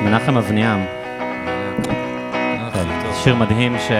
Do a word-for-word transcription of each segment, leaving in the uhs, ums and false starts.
מנחם אבניאם. שיר מדהים ש...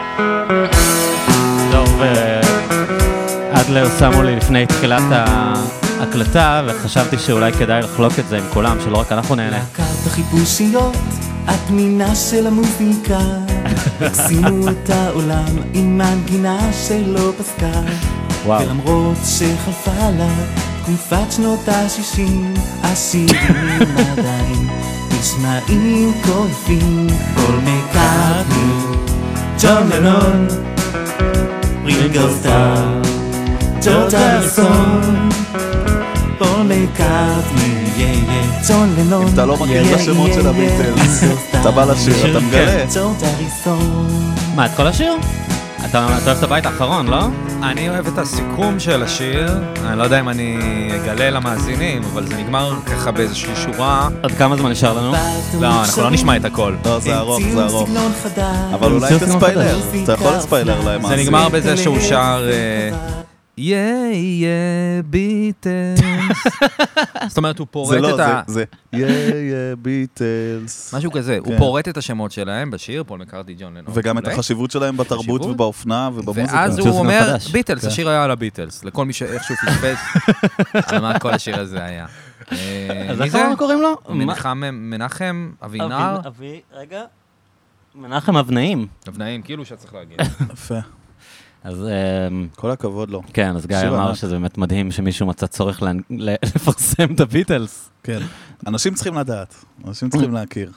דור ואדלר שמו לי לפני תחילת ההקלטה, וחשבתי שאולי כדאי לחלוק את זה עם כולם, שלא רק אנחנו נהנה. להקת החיפושיות, הפנינה של המוזיקה, הקסימו את העולם עם מנגינה שלא פסקה. ולמרות שחלפה לה תקופת שנות ה-שישים, השירים עדיין נשמעים קולפים. פול מקארטני, ג'ון לנון, רינגו סטאר, ג'ורג' הריסון, פול מקארטני, ג'ון לנון. אם אתה לא מכיר את השמות של הביטלס, אתה בא לשיר, אתה מגלה. ג'ורג' הריסון. מה, את כל השיר? אתה אוהב את הבית האחרון, לא? אני אוהב את הסיכום של השיר, אני לא יודע אם אני אגלה למאזינים, אבל זה נגמר ככה באיזושהי שורה. עוד כמה זמן נשאר לנו? לא, אנחנו לא נשמע את הכל. לא, זה ארוך, זה ארוך. אבל אולי תספיילר, אתה יכול לספיילר להם. זה נגמר בזה שהוא שר... יא יא ביטלס. זאת אומרת, הוא פורט את ה... זה יא יא ביטלס. משהו כזה, הוא פורט את השמות שלהם בשיר, פול מקארטני, ג'ון לנון. וגם את החשיבות שלהם בתרבות ובאופנה ובמוזיקה. ואז הוא אומר, ביטלס, השיר היה על הביטלס, לכל מי שאיכשהו פספס, על מה כל השיר הזה היה. אז איך אנחנו קוראים לו? מנחם אבינר. רגע, מנחם אבנאים. אבנאים, כאילו שצריך להגיד. יפה. אז כל הכבוד לו. כן, אז גיא אמר שזה באמת מדהים שמישהו מצא צורך לפרסם את הביטלס. כן, אנשים צריכים לדעת, אנשים צריכים להכיר.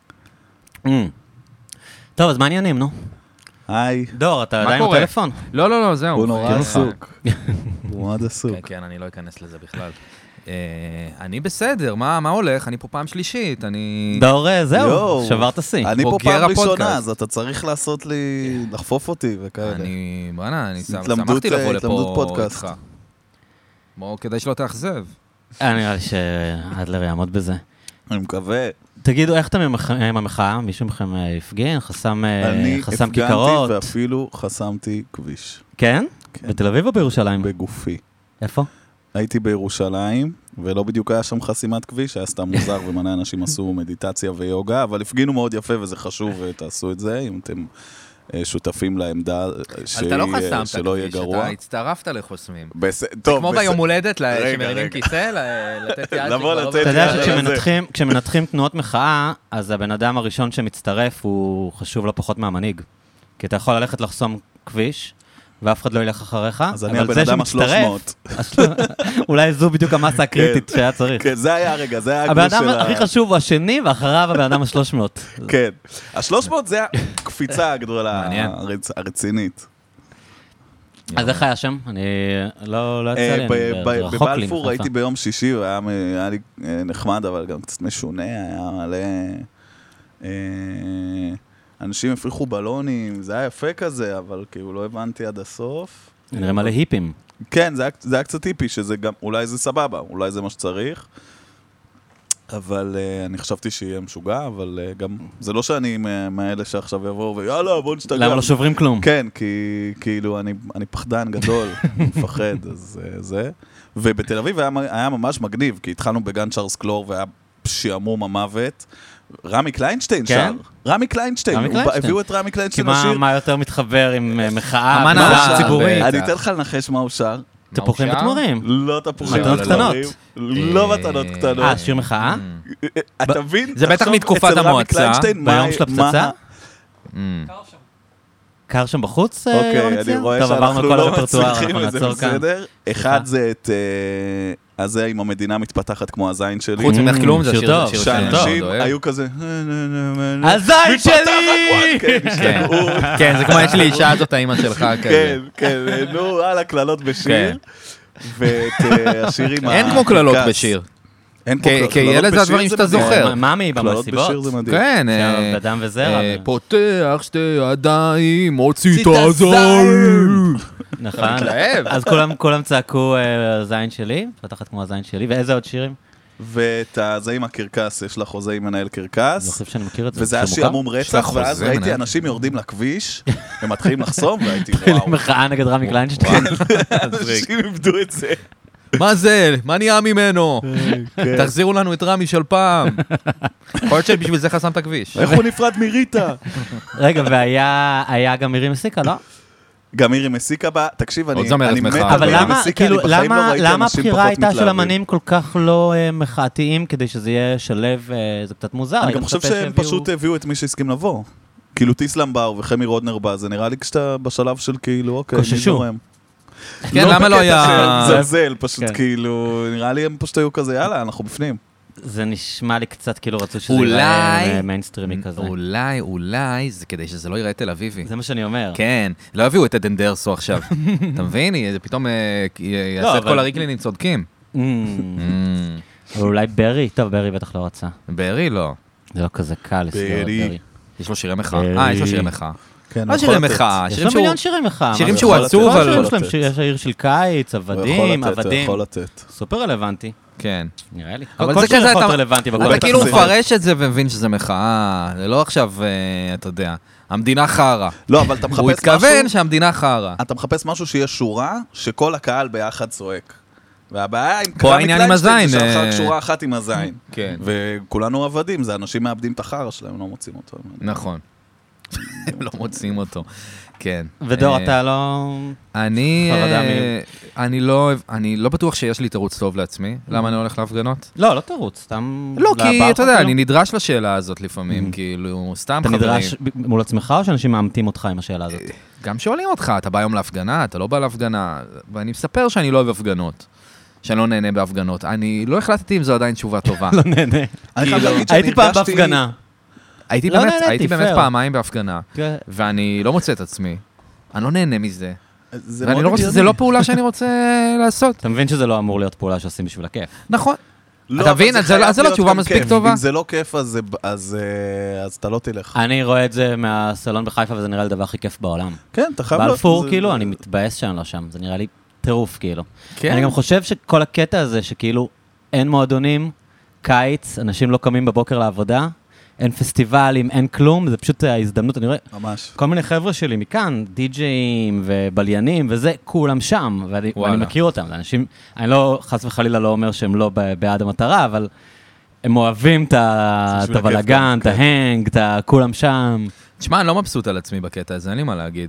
טוב, אז מה עניינים, נו? היי. דור, אתה עדיין בטלפון? לא, לא, לא, זהו. הוא נורא עסוק. הוא מאוד עסוק. כן, כן, אני לא אכנס לזה בכלל. אני בסדר, מה הולך? אני פה פעם שלישית, אני... דור, זהו, שברת שיא. אני פה פעם ראשונה, אז אתה צריך לעשות לי, לחפוף אותי וכאלה. אני, בוא'נה, אני שמחתי לבוא לפה איתך. בואו, כדאי שלא תאכזב. אני נראה לי שאדלר יעמוד בזה. אני מקווה. תגידו, איך אתם עם המחאה? מישהו מכם הפגין? חסם כיכרות? אני הפגנתי ואפילו חסמתי כביש. כן? בתל אביב או בירושלים? בגופי. איפה? הייתי בירושלים, ולא בדיוק היה שם חסימת כביש, היה סתם מוזר, ומנה אנשים עשו מדיטציה ויוגה, אבל הפגינו מאוד יפה, וזה חשוב, ותעשו את זה, אם אתם שותפים לעמדה שלא יהיה גרוע. אתה הצטרפת לחוסמים. זה כמו ביום הולדת, שמרימים כיסא, לתת יד. אתה יודע שכשמנתחים תנועות מחאה, אז הבן אדם הראשון שמצטרף, הוא חשוב לא פחות מהמנהיג. כי אתה יכול ללכת לחסום כביש, ואף אחד לא ילך אחריך, אז אני הבן אדם ה-שלוש מאות. אולי זו בדיוק המסה הקריטית שהיה צריך. כן, זה היה הרגע, זה היה הבן אדם הכי חשוב הוא השני, ואחריו הבן אדם ה-שלוש מאות. כן, ה-שלוש מאות זה הקפיצה הגדולה, הרצינית. אז איך היה שם? אני לא יצא לי, אני רחוק לי. בבלפור הייתי ביום שישי, והיה לי נחמד, אבל גם קצת משונה, היה מלא... אנשים הפריחו בלונים, זה היה יפה כזה, אבל כאילו לא הבנתי עד הסוף. נראה מלא היפים. כן, זה היה, זה היה קצת היפי, שזה גם, אולי זה סבבה, אולי זה מה שצריך. אבל uh, אני חשבתי שיהיה משוגע, אבל uh, גם, זה לא שאני מאלה שעכשיו יבואו ויאללה, בוא נשתגע. למה לא שוברים כלום? כן, כי כאילו אני, אני פחדן גדול, אני מפחד, אז uh, זה. ובתל אביב היה, היה ממש מגניב, כי התחלנו בגן צ'ארלס קלור, והיה שעמום המוות. רמי קליינשטיין שר. רמי קליינשטיין. הביאו את רמי קליינשטיין לשיר. כי מה יותר מתחבר עם מחאה? אמן הציבורית. אני אתן לך לנחש מה הוא שר. תפוחים ותמרים. לא תפוחים מתנות קטנות. לא מתנות קטנות. אה, שיר מחאה? אתה מבין? זה בטח מתקופת המועצה. ביום של הפצצה? קר שם בחוץ? אוקיי, אני רואה שאנחנו לא מצליחים, וזה בסדר. אחד זה את... אז זה עם המדינה מתפתחת כמו הזין שלי. חוץ ממך כלום, זה שיר טוב. שאנשים היו כזה... הזין שלי! כן, זה כמו יש לי אישה הזאת, האמא שלך כזה. כן, כן, נו, על הכללות בשיר. ואת השירים... אין כמו כללות בשיר. כי אלה זה הדברים שאתה זוכר. מאמי במסיבות. כן. בדם וזרע. פותח שתי ידיים, מוציא את הזין. נכון. אז כולם צעקו הזין שלי, פתחת כמו הזין שלי, ואיזה עוד שירים? ואת הזה עם הקרקס, יש לך חוזה עם מנהל קרקס. אני חושב שאני מכיר את זה. וזה היה שעמום רצח, ואז ראיתי אנשים יורדים לכביש, ומתחילים לחסום, והייתי וואו. מחאה נגד רמי קליינשטיין. אנשים איבדו את זה. מה זה? מה נהיה ממנו? תחזירו לנו את רמי של פעם. יכול להיות שבשביל זה חסם את הכביש. איך הוא נפרד מריטה? רגע, והיה גם מירי מסיקה, לא? גם מירי מסיקה בה, תקשיב, אני מת על אבל מירי למה, מסיקה, אני כאילו, בחיים לא למה, ראיתי למה אנשים הבחירה פחות הייתה של מתלהבים. אמנים כל כך לא אה, מחאתיים, כדי שזה יהיה שלב, אה, זה קצת מוזר. אני גם חושב שהם פשוט הביאו את מי שהסכים לבוא. כאילו טיסלם בר וחמי רודנר בא, זה נראה לי כשאתה בשלב של כאילו, אוקיי, מי זורם. כן, למה לא היה... זלזל, פשוט כאילו, נראה לי הם פשוט היו כזה, יאללה, אנחנו בפנים. זה נשמע לי קצת כאילו רצו שזה יראה מיינסטרימי כזה. אולי, אולי, זה כדי שזה לא יראה תל אביבי. זה מה שאני אומר. כן, לא הביאו את עדן דרסו עכשיו. אתה מבין? זה פתאום יעשה את כל הריקלינים צודקים. אולי ברי, טוב, ברי בטח לא רצה. ברי לא. זה לא כזה קל לסגור את ברי. יש לו שירי מחאה. אה, יש לו שירי מחאה. כן, לא שירי מחאה. יש לו מיליון שירי מחאה. שירים שהוא עצוב, אבל... יש העיר של קיץ, עבדים, עבדים. יכול לתת. סופר רלוונטי. כן. נראה לי. אבל כל זה שיר כזה, יכול אתה- להיות רלוונטי. בכל אתה בטח כאילו זה. מפרש את זה ומבין שזה מחאה. זה לא עכשיו, אה, אתה יודע, המדינה חרה. לא, אבל אתה מחפש הוא משהו... התכוון שהמדינה חרה. אתה מחפש משהו שיהיה שורה, שכל הקהל ביחד צועק. והבעיה עם פה העניין עם הזין, זה אה. שרק שורה אחת עם הזין. כן. וכולנו עבדים, זה אנשים מאבדים את החרא שלהם, לא מוצאים אותו. נכון. הם לא מוצאים אותו. כן. ודור, אה, אתה לא... אני, חרדה אה, אני לא, אני לא בטוח שיש לי תירוץ טוב לעצמי. למה אני הולך להפגנות? לא, לא תרוץ, סתם... לא, כי לבר אתה יודע, כאילו? אני נדרש לשאלה הזאת לפעמים, כאילו, סתם אתה חברים. נדרש מול עצמך או שאנשים מאמתים אותך עם השאלה הזאת? גם שואלים אותך, אתה בא היום להפגנה, אתה לא בא להפגנה, ואני מספר שאני לא אוהב הפגנות, שאני לא נהנה בהפגנות. אני לא החלטתי אם זו עדיין תשובה טובה. לא נהנה. אני חייב להגיד שאני הייתי פעם הרגשתי- בהפגנה. הייתי לא באמת, נהניתי, הייתי באמת פייר. פעמיים בהפגנה, כן. ואני לא מוצא את עצמי. אני לא נהנה מזה. זה ואני מאוד לא רוצה, זה הגיוני. לא פעולה שאני רוצה לעשות. אתה מבין שזה לא אמור להיות פעולה שעושים בשביל הכיף. נכון. לא, אתה אבל מבין? זה אז זה- חייב אז זה לא להיות תשובה גם מספיק כיף. טובה. אם זה לא כיף, אז זה- אז, אה, אז אתה לא תלך. אני רואה את זה מהסלון בחיפה, וזה נראה לי הדבר הכי כיף בעולם. כן, אתה חייב... בלפור, זה- כאילו, זה- אני מתבאס שאני לא שם. זה נראה לי טירוף, כאילו. כן. אני גם חושב שכל הקטע הזה, שכאילו אין מועדונים, קיץ, אנשים לא קמים בבוקר לעבודה, אין פסטיבלים, אין כלום, זה פשוט ההזדמנות, אני רואה... ממש. כל מיני חבר'ה שלי מכאן, די-ג'אים ובליינים וזה, כולם שם, ואני, וואלה. ואני מכיר אותם. זה אנשים, אני לא, חס וחלילה לא אומר שהם לא ב- בעד המטרה, אבל הם אוהבים את ה- זה את בשביל הכיף הבלגן, גם, את כן. ההנג, את ה- כולם שם. תשמע, אני לא מבסוט על עצמי בקטע הזה, אין לי מה להגיד.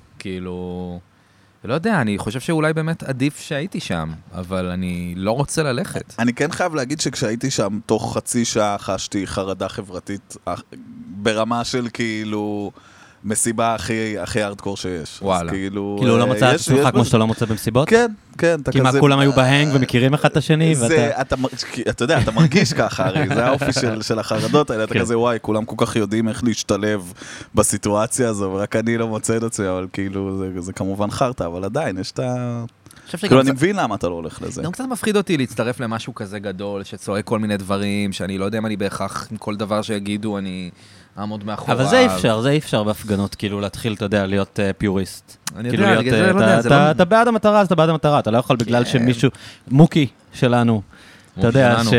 כאילו, לא יודע, אני חושב שאולי באמת עדיף שהייתי שם, אבל אני לא רוצה ללכת. אני כן חייב להגיד שכשהייתי שם, תוך חצי שעה חשתי חרדה חברתית, אה, ברמה של כאילו... מסיבה הכי, הכי הארדקור שיש. וואלה. אז כאילו... כאילו, לא אה, מצא את יש- עצמך יש כמו בזה- שאתה לא מוצא במסיבות? כן, כן, אתה כי כזה... מה, כולם היו בהנג ומכירים אחד את השני, זה, ואתה... אתה, מר- כי- אתה יודע, אתה מרגיש ככה, הרי זה האופי של, של החרדות האלה, אתה כן. כזה, וואי, כולם כל כך יודעים איך להשתלב בסיטואציה הזו, ורק אני לא מוצא את עצמי, אבל כאילו, זה, זה כמובן חרטה, אבל עדיין, יש את ה... אני חושב כאילו, שגם אני זה- מבין למה אתה לא הולך לזה. גם קצת מפחיד אותי להצטרף למשהו כזה גדול, שצועק כל מיני דברים, שאני לא יודע אם אני בהכרח, עם כל דבר שיגידו, אני אעמוד מאחוריו. אבל זה אי אפשר, זה אי אפשר בהפגנות, כאילו להתחיל, אתה יודע, להיות אה, פיוריסט. אני כאילו יודע, להיות, בגלל זה אה, לא יודע, אתה- זה אתה- לא- אתה בעד המטרה, אז אתה בעד המטרה, אתה לא יכול בגלל כן. שמישהו, מוקי שלנו, אתה מוקי יודע, שלנו. ש...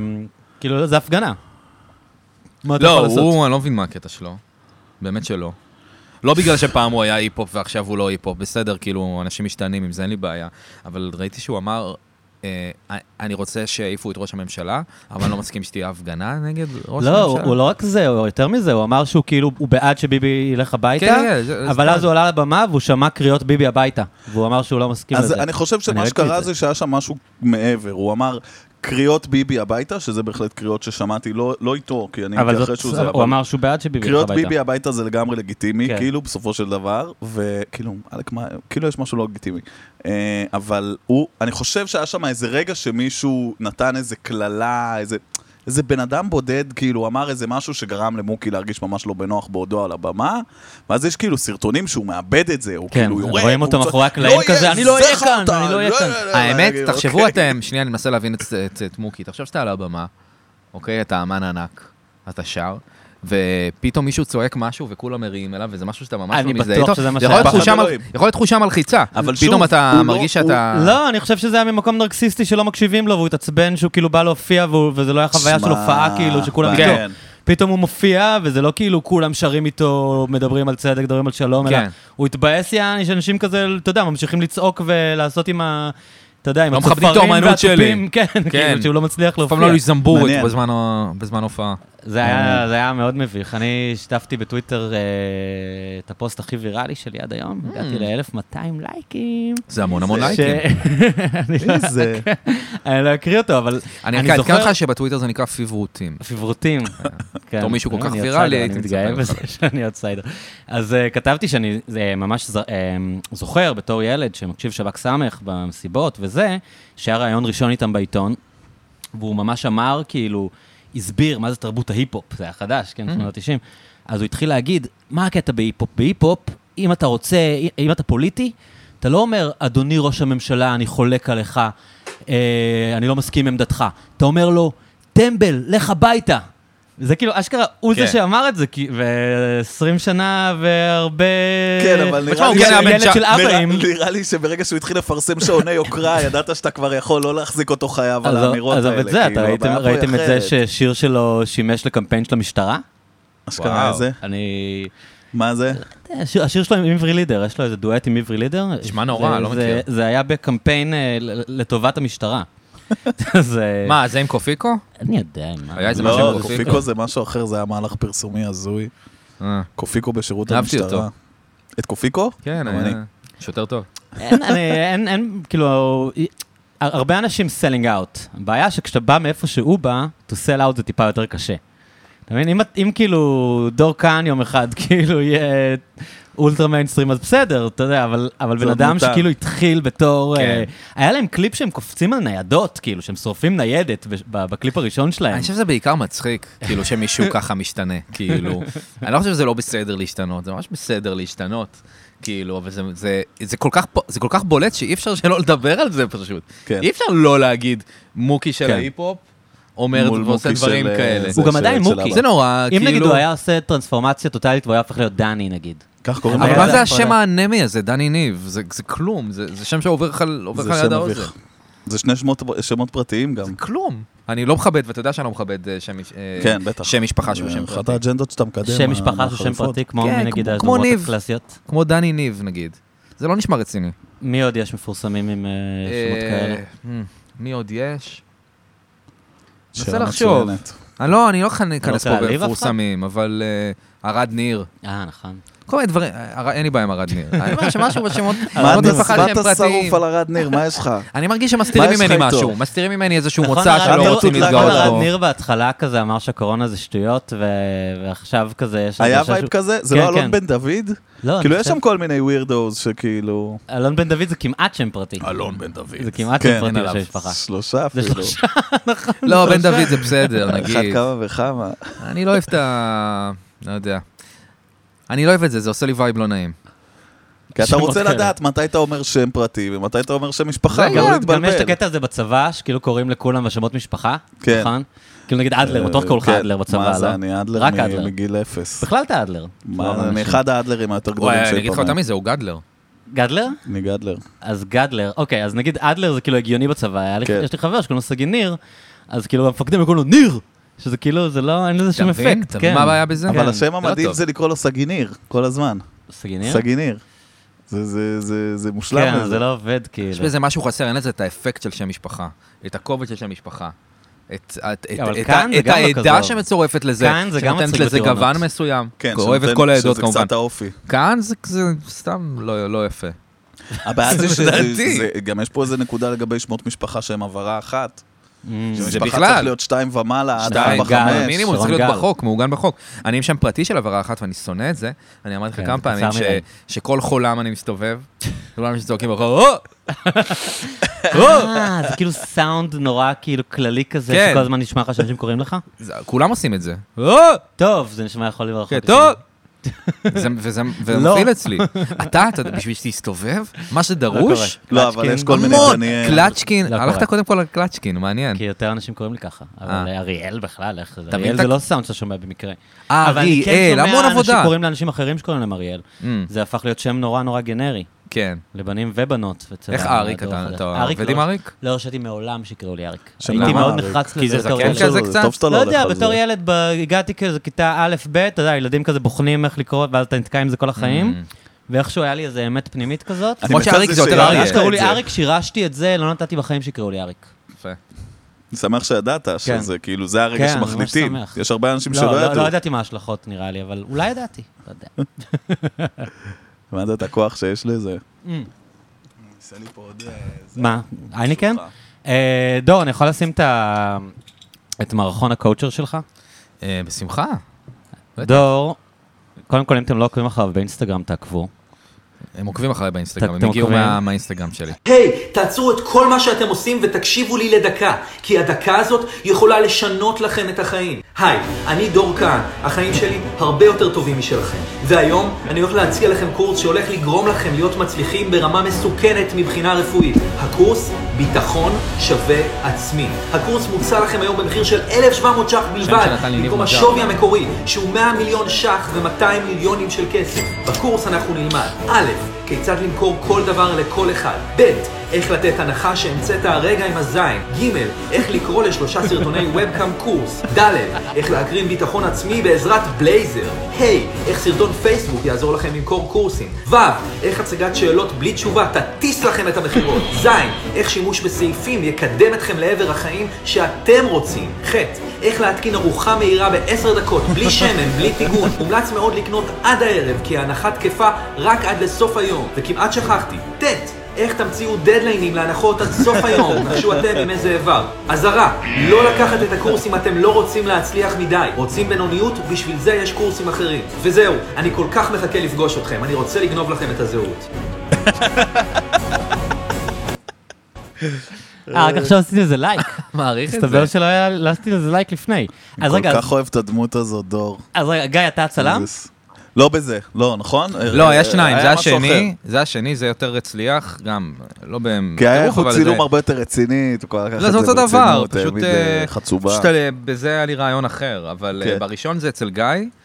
כאילו, זה הפגנה. מה אתה יכול לא, לעשות? הוא, אני לא מבין מה הקטע שלו. באמת שלא. לא בגלל שפעם הוא היה היפ-הופ ועכשיו הוא לא היפ-הופ, בסדר, כאילו, אנשים משתנים, עם זה אין לי בעיה. אבל ראיתי שהוא אמר, אה, אני רוצה שיעיפו את ראש הממשלה, אבל אני לא מסכים שתהיה הפגנה נגד ראש לא, הממשלה. הוא לא רק זה, הוא יותר מזה, הוא אמר שהוא כאילו, הוא בעד שביבי ילך הביתה, כן, כן, זה- אבל זה אז הוא עלה לבמה והוא שמע קריאות ביבי הביתה, והוא אמר שהוא לא מסכים אז לזה. אני חושב אני שמה ראיתי שקרה את זה שהיה שם משהו מעבר, הוא אמר... קריאות ביבי הביתה, שזה בהחלט קריאות ששמעתי, לא, לא איתו, כי אני אבל הייתי זאת, אחרי שהוא זה, הוא אבל אמר שהוא בעד שביבי ילך קריאות הביתה. ביבי הביתה זה לגמרי לגיטימי, כן. כאילו, בסופו של דבר, וכאילו, אלק, מה, כאילו יש משהו לא לגיטימי. אה, אבל הוא, אני חושב שהיה שם איזה רגע שמישהו נתן איזה כללה, איזה, איזה בן אדם בודד, כאילו, אמר איזה משהו שגרם למוקי להרגיש ממש לא בנוח בעודו על הבמה, ואז יש כאילו סרטונים שהוא מאבד את זה, הוא כן, כאילו יורד, רואים אותו הוא מאחורי צועק, הקלעים "לא כזה, יהיה אני לא אהיה זכר כאן, אותה, אני לא אהיה לא- כאן." לא- לא- האמת, לא- תחשבו אוקיי. אתם, שנייה, אני מנסה להבין את, את, את מוקי, תחשוב שאתה על הבמה, אוקיי, אתה אמן ענק, אתה שר, ופתאום מישהו צועק משהו וכולם מריעים אליו, וזה משהו שאתה ממש אני לא מזדהה בטוח איתו. שזה מה זה יכול להיות שהיה. תחושה פחד מל- אלוהים. יכול להיות תחושה מלחיצה, אבל פתאום שוב, אתה הוא לא- מרגיש הוא- שאתה... לא, אני חושב שזה היה ממקום נרקסיסטי שלא מקשיבים לו, והוא התעצבן שהוא כאילו בא להופיע, והוא- וזה לא היה חוויה של שמע, הופעה, כאילו, שכולם כן. איתו. פתאום הוא מופיע, וזה לא כאילו כולם שרים איתו, מדברים על צדק, מדברים על שלום, אלא כן. הוא התבאס, יעני, שאנשים כזה, אתה יודע, ממשיכים לצעוק ולעשות עם ה... אתה יודע, עם לא מכבדים את האמנות שלי. והתופים, כן, כאילו שהוא לא מצליח להופיע. פעם לא לזמבורת בזמן הופעה. זה היה מאוד מביך. אני שיתפתי בטוויטר את הפוסט הכי ויראלי שלי עד היום. הגעתי ל-אלף ומאתיים לייקים. זה המון המון לייקים. איזה... אני לא אקריא אותו, אבל אני אתקן לך שבטוויטר זה נקרא פיברוטים. פיברוטים. לא מישהו כל כך ויראלי, הייתי מתגאה בזה שאני אאוטסיידר. אז כתבתי שאני ממש זוכר בתור ילד שמקשיב שב"כ סמך במסיבות וזה, שהיה רעיון ראשון איתם בעיתון, והוא ממש אמר, כאילו, הסביר מה זה תרבות ההיפ-הופ, זה היה חדש, כן, שנות ה-תשעים, אז הוא התחיל להגיד, מה הקטע בהיפ-הופ? בהיפ-הופ, אם אתה רוצה, אם אתה פוליטי, אתה לא אומר, אדוני ראש הממשלה, אני חולק עליך, אה, אני לא מסכים עם עמדתך. אתה אומר לו, טמבל, לך הביתה. זה כאילו, אשכרה, הוא זה שאמר את זה, ו-עשרים שנה והרבה... כן, אבל נראה לי שברגע שהוא התחיל לפרסם שעוני יוקרה, ידעת שאתה כבר יכול לא להחזיק אותו חייב על האמירות האלה. אז אבל זה, ראיתם את זה ששיר שלו שימש לקמפיין של המשטרה? אשכרה, איזה? אני... מה זה? השיר שלו עם עברי לידר, יש לו איזה דואט עם עברי לידר. נשמע נורא, לא מכיר. זה היה בקמפיין לטובת המשטרה. מה, זה עם קופיקו? אני יודע. לא, קופיקו זה משהו אחר, זה היה מהלך פרסומי הזוי. קופיקו בשירות המשטרה. את קופיקו? כן, שוטר טוב. אין, אין, כאילו, הרבה אנשים selling out. הבעיה שכשאתה בא מאיפה שהוא בא, to sell out זה טיפה יותר קשה. אתה מבין? אם, אם כאילו דור כאן יום אחד, כאילו יהיה אולטרה מיינסטרים, אז בסדר, אתה יודע, אבל, אבל בן אדם מותר. שכאילו התחיל בתור... כן. Uh, היה להם קליפ שהם קופצים על ניידות, כאילו, שהם שורפים ניידת בקליפ הראשון שלהם. אני חושב שזה בעיקר מצחיק, כאילו, שמישהו ככה משתנה, כאילו. אני לא חושב שזה לא בסדר להשתנות, זה ממש בסדר להשתנות. כאילו, אבל זה, זה, זה כל כך, זה כל כך בולט שאי אפשר שלא לדבר על זה פשוט. כן. אי אפשר לא להגיד מוקי של כן. ההיפ-הופ, אומר ועושה דברים כאלה. הוא גם עדיין מוקי. זה נורא, כאילו... אם נגיד הוא היה עושה טרנספורמציה טוטלית, והוא היה הופך להיות דני, נגיד. כך קוראים אבל מה זה השם האנמי הזה, דני ניב? זה כלום, זה שם שעובר לך ליד האוזן. זה שני שמות פרטיים גם. זה כלום. אני לא מכבד, ואתה יודע שאני לא מכבד שם משפחה שהוא שם פרטי. אחת האג'נדות שאתה מקדם. שם משפחה שהוא שם פרטי, כמו נגיד הדמות הקלאסיות. כמו דני ניב, נגיד. זה לא נשמע רציני. מי עוד יש מפורסמים עם שמות כאלה? מי עוד יש? נסה לחשוב. לא, אני לא אכנס פה בפורסמים, אבל ארד ניר. אה, נכון. כל מיני דברים, אין לי בעיה עם ארד ניר. אני אומר שמשהו בשמות... מה אתה שרוף על ארד ניר? מה יש לך? אני מרגיש שמסתירים ממני משהו. מסתירים ממני איזשהו מוצא שלא רוצים להתגאות בו. ארד ניר בהתחלה כזה אמר שהקורונה זה שטויות, ועכשיו כזה יש... היה וייב כזה? זה לא אלון בן דוד? לא. כאילו יש שם כל מיני ווירדוז שכאילו... אלון בן דוד זה כמעט שם פרטי. אלון בן דוד. זה כמעט שם פרטי לשם משפחה. שלושה אפילו. לא, בן דוד זה בסדר, נגיד. אחד כמה וכמה. אני לא אוהב את ה... לא יודע. אני לא אוהב את זה, זה עושה לי וייב לא נעים. כי אתה רוצה לדעת מתי אתה אומר שם פרטי, ומתי אתה אומר שם משפחה, גם להתבלבל. גם יש את הקטע הזה בצבא, שכאילו קוראים לכולם בשמות משפחה, נכון? כאילו נגיד אדלר, בטוח קוראים לך אדלר בצבא, לא? מה זה, אני אדלר מגיל אפס. בכלל אתה אדלר. אני אחד האדלרים היותר גדולים אני אגיד לך אותה מי זה, הוא גדלר. גדלר? אני גדלר. אז גדלר, אוקיי, אז נגיד אדלר זה כאילו הגיוני בצבא, יש לי חבר שקוראים לו סגי ניר, אז כאילו המפקדים יקראו לו ניר! שזה כאילו, זה לא, אין לזה שום אפקט. מה הבעיה בזה? אבל השם המדהים זה לקרוא לו סגיניר, כל הזמן. סגיניר? סגיניר. זה מושלם. כן, זה לא עובד כאילו. יש בזה משהו חסר, אין לזה את האפקט של שם משפחה, את הכובד של שם משפחה, את העדה שמצורפת לזה, שנותנת לזה גוון מסוים, אוהב את כל העדות כמובן. זה קצת האופי. כאן זה סתם לא יפה. הבעיה זה שגם יש פה איזה נקודה לגבי שמות משפחה שהם עברה אחת. שמשפחה צריך להיות שתיים ומעלה, עד ארבע חמש. מינימום, צריך להיות בחוק, מעוגן בחוק. אני עם שם פרטי של עברה אחת ואני שונא את זה. אני אמרתי לך כמה פעמים שכל חולם אני מסתובב, כולם שצועקים בחור, אה, זה כאילו סאונד נורא כאילו כללי כזה, שכל הזמן נשמע לך שאנשים קוראים לך? כולם עושים את זה. טוב, זה נשמע יכול לברח. טוב. וזה מפעיל אצלי. אתה, בשביל שתסתובב, מה שדרוש? לא, אבל יש כל מיני בנים. קלצ'קין, הלכת קודם כל על קלצ'קין, מעניין. כי יותר אנשים קוראים לי ככה. אבל אריאל בכלל, איך זה? אריאל זה לא סאונד שאתה שומע במקרה. אריאל, המון עבודה. אנשים קוראים לאנשים אחרים שקוראים להם אריאל. זה הפך להיות שם נורא נורא גנרי. כן. לבנים ובנות. איך אריק אתה עובד עם אריק? לא הרשיתי מעולם שיקראו לי אריק. הייתי מאוד נחרץ לזה. כי זה זקן כזה קצת? לא יודע, בתור ילד הגעתי כזה כיתה א' ב', אתה יודע, ילדים כזה בוחנים איך לקרוא, ואז אתה נתקע עם זה כל החיים. ואיכשהו היה לי איזה אמת פנימית כזאת. כמו שאריק זה יותר אריק. קראו לי אריק, שירשתי את זה, לא נתתי בחיים שקראו לי אריק. יפה. אני שמח שידעת שזה כאילו, זה הרגע שמחליטים. יש הרבה אנשים שלא ידעו. לא ידעתי מה ההשלכות נראה לי, אבל אולי ידעתי. לא יודע. הבנת את הכוח שיש לזה? עושה לי פה עוד... מה? אני כן? דור, אני יכול לשים את מערכון הקואוצ'ר שלך? בשמחה. דור, קודם כל אם אתם לא עוקבים אחריו באינסטגרם, תעקבו. הם עוקבים אחריי באינסטגרם, הם הגיעו מהאינסטגרם שלי. היי, תעצרו את כל מה שאתם עושים ותקשיבו לי לדקה, כי הדקה הזאת יכולה לשנות לכם את החיים. היי, אני דור כהן, החיים שלי הרבה יותר טובים משלכם. והיום אני הולך להציע לכם קורס שהולך לגרום לכם להיות מצליחים ברמה מסוכנת מבחינה רפואית. הקורס ביטחון שווה עצמי. הקורס מוצע לכם היום במחיר של אלף שבע מאות ש"ח בלבד, במקום השווי המקורי, שהוא מאה מיליון ש"ח ו-מאתיים מיליונים של כסף. בקורס אנחנו נלמד, א', כיצד למכור כל דבר לכל אחד, ב', איך לתת הנחה שהמצאת הרגע עם הזין, ג', איך לקרוא לשלושה סרטוני ובקאם קורס, ד', איך להקרין ביטחון עצמי בעזרת בלייזר, ה', איך סרטון פייסבוק יעזור לכם למכור קורסים, ו', איך הצגת שאלות בלי תשובה תטיס לכם את המחירות, ז', איך שימוש בסעיפים יקדם אתכם לעבר החיים שאתם רוצים, ח', איך להתקין ארוחה מהירה בעשר דקות, בלי שמן, בלי טיגון. מומלץ מאוד לקנות עד הערב, כי ההנחה תקפה רק עד לסוף היום. וכמעט שכחתי. ט', איך תמציאו דדליינים להנחות עד סוף היום, נחשו אתם עם איזה איבר. אזהרה, לא לקחת את הקורס אם אתם לא רוצים להצליח מדי. רוצים בינוניות? בשביל זה יש קורסים אחרים. וזהו, אני כל כך מחכה לפגוש אתכם, אני רוצה לגנוב לכם את הזהות. אה, רק עכשיו עשיתי לזה לייק. מעריך את זה. מסתבר שלא היה, לא עשיתי לזה לייק לפני. אני כל כך אוהב את הדמות הזאת, דור. אז רגע, גיא, אתה הצלם? לא בזה, לא, נכון? לא, יש שניים, זה השני, זה השני, זה יותר הצליח, גם, לא בהם... כי היה איכות צילום הרבה יותר רצינית, לא, זה אותו דבר, פשוט... חצובה. פשוט בזה היה לי רעיון אחר, אבל בראשון זה אצל גיא,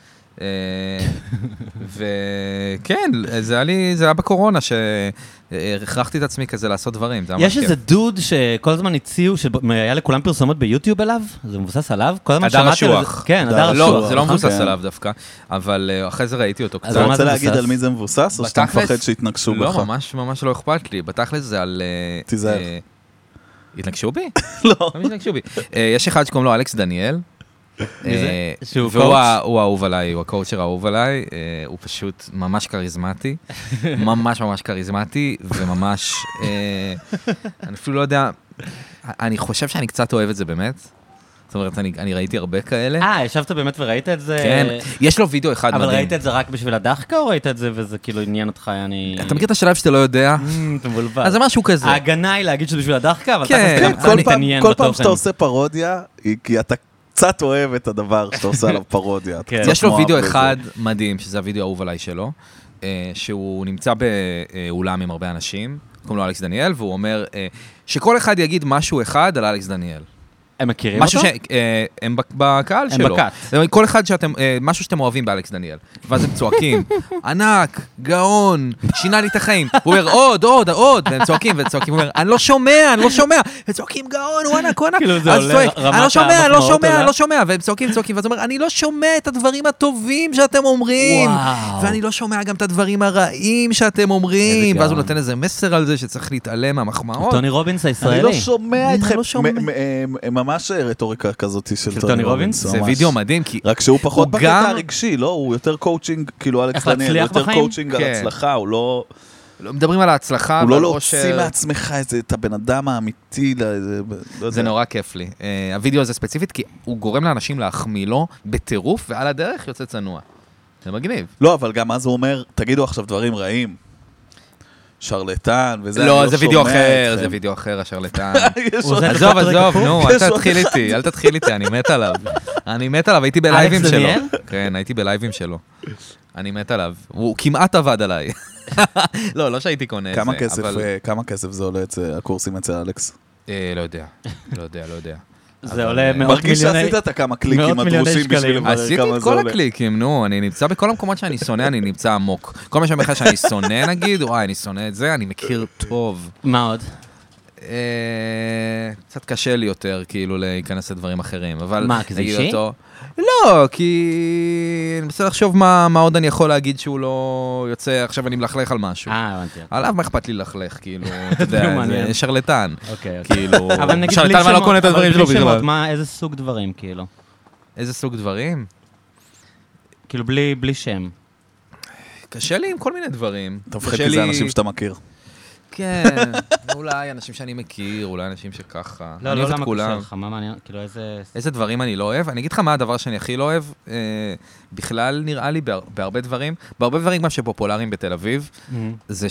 וכן, זה היה לי, זה היה בקורונה, שהכרחתי את עצמי כזה לעשות דברים. יש איזה דוד שכל הזמן הציעו, שהיה לכולם פרסומות ביוטיוב אליו, זה מבוסס עליו? הדר השוח. כן, הדר השוח. לא, זה לא מבוסס עליו דווקא, אבל אחרי זה ראיתי אותו קצת. אתה רוצה להגיד על מי זה מבוסס, או שאתה מפחד שהתנגשו בך? לא, ממש ממש לא אכפת לי. בתכלס זה על... תיזהר. התנגשו בי? לא. לא התנגשו בי. יש אחד שקוראים לו אלכס דניאל. שהוא והוא האהוב עליי, הוא הקואוצ'ר האהוב עליי, הוא פשוט ממש קריזמטי, ממש ממש קריזמטי, וממש, אני אפילו לא יודע, אני חושב שאני קצת אוהב את זה באמת, זאת אומרת, אני ראיתי הרבה כאלה. אה, ישבת באמת וראית את זה? כן, יש לו וידאו אחד מדהים. אבל ראית את זה רק בשביל הדחקה, או ראית את זה וזה כאילו עניין אותך, אני... אתה מכיר את השלב שאתה לא יודע? אתה מבולבל. אז זה משהו כזה. ההגנה היא להגיד שזה בשביל הדחקה, אבל כן, אתה קצת מתעניין בתוכן. כל פעם שאתה עושה פרודיה, כי אתה קצת אוהב את הדבר שאתה עושה עליו פרודיה. יש לו וידאו אחד מדהים, שזה הוידאו האהוב עליי שלו, שהוא נמצא באולם עם הרבה אנשים, קוראים לו אלכס דניאל, והוא אומר שכל אחד יגיד משהו אחד על אלכס דניאל. הם מכירים אותו? הם בקהל שלו. הם בקאט. כל אחד שאתם, משהו שאתם אוהבים באלכס דניאל. ואז הם צועקים, ענק, גאון, שינה לי את החיים. הוא אומר, עוד, עוד, עוד, והם צועקים, והם צועקים, הוא אומר, אני לא שומע, אני לא שומע. והם צועקים, גאון, הוא ענק, הוא ענק. כאילו זה עולה רמת אני לא שומע, אני לא שומע, אני לא שומע. והם צועקים, צועקים, ואז הוא אומר, אני לא שומע את הדברים הטובים שאתם אומרים. ואני לא שומע גם את הדברים הרעים שאתם אומרים. ואז הוא נותן איזה מסר על זה שצריך להתעלם מהמחמאות. טוני רובינס הישראלי. אני לא שומע אתכם. ממש רטוריקה כזאת של טוני רובינס. זה וידאו מדהים, כי... רק שהוא פחות בקטע הרגשי, לא? הוא יותר קואוצ'ינג, כאילו אלכס דניאל, יותר קואוצ'ינג על הצלחה, הוא לא... מדברים על ההצלחה, הוא לא להוציא מעצמך את הבן אדם האמיתי, זה נורא כיף לי. הוידאו הזה ספציפית, כי הוא גורם לאנשים להחמיא לו בטירוף, ועל הדרך יוצא צנוע. זה מגניב. לא, אבל גם אז הוא אומר, תגידו עכשיו דברים רעים. שרלטן, וזה לא, זה וידאו אחר, זה וידאו אחר, השרלטן. עזוב, עזוב, נו, אל תתחיל איתי, אל תתחיל איתי, אני מת עליו. אני מת עליו, הייתי בלייבים שלו. כן, הייתי בלייבים שלו. אני מת עליו. הוא כמעט עבד עליי. לא, לא שהייתי קונה את זה. כמה כסף זה עולה הקורסים אצל אלכס? לא יודע, לא יודע, לא יודע. זה עולה מאות מיליוני... מרגיש שעשית את הכמה קליקים הדרושים בשביל לברר כמה זה עולה. עשיתי את כל הקליקים, נו, אני נמצא בכל המקומות שאני שונא, אני נמצא עמוק. כל מה שאומר לך שאני שונא, נגיד, וואי, אני שונא את זה, אני מכיר טוב. מה עוד? קצת קשה לי יותר, כאילו, להיכנס לדברים אחרים, אבל... מה, כי זה אישי? לא, כי אני מנסה לחשוב מה עוד אני יכול להגיד שהוא לא יוצא, עכשיו אני מלכלך על משהו. אה, הבנתי. עליו מה אכפת לי ללכלך, כאילו, אתה יודע, זה שרלטן. אוקיי, אוקיי. כאילו... אבל נגיד שרלטן מה לא קונה את הדברים שלו בכלל. מה, איזה סוג דברים, כאילו? איזה סוג דברים? כאילו, בלי שם. קשה לי עם כל מיני דברים. אתה מפחד כי זה אנשים שאתה מכיר. כן, אולי אנשים שאני מכיר, אולי אנשים שככה. לא, לא למה קשה לך, מה מעניין? כאילו איזה... איזה דברים אני לא אוהב? אני אגיד לך מה הדבר שאני הכי לא אוהב, בכלל נראה לי בהרבה דברים, בהרבה דברים גם שפופולריים בתל אביב, זה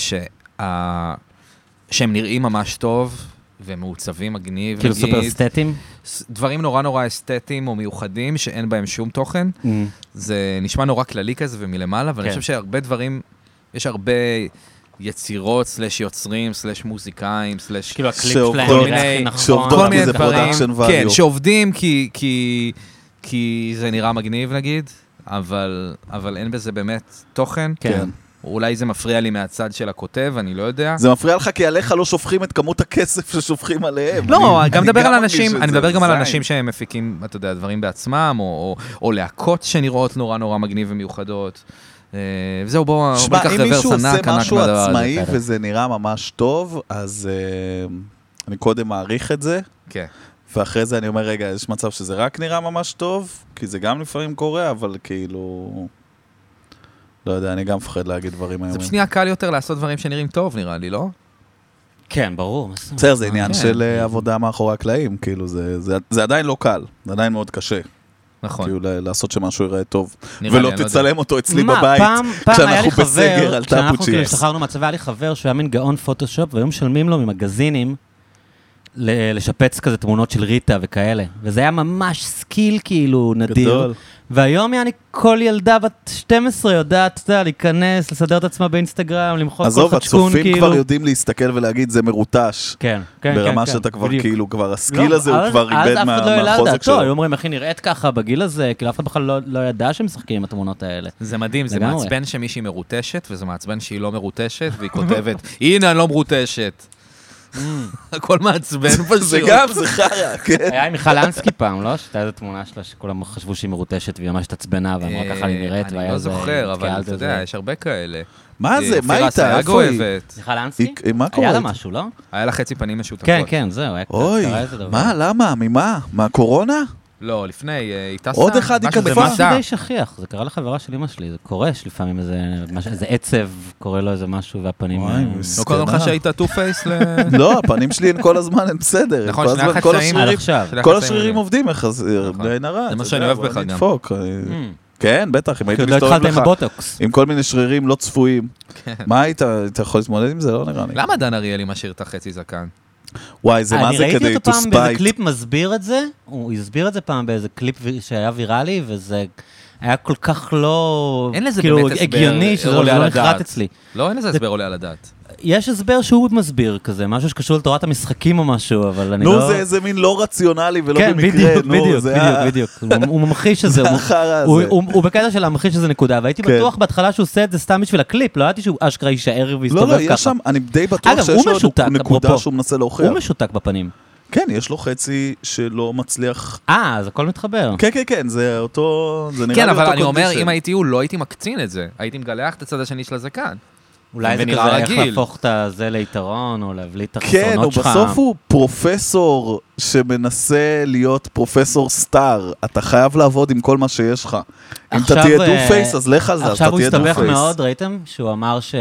שהם נראים ממש טוב, ומעוצבים מגניב. כאילו סופר אסתטיים? דברים נורא נורא אסתטיים או מיוחדים, שאין בהם שום תוכן. זה נשמע נורא כללי כזה ומלמעלה, ואני חושב שהרבה דברים, יש הרבה... יצירות, סלש יוצרים, סלש מוזיקאים, סלש... כאילו הקליפ שלהם נראה הכי נכון. שעובדות כי זה פרודקשן ואליו. כן, שעובדים כי, כי, כי זה נראה מגניב נגיד, אבל, אבל אין בזה באמת תוכן. כן. אולי זה מפריע לי מהצד של הכותב, אני לא יודע. זה מפריע לך כי עליך לא שופכים את כמות הכסף ששופכים עליהם. לא, גם מדבר על אנשים, אני מדבר גם על אנשים שהם מפיקים, אתה יודע, דברים בעצמם, או, או, או להקות שנראות נורא נורא מגניב ומיוחדות. וזהו, בואו ניקח רוורס ענק, ענק אם מישהו עושה משהו עצמאי וזה נראה ממש טוב, אז אני קודם מעריך את זה, ואחרי זה אני אומר, רגע, יש מצב שזה רק נראה ממש טוב, כי זה גם לפעמים קורה, אבל כאילו, לא יודע, אני גם מפחד להגיד דברים היום. זה פשוט נהיה קל יותר לעשות דברים שנראים טוב, נראה לי, לא? כן, ברור. בסדר, זה עניין של עבודה מאחורי הקלעים, כאילו, זה עדיין לא קל, זה עדיין מאוד קשה. נכון. כאילו לעשות שמשהו יראה טוב, ולא תצלם אותו אצלי בבית, כשאנחנו בסגר על טאפו צ'יפס. כשאנחנו שכרנו מצבה, היה לי חבר שהוא היה מין גאון פוטושופ, והיום משלמים לו ממגזינים לשפץ כזה תמונות של ריטה וכאלה. וזה היה ממש סקיל כאילו נדיר. והיום יעני כל ילדה בת שתים עשרה יודעת להיכנס, לסדר את עצמה באינסטגרם, למחוק כל חדשקון כאילו. עזוב, הצופים כבר יודעים להסתכל ולהגיד זה מרוטש. כן, כן, כן. ברמה שאתה כבר כאילו, כבר הסקיל הזה הוא כבר איבד מהחוזק שלו. היו אומרים, איך היא נראית ככה בגיל הזה, כאילו אף אחד בכלל לא ידע שהם משחקים עם התמונות האלה. זה מדהים, זה מעצבן שמישהי מרוטשת, וזה מעצבן שהיא לא מרוטשת, והיא כותבת, הנה אני לא מרוטשת. הכל מעצבן פשוט. זה גם, זה חרא, כן. היה עם מיכל אנסקי פעם, לא? שהייתה איזו תמונה שלה שכולם חשבו שהיא מרותשת והיא ממש תעצבנה ואמרה ככה אני נראית. אני לא זוכר, אבל אתה יודע, יש הרבה כאלה. מה זה? מה הייתה? איפה היא? מיכל אנסקי? מה קורה? היה לה משהו, לא? היה לה חצי פנים משותפות. כן, כן, זהו. אוי, מה? למה? ממה? מהקורונה? לא, לפני, היא טסה. עוד אחד היא כתבה. זה משהו די שכיח, זה קרה לחברה של אמא שלי, זה קורה שלפעמים איזה עצב, קורה לו איזה משהו והפנים... לא קודם לך שהיית טו פייס ל... לא, הפנים שלי הם כל הזמן, הם בסדר. נכון, שני החצאים עד עכשיו. כל השרירים עובדים, איך זה די נרא. זה מה שאני אוהב בך גם. כן, בטח, אם הייתי מסתובב לך... לא התחלת עם הבוטוקס. עם כל מיני שרירים לא צפויים. מה היית, אתה יכול להתמודד עם זה? לא נראה לי. למה דן אריאלי משאיר את החצי זקן? וואי, זה מה זה כדי to spite. אני ראיתי אותו פעם באיזה קליפ מסביר את זה, הוא הסביר את זה פעם באיזה קליפ שהיה ויראלי, וזה היה כל כך לא... אין לזה באמת הסבר הגיוני שזה לא נחרט אצלי. לא, אין לזה הסבר עולה על הדעת. יש הסבר שהוא מסביר כזה, משהו שקשור לתורת המשחקים או משהו, אבל אני לא... נו, זה איזה מין לא רציונלי ולא במקרה. כן, בדיוק, בדיוק, בדיוק, בדיוק. הוא ממחיש את זה. הוא בקטע של המחיש הזה נקודה, והייתי בטוח בהתחלה שהוא עושה את זה סתם בשביל הקליפ, לא ידעתי שהוא אשכרה יישאר ויסתובב ככה. לא, לא, יש שם, אני די בטוח שיש לו נקודה שהוא מנסה להוכיח. הוא משותק בפנים. כן, יש לו חצי שלא מצליח... אה, אז הכל מתחבר. כן, כן, כן, זה אותו... כן, אבל אני אומר, אם הייתי הוא, לא הייתי מקצין את זה. הייתי מגלח את הצד השני של הזקן. אולי זה כזה איך להפוך את זה ליתרון, או להבליט את החסרונות שלך. כן, בסוף הוא פרופסור שמנסה להיות פרופסור סטאר. אתה חייב לעבוד עם כל מה שיש לך. אם אתה תהיה דו פייס, אז לך על זה, אז אתה תהיה דו פייס. עכשיו הוא הסתבך מאוד, ראיתם? שהוא אמר ש...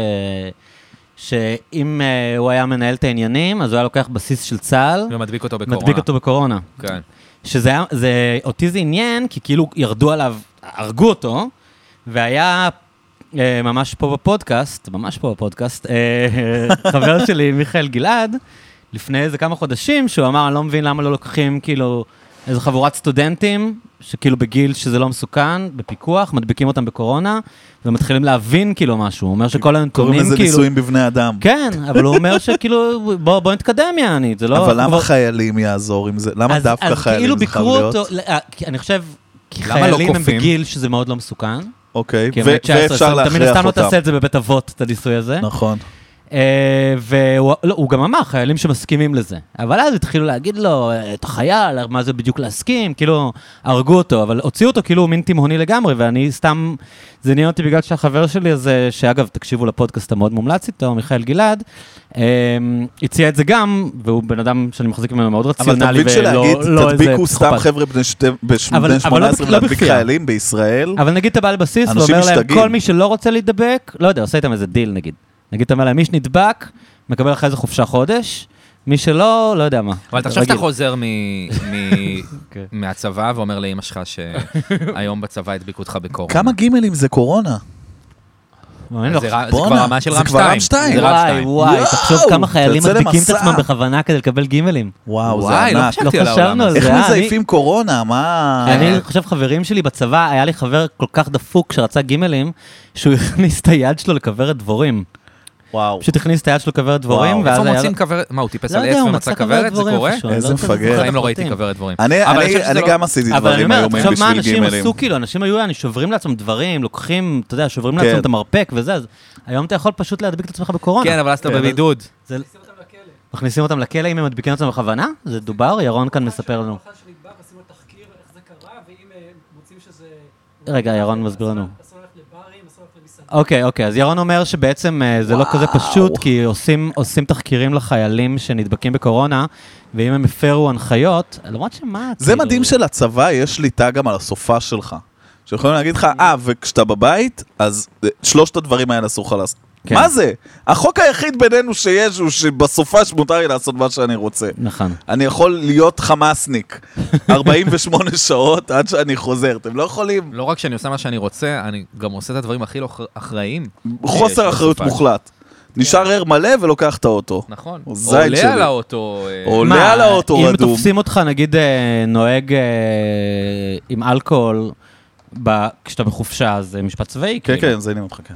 שאם הוא היה מנהל את העניינים, אז הוא היה לוקח בסיס של צה"ל. ומדביק אותו בקורונה. מדביק אותו בקורונה. כן. שזה, זה, אותי זה עניין, כי כאילו ירדו עליו, הרגו אותו, והיה ממש פה בפודקאסט, ממש פה בפודקאסט, חבר שלי, מיכאל גלעד, לפני איזה כמה חודשים, שהוא אמר, אני לא מבין למה לא לוקחים כאילו איזו חבורת סטודנטים, שכאילו בגיל שזה לא מסוכן, בפיקוח, מדביקים אותם בקורונה, ומתחילים להבין כאילו משהו. הוא אומר שכל הנתונים כאילו... קוראים לזה ניסויים בבני אדם. כן, אבל הוא אומר שכאילו, בוא, בוא נתקדם יענית, זה לא... אבל למה חיילים יעזור עם זה? למה דווקא חיילים זה חייב להיות? אני חושב, כי חיילים הם בגיל שזה מאוד לא מסוכן. אוקיי, ואפשר להכריח אותם. תמיד סתם לא תעשה את זה בבית אבות, את הניסוי הזה. נכון. והוא גם אמר, חיילים שמסכימים לזה. אבל אז התחילו להגיד לו, אתה חייל, מה זה בדיוק להסכים? כאילו, הרגו אותו, אבל הוציאו אותו כאילו מין תימהוני לגמרי, ואני סתם, זה עניין אותי בגלל שהחבר שלי הזה, שאגב, תקשיבו לפודקאסט המאוד מומלץ איתו, מיכאל גלעד, הציע את זה גם, והוא בן אדם שאני מחזיק ממנו מאוד רציונלי, אבל תבין שלהגיד, תדביקו סתם חבר'ה בני שמונה עשרה להדביק חיילים בישראל, אבל נגיד אתה בא לבסיס, ואומר להם, כל מי שלא רוצה להידבק, לא יודע, עושה איתם איזה דיל נגיד. נגיד אתה אומר להם, מי שנדבק, מקבל אחרי איזה חופשה חודש, מי שלא, לא יודע מה. אבל תחשוב שאתה חוזר מהצבא ואומר לאמא שלך שהיום בצבא הדביקו אותך בקורונה. כמה גימלים זה קורונה? זה כבר רמה של רם שתיים. וואי, וואי, תחשוב כמה חיילים מדביקים את עצמם בכוונה כדי לקבל גימלים. וואו, זה ענק. לא חשבנו על זה. איך מזייפים קורונה? מה? אני חושב, חברים שלי בצבא, היה לי חבר כל כך דפוק שרצה גימלים, שהוא הכניס את היד שלו לכוורת דבורים. וואו. פשוט הכניס את היד שלו לכוורת דבורים, איפה מוצאים כוורת? מה, הוא טיפס על עץ ומצא כוורת? זה קורה? איזה מפגר. בחיים לא ראיתי כוורת דבורים. אני גם עשיתי דברים איומים בשביל גימלים. אבל אני אומר, תחשוב מה אנשים עשו כאילו, אנשים היו, אני שוברים לעצמם דברים, לוקחים, אתה יודע, שוברים לעצמם את המרפק וזה, אז היום אתה יכול פשוט להדביק את עצמך בקורונה. כן, אבל אז אתה בבידוד. מכניסים אותם לכלא אם הם מדביקים אותם בכוונה? זה דובר, ירון כאן מספר לנו. רגע, ירון מסביר לנו. אוקיי, אוקיי, אז ירון אומר שבעצם זה לא כזה פשוט, כי עושים, עושים תחקירים לחיילים שנדבקים בקורונה, ואם הם הפרו הנחיות, למרות שמה... זה מדהים שלצבא יש שליטה גם על הסופה שלך. שיכולים להגיד לך, אה, וכשאתה בבית, אז שלושת הדברים האלה אסור לך לעשות. מה זה? החוק היחיד בינינו שיש הוא שבסופה שמותר לי לעשות מה שאני רוצה. נכון. אני יכול להיות חמאסניק ארבעים ושמונה שעות עד שאני חוזר. אתם לא יכולים... לא רק שאני עושה מה שאני רוצה, אני גם עושה את הדברים הכי לא אחראיים. חוסר אחריות מוחלט. נשאר ער מלא ולוקח את האוטו. נכון. עולה על האוטו. עולה על האוטו רדום. אם תופסים אותך, נגיד, נוהג עם אלכוהול, כשאתה בחופשה, אז משפט צבאי. כן, כן, זה עניין אותך, כן.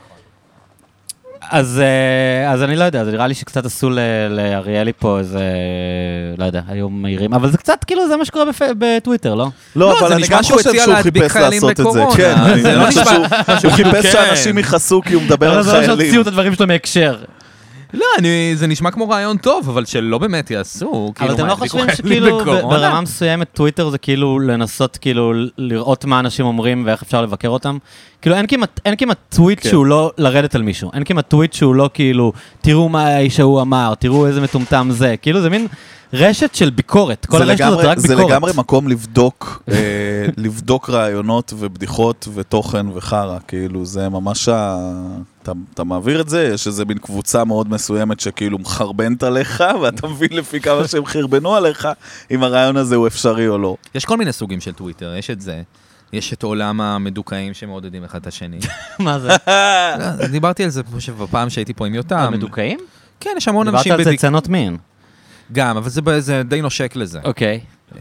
אז, אז אני לא יודע, זה נראה לי שקצת עשו לאריאלי פה איזה, לא יודע, היו מהירים, אבל זה קצת כאילו זה מה שקורה בטוויטר, לא? לא, אבל אני גם חושב שהוא חיפש לעשות את זה. כן, אני חושב שהוא חיפש שאנשים יכעסו כי הוא מדבר על חיילים. אבל זה לא שהוציאו את הדברים שלו מהקשר. לא, זה נשמע כמו רעיון טוב, אבל שלא באמת יעשו. אבל אתם לא חושבים שכאילו ברמה מסוימת טוויטר זה כאילו לנסות כאילו לראות מה אנשים אומרים ואיך אפשר לבקר אותם? כאילו אין כמעט טוויט שהוא לא לרדת על מישהו, אין כמעט טוויט שהוא לא כאילו תראו מה האיש ההוא אמר, תראו איזה מטומטם זה, כאילו זה מין רשת של ביקורת, כל הרשת הזאת רק ביקורת. זה לגמרי מקום לבדוק, לבדוק רעיונות ובדיחות ותוכן וחרה, כאילו זה ממש, אתה מעביר את זה, יש איזה מין קבוצה מאוד מסוימת שכאילו מחרבנת עליך, ואתה מבין לפי כמה שהם חרבנו עליך, אם הרעיון הזה הוא אפשרי או לא. יש כל מיני סוגים של טוויטר, יש את זה. יש את עולם המדוכאים שמעודדים אחד את השני. מה זה? דיברתי על זה בפעם שהייתי פה עם יותם. המדוכאים? כן, יש המון אנשים... דיברת על זה צנות מין. גם, אבל זה, זה די נושק לזה. אוקיי.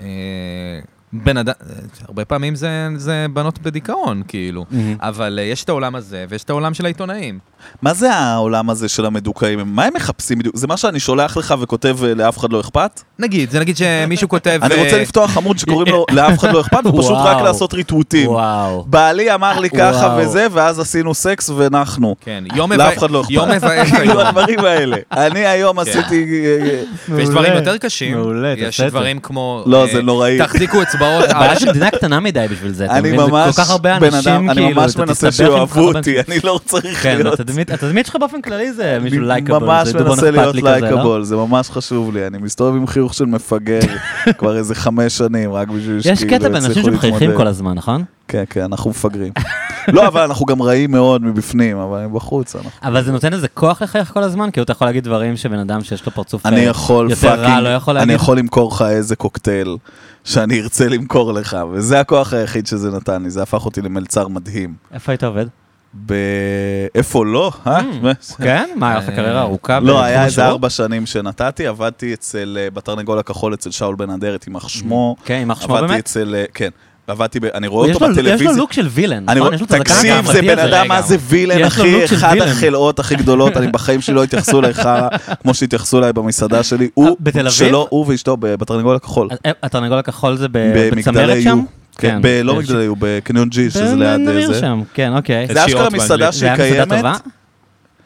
בן אדם, הרבה פעמים זה, זה בנות בדיכאון, כאילו. Mm-hmm. אבל uh, יש את העולם הזה, ויש את העולם של העיתונאים. מה זה העולם הזה של המדוכאים? מה הם מחפשים בדיוק? זה מה שאני שולח לך וכותב לאף אחד לא אכפת? נגיד, זה נגיד שמישהו כותב... אני רוצה לפתוח עמוד שקוראים לו לאף אחד לא אכפת, ופשוט רק לעשות ריטווטים. וואו. בעלי אמר לי ככה וזה, ואז עשינו סקס ונחנו. כן, לאף אחד לא אכפת. יום מבאס כאילו הדברים האלה. אני היום עשיתי... ויש דברים יותר קשים. יש דברים כמו... לא, זה נוראי. תחזיקו אצבעות. בעיה של מדינה קטנה מדי בשביל זה. אני ממש בן אדם, אני ממש מנסה שאוהבו אותי, אני לא צריך להיות. התדמית שלך באופן כללי זה מישהו לייקאבל. אני ממש מנסה להיות לייקאבל, זה ממש חשוב לי. אני מסתובב עם חיוך של מפגר כבר איזה חמש שנים, רק בשביל שכאילו יש קטע באנשים שמחייכים כל הזמן, נכון? כן, כן, אנחנו מפגרים. לא, אבל אנחנו גם רעים מאוד מבפנים, אבל בחוץ. אבל זה נותן איזה כוח לחייך כל הזמן? כי אתה יכול להגיד דברים שבן אדם שיש לו פרצוף יותר רע לא יכול להגיד? אני יכול למכור לך איזה קוקטייל שאני ארצה למכור לך, וזה הכוח היחיד שזה נתן לי, זה הפך אותי למלצר מדהים. איפה היית עובד? איפה לא? כן? מה, היה לך קריירה ארוכה? לא, היה איזה ארבע שנים שנתתי, עבדתי אצל בתרנגול הכחול, אצל שאול בן אדרת, עם שמו. כן, עם שמו באמת? עבדתי אצל, כן. עבדתי, אני רואה אותו בטלוויזיה. יש לו לוק של וילן, נכון? תקשיב, זה בן אדם, מה זה וילן, אחי? אחד החלאות הכי גדולות, אני בחיים שלי לא התייחסו אליי חרא, כמו שהתייחסו אליי במסעדה שלי. בתל אביב? שלו, הוא ואשתו, בתרנגול הכחול. התרנגול הכחול זה בצמרת שם? כן, לא מגדלי, הוא בקניון ג'י, שזה ליד זה. שם, כן, אוקיי. זה אשכרה מסעדה שהיא קיימת.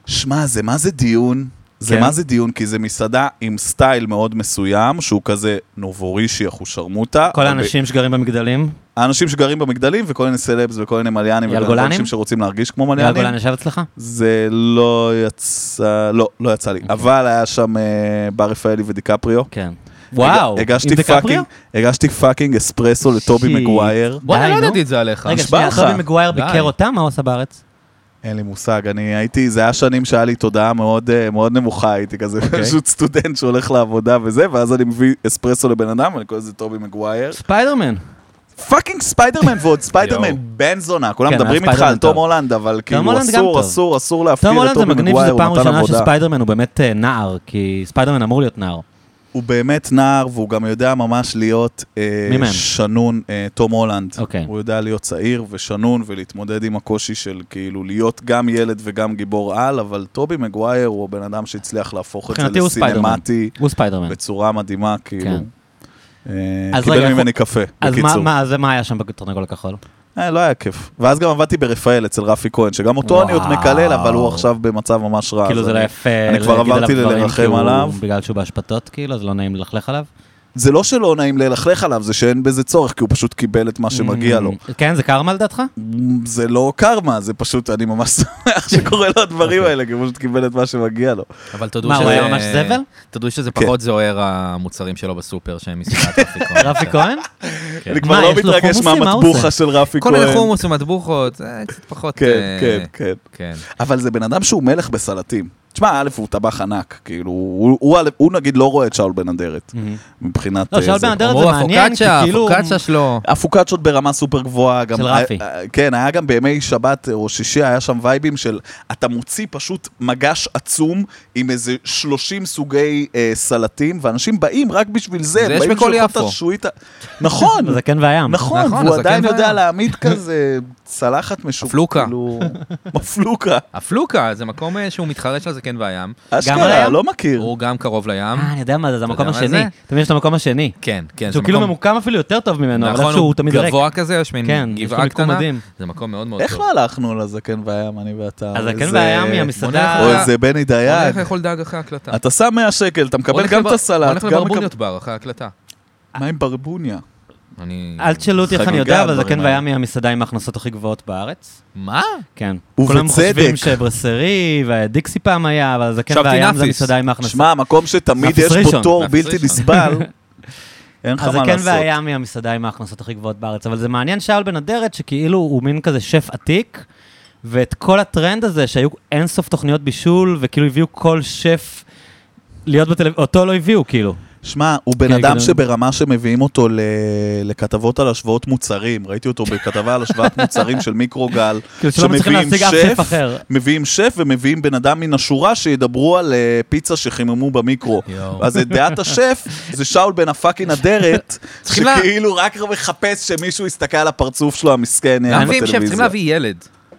שמע, זה מה זה דיון? זה כן. מה זה דיון? כי זה מסעדה עם סטייל מאוד מסוים, שהוא כזה נובורישי, אחושרמוטה. כל האנשים שגרים במגדלים? האנשים שגרים במגדלים, וכל מיני סלבס וכל מיני מליאנים, אייל וכל גולנים? אנשים שרוצים להרגיש כמו אייל מליאנים. גולן ישב אצלך? זה לא יצא, לא, לא יצא לי. אבל היה שם אה, בר רפאלי ודיקפריו. כן. וואו, הגשתי עם דיקפריו? פאקינג, הגשתי פאקינג אספרסו לטובי שיט. מגווייר. בוא, אני די, לא נו. ידעתי את זה עליך. רגע, נשבע שנייה, לך. טובי מגווייר די. ביקר אותם? מה הוא עשה בארץ? אין לי מושג, אני הייתי, זה היה שנים שהיה לי תודעה מאוד, אה, מאוד נמוכה, הייתי כזה פשוט סטודנט שהולך לעבודה וזה, ואז אני מביא אספרסו לבן אדם, אני קורא לזה טובי מגווייר. ספיידרמן. פאקינג ספיידרמן ועוד ספיידרמן יואו. בן זונה, כולם כן, מדברים היה איתך על ספיידרמן תום טוב. הולנד, אבל כאילו הולנד גם אסור, טוב. אסור, אסור תום להפקיר את הולנד זה טובי מגניב מגווייר, שזו הוא פעם נתן ראשונה עבודה. שספיידרמן הוא באמת אה, נער, כי ספיידרמן אמור להיות נער. הוא באמת נער, והוא גם יודע ממש להיות אה, מי מהם? שנון, אה, תום הולנד. אוקיי. הוא יודע להיות צעיר ושנון, ולהתמודד עם הקושי של כאילו להיות גם ילד וגם גיבור על, אבל טובי מגווייר הוא הבן אדם שהצליח להפוך את זה מבחינתי הוא ספיידרמן. לסינמטי, הוא ספיידרמן. בצורה מדהימה, כאילו. כן. אה, אז קיבל רגע, ממני קפה, אז מה- בקיצור. מה אז מה היה שם בתרנגול הכחול? אה, לא היה כיף. ואז גם עבדתי ברפאל אצל רפי כהן, שגם אותו אני עוד וואו. מקלל, אבל הוא עכשיו במצב ממש רע. כאילו אז זה לא אני- יפה אני כבר להגיד עברתי עליו דברים ללרחם כי הוא- עליו. בגלל שהוא בהשפתות, כאילו, אז לא נעים ללכלך עליו? זה לא שלא נעים ללכלך עליו, זה שאין בזה צורך, כי הוא פשוט קיבל את מה שמגיע לו. כן, זה קרמה לדעתך? זה לא קרמה, זה פשוט, אני ממש שמח שקורה לו הדברים האלה, כי הוא פשוט קיבל את מה שמגיע לו. אבל תודו מה, שזה... הוא היה ממש זבל? תודו שזה כן. פחות זוהר המוצרים שלו בסופר, שהם מסעדת רפי כהן. רפי כהן? אני כבר מה, לא יש לו מתרגש חומוסים? מה הוא מהמטבוחה עושה? של רפי כל כהן. מיני חומוס ומטבוחות, זה קצת פחות... כן, אה, כן, כן. כן. אבל זה בן אדם שהוא מלך בסלטים. תשמע, א', הוא טבח ענק, כאילו, הוא- הוא הוא נגיד לא רואה את שאול בן אדרת, מבחינת... לא, אה, שאול זה. בן אדרת אמרו זה מעניין, כי הפוקצ'ה, כאילו... הפוקצ'ה שלו. הפוקצ'ות ברמה סופר גבוהה. גם- של רפי. אה, אה, כן, היה גם בימי שבת או שישי, היה שם וייבים של אתה מוציא פשוט מגש עצום עם איזה שלושים סוגי אה, סלטים, ואנשים באים רק בשביל זה. זה הם יש באים בכל בשביל לאכול את יפו. השעועית ה- נכון, הזקן והים. נכון, נכון, והוא הזקן עדיין יודע והים. להעמיד כזה צלחת משוק. הפלוקה. כאילו, הפלוקה. הפלוקה, זה מקום אה, שהוא מתחרה של הזקן והים. על אשכרה, הים? לא מכיר. הוא גם קרוב לים. אה, אני יודע מה זה, זה המקום יודע מה השני. זה? תמיד יש את המקום השני. כן, כן. זה שהוא כאילו מקום- ממוקם אפילו יותר טוב ממנו, אבל נכון, איכשהו הוא תמיד ריק. גבוה כזה, יש מין כן, יש לו גבעה מיקום קטנה. מדהים. זה מקום מאוד מאוד איך טוב. לא הלכנו לזקן והים, אני ואתה? הזקן איזה- והים היא בוא המסעדה... נלך או איזה בני בוא דייג. נלך לאכול דג אחרי הקלטה. אתה שם מאה שקל, אתה בוא מקבל נלך גם לבר- את הסלט. בוא נלך גם מקבל- לברבוניות בר אחרי הקלטה. מה עם ברבוניה? אני... אל תשאלו אותי איך אני חגיגה, יודע, אבל הדברים זקן האלה. והים היא המסעדה עם ההכנסות הכי גבוהות בארץ. מה? כן. ובצדק. כולם חושבים שברסרי, ודיקסי פעם היה, אבל זקן חשבתי והים זה נאפיס. המסעדה עם ההכנסות. שמע, מקום שתמיד נאפיס יש בו ראשון. תור נאפיס בלתי ראשון. נסבל, אין לך מה הזקן לעשות. והים היא המסעדה עם ההכנסות הכי גבוהות בארץ, אבל זה מעניין שאול בן אדרת, שכאילו הוא מין כזה שף עתיק, ואת כל הטרנד הזה, שהיו אינסוף תוכניות בישול, וכאילו הביאו כל שף להיות בטלוויזיה, אותו לא הביאו, כאילו. שמע, הוא בן כן, אדם כן. שברמה שמביאים אותו ל- לכתבות על השוואות מוצרים. ראיתי אותו בכתבה על השוואת מוצרים של מיקרוגל, כאילו שלא מצליחים שמביאים להשיג אף שף אחר. מביאים שף ומביאים בן אדם מן השורה שידברו על אה, פיצה שחיממו במיקרו. יואו. אז את דעת השף זה שאול בן הפאקינג אדרת, צריכים לה- שכאילו רק מחפש שמישהו יסתכל על הפרצוף שלו המסכן אה, להביא עם שף, צריכים בטלוויזיה. להביא ילד.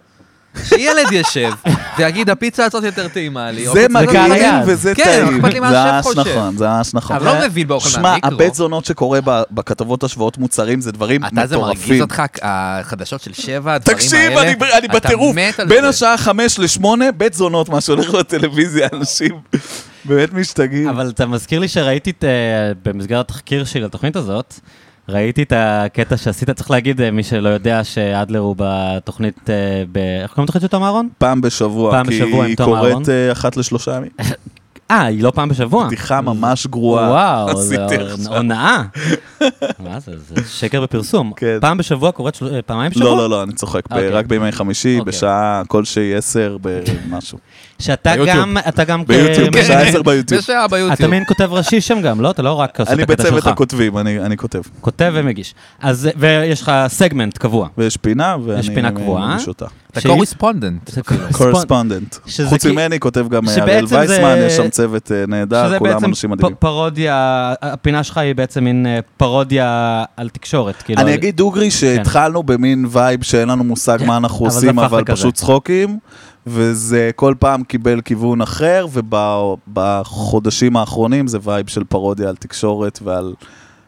שילד ישב, ויגיד, הפיצה הזאת יותר טעימה לי. או זה הפיצה הזאת מגעיל היד. וזה כן, טעים. אכפת לי מה זה השף ממש חושב. נכון, זה ממש נכון. אבל לא מבין באוכל שמע, מהמיקרו. הבית זונות שקורה ב- בכתבות השוואות מוצרים זה דברים אתה זה מרגיז מטורפים. אותך, החדשות של שבע, הדברים האלה. תקשיב, אני, אני אתה בטירוף. מת על בין זה. השעה חמש לשמונה, בית זונות, מה שהולך בטלוויזיה, אנשים באמת משתגעים. אבל אתה מזכיר לי שראיתי את, אה, במסגרת התחקיר שלי לתוכנית הזאת, ראיתי את הקטע שעשית, צריך להגיד, אה, מי שלא יודע, שאדלר הוא בתוכנית, אה, ב... איך קוראים לתוכנית של תום אהרון? פעם בשבוע, פעם כי בשבוע עם היא תום אהרון. קורית אה, אחת לשלושה ימים. אה, היא לא פעם בשבוע. בדיחה ממש גרועה. וואו, זה עשיתי עכשיו. הונאה. מה זה? זה שקר בפרסום. כן. פעם בשבוע קורית של- פעמיים בשבוע? לא, לא, לא, אני צוחק. ב- אוקיי. רק בימי חמישי, אוקיי. בשעה כלשהי עשר, במשהו. שאתה ביוטיוב. גם, אתה גם... כ- ביוטיוב, מין- בשעה עשר ביוטיוב. בשעה ביוטיוב. אתה מין כותב ראשי שם גם, לא? אתה לא רק עושה את אני הקטע בצוות שלך. הכותבים, אני אני כותב. כותב ומגיש. אז, ויש לך סגמנט קבוע. ויש פינה, ואני פינה קבועה. מגיש אותה. אתה שהיא- קורספונדנט. זה קורספונדנט. שזה חוץ כי- ממני כותב גם שבעצם אריאל זה- וייסמן, יש שם צוות אה, נהדר, שזה כולם בעצם אנשים פ- מדהימים. פרודיה, הפינה שלך היא בעצם מין אה, פרודיה על תקשורת. כאילו, אני על- אגיד דוגרי שהתחלנו במין וייב שאין לנו מושג מה אנחנו אבל זה עושים, הפך אבל לכזה. פשוט צחוקים, וזה כל פעם קיבל כיוון אחר, ובחודשים האחרונים זה וייב של פרודיה על תקשורת ועל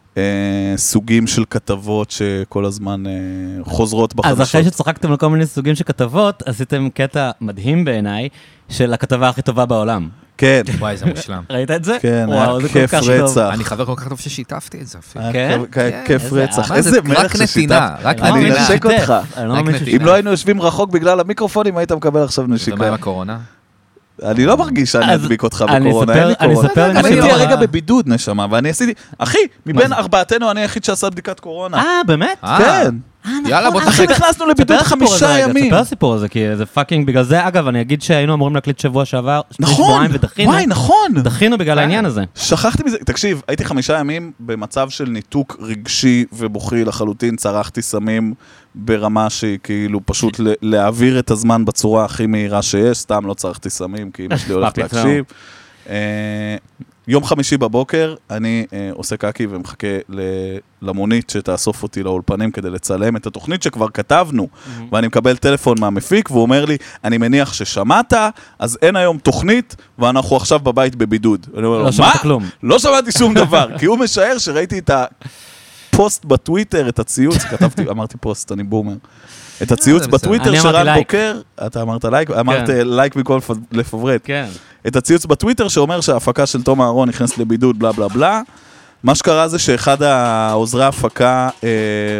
סוגים של כתבות שכל הזמן חוזרות בחדשות. אז אחרי שצחקתם על כל מיני סוגים של כתבות, עשיתם קטע מדהים בעיניי, של הכתבה הכי טובה בעולם. כן. וואי, זה מושלם. ראית את זה? כן, היה כיף רצח. אני חבר כל כך טוב ששיתפתי את זה אפילו. כן? כיף רצח. איזה מלך ששיתפת. רק אני נתינה. נשק אותך. נתינה. אם לא היינו יושבים רחוק בגלל המיקרופונים, היית מקבל עכשיו נשיקה. ומה עם הקורונה? אני לא מרגיש שאני אדביק אותך בקורונה, אין לי אני קורונה. אספר אני הייתי הרגע בבידוד, נשמה, ואני עשיתי, אחי, מבין ארבעתנו אני היחיד שעשה בדיקת קורונה. אה, באמת? כן. יאללה, בוא אחי, תחק. נכנסנו לבידוד חמישה ימים. תספר הסיפור הזה, כי זה פאקינג בגלל זה. אגב, אני אגיד שהיינו אמורים להקליט שבוע שעבר, נכון, שבועיים ודחינו. וואי, נכון. דחינו בגלל העניין הזה. שכחתי מזה, תקשיב, הייתי חמישה ימים במצב של ניתוק רגשי ובוכי לחלוטין, צרחתי סמים ברמה שהיא כאילו פשוט להעביר את הזמן בצורה הכי מהירה שיש, סתם לא צרחתי סמים, כי אמא שלי הולכת להקשיב. יום חמישי בבוקר, אני אה, עושה קקי ומחכה ל- למונית שתאסוף אותי לאולפנים כדי לצלם את התוכנית שכבר כתבנו, mm-hmm. ואני מקבל טלפון מהמפיק, והוא אומר לי, אני מניח ששמעת, אז אין היום תוכנית, ואנחנו עכשיו בבית בבידוד. אני אומר לו, לא שמעת כלום. לא שמעתי שום דבר, כי הוא משער שראיתי את הפוסט בטוויטר, את הציוץ, כתבתי, אמרתי פוסט, אני בומר. את הציוץ בטוויטר שרן בוקר, אתה אמרת לייק, אמרת לייק מכל לפברט. כן. את הציוץ בטוויטר שאומר שההפקה של תום אהרון נכנסת לבידוד, בלה בלה בלה. מה שקרה זה שאחד העוזרי ההפקה אה,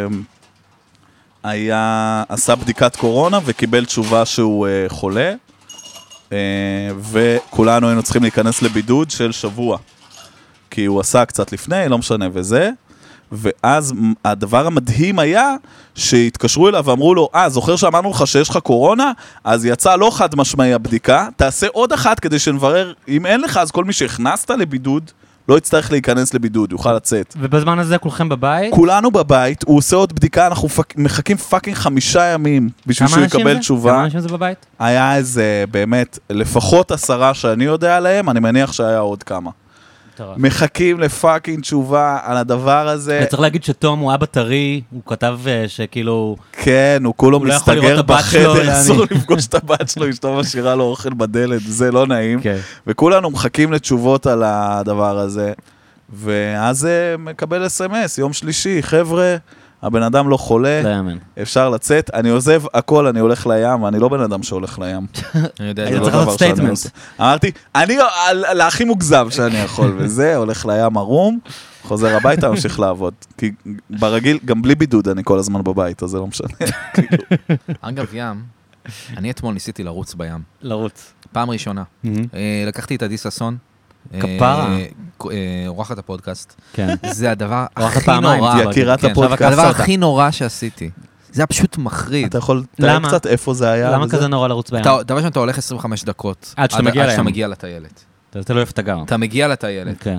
היה, עשה בדיקת קורונה וקיבל תשובה שהוא אה, חולה, אה, וכולנו היינו צריכים להיכנס לבידוד של שבוע. כי הוא עשה קצת לפני, לא משנה וזה. ואז הדבר המדהים היה שהתקשרו אליו ואמרו לו, אה, זוכר שאמרנו לך שיש לך קורונה? אז יצא לא חד משמעי הבדיקה, תעשה עוד אחת כדי שנברר, אם אין לך, אז כל מי שהכנסת לבידוד, לא יצטרך להיכנס לבידוד, יוכל לצאת. ובזמן הזה כולכם בבית? כולנו בבית, הוא עושה עוד בדיקה, אנחנו פק... מחכים פאקינג חמישה ימים, בשביל שהוא יקבל זה? תשובה. כמה אנשים זה בבית? היה איזה, באמת, לפחות עשרה שאני יודע עליהם, אני מניח שהיה עוד כמה. מחכים לפאקינג תשובה על הדבר הזה. צריך להגיד שתום הוא אבא טרי, הוא כתב שכאילו... כן, הוא כולו מסתגר בחדר, אסור לפגוש את הבת שלו, אשתו משאירה לו אוכל בדלת, זה לא נעים. וכולנו מחכים לתשובות על הדבר הזה. ואז מקבל אס אם אס, יום שלישי, חבר'ה, הבן אדם לא חולה, אפשר לצאת, אני עוזב הכל, אני הולך לים, ואני לא בן אדם שהולך לים. אני יודע, זה צריך להיות סטייטמנט. אמרתי, אני להכי מוגזם שאני יכול, וזה, הולך לים ערום, חוזר הביתה, ממשיך לעבוד. כי ברגיל, גם בלי בידוד, אני כל הזמן בבית, אז זה לא משנה. אגב, ים, אני אתמול ניסיתי לרוץ בים. לרוץ. פעם ראשונה. לקחתי את עדי ססון, כפרה. אורחת הפודקאסט. כן. זה הדבר הכי נורא. יקירת הפודקאסט. הדבר הכי נורא שעשיתי. זה היה פשוט מחריד. אתה יכול לתאר קצת איפה זה היה? למה כזה נורא לרוץ בים? דבר שם, אתה הולך עשרים וחמש דקות. עד שאתה מגיע לטיילת. אתה לא איפה אתה גר. אתה מגיע לטיילת. כן.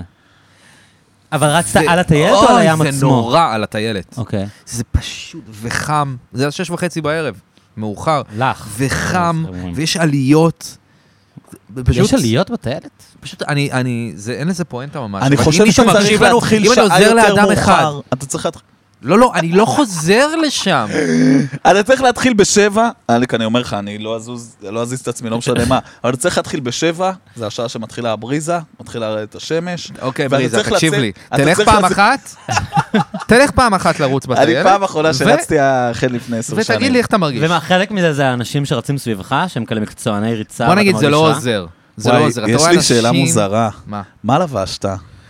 אבל רצת על הטיילת או על הים עצמו? זה נורא על הטיילת. אוקיי. זה פשוט וחם. זה על שש וחצי בערב. מאוחר. לך. וחם. ויש עליות. יש עליות בטיילת? פשוט, אני, אני, זה, אין לזה פואנטה ממש. אני חושב שצריך להתחיל שעה יותר מאוחר. אתה צריך להתחיל... לא, לא, אני לא חוזר לשם. אתה צריך להתחיל בשבע, אלק, אני אומר לך, אני לא אזוז, לא אזיז את עצמי, לא משנה מה, אבל אתה צריך להתחיל בשבע, זה השעה שמתחילה הבריזה, מתחילה לרדת השמש. אוקיי, בריזה, תקשיב לי. תלך פעם אחת, תלך פעם אחת לרוץ בטיילת. אני פעם אחרונה שרצתי החל לפני עשר שנים. ותגיד לי איך אתה מרגיש. ומה, חלק מזה זה האנשים שרצים סביבך, שהם כאלה מקצועני ריצה. בוא נגיד, זה לא עוזר. זה לא עוזר. יש לי שאלה מוזרה. מה? מה לבשת?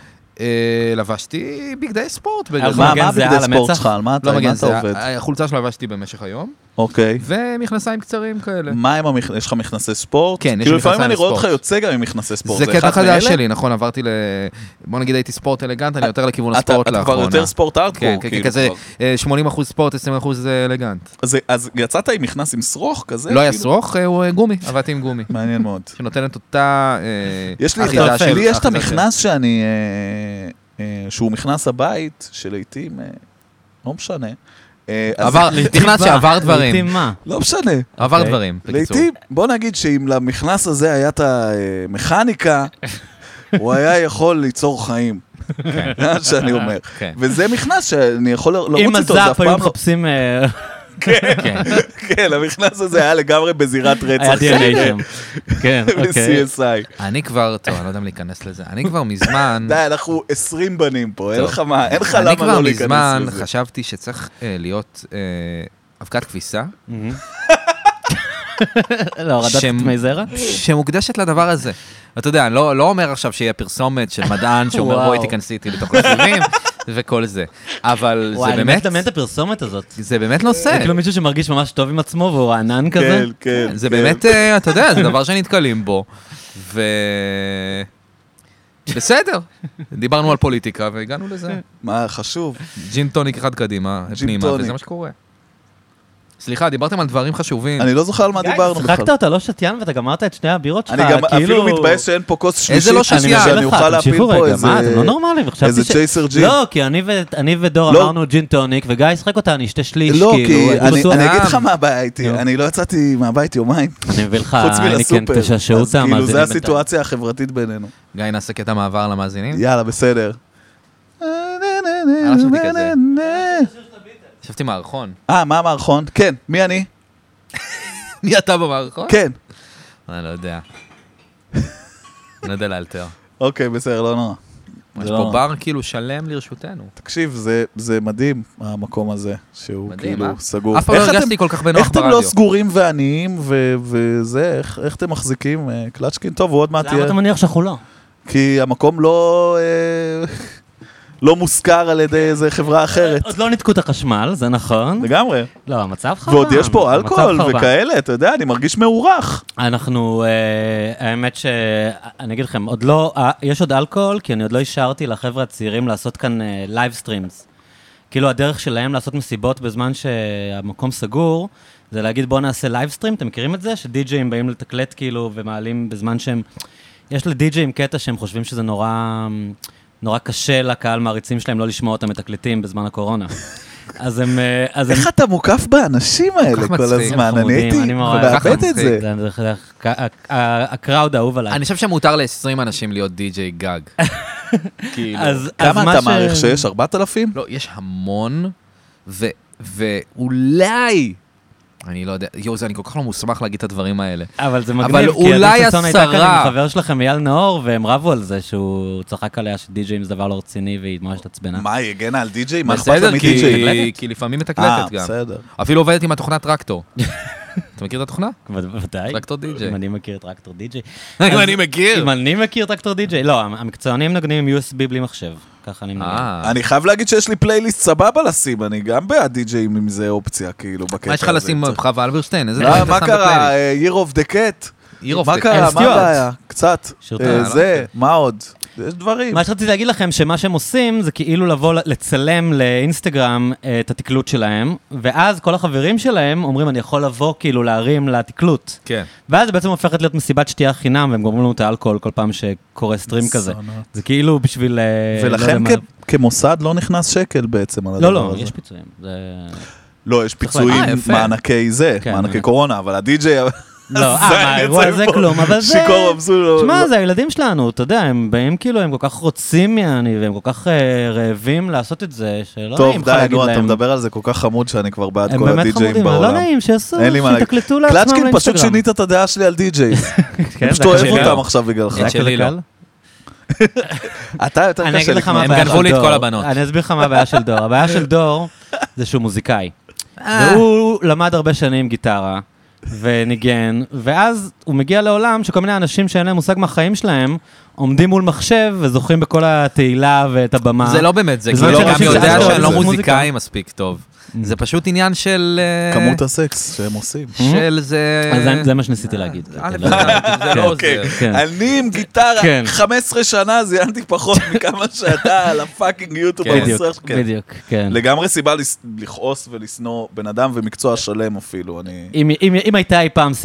לבשתי בגדי ספורט. מה בגדי ספורט שלך? על מה אתה עובד? החולצה שלו לבשתי במשך היום. אוקיי. ומכנסיים קצרים כאלה. מה עם המכנסיים? יש לך מכנסי ספורט? כן, יש לי מכנסיים ספורט. לפעמים אני רואה אותך יוצא גם עם מכנסי ספורט. זה קטע חדש שלי, נכון, עברתי ל... בוא נגיד הייתי ספורט אלגנט, אני יותר לכיוון הספורט לאחרונה. אתה כבר יותר ספורט ארטקור. כן, כזה שמונים אחוז ספורט, עשרים אחוז אלגנט. אז יצאת עם מכנס עם שרוך כזה? לא היה שרוך, הוא גומי, עבדתי עם גומי. מעניין מאוד. שנותנת אותה... לי יש את המכנס שאני... שהוא מכנס הבית, שלעיתים... לא משנה. נכנס שעבר דברים. לעתים מה? לא משנה. עבר דברים, בקיצור. לעתים, בוא נגיד שאם למכנס הזה היה את המכניקה, הוא היה יכול ליצור חיים. זה מה שאני אומר. וזה מכנס שאני יכול לרוץ איתו. עם מזף היו מחפשים כן, כן, המכנס הזה היה לגמרי בזירת רצח. היה די אן איי שם. כן, אוקיי. ב-סי אס איי. אני כבר, טוב, אני לא יודע אם להיכנס לזה, אני כבר מזמן... די, אנחנו עשרים בנים פה, אין לך מה, אין לך אני למה כבר לא להיכנס מזמן לזה. חשבתי שצריך אה, להיות אה, אבקת כביסה, לא, הורדת שם- דמי זרע? שמוקדשת לדבר הזה. אתה יודע, אני לא, לא אומר עכשיו שיהיה פרסומת של מדען שאומר וואו. בואי תיכנסי איתי לתוך הסיבים, וכל זה. אבל וואי, זה אני באמת, מת לדמיין את הפרסומת הזאת. זה באמת זה נושא. כאילו מישהו שמרגיש ממש טוב עם עצמו והוא רענן כזה. כן, כן. זה כן. באמת, אה, אתה יודע, זה דבר שנתקלים בו. ו... בסדר, דיברנו על פוליטיקה והגענו לזה. מה, חשוב. ג'ין טוניק אחד קדימה, ג'ין פנימה, טוניק. וזה מה שקורה. סליחה, דיברתם על דברים חשובים. אני לא זוכר על מה דיברנו בכלל. שחקת אותה, לא שתיין ואתה גמרת את שני הבירות שלך, אני גם כאילו... אפילו מתבאס שאין פה כוס שלישית. איזה לא שתיין? אני שאני מבין לך, אוכל להפיל תמשיכו פה רגע, איזה... מה, אתם לא נורמלים, חשבתי איזה ש... צ'ייסר ג'ין. לא, כי אני ו- אני ודור לא. אמרנו ג'ין טוניק, וגיא ישחק אותה, אני אשתה שליש, לא, כאילו, כי הייתי אני בטוח- אני אגיד אה. לך מה הבעיה איתי, נו. אני לא יצאתי מהבית יומיים, אני מביא לך, חוץ אני כן, מלסופר. תשעשעו אז אותם, כאילו, זה הסיטואציה החברתית בינינו. גיא, נעשה קטע מעבר למאזינים? יאללה, בסדר. חשבתי כזה. חשבתי מערכון. אה, מה המערכון? כן, מי אני? מי אתה במערכון? כן. אני לא יודע. אני לא יודע לאלתר. אוקיי, בסדר, לא נורא. יש לא פה נורא. בר כאילו שלם לרשותנו. תקשיב, זה- זה מדהים, המקום הזה, שהוא מדהים, כאילו אה? סגור. אף פעם לא איך אתם- הרגשתי כל כך בנוח איך אתם ברדיו. לא סגורים ועניים ו- וזה, איך- איך אתם מחזיקים? אה, קלצ'קין, טוב, הוא עוד מעט למה יהיה. אתה מניח שאנחנו לא? כי המקום לא... אה, לא מושכר על ידי איזה חברה אחרת. עוד לא ניתקו את החשמל, זה נכון. לגמרי. לא, המצב חרבן. ועוד יש פה המצב אלכוהול חרבן. וכאלה, אתה יודע, אני מרגיש מאורח. אנחנו, אה, האמת ש... אני אגיד לכם, עוד לא... אה, יש עוד אלכוהול, כי אני עוד לא אישרתי לחבר'ה הצעירים לעשות כאן לייב סטרימס. כאילו הדרך שלהם לעשות מסיבות בזמן שהמקום סגור, זה להגיד בוא נעשה לייב סטרים, אתם מכירים את זה? שדי-ג'אים באים לתקלט כאילו ומעלים בזמן שהם... יש לדי-ג'אים קטע שהם חושבים שזה נורא... נורא קשה לקהל מעריצים שלהם לא לשמוע אותם מתקלטים בזמן הקורונה. אז הם... אה, אז הם... איך אתה מוקף באנשים האלה כל מצחיק, הזמן? אני חמודים, הייתי אני מאוד- מאבד את מצחיק. זה. זה- זה- זה- ה- ה- הקראוד האהוב עליי. אני חושב שמותר ל-עשרים אנשים להיות די-ג'יי גג. כאילו. אז- אז כמה מה אתה ש- מעריך שיש? ארבעת אלפים? לא, יש המון, ו- ואולי... אני לא יודע, יואו, זה אני כל כך לא מוסמך להגיד את הדברים האלה. אבל זה אבל מגניב, כי אולי עדי ששון הייתה כאן עשרה. עם חבר שלכם אייל נאור, והם רבו על זה שהוא צחק עליה שדי-ג'אים זה דבר לא רציני, והיא ממש התעצבנה. מה, היא הגנה על די-ג'יי? מה אכפת לה בסדר, מדי-ג'יי? כי- כי לפעמים אה, מתקלטת גם. בסדר. אפילו עובדת עם התוכנת טרקטור. אתה מכיר את התוכנה? בוודאי. טרקטור די-ג'יי. אם אני מכיר טרקטור די-ג'יי. אם אז- אני מכיר. אם אני מכיר טרקטור די-ג'יי. לא, המקצוענים נגנים עם יו אס בי בלי מחשב. ככה אני מנגן. אה. אני חייב להגיד שיש לי פלייליסט סבבה לשים, אני גם בעד די-ג'אים אם זה אופציה, כאילו, בקטע הזה. מה יש לך לשים צריך- חווה אלברשטיין? איזה מה- דברים אתה מה שם קרה? בפלייליסט? אה, Year of the Cat? Year of מה the קרה? Cat. מה סטיוארט. הבעיה? קצת. שיר אה, טוב. זה, מה עוד? יש דברים. מה שרציתי להגיד לכם, שמה שהם עושים זה כאילו לבוא לצלם לאינסטגרם אה, את התקלוט שלהם, ואז כל החברים שלהם אומרים, אני יכול לבוא כאילו להרים לתקלוט. כן. ואז זה בעצם הופכת להיות מסיבת שתייה חינם, והם גורמים לנו את האלכוהול כל פעם שקורה סטרים כזה. סונות. זה כאילו בשביל... אה, לא יודע ולכן מה- כ- כמוסד לא נכנס שקל בעצם על הדבר לא, הזה. לא, יש פיצויים. זה... לא, יש להגיד. פיצויים, אה, יפה. מענקי זה, כן, מענקי כן. קורונה, אבל הדי-ג'יי... לא, אה, מה, האירוע הזה כלום, אבל זה... שיכור מבסול. תשמע, זה הילדים שלנו, אתה יודע, הם באים כאילו, הם כל כך רוצים מעני, והם כל כך אה, רעבים לעשות את זה, שלא נעים טוב, לך די, להגיד נו, אתה להם. מדבר על זה כל כך חמוד שאני כבר בעד הם כל באמת הדי-ג'אים חמודים, אבל לא בעולם. נעים, שיעשו, אין לי מה להגיד. שיתקלטו לעצמם לאינסטגרם. קלצ'קין, פשוט שינית את הדעה שלי על די-ג'יי. כן, אני פשוט זה אוהב קשה. אותם עכשיו בגללך. זה היה שלי כזה לא. קל? אתה יותר אני קשה אגיד לך מה לקנות. הם הבעיה גנבו של לי את דור. כל הבנות. אני אסביר לך מה הבעיה של דור. הבעיה של דור זה שהוא מוזיקאי. אה. והוא למד הרבה שנים גיטרה, וניגן, ואז הוא מגיע לעולם שכל מיני אנשים שאין להם מושג מהחיים שלהם, עומדים מול מחשב וזוכים בכל התהילה ואת הבמה. זה לא באמת זה, כי בזמן אני גם שאנשים יודע שעשו שאני לא את זה. מוזיקאי מספיק טוב. זה פשוט עניין של... אה, כמות הסקס שהם עושים. של זה... אז זה- זה מה שניסיתי להגיד. א', כן, זה כן. לא אוקיי, עוזר. כן. אני עם גיטרה כן. חמש עשרה שנה, זיינתי פחות מכמה שאתה על הפאקינג יוטיוב. כן. בדיוק, במסך. כן. בדיוק, כן. לגמרי סיבה לס- לכעוס ולשנוא בן אדם ומקצוע שלם אפילו, אני... אם, אם, אם הייתה אי פעם סיבה.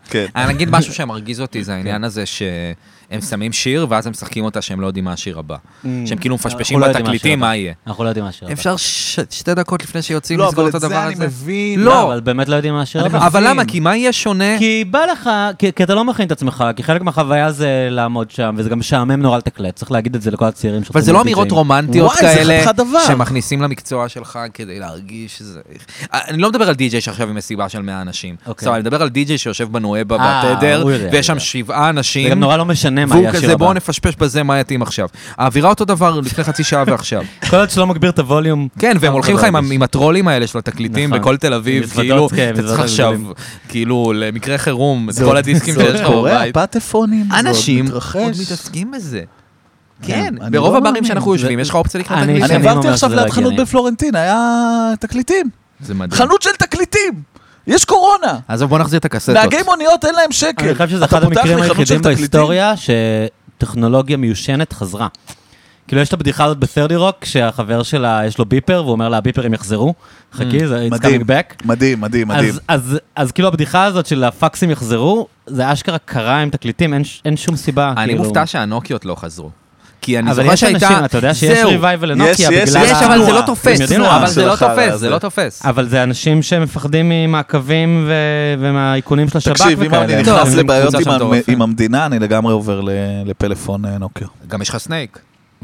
כן. אני אגיד משהו שמרגיז אותי, זה העניין הזה שהם שמים שיר, ואז הם משחקים אותה שהם לא יודעים מה השיר הבא. שהם כאילו מפשפשים בתקליטים, מה יהיה. אנחנו לא יודעים מה השיר הבא. אפשר שתי דקות לפני שיוצאים לא, לסגור אבל את את הדבר זה אני הזה? מבין. לא, אבל באמת לא יודעים מה השיר הבא. אבל למה? כי מה יהיה שונה? כי בא לך, כי, כי אתה לא מכין את עצמך, כי חלק מהחוויה זה לעמוד שם, וזה גם משעמם נורא לתקלט, צריך להגיד את זה לכל הצעירים. אבל זה לא אמירות רומנטיות וואי, זה כאלה, חתיכת דבר. שמכניסים למקצוע שלך כדי להרגיש שזה... אני לא מדבר על די-ג'יי שעכשיו עם מסיבה של מאה אנשים. אוקיי. אני מדבר על די-ג'יי שיושב בנואבה אה, בתדר, הוא יודע, ויש שם יודע. שבעה זה אנשים, גם נורא לא משנה מה והוא יהיה השיר כזה, הבא. בואו נפשפש בזה מה יתאים עכשיו. האווירה אותו דבר לפני חצי שעה ועכשיו. כל עוד שלא מגביר את הווליום. כן, והם הולכים לך עם ה- מרגיש. עם הטרולים האלה של התקליטים נכון. בכל תל אביב, מזוודות, כאילו, כן, אתה צריך מזוודות עכשיו, גדולים. כאילו, למקרה חירום, את כל הדיסקים שיש לך קורה, בבית. הפטפונים, זה עוד אנשים מתרחש. עוד מתעסקים בזה. כן, אני ברוב לא הברים מאמין. שאנחנו זה- יושבים, יש לך אופציה לקנות אני- תקליטים. אני שנים עברתי אומר עכשיו שזה לא ליד חנות הגיוני. בפלורנטין, היה תקליטים. זה מדהים. חנות של תקליטים. יש קורונה. אז בוא נחזיר את הקסטות. נהגי מוניות אין להם שקל. אני חושב שזה אתה אחד פותח המקרים לי חנות של היחידים תקליטים? בהיסטוריה שטכנולוגיה מיושנת חזרה. כאילו יש את הבדיחה הזאת בסרדי רוק, שהחבר שלה יש לו ביפר, והוא אומר לה, הביפרים יחזרו, חכי, זה it's מדהים, coming back. מדהים, מדהים, מדהים. אז, אז, אז כאילו הבדיחה הזאת של הפקסים יחזרו, זה אשכרה קרה עם תקליטים, אין, ש- אין שום סיבה. אני כאילו. מופתע שהנוקיות לא חזרו. כי אני אבל זוכר יש שהייתה... אנשים, אתה יודע שיש זהו. ריווייבל לנוקיה יש, יש, בגלל... יש, ה- אבל זה לא תנועה. תופס. הם יודעים אבל מה, זה לא של החרא תופס, הזה. זה לא תופס. אבל זה אנשים שמפחדים ממעקבים ו... ומהאיכונים של השב"כ תקשיב, אם אני וכאלה. נכנס לא, לבעיות קבוצה עם שם המ- מטורפת. עם המדינה, אני לגמרי עובר ל- לפלאפון אה, נוקיה. גם יש לך סנייק.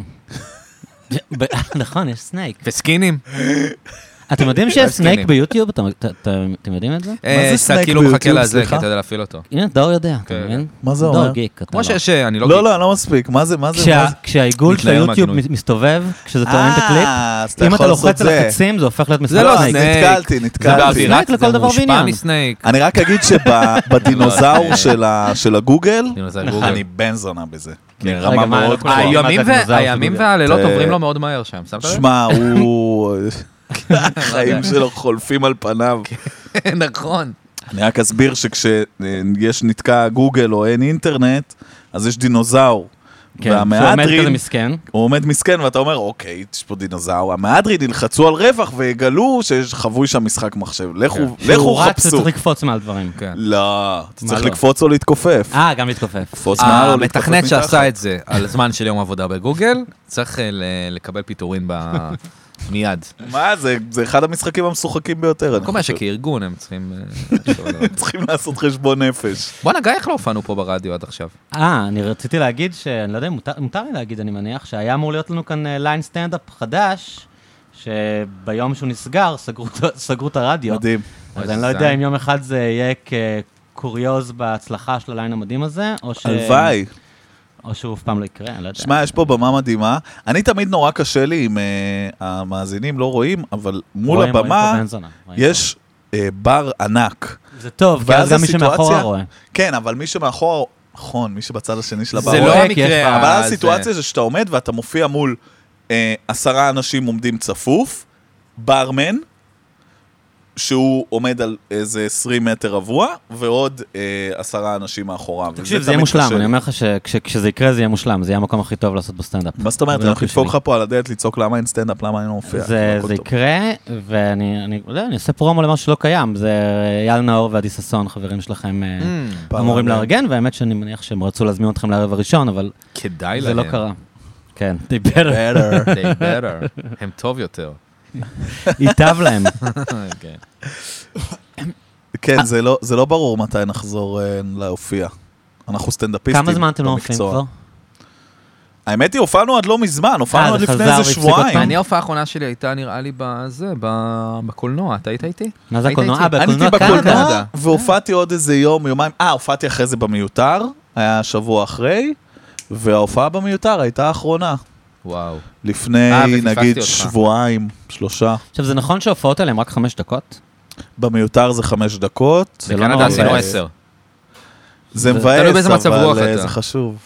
ב- נכון, יש סנייק. וסקינים. אתם יודעים שיש סנייק הסכנים. ביוטיוב? אתם- אתם אתם יודעים את זה? אה, זה שאתה סנייק כאילו מחכה ביוטיוב, לזה, כי סליחה? אתה יודע להפעיל אותו. הנה, דור יודע, אתה כן. מבין? מה זה דור אומר? גיק. אתה כמו לא. שיש, אה, אני לא... לא, גיק. לא, לא מספיק. מה זה, מה זה? כשה- מה זה? כשהעיגול של מתלהב היוטיוב מהגינוי. מסתובב, כשזה טוען את אה, הקליפ, אז אתה אם אתה יכול לעשות לוחץ על זה. החצים, זה הופך להיות משחק זה לא סנייק. סנייק. נתקלתי, זה נתקלתי. באווירה, סנייק לכל זה דבר מושפע ועניין. מסנייק. אני רק אגיד שבדינוזאור של ה- של הגוגל, דינוזאור נכון. גוגל. אני בן זונה בזה. רגע, רמה מה, מאוד לא כולם- גבוהה. הימים מה זה ו- הדינוזאור של הימים גוגל? והלילות אה, עוברים לו מאוד מהר שם, שמת לב? שמע, הוא... החיים שלו חולפים על פניו. נכון. אני רק אסביר שכשיש נתקע גוגל או אין אינטרנט, אז יש דינוזאור. כן, שהוא עומד כזה והמהדרין, מסכן. הוא עומד מסכן ואתה אומר, אוקיי, יש פה דינוזאור. המהדרין ילחצו על רווח ויגלו שחווי שם משחק מחשב. לכו לכו שהוא רץ חפשו. וצריך לקפוץ מעל דברים. כן. לא, אתה צריך לא? לקפוץ או להתכופף. אה, גם להתכופף. לקפוץ מעל או להתכופף המתכנת מתחת. שעשה את זה על זמן של יום עבודה בגוגל, צריך אה, ל- לקבל פיטורין ב- מיד. מה, זה זה אחד המשחקים המשוחקים ביותר. אני כל מה חושב. שכארגון הם צריכים... אה, לחשוב על זה. צריכים לעשות חשבון נפש. בואנה, גיא, איך לא הופענו פה ברדיו עד עכשיו? אה, אני רציתי להגיד שאני לא יודע אם מותר- מותר לי להגיד, אני מניח, שהיה אמור להיות לנו כאן ליין סטנדאפ חדש, שביום שהוא נסגר, סגרו את- סגרו את הרדיו. מדהים. אז אוי, אני לא זה יודע זין. אם יום אחד זה יהיה כקוריוז בהצלחה של הליין המדהים הזה, או ש... הלוואי. או שהוא אף פעם לא יקרה, אני לא יודע. שמע, יש פה במה מדהימה. אני תמיד נורא קשה לי אם אה, המאזינים לא רואים, אבל מול רואים, רואים הבמה פה בן זונה, רואים יש אה, בר ענק. פה. זה טוב, כי ואז אז גם מי שמאחורה הסיטואציה- רואה. כן, אבל מי שמאחורה, נכון, מי שבצד השני של הבר זה רואה. לא כי יש המקרה... בה- אבל הזה. הסיטואציה זה שאתה עומד ואתה מופיע מול אה, עשרה אנשים עומדים צפוף, ברמן, שהוא עומד על איזה עשרים מטר רבוע, ועוד אה, עשרה אנשים מאחוריו. תקשיב, וזה זה יהיה תמיד מושלם, קשה. אני אומר לך שכשזה יקרה זה יהיה מושלם, זה יהיה המקום הכי טוב לעשות בסטנדאפ. מה זאת אומרת? זה לא אנחנו חשבי. נדפוק לך פה על הדלת לצעוק למה אין סטנדאפ, למה אני לא מופיע. זה הכל זה טוב. יקרה, ואני אני- לא יודע, אני עושה פרומו למשהו שלא קיים, זה אייל נאור ועדי ששון, חברים שלכם אה, Mm, אמורים פעם, לארגן, והאמת שאני מניח שהם רצו להזמין אתכם לערב הראשון, אבל כדאי זה להם. לא קרה. כן, they better, Better. They better. הם טוב יותר. ייטב להם. כן. כן, זה לא- זה לא ברור מתי נחזור אה, להופיע. אנחנו סטנדאפיסטים. כמה זמן אתם לא מופיעים במקצוע. כבר? האמת היא, הופענו עד לא מזמן, הופענו אה, עד זה לפני חזר איזה והפסיק שבועיים. אותנו. אני, ההופעה האחרונה שלי הייתה, נראה לי, בזה, ב- בקולנוע. אתה היית איתי? מה זה היית הקולנוע? איתי? אה, אני הייתי בקולנוע קנדה. בקולנוע, קנדה. והופעתי עוד איזה יום, יומיים, אה, הופעתי אחרי זה במיותר, היה שבוע אחרי, וההופעה במיותר הייתה האחרונה. וואו. לפני, אה, ופספסתי נגיד, אותך. שבועיים, שלושה. עכשיו, זה נכון שההופעות האלה הן רק חמש דקות? במיותר זה חמש דקות. זה לא בקנדה נורא עשינו מבאס. עשר. זה זה- מבאס, תלוי באיזה מצב רוח אבל אה, אתה. זה חשוב.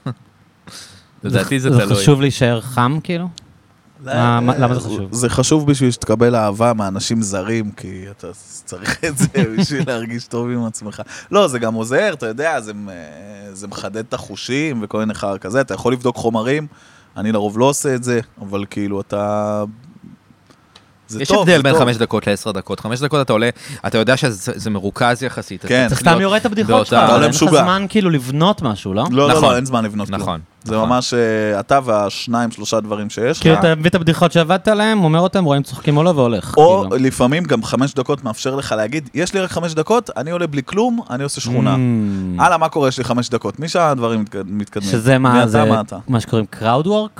לדעתי זה זה תלוי. חשוב להישאר חם, כאילו? מה- מה- למה זה חשוב? זה חשוב בשביל שתקבל אהבה מאנשים זרים, כי אתה צריך את זה בשביל להרגיש טוב עם עצמך. לא, זה גם עוזר, אתה יודע, זה, זה מחדד את החושים וכל מיני חר כזה, אתה יכול לבדוק חומרים, אני לרוב לא עושה את זה, אבל כאילו אתה... זה יש טוב, הבדל זה בין טוב. חמש דקות לעשר דקות. חמש דקות אתה עולה, אתה יודע שזה מרוכז יחסית. כן. אתה סתם יורד את הבדיחות שלך, אתה עולה אין לך משוגע. זמן כאילו לבנות משהו, לא? לא, לא, נכון. לא, אין זמן לבנות כלום. נכון. זה נכון. ממש אה, אתה והשניים, שלושה דברים שיש כאילו לך. אתה מביא את הבדיחות שעבדת עליהם, אומר אותם, רואים צוחקים או לא והולך. או כאילו. לפעמים גם חמש דקות מאפשר לך להגיד, יש לי רק חמש דקות, אני עולה בלי כלום, אני עושה שכונה. Mm. הלאה, מה קורה? יש לי חמש דקות. מי שהדברים מתק- מתקדמים? שזה מי מה, אתה, זה מה אתה? מה שקוראים crowd work?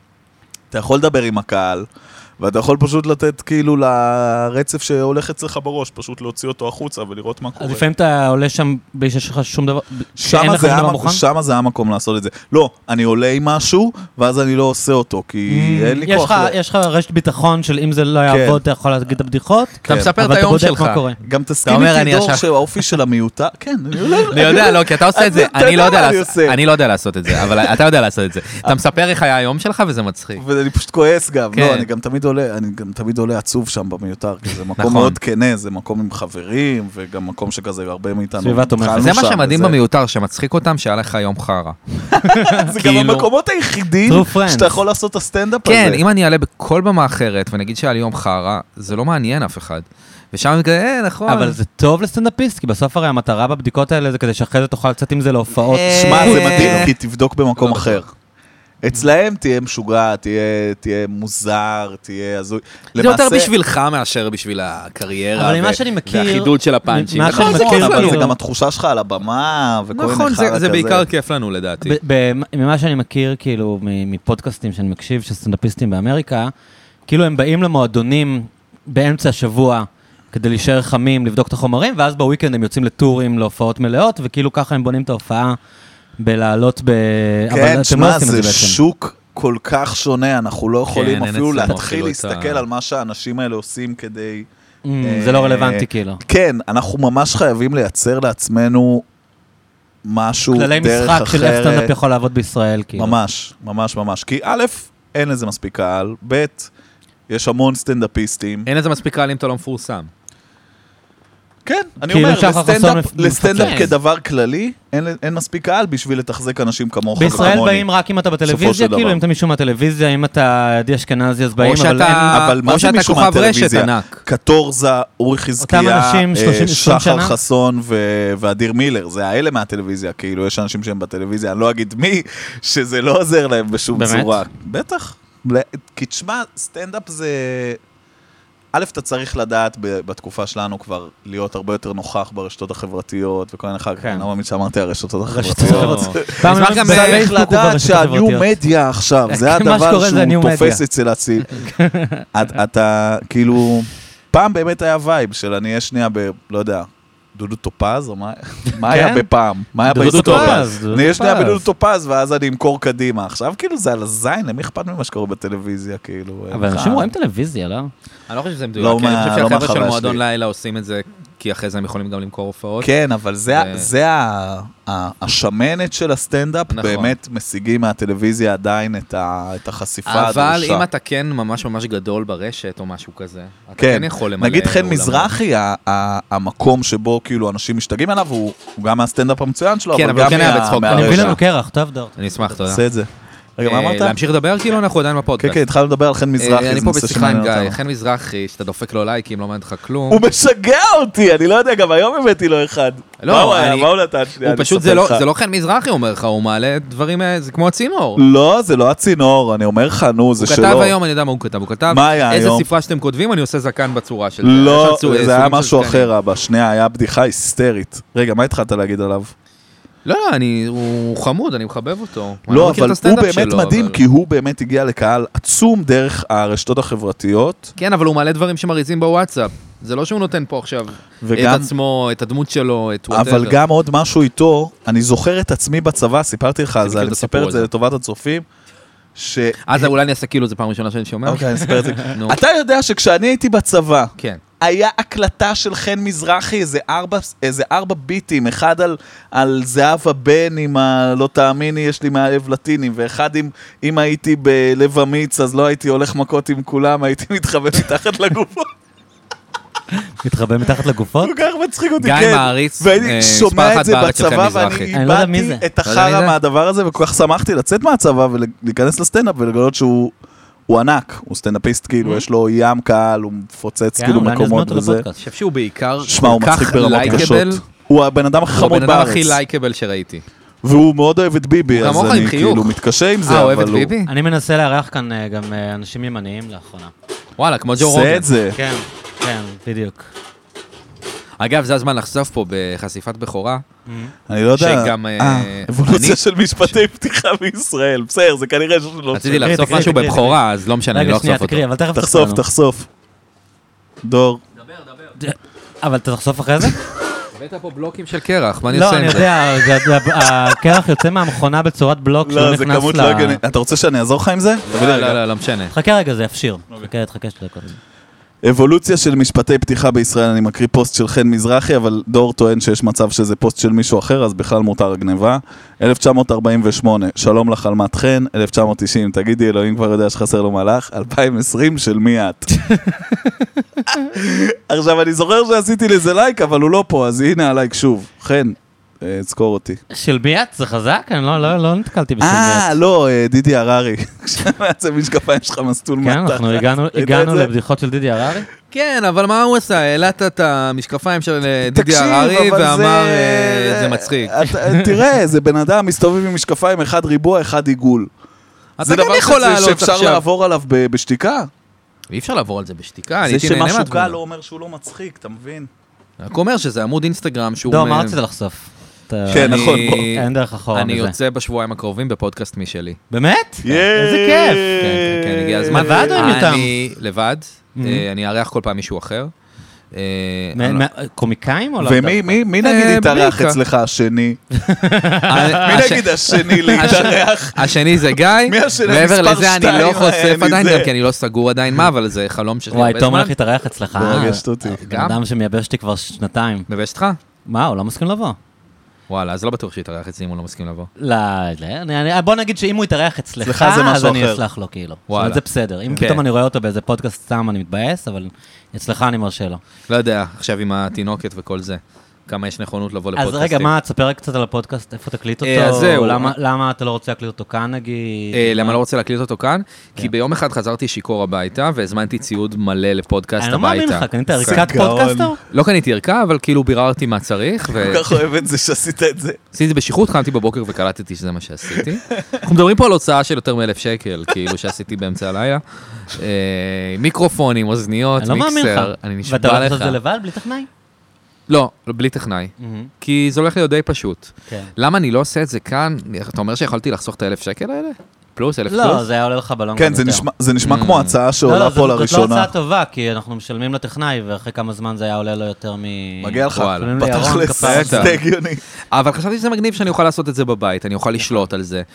אתה יכול לדבר עם הקהל, ואתה יכול פשוט לתת כאילו לרצף שהולך אצלך בראש, פשוט להוציא אותו החוצה ולראות מה קורה. אז לפעמים אתה עולה שם בלי שיש לך שום דבר, שאין שמה לך זה שום דבר המ- מוכן? שמה זה המקום לעשות את זה. לא, אני עולה עם משהו, ואז אני לא עושה אותו, כי אין לי יש כוח. לך- ל- יש לך רשת ביטחון של אם זה לא כן. יעבוד, אתה יכול להגיד את הבדיחות, אתה מספר את אבל אתה היום בודק שלך. מה קורה. גם תסכים אומר, איתי אני דור ישר- שהאופי של המיותר, כן, אני עולה. אני יודע, לא, כי אתה עושה את זה, אתה אני לא יודע יודע מה אני לעשות- עושה. אני לא יודע לעשות את זה, אבל אתה יודע לעשות את זה. אתה מספר איך היה היום שלך וזה מצחיק. ואני פשוט כועס גם, כן. לא, אני גם תמיד עולה, אני גם תמיד עולה עצוב שם במיותר, כי זה מקום נכון. מאוד כנה, זה מקום עם חברים, וגם מקום שכזה הרבה מאיתנו. סביבה תומכת. התחלנו זה מה שם, שמדהים וזה- במיותר, שמצחיק אותם שהיה לך יום חרא. זה גם כאילו- המקומות היחידים True friends. שאתה יכול לעשות את הסטנדאפ הזה. כן, אם אני אעלה בכל במה אחרת ונגיד שהיה לי יום חרא, זה לא מעניין אף אחד. ושם אני כזה, אה, נכון. אבל זה טוב לסטנדאפיסט, כי בסוף הרי המטרה בבדיקות האלה זה כדי שאחרי זה תוכל לצאת עם זה להופעות. אה, שמע, זה אה, מדהים, כי תבדוק במקום לא אחר. אצלהם תהיה משוגע, תהיה, תהיה מוזר, תהיה הזוי. זה יותר בשבילך מאשר בשביל הקריירה. אבל ממה ו- שאני מכיר- והחידוד של הפאנצ'ים. מה נכון, שאני זה מכיר, כיף אבל לנו. זה גם התחושה שלך על הבמה, וכל מיני נכון, חרא זה- כזה. זה בעיקר כיף לנו לדעתי. ב- ב- ממה שאני מכיר, כאילו, מ- מפודקאסטים שאני מקשיב, של סטנדאפיסטים באמריקה, כאילו הם באים למועדונים באמצע השבוע, כדי להישאר חמים, לבדוק את החומרים, ואז בוויקנד הם יוצאים לטורים, להופעות מלאות, וכאילו ככה הם בונים את ההופעה בלעלות ב... אבל כן, אתם לא שמע, עושים את זה זה בעצם. שוק כל כך שונה, אנחנו לא יכולים אין אפילו אצלנו להתחיל אפילו את להסתכל ה- על מה שהאנשים האלה עושים כדי... Mm, זה לא רלוונטי, כאילו. כן, אנחנו ממש חייבים לייצר לעצמנו משהו כללי דרך משחק של איך סטנדאפ אחרת. יכול לעבוד בישראל, כאילו. ממש, ממש ממש. כי א', אין לזה מספיק קהל, ב', יש המון סטנדאפיסטים. אין לזה מספיק קהל אם אתה לא מפורסם. כן, אני כאילו אומר, שחר חסון לסטנדאפ, מפ- לסטנדאפ מפצץ. כדבר כללי, אין, אין מספיק קהל בשביל לתחזק אנשים כמוך וכמוני. בישראל באים רק אם אתה בסופו של בטלוויזיה, דבר. כאילו אם אתה מישהו מהטלוויזיה, אם אתה עדי אשכנזי אז באים, או אבל אין... שאתה אבל מה או זה שאתה מישהו כוכב רשת מהטלוויזיה? ענק. קטורזה, אורי חזקיה, אנשים, אה, שלושים, עשרים שחר שנה? חסון ו- ואדיר מילר, זה האלה מהטלוויזיה, כאילו יש אנשים שהם בטלוויזיה, אני לא אגיד מי, שזה לא עוזר להם בשום באמת? צורה. בטח. כי תשמע, סטנדאפ זה... א', אתה צריך לדעת ב- בתקופה שלנו כבר להיות הרבה יותר נוכח ברשתות החברתיות, וכל מיני אחר כך, כן. אני לא מאמין שאמרתי הרשתות רשתות החברתיות. חברתיות. פעם נשמח לא- גם בפייסבוק צריך לדעת וברשתות שהניו החברתיות. מדיה עכשיו, זה מה הדבר שקורה זה הניו שהוא מדיה. תופס אצל הציל. את- אתה, כאילו, פעם באמת היה וייב של אני אהיה שנייה ב... לא יודע, דודו טופז, או מה מה היה בפעם? מה היה דודו בהיסטוריה? טופז, דודו אני אהיה שנייה טופז. בדודו טופז, ואז אני אמכור קדימה. עכשיו כאילו זה על הזין, למי אכפת ממה שקורה בטלוויזיה, כאילו. אבל אנשים רואים טלוויזיה, לא? אני לא חושב שזה מדויק, לא כי אני מה- חושב לא שהחבר'ה של מהחוויה מועדון שלי. לילה עושים את זה, כי אחרי זה הם יכולים גם למכור הופעות. כן, אבל זה, ו- זה ה, ה, השמנת של הסטנדאפ, נכון. באמת משיגים מהטלוויזיה עדיין את, ה, את החשיפה הדרושה. אבל אם אתה כן ממש ממש גדול ברשת או משהו כזה, אתה כן, כן יכול למלא נגיד חן אולמות. מזרחי, ה, ה, המקום שבו כאילו אנשים משתגעים עליו, הוא, הוא גם מהסטנדאפ המצוין שלו, כן, אבל אבל הוא גם כן היה מה- בצחוק. אני מביא מהרשת. לנו קרח, טוב דורט. אני אשמח, תודה. עושה את זה. רגע, מה אה, אמרת? להמשיך לדבר כאילו אנחנו עדיין כן, בפודקאסט. כן, התחלנו לדבר על חן מזרחי, אה, אני זה פה נושא בשיחה עם שמעניין גיא, אותנו. חן מזרחי, שאתה דופק לו לייקים, לא מעניין אותך כלום. הוא משגע אותי, אני לא יודע, גם היום הבאתי לו אחד. לא, מה הוא היה? אני- מה הוא נתן? שנייה, הוא אני פשוט, אספר זה לא- לך. זה לא חן מזרחי אומר לך, הוא מעלה דברים, אה, זה כמו הצינור. לא, זה לא הצינור, אני אומר לך, נו, זה הוא שלו. כתב היום, אני יודע מה הוא כתב, הוא כתב, מה היה איזה היום? ספרה שאתם כותבים, אני עושה זקן בצורה של זה. לא, יש לנו, אה, זה היה סוגים של משהו זקנים. אחר, אבא. שנייה, היה בדיחה היסטרית. רגע, מה התחלת להגיד עליו? לא, לא, אני, הוא חמוד, אני מחבב אותו. אני לא, מכיר אבל את הסטנדאפ הוא באמת שלו, מדהים, אבל- כי הוא באמת הגיע לקהל עצום דרך הרשתות החברתיות. כן, אבל הוא מעלה דברים שמריצים בוואטסאפ. זה לא שהוא נותן פה עכשיו וגם- את עצמו, את הדמות שלו, את whatever. אבל גם עוד משהו איתו, אני זוכר את עצמי בצבא, סיפרתי לך על מכיר זה, את אני הסיפור מספר את זה הזה. לטובת הצופים, ש... אז אולי אני אעשה כאילו, זה פעם ראשונה שאני שומע. אוקיי, אני אספר את זה. נו. אתה יודע שכשאני הייתי בצבא, כן. היה הקלטה של חן מזרחי, איזה ארבע, איזה ארבע ביטים, אחד על, על זהבה בן עם ה... לא תאמיני, יש לי מהלב לטינים, ואחד עם, אם הייתי בלב אמיץ, אז לא הייתי הולך מכות עם כולם, הייתי מתחבא מתחת לגופות. מתחבא מתחת לגופות? כל כך מצחיק אותי, גיא כן. מעריץ, והייתי אה, שומע מספר את אחת זה בארץ של בצבא, חן מזרחי. ואני אני לא יודע מי איבדתי זה. את לא יודע מי החרא זה? מהדבר הזה, וכל כך שמחתי לצאת מהצבא ולהיכנס לסטנדאפ ולגלות שהוא הוא ענק, הוא סטנדאפיסט, כאילו, יש לו ים קהל, הוא מפוצץ כאילו מקומות וזה. אני חושב שהוא בעיקר שמע, הוא מצחיק ברמות קשות. הוא הבן אדם הכי חמוד בארץ. הוא הבן אדם הכי לייקבל שראיתי. והוא מאוד אוהב את ביבי, אז אני כאילו מתקשה עם זה, אה, אוהב את ביבי? אני מנסה לארח כאן גם אנשים ימניים לאחרונה. וואלה, כמו ג'ו רוגן. עושה את זה. כן, כן, בדיוק. אגב, זה הזמן לחשוף פה בחשיפת בכורה. אני לא יודע. שגם... אבולוציה של משפטי פתיחה בישראל. בסדר, זה כנראה שלא... רציתי לחשוף משהו בבכורה, אז לא משנה, אני לא אחשוף אותו. רגע, שנייה, תקריא, אבל תכף תחשוף, תחשוף. דור. דבר, דבר. אבל אתה תחשוף אחרי זה? הבאת פה בלוקים של קרח, מה אני עושה עם זה? לא, אני יודע, הקרח יוצא מהמכונה בצורת בלוק שהוא נכנס ל... לא, זה כמות לא הגיונית. אתה רוצה שאני אעזור לך עם זה? לא, לא, לא משנה. חכה רגע, זה יפשיר. חכה, תחכה שתי דקות. אבולוציה של משפטי פתיחה בישראל, אני מקריא פוסט של חן מזרחי, אבל דור טוען שיש מצב שזה פוסט של מישהו אחר, אז בכלל מותר הגניבה. אלף תשע מאות ארבעים ושמונה, שלום לך אלמת חן. אלף תשע מאות תשעים, תגידי, אלוהים כבר יודע שחסר לו מלאך. אלפיים ועשרים, של מי את? עכשיו, אני זוכר שעשיתי לזה לייק, אבל הוא לא פה, אז הנה הלייק שוב. חן, תזכור אותי. של מי את? זה חזק? אני לא נתקלתי בשל מי את. אה, לא, דידי הררי. כשמעצם משקפיים שלך מסטול מתחת. כן, אנחנו הגענו לבדיחות של דידי הררי? כן, אבל מה הוא עשה? העלת את המשקפיים של דידי הררי ואמר, זה מצחיק. תראה, זה בן אדם מסתובב עם משקפיים, אחד ריבוע, אחד עיגול. זה דבר שאפשר לעבור עליו בשתיקה? אי אפשר לעבור על זה בשתיקה. זה שמשהו קל לא אומר שהוא לא מצחיק, אתה מבין? רק אומר שזה עמוד אינסטגרם שהוא... לא, מה רצית לחשוף? כן, נכון. אין דרך אחורה אני בזה. יוצא בשבועיים הקרובים בפודקאסט משלי. באמת? איזה כיף. כן, כן, הגיע הזמן. לבד או עם יותם? אני לבד. אני אארח כל פעם מישהו אחר. קומיקאים או לא? ומי נגיד יתארח אצלך השני? מי נגיד השני להתארח? השני זה גיא. מעבר לזה אני לא חושף עדיין, גם כי אני לא סגור עדיין מה, אבל זה חלום שלי הרבה זמן. וואי, תום הולך להתארח אצלך. מרגשת אותי. בן אדם שמייבש אותי כבר שנתיים. מייבש אותך? מה, הוא לא מסכים לבוא. וואלה, אז לא בטוח שיתארח אצלי אם הוא לא מסכים לבוא. לא, בוא נגיד שאם הוא יתארח אצלך, אז אני אסלח לו כאילו. וואלה. זה בסדר. אם פתאום אני רואה אותו באיזה פודקאסט סתם, אני מתבאס, אבל אצלך אני מרשה לו. לא יודע, עכשיו עם התינוקת וכל זה. כמה יש נכונות לבוא לפודקאסטים. אז רגע, מה, תספר קצת על הפודקאסט, איפה תקליט אותו? אז זהו. למה אתה לא רוצה להקליט אותו כאן, נגיד? למה לא רוצה להקליט אותו כאן? כי ביום אחד חזרתי שיקור הביתה, והזמנתי ציוד מלא לפודקאסט הביתה. אני לא מאמין לך, קנית ערכת פודקאסטר? לא קניתי ערכה, אבל כאילו ביררתי מה צריך. כל כך אוהב את זה שעשית את זה. עשיתי את זה בשיחות, קמתי בבוקר וקלטתי שזה מה שעשיתי. אנחנו מדברים פה על הוצאה של יותר מאלף שקל, כאילו שעשיתי באמצע הלילה. מיקרופונים, אוזניות, מיקסר. אני נשבע לך. ואתה הולך לעשות זה לבד, בלי טכנאי? לא, בלי טכנאי. כי זה הולך להיות די פשוט. למה אני לא עושה את זה כאן? אתה אומר שיכולתי לחסוך את האלף שקל האלה? פלוס, אלף פלוס? לא, זה היה עולה לך בלון. כן, זה נשמע כמו הצעה שעולה פה לראשונה. לא, זאת לא הצעה טובה, כי אנחנו משלמים לטכנאי, ואחרי כמה זמן זה היה עולה לו יותר מ... מגיע לך, בתכלס, זה הגיוני. אבל חשבתי שזה מגניב שאני אוכל לעשות את זה בבית, אני אוכל לשלוט על זה.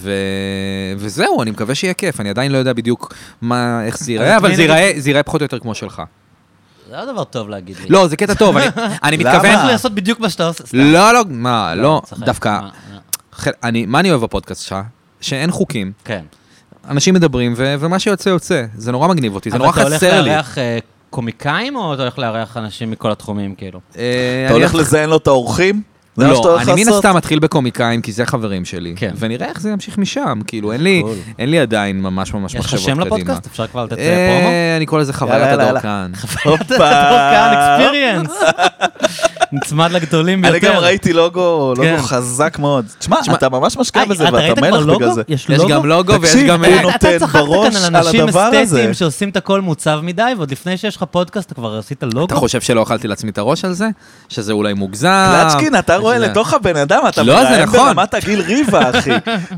וזהו, אני מקווה שיהיה כיף, אני עדיין לא יודע בדיוק איך זה ייראה, אבל זה ייראה פחות או יותר כמו שלך. זה לא דבר טוב להגיד לי. לא, זה קטע טוב, אני מתכוון... למה? לעשות בדיוק מה שאתה עושה. לא, לא, מה, לא, דווקא... מה אני אוהב בפודקאסט שלך? שאין חוקים. כן. אנשים מדברים, ומה שיוצא יוצא. זה נורא מגניב אותי, זה נורא חסר לי. אבל אתה הולך לארח קומיקאים, או אתה הולך לארח אנשים מכל התחומים, כאילו? אתה הולך לזיין לו את האורחים? לא, אני מן הסתם מתחיל בקומיקאים, כי זה חברים שלי. ונראה איך זה ימשיך משם, כאילו, אין לי עדיין ממש ממש מחשבות קדימה. יש לך שם לפודקאסט? אפשר כבר לתת פרומו? אני קורא לזה חוויית הדורקן. חוויית הדורקן, אקספיריאנס. נצמד לגדולים ביותר. אני גם ראיתי לוגו, לוגו חזק מאוד. תשמע, אתה ממש משקיע בזה, ואתה מלך בגלל זה. יש גם לוגו ויש גם... תקשיב, הוא נותן בראש על הדבר הזה. אסתטיים שעושים את הכל מוצב מדי, ועוד לפני שיש לך פודקאסט, אתה כבר עשית לוגו. אתה חושב שלא אכלתי לעצמי את הראש על זה? שזה אולי מוגזם? קלצ'קין, אתה רואה לתוך הבן אדם, אתה לא, זה נכון. ברמת הגיל ריבה, אחי.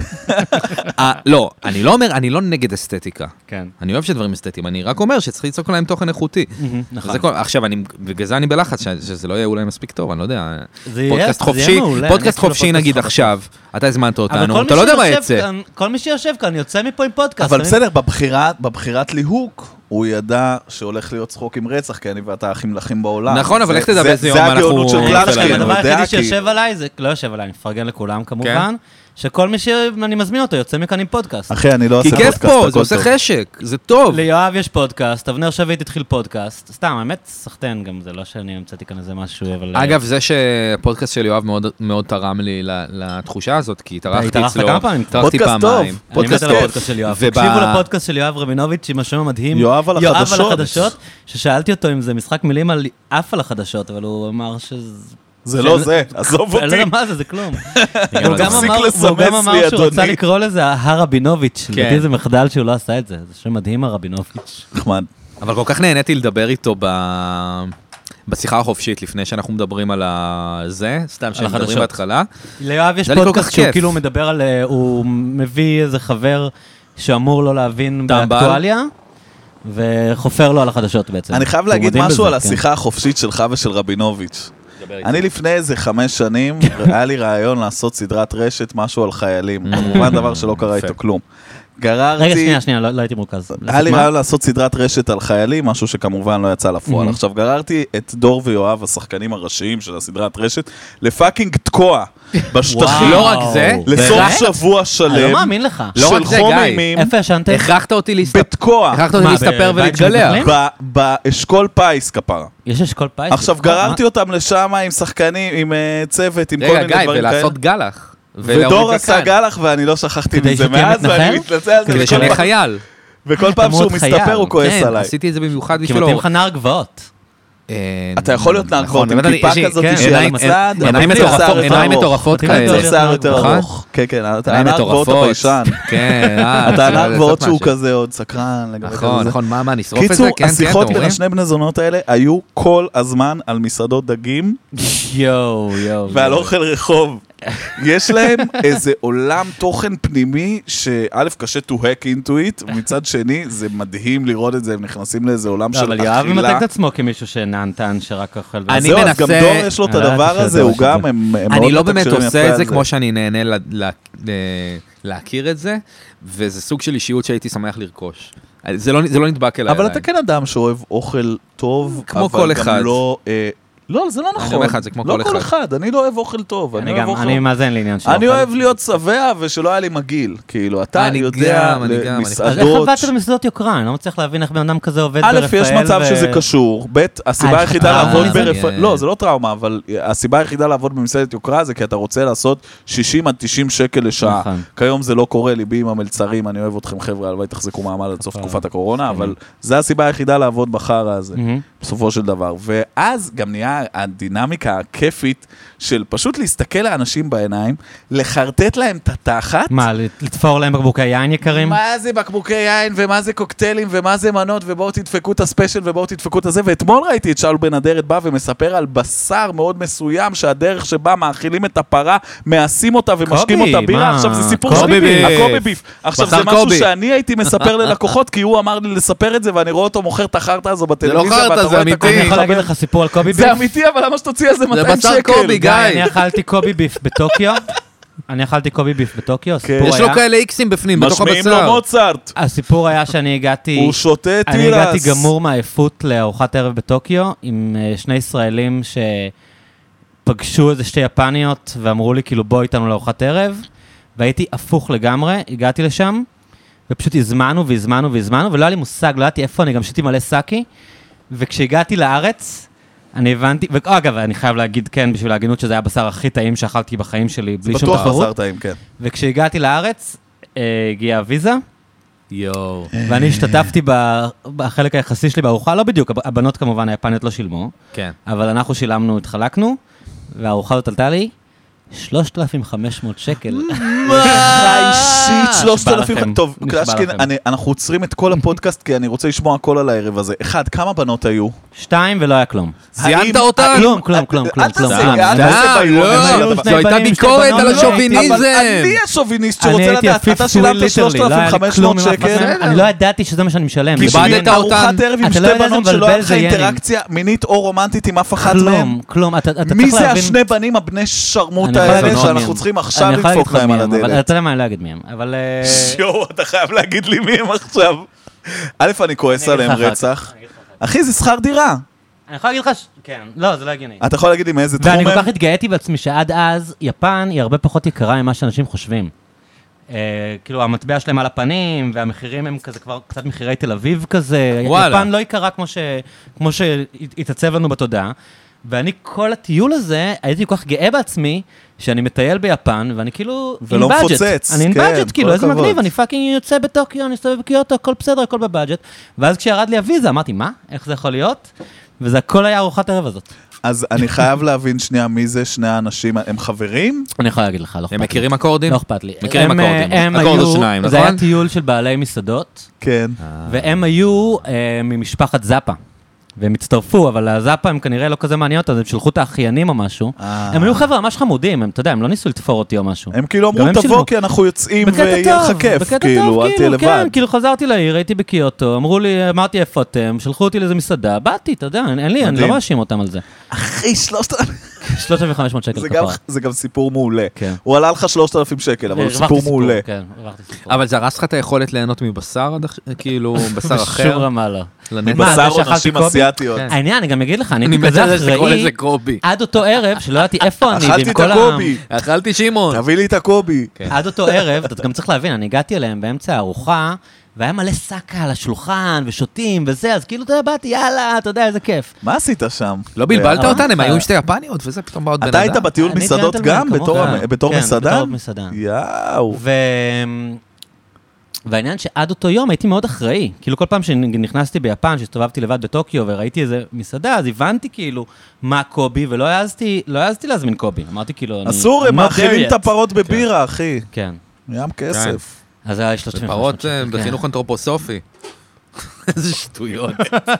לא, אני לא אומר, אני לא נגד אסתטיקה. כן. אני אוהב שדברים אסתטיים, אני רק אומר שצריך ליצוק להם תוכן איכותי. עכשיו, בגלל זה אני בלחץ, שזה לא יהיה אולי מספיק טוב, אני לא יודע. פודקאסט חופשי, פודקאסט חופשי נגיד עכשיו, אתה הזמנת אותנו, אתה לא יודע מה יצא. כל מי שיושב כאן יוצא מפה עם פודקאסט. אבל בסדר, בבחירת ליהוק, הוא ידע שהולך להיות צחוק עם רצח, כי אני ואתה הכי מלכים בעולם. נכון, אבל איך תדע באיזה יום אנחנו... זה הגאונות של קלאצ'קין, הדבר היחידי שיושב עליי, זה לא יושב עליי, אני מפרגן לכולם כמובן, שכל מי שאני מזמין אותו יוצא מכאן עם פודקאסט. אחי, אני לא כי עושה כיף פודקאסט, פה, הכל זה עושה טוב. חשק, זה טוב. ליואב יש פודקאסט, אבנר שביט התחיל פודקאסט. סתם, האמת, סחטן גם, זה לא שאני המצאתי כאן איזה משהו, אבל... אגב, זה שהפודקאסט של יואב מאוד- מאוד תרם לי ל- לתחושה הזאת, כי התארחתי התארחת אצלו. כמה פעמים? התארחתי פודקאסט טוב. פעמיים. אני מת פודקאסט על כיף. הפודקאסט של יואב. וב- תקשיבו לפודקאסט של יואב רבינוביץ' עם השם המדהים. יואב על יואב על החדשות. החדשות, ששאלתי אותו אם זה משחק מילים על אף על החדשות, אבל הוא אמר שזה... זה לא זה, עזוב אני לא אותי. יודע מה זה, זה כלום. גם הוא גם תפסיק אמר- לסמס והוא גם אמר לי, שהוא רצה אדוני. לקרוא לזה הרבינוביץ'. כן. לדעתי זה מחדל שהוא לא עשה את זה. זה שם מדהים הרבינוביץ'. נחמד. אבל כל כך נהניתי לדבר איתו ב... בשיחה החופשית, לפני שאנחנו מדברים על זה, סתם שמדברים החדשות. בהתחלה. ליואב יש זה היה לי כל פודקאסט כך שהוא כיף. כאילו מדבר על... אה, הוא מביא איזה חבר שאמור לא להבין טמבל. באקטואליה, וחופר לו על החדשות בעצם. אני חייב הוא להגיד מדהים משהו בזה, על כן. השיחה החופשית שלך ושל רבינוביץ'. אני לפני איזה חמש שנים, היה לי רעיון לעשות סדרת רשת, משהו על חיילים. כמובן דבר שלא קרה איתו כלום. גררתי... רגע, שנייה, שנייה, לא לא הייתי מורכז. היה לי מה? רעיון לעשות סדרת רשת על חיילים, משהו שכמובן לא יצא לפועל. עכשיו, גררתי את דור ויואב, השחקנים הראשיים של הסדרת רשת, לפאקינג תקוע בשטחים. לא רק זה, לסוף באמת? שבוע אני שלם. לא מאמין לך. לא של רק זה, חום גיא. אימים, איפה ישנתם? הכרחת אותי להסתפר. בתקוע, הכרחת אותי מה, להסתפר בבית של ולהתגלח. מתנחלים? ב- באשכול פיס כפרה. יש אשכול פייס? עכשיו, מה? גררתי אותם לשם עם שחקנים, עם אה, צוות, עם כל רגע, מיני גיא, דברים כאלה. ולעשות גלח. ודור עשה גלח, ואני לא שכחתי כדי מזה שתהיה מאז, ואני מתנחל? מתנצל על זה. כדי וכל שאני פעם- חייל. וכל פעם מאוד שהוא חייל. מסתפר הוא כועס כן, עליי. עשיתי את זה במיוחד כי בשבילו. מתאים לך נער גבעות. אה, אתה יכול להיות נער נכון, גבעות עם באמת, כיפה יש לי- כזאת כן, שהיא על עיניים- הצד, עיניים אבל צריך מטורפות- שיער יותר עיניים ארוך. מטורפות מתאים כאלה. יותר צריך שיער יותר נכון? ארוך. כן, כן, אתה עיניים הנער גבעות מטורפות. הביישן. כן, אה, אתה זה- הנער זה גבעות קצת שהוא משהו. כזה עוד סקרן לגבי נכון, כזה. נכון, מה, מה, נשרוף את זה? קיצור, כן, כן, השיחות אתם בין רואים? השני בני זונות האלה היו כל הזמן על מסעדות דגים יואו, יואו. ועל יואו. אוכל רחוב. יש להם איזה עולם תוכן פנימי שא' קשה to hack into it, ומצד שני זה מדהים לראות את זה, הם נכנסים לאיזה עולם לא, של אבל יואב ממתק אכילה. את עצמו כמישהו שנענתן, שרק אוכל... אני זהו, אז גם מנסה- דור יש לו את אני לא הדבר ידעתי הזה, שזה הוא משהו גם, כזה. הם הם אני מאוד לא באמת מתקשרים יפה עושה את על זה כמו שאני נהנה לה- לה- ל- להכיר את זה, וזה סוג של אישיות שהייתי שמח לרכוש. זה לא זה לא נדבק אליי. אבל אתה כן אדם שאוהב אוכל טוב, כמו אבל כל גם אחד. לא... אה, לא, זה לא נכון. אומר לך, זה כמו כל לא כל אחד. אחד, אני לא אוהב אוכל טוב. אני אוהב גם, אוכל- אני מאזן לעניין של אני אוכל. אוהב להיות שבע ושלא היה לי מגעיל. כאילו, אתה אני יודע, גם, אני גם, אני- אז איך למסעדות... עבדת במסעדות יוקרה? אני לא מצליח להבין איך בן אדם כזה עובד א', ברפאל. יש מצב ו- שזה קשור, ב', הסיבה אה, היחידה יש לך לעבוד טראומה ברפאל, מזה? לא, זה לא טראומה, אבל הסיבה היחידה לעבוד במסעדת יוקרה זה כי אתה רוצה לעשות שישים עד תשעים שקל לשעה. נכון. כיום זה לא קורה, ליבי עם המלצרים, אני אוהב אתכם חבר'ה, הלוואי תחזקו מעמד עד סוף נכון. תקופת הקורונה, כן. אבל זה הסיבה היחידה לעבוד בחרא הזה. מהמם. בסופו של דבר. ואז גם נהיה הדינמיקה הכיפית של פשוט להסתכל לאנשים בעיניים, לחרטט להם את התחת. מה, לתפור להם בקבוקי יין יקרים? מה זה בקבוקי יין, ומה זה קוקטיילים, ומה זה מנות, ובואו תדפקו את הספיישל, ובואו תדפקו את הזה. ואתמול ראיתי את שאול בן אדרת בא ומספר על בשר מאוד מסוים, שהדרך שבה מאכילים את הפרה, מעשים אותה ומשקים קובי, אותה בירה. מה? עכשיו זה סיפור קובי שלי, ביף. הקובי ביף. עכשיו בשר זה משהו קובי. שאני הייתי מספר ללקוחות, כי הוא אמר לי לספר את זה, ואני רואה אותו מוכר את החרטה הזו בטלוויזיה, חרטה, ואתה זה רואה את אמיתי. הקובי אני יכול להגיד מחבר. לך סיפור על קובי ביף? זה אמיתי, אבל למה שתוציא על זה מאתיים בשר שקל? קובי, גיא. אני אכלתי קובי ביף בטוקיו. אני אכלתי קובי ביף בטוקיו. הסיפור יש לו היה- כאלה איקסים בפנים, בתוך משמיעים לו הבשר. מוצרט. הסיפור היה שאני הגעתי... הוא שותה אני תירס. הגעתי גמור מעייפות לארוחת ערב בטוקיו, עם אה, שני ישראלים שפגשו איזה שתי יפניות, ואמרו לי, כאילו, בוא איתנו לארוחת ערב, והייתי הפוך לגמרי, הגעתי לשם, ופשוט הזמנו והזמנו והזמנו, ולא היה לי מושג, לא ידעתי איפה, אני גם שתיתי מלא סאקי, וכשהגעתי לארץ, אני הבנתי, ואגב, אני חייב להגיד כן, בשביל ההגינות, שזה היה הבשר הכי טעים שאכלתי בחיים שלי, בלי שום בטוח תחרות, בשר טעים, כן. וכשהגעתי לארץ, אה, הגיעה הוויזה, יואו. ואני השתתפתי ב- בחלק היחסי שלי בארוחה, לא בדיוק, הב- הבנות כמובן, היפניות לא שילמו, כן. אבל אנחנו שילמנו, התחלקנו, והארוחה הזאת עלתה לי שלושת אלפים וחמש מאות שקל. אישית שלושת אלפים... לכם, טוב, נשבע קלשקין, לכם. אני- אנחנו עוצרים את כל הפודקאסט, כי אני רוצה לשמוע הכל על הערב הזה. אחד, כמה בנות היו? שתיים ולא היה כלום. ציינת האם- אותן? האם- כלום, כלום, כלום, אל כלום, תעשה, כלום. אל די, תעשה די, ביום. לא, הזה, אתה- שני זו הייתה בנים, שתי ביקורת בנות, על לא השוביניזם. אבל אני השוביניסט אני שרוצה הייתי לדעת, אתה הפיפט שילמת ליטרלי, שלושת לא היה אלפים לי וחמש כלום מאות עם שקל. המחסן. אני לא ידעתי שזה מה שאני משלם. כי קיבלת בשביל אותן. ארוחת ערב עם אתה לא שתי יודע איזה בנות שלא מבלבל היה לך זה יהיה לי. אינטראקציה מינית או רומנטית עם אף אחת מהן. כלום, כלום. אתה אתה מי צריך זה להבין... השני בנים הבני שרמוט אני יכול האלה להגיד לך שאנחנו מי צריכים הם. עכשיו אני יכול להגיד לדפוק לך להם מי על הם, אבל הדלת? אתה יודע מה, אני לא אגיד מי הם. אבל... אה, יואו, אתה חייב להגיד לי מי הם עכשיו. א', אני כועס אני אגיד עליהם לך אחר רצח. אחי, זה שכר דירה. אני יכול להגיד לך ש... כן, לא, זה לא הגיוני. אתה יכול להגיד לי מאיזה תחום ואני הם? כל כך התגאיתי בעצמי שעד אז, יפן היא הרבה פחות יקרה ממה שאנשים חושבים. כאילו, המטבע שלהם על הפנים, והמחירים הם כזה כבר קצת מחירי תל אביב כזה. וואלה. יפן לא יקרה כמו שהתעצב לנו בתודעה. ואני כל הטיול הזה, הייתי כל כך גאה בעצמי, שאני מטייל ביפן, ואני כאילו... ולא in budget. מפוצץ, אני in כן, budget, כאילו, כל איזה הכבוד. מגניב, אני פאקינג יוצא בטוקיו, אני מסתובב בקיוטו, הכל בסדר, הכל בבאג'ט. ואז כשירד לי הוויזה, אמרתי, מה? איך זה יכול להיות? וזה הכל היה ארוחת ערב הזאת. אז אני חייב להבין שנייה מי זה שני האנשים, הם חברים? אני יכול להגיד לך, לא אכפת הם לי. מכירים אקורדים? לא אכפת לי. מכירים הם, אקורדים. הם אקורד היו- או שניים, זה היה נכון? טיול של בעלי מסעדות, כן. והם היו אה, ממשפחת זאפה. והם הצטרפו, אבל הזאפה הם כנראה לא כזה מעניין אותם, הם שלחו את האחיינים או משהו. אה. הם היו חבר'ה ממש חמודים, הם, אתה יודע, הם לא ניסו לתפור אותי או משהו. הם כאילו גם אמרו, הם תבוא שילמו. כי אנחנו יוצאים בקטע ויהיה לך טוב, כיף, בקטע כאילו, טוב, אל תהיה כאילו, לבד. כן, כאילו חזרתי לעיר, הייתי בקיוטו, אמרו לי, אמרתי איפה אתם, שלחו אותי לאיזה מסעדה, באתי, אתה יודע, אין אין לי, אני מדהים. לא מאשים אותם על זה. אחי, שלושת אלפים. שלושת אלפים וחמש מאות שקל זה גם- כפרה. זה גם סיפור מעולה. כן. הוא עלה לך שלושת אלפים שקל, אבל הוא הרווחתי סיפור מעולה. כן, הרווחתי סיפור. אבל זה הרס לך את היכולת ליהנות מבשר, עד עכשיו? כאילו, בשר בשום אחר? רמה לא. לנצח? מה, בשר זה או שאכלתי נשים קובי? אסיאתיות. כן. העניין, אני גם אגיד לך, אני אני הייתי מת כזה על זה שקורא אחראי, לזה קובי. עד אותו ערב, שלא ידעתי איפה אני, אכלתי ועם את כל ה... הקובי, אכלתי שמעון. תביא לי את הקובי. עד אותו ערב, אתה גם צריך להבין, אני הגעתי אליהם באמצע הארוחה, והיה מלא סאקה על השולחן, ושותים, וזה, אז כאילו, אתה יודע, באתי, יאללה, אתה יודע, איזה כיף. מה עשית שם? לא בלבלת אה, אותן, הם היו עם שתי יפניות, וזה פתאום באות בן אתה אדם. היית בטיול אני מסעדות ג'נטלמן גם? כמוך. בתור- כן, בתור כן, מסעדן? בתור מסעדן. יאו. ו... והעניין שעד אותו יום הייתי מאוד אחראי. כאילו כל פעם שנכנסתי ביפן, שהסתובבתי לבד בטוקיו וראיתי איזה מסעדה, אז הבנתי כאילו מה קובי, ולא העזתי, לא העזתי להזמין קובי. אמרתי כאילו, אני... אסור, I'm הם not מאכילים there את yet. הפרות בבירה, אחי. כן. ים כסף. אז היה שלושת אלפים וחמש מאות פרות אה, שקל, כן. בחינוך אנתרופוסופי. איזה שטויות.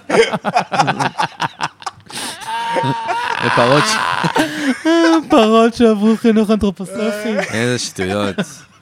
ופרות ש... פרות שעברו חינוך אנתרופוסופי. איזה שטויות.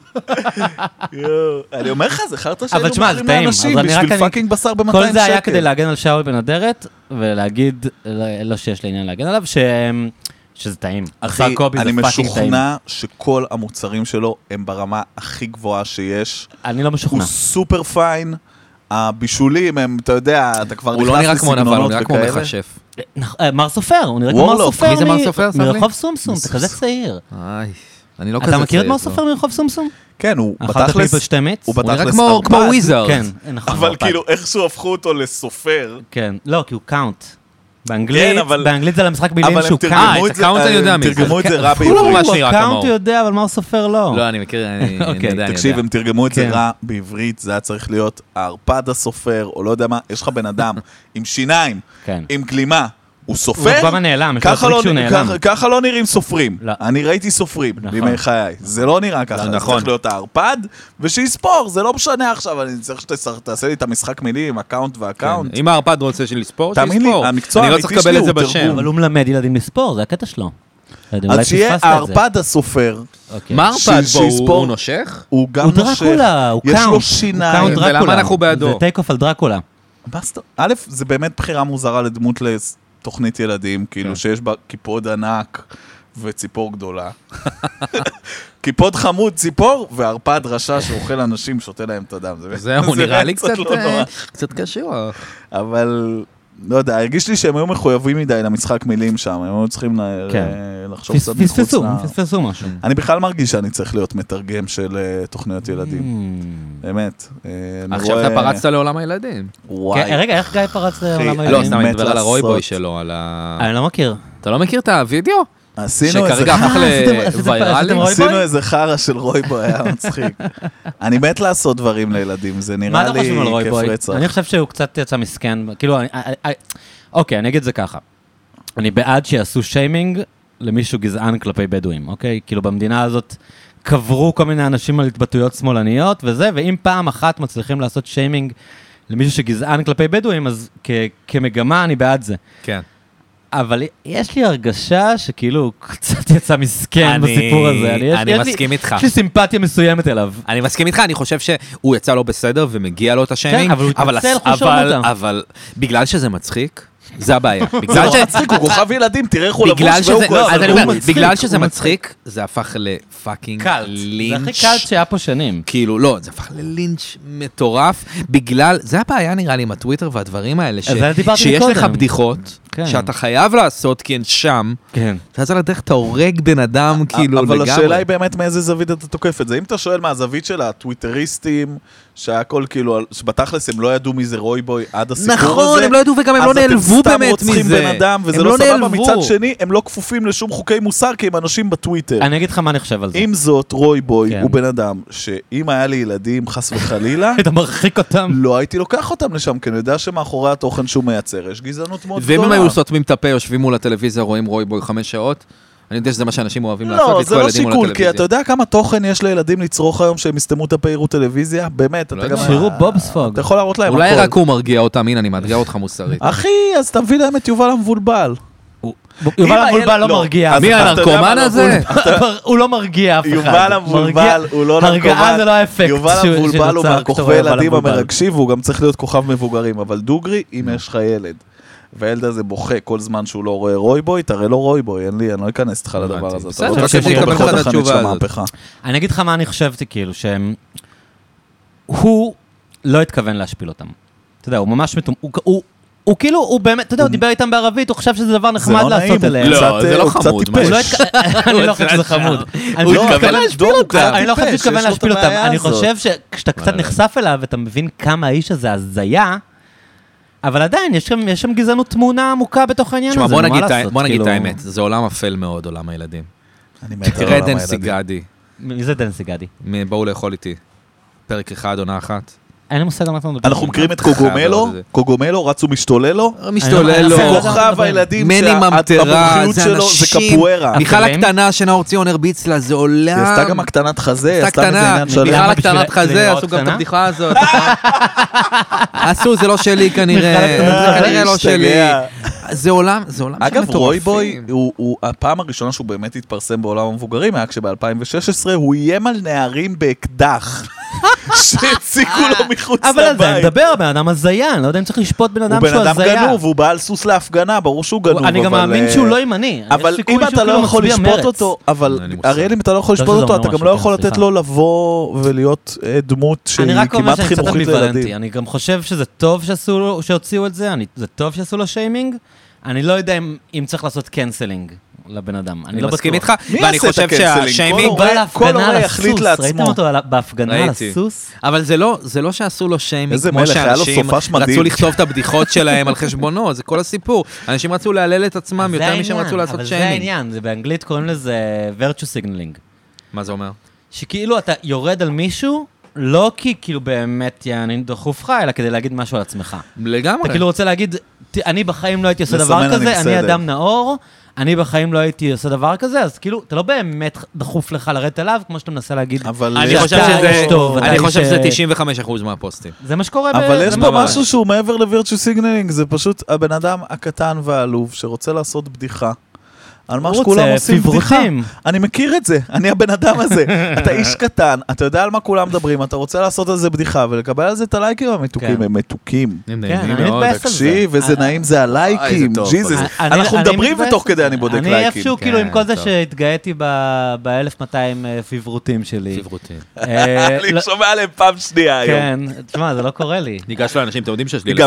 יואו. אני אומר לך, זה חרטא שהיינו אבל תשמע, זה מוכרים טעים. לאנשים אז אני רק- בשביל אני- פאקינג בשר ב-מאתיים שקל. כל זה היה כדי להגן על שאול בן אדרת, ולהגיד, לא לא שיש לי עניין להגן עליו, ש... שזה טעים. אחי, בשר קובי זה אני פאקינג טעים. משוכנע שכל המוצרים שלו הם ברמה הכי גבוהה שיש. אני לא הוא משוכנע. סופר פיין. הבישולים הם, אתה יודע, אתה כבר הוא לא נראה נכנס כמו נבל, הוא לסגנונות נראה כמו וכאלה. מכשף. נכ- אה, מר סופר, הוא נראה כמו מר וורלוק. סופר. מי זה מ- מר סופר, סבלי? מרחוב סומסום, אתה כזה צעיר. איי, אני לא כזה אתה מכיר את צעיר, מר לא. סופר מרחוב סומסום? כן, הוא אכלת בתכלס, קליפ על שתי מיץ? הוא הוא נראה בתכלס כמו- כמו ערפד. וויזרד. כן, נכון. אבל ערפד. כאילו, איכשהו הפכו אותו לסופר. כן, לא, כי הוא קאונט. באנגלית, כן, אבל- באנגלית זה למשחק מילים אבל הם שהוא תרגמו קאונט. אה, את את זה, הקאונט אני יודע מי זה. תרגמו את זה רע הוא בעברית. ממש נראה הקאונט כמוהו. יודע, אבל מר סופר לא. לא, אני מכיר, אני אני אוקיי, יודע, אני תקשיב, יודע. הם תרגמו את זה כן. רע בעברית, זה היה צריך להיות הערפד הסופר, או לא יודע מה, יש לך בן אדם עם שיניים, כן. עם גלימה, הוא הוא סופר? כבר נעלם, יש לו ככה טריק לא- שהוא נעלם. ככה- ככה לא נראים סופרים. לא. אני ראיתי סופרים נכון. בימי חיי. זה לא נראה ככה, זה נכון. צריך להיות הערפד, ושיספור, זה לא משנה עכשיו, אני צריך שתעשה לי את המשחק מילים, אקאונט ואקאונט. אם הערפד רוצה שלספור, תאמין לי, שיספור. המקצוע אני לא האמיתי צריך לקבל שלי את זה הוא בשם. תרגום. אבל הוא מלמד ילדים לספור, זה הקטע שלו. לא יודע, אולי אז שיהיה פספסת את זה. הערפד הסופר, אוקיי. מה ש- הערפד בו? הוא- שיספור. הוא נושך? הוא גם הוא נושך, דרקולה, הוא יש לו קאונט. שיניים. הוא קאונט ולמה דרקולה. אנחנו בעדו? זה טייק אוף על דרקולה. מה זאת- א', זה באמת בחירה מוזרה לדמות לתוכנית ילדים, כאילו כן. שיש בה קיפוד ענק וציפור גדולה. קיפוד חמוד, ציפור, וערפד רשע שאוכל אנשים, שותה להם את הדם. זה- זהו, זה נראה לי קצת קצת לא אה, נורא. קצת קשוח. אבל, לא יודע, הרגיש לי שהם היו מחויבים מדי למשחק מילים שם, הם היו צריכים ל- כן. לחשוב קצת מחוץ פספסו, ל... פספסו משהו. אני בכלל מרגיש שאני צריך להיות מתרגם של אה, תוכניות ילדים. Mm. באמת. אה, אני עכשיו רואה- אתה פרצת לעולם הילדים. וואי. כן, רגע, איך גיא פרץ לעולם אני הילדים? לא, סתם, מת אני מדבר על לעשות. הרויבוי שלו, על ה... אני לא מכיר. אתה לא מכיר את הוידאו? עשינו איזה שכרגע הפך אה, עשיתם- עשיתם- לוויראלי? עשיתם רוי- עשינו בוי? איזה חרא של רויבוי, היה מצחיק. אני מת לעשות דברים לילדים, זה מה נראה אתם חושבים על לי רוי כיף בוי? רצח. אני חושב שהוא קצת יצא מסכן. כאילו, אני- אני- אני- אוקיי, אני אגיד את זה ככה. אני בעד שיעשו שיימינג למישהו גזען כלפי בדואים, אוקיי? כאילו, במדינה הזאת קברו כל מיני אנשים על התבטאויות שמאלניות וזה, ואם פעם אחת מצליחים לעשות שיימינג למישהו שגזען כלפי בדואים, אז כ- כמגמה אני בעד זה. כן. אבל יש לי הרגשה שכאילו הוא קצת יצא מסכן אני- בסיפור הזה. יש- אני יש לי- מסכים איתך. יש לי סימפתיה מסוימת אליו. אני מסכים איתך, אני חושב שהוא יצא לו בסדר ומגיע לו את השיימינג. כן, אבל הוא התנצל, הס- חושב אבל- אותם. אבל בגלל שזה מצחיק, זה הבעיה. זה בגלל לא ש... מצחיק, הוא כוכב ילדים, תראה איך הוא לבוש בגלל והוא שזה, כועס. אז אני הוא אומר, מצחיק, בגלל הוא שזה מצחיק. מצחיק, זה הפך לפאקינג קלט. זה לינץ'. הכי קלט שהיה פה שנים. כאילו, לא, זה הפך ללינץ' מטורף, בגלל, זה הבעיה נראה לי עם הטוויטר והדברים האלה, ש- אז זה דיברתי שיש מקודם. לך בדיחות, כן. כן. שאתה חייב לעשות כי הן שם, כן. ואז על הדרך אתה הורג בן אדם כאילו לגמרי. אבל השאלה היא באמת מאיזה זווית אתה תוקף את זה. אם אתה שואל מהזווית של הטוויטריסטים, שהכל כאילו, שבתכלס הם לא ידעו מי זה רוי-בוי עד הסיפור הזה. נכון, הם לא ידעו וגם הם לא נעלבו באמת מזה. אז אתם סתם רוצחים בן אדם, וזה לא סבבה. מצד שני, הם לא כפופים לשום חוקי מוסר, כי הם אנשים בטוויטר. אני אגיד לך מה אני חושב על זה. עם זאת, רוי-בוי הוא בן אדם, שאם היה לי ילדים חס וחלילה, היית מרחיק אותם. לא הייתי לוקח אותם לשם, כי אני יודע שמאחורי התוכן שהוא מייצר, יש גזענות מאוד גדולה. ואם הם היו סותמים את הפה, יושבים מול הטלוויזיה, רואים רוי-בוי חמש שעות, אני יודע שזה מה שאנשים אוהבים לעשות, לא, זה לא שיקול, כי אתה יודע כמה תוכן יש לילדים לצרוך היום שהם יסתמו את הפה, יראו טלוויזיה? באמת, אתה גם... שירו בובספוג. אתה יכול להראות להם הכל. אולי רק הוא מרגיע אותם, הנה, אני מאתגר אותך מוסרית. אחי, אז אתה מביא להם את יובל המבולבל. יובל המבולבל לא מרגיע. מי הנרקומן הזה? הוא לא מרגיע אף אחד. יובל המבולבל הוא לא נרקומן. הרגעה זה לא האפקט. יובל המבולבל הוא מהכוכבי ילדים המרגשים, והוא גם צריך להיות כוכב מבוגרים. אבל דוגרי, אם יש לך ילד, והילד הזה בוכה כל זמן שהוא לא רואה רוי-בוי, תראה לו רוי-בוי, אין לי, אני לא אכנס איתך לדבר הזה. בסדר, אתה לא תקבל אותו בחוד החנית של המהפכה. אני אגיד לך מה אני חשבתי, כאילו, שהם... הוא לא התכוון להשפיל אותם. אתה יודע, הוא ממש... הוא כאילו, הוא באמת, אתה יודע, הוא דיבר איתם בערבית, הוא חושב שזה דבר נחמד לעשות אליהם. לא, זה לא חמוד. אני לא חושב שזה חמוד. הוא התכוון להשפיל אותם. אני לא חושב שהתכוון להשפיל אותם. אני חושב שכשאתה קצת נחשף אליו, אתה מבין כמה האיש הזה הזיה, אבל עדיין, יש שם גזענות תמונה עמוקה בתוך העניין הזה. בוא נגיד את האמת, זה עולם אפל מאוד, עולם הילדים. תראה דנסי גדי. מי זה דנסי גדי? בואו לאכול איתי. פרק אחד, עונה אחת. אין לי מושג על מה אתה מדבר. אנחנו מכירים את קוגומלו, קוגומלו, רצו משתוללו. משתוללו. זה כוכב הילדים מני ממטרה, שהמומחיות שלו זה קפוארה. מיכל הקטנה שנאור ציון הרביץ לה, זה עולם. היא עשתה גם הקטנת חזה, עשתה קטנה, מיכל הקטנת חזה, עשו גם את הבדיחה הזאת. עשו, זה לא שלי כנראה, זה כנראה לא שלי. זה עולם, זה עולם שמטורפים. אגב, רוי-בוי, הוא הפעם הראשונה שהוא באמת התפרסם בעולם המבוגרים, היה כשב-אלפיים ושש עשרה הוא איים על נערים באקדח. שהציקו לו מחוץ לבית. אבל על זה נדבר, בן אדם הזיין, לא יודע אם צריך לשפוט בן אדם שהוא הזיין. הוא בן אדם גנוב, הוא בא על סוס להפגנה, ברור שהוא גנוב. אני גם מאמין שהוא לא ימני. אבל אם אתה לא יכול לשפוט אותו, אבל אריאל, אם אתה לא יכול לשפוט אותו, אתה גם לא יכול לתת לו לבוא ולהיות דמות שהיא כמעט חינוכית לילדים. אני גם חושב שזה טוב שהוציאו את זה, זה טוב שעשו לו שיימינג. אני לא יודע אם צריך לעשות קנסלינג לבן אדם. אני לא מסכים איתך, ואני חושב שהשיימינג... כל הורה יחליט לעצמו. ראיתם אותו בהפגנה על הסוס? אבל זה לא שעשו לו שיימינג, כמו שאנשים רצו לכתוב את הבדיחות שלהם על חשבונו, זה כל הסיפור. אנשים רצו להלל את עצמם יותר משהם רצו לעשות שיימינג. אבל זה העניין, זה באנגלית קוראים לזה virtue signaling. מה זה אומר? שכאילו אתה יורד על מישהו, לא כי כאילו באמת יעני דחוף לך, אלא כדי להגיד משהו על עצמך. לגמרי. אתה כאילו רוצה להגיד, אני בחיים לא הייתי עושה דבר כזה, אני אדם נאור, אני בחיים לא הייתי עושה דבר כזה, אז כאילו, אתה לא באמת דחוף לך לרדת עליו, כמו שאתה מנסה להגיד. אני חושב שזה תשעים וחמישה אחוז מהפוסטים. זה מה שקורה. אבל יש פה משהו שהוא מעבר לווירטואל סיגנלינג, זה פשוט הבן אדם הקטן והעלוב, שרוצה לעשות בדיחה. על מה שכולם עושים בדיחה. אני מכיר את זה, אני הבן אדם הזה. אתה איש קטן, אתה יודע על מה כולם מדברים, אתה רוצה לעשות על זה בדיחה, ולקבל על זה את הלייקים המתוקים, הם מתוקים. הם נהנים מאוד. תקשיב, איזה נעים זה הלייקים, ג'יזוס. אנחנו מדברים ותוך כדי אני בודק לייקים. אני איפשהו, כאילו, עם כל זה שהתגאיתי ב-אלף ומאתיים פיברותים שלי. פיברותים. אני שומע עליהם פעם שנייה היום. כן, תשמע, זה לא קורה לי. ניגש לאנשים, אתם יודעים שיש לי...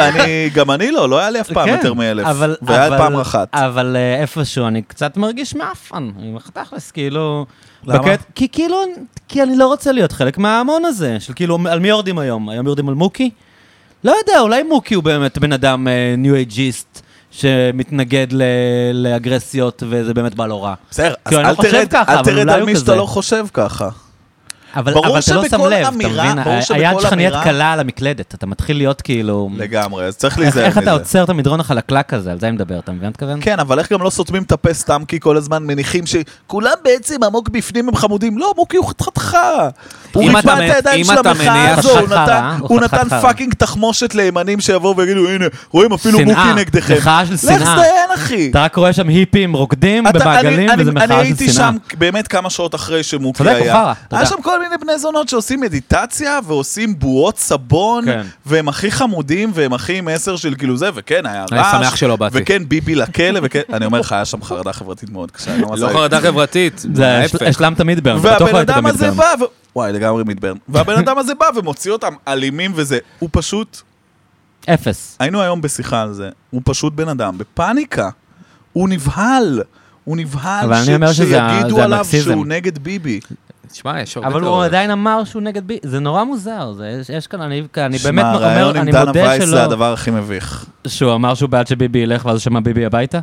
גם אני לא, לא היה לי אף פעם יותר מאלף. והיה פעם אחת. אבל איפשהו אני קצת מרגיש מאפן, אני מחתכלס, כאילו... למה? כי כאילו, כי אני לא רוצה להיות חלק מההמון הזה, של כאילו, על מי יורדים היום? היום יורדים על מוקי? לא יודע, אולי מוקי הוא באמת בן אדם ניו אייג'יסט, שמתנגד לאגרסיות, וזה באמת בא לא רע. בסדר, אז אל תרד על מי שאתה לא חושב ככה. אבל אתה לא שם לב, אתה מבין? היד שלך נהיית קלה על המקלדת, אתה מתחיל להיות כאילו... לגמרי, אז צריך להיזהר מזה. איך אתה עוצר את המדרון החלקלק הזה, על זה אני מדבר, אתה מבין? כן, אבל איך גם לא סותמים את הפה סתם, כי כל הזמן מניחים שכולם בעצם עמוק בפנים הם חמודים, לא, מוקי הוא חתכתך. הוא ריפה את הידיים של המחאה הזו, הוא נתן פאקינג תחמושת לימנים שיבואו ויגידו, הנה, רואים אפילו מוקי נגדכם. מחאה של שנאה. לך סדיין, אחי. אתה רק רואה שם היפים רוקדים במעגלים, וזה מחאה של שנאה. אני הייתי שם באמת כמה שעות אחרי שמוקי היה. היה שם כל מיני בני זונות שעושים מדיטציה ועושים בועות סבון, והם הכי חמודים והם הכי מסר של כאילו זה, וכן, היה רעש, וכן ביבי לכלא, וכן, אני אומר לך, היה שם חרדה חברתית מאוד קשה. לא חרדה חברתית, זה השלמת מידברן. והבן אדם הזה בא, וואי, לגמרי מידברן. והבן אדם הזה בא ומוציא אותם אלימים וזה, הוא פשוט אפס. היינו היום בשיחה על זה, הוא פשוט בן אדם בפאניקה, הוא נבהל, הוא נבהל אבל אני אומר שזה- שיגידו זה עליו הנרקסיזם. שהוא נגד ביבי. תשמע, יש הרבה אבל הוא תיאוריות. עדיין אמר שהוא נגד בי, זה נורא מוזר, זה, יש, יש כאן, אני, אני שמע, באמת אומר, הרעיון עם אני דנה מודה וייס זה שלא, הדבר הכי מביך. שהוא אמר שהוא בעד שביבי ילך, ואז הוא שמע ביבי הביתה.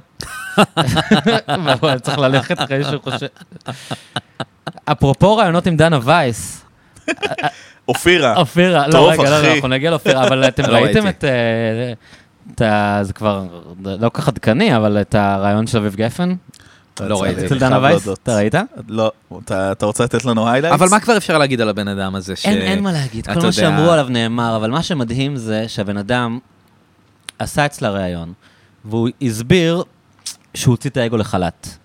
והוא צריך ללכת אחרי שהוא חושב. אפרופו רעיונות עם דנה וייס, אופירה, אופירה, טוב, לא, רגע, לא, אחי. לא, אנחנו נגיע לאופירה, אבל אתם לא ראיתם ראיתי. את, אה, את ה... זה כבר לא כל כך עדכני, אבל את הרעיון של אביב גפן, לא ראיתי. אני אצל חייב דנה וייס, להודות. אתה ראית? לא, אתה אתה רוצה לתת לנו היילייטס? אבל מה כבר אפשר להגיד על הבן אדם הזה? ש- אין, אין מה להגיד, אתה כל מה יודע- שאמרו עליו נאמר, אבל מה שמדהים זה שהבן אדם עשה אצלה ראיון, והוא הסביר שהוא הוציא את האגו לחל"ת.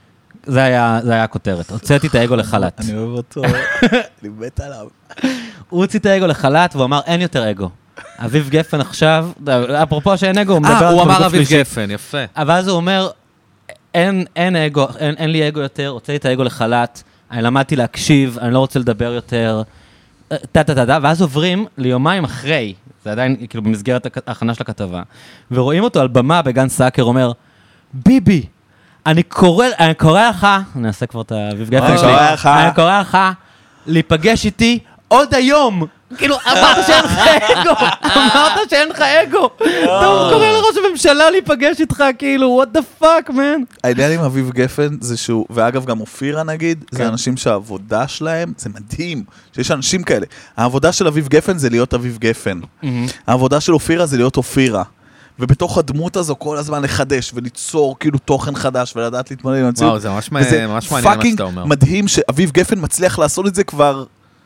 זה היה, זה היה הכותרת, הוצאתי את האגו לחל"ת. אני אוהב אותו, אני מת עליו. הוא הוציא את האגו לחל"ת, והוא אמר, אין יותר אגו. אביב גפן עכשיו, אפרופו שאין אגו, הוא מדבר אה, על הוא זה אמר בגוף אביב שלישי. גפן, יפה. אבל אז הוא אומר, אין, אין אגו, אין, אין לי אגו יותר, הוצאתי את האגו לחל"ת, אני למדתי להקשיב, אני לא רוצה לדבר יותר, טה-טה-טה-טה, ואז עוברים ליומיים אחרי, זה עדיין כאילו במסגרת הכ- ההכנה של הכתבה, ורואים אותו על במה בגן סאקר, אומר, ביבי, אני קורא, אני קורא לך, אני אעשה כבר את האביב גפן אני שלי, קורא לך. אני קורא לך להיפגש איתי עוד היום. כאילו, אמרת שאין לך אגו, אמרת שאין לך אגו. אתה קורא לראש הממשלה להיפגש איתך, כאילו, what the fuck, man. העניין עם אביב גפן זה שהוא, ואגב גם אופירה נגיד, זה כן. אנשים שהעבודה שלהם, זה מדהים, שיש אנשים כאלה. העבודה של אביב גפן זה להיות אביב גפן. העבודה של אופירה זה להיות אופירה. ובתוך הדמות הזו כל הזמן לחדש וליצור כאילו תוכן חדש ולדעת להתמודד עם המציאות. וואו, זה ממש וזה ממש מעניין מה פאקינג שאתה אומר. מדהים שאביב גפן מצליח לעשות את זה כבר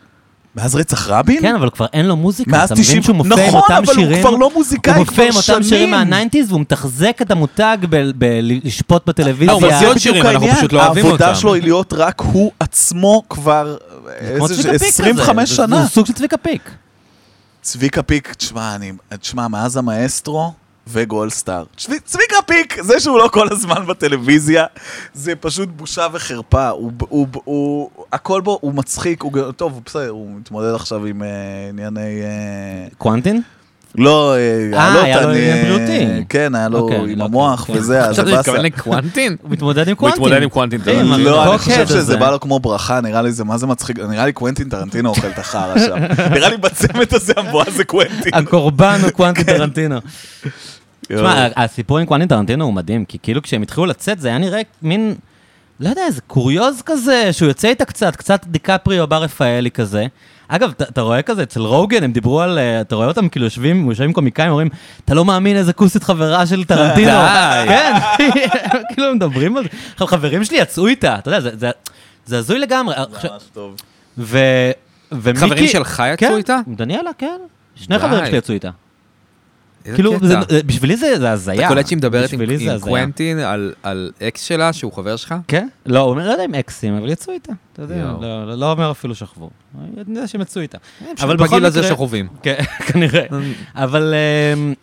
מאז רצח רבין? כן, אבל כבר אין לו מוזיקה, מאז אתה מבין תשעים, שהוא מופיע עם נכון, אותם אבל שירים. הוא כבר לא מוזיקאי, הוא מופיע עם כבר אותם שירים שנים. מה-תשעים והוא מתחזק את המותג בלשפוט בטלוויזיה. אבל זה זה עוד בדיוק שירים, אנחנו העניין. פשוט לא אוהבים העבודה אותם. שלו היא להיות רק הוא עצמו כבר כמו איזה צביקה פיק עשרים כזה, וחמש זה- שנה. זה סוג של צביקה פיק. צביקה פיק, תשמע, אני, תשמע, מאז המאסטרו וגולדסטאר. צבי- צביקה פיק, זה שהוא לא כל הזמן בטלוויזיה, זה פשוט בושה וחרפה. הוא, הוא, הוא, הוא, הכל בו, הוא מצחיק, הוא, טוב, בסדר, הוא מתמודד עכשיו עם אה, ענייני... אה, קוונטין? לא, אה, אה, העלות, היה לו אני, עניין אה, בריאותי. כן, היה לו אוקיי, עם לא, המוח כן. וזה, אז עכשיו זה אתה באסה. מתכוון לקוונטין? הוא מתמודד עם הוא קוונטין. התמודד עם קוונטין. אתה כן, לא- אבל- לא, אני הקוקד חושב שזה הזה. בא לו כמו ברכה, נראה לי זה, מה זה מצחיק? נראה לי קוונטין טרנטינו אוכל את החרא שם. נראה לי בצמד הזה המבואה זה קוונטין. הקורבן הוא קוונטין כן. טרנטינו. תשמע, הסיפור עם קוונטין טרנטינו הוא מדהים, כי כאילו כשהם התחילו לצאת זה היה נראה מין, לא יודע, איזה קוריוז כזה, שהוא יוצא איתה קצת, קצת דיקפריו בר רפאלי כזה. אגב, אתה- אתה רואה כזה, אצל רוגן, הם דיברו על, אה, אתה רואה אותם כאילו יושבים, יושבים קומיקאים, אומרים, אתה לא מאמין איזה כוסית חברה של טרנטינו. די. כן, כאילו הם מדברים על זה. עכשיו, חברים שלי יצאו איתה, אתה יודע, זה- זה- זה הזוי לגמרי. עכשיו, ממש טוב. ו... ומיקי... חברים שלך יצאו כן, איתה? דניאלה, כן. שני די. חברים שלי יצאו איתה. איזה כאילו, קטע. זה- בשבילי זה זה הזיה. אתה קולט שהיא מדברת עם בשבילי זה עם הזיה. קוונטין על- על אקס שלה, שהוא חבר שלך? כן? לא, הוא אומר, לא יודע אם אקסים, אבל יצאו איתה. אתה יודע, יואו. לא- לא- לא אומר אפילו שכבו. אני יודע שהם יצאו איתה. אבל אבל בכל בגיל הזה מקרה- שחווים. כן, כנראה. אבל... אמ,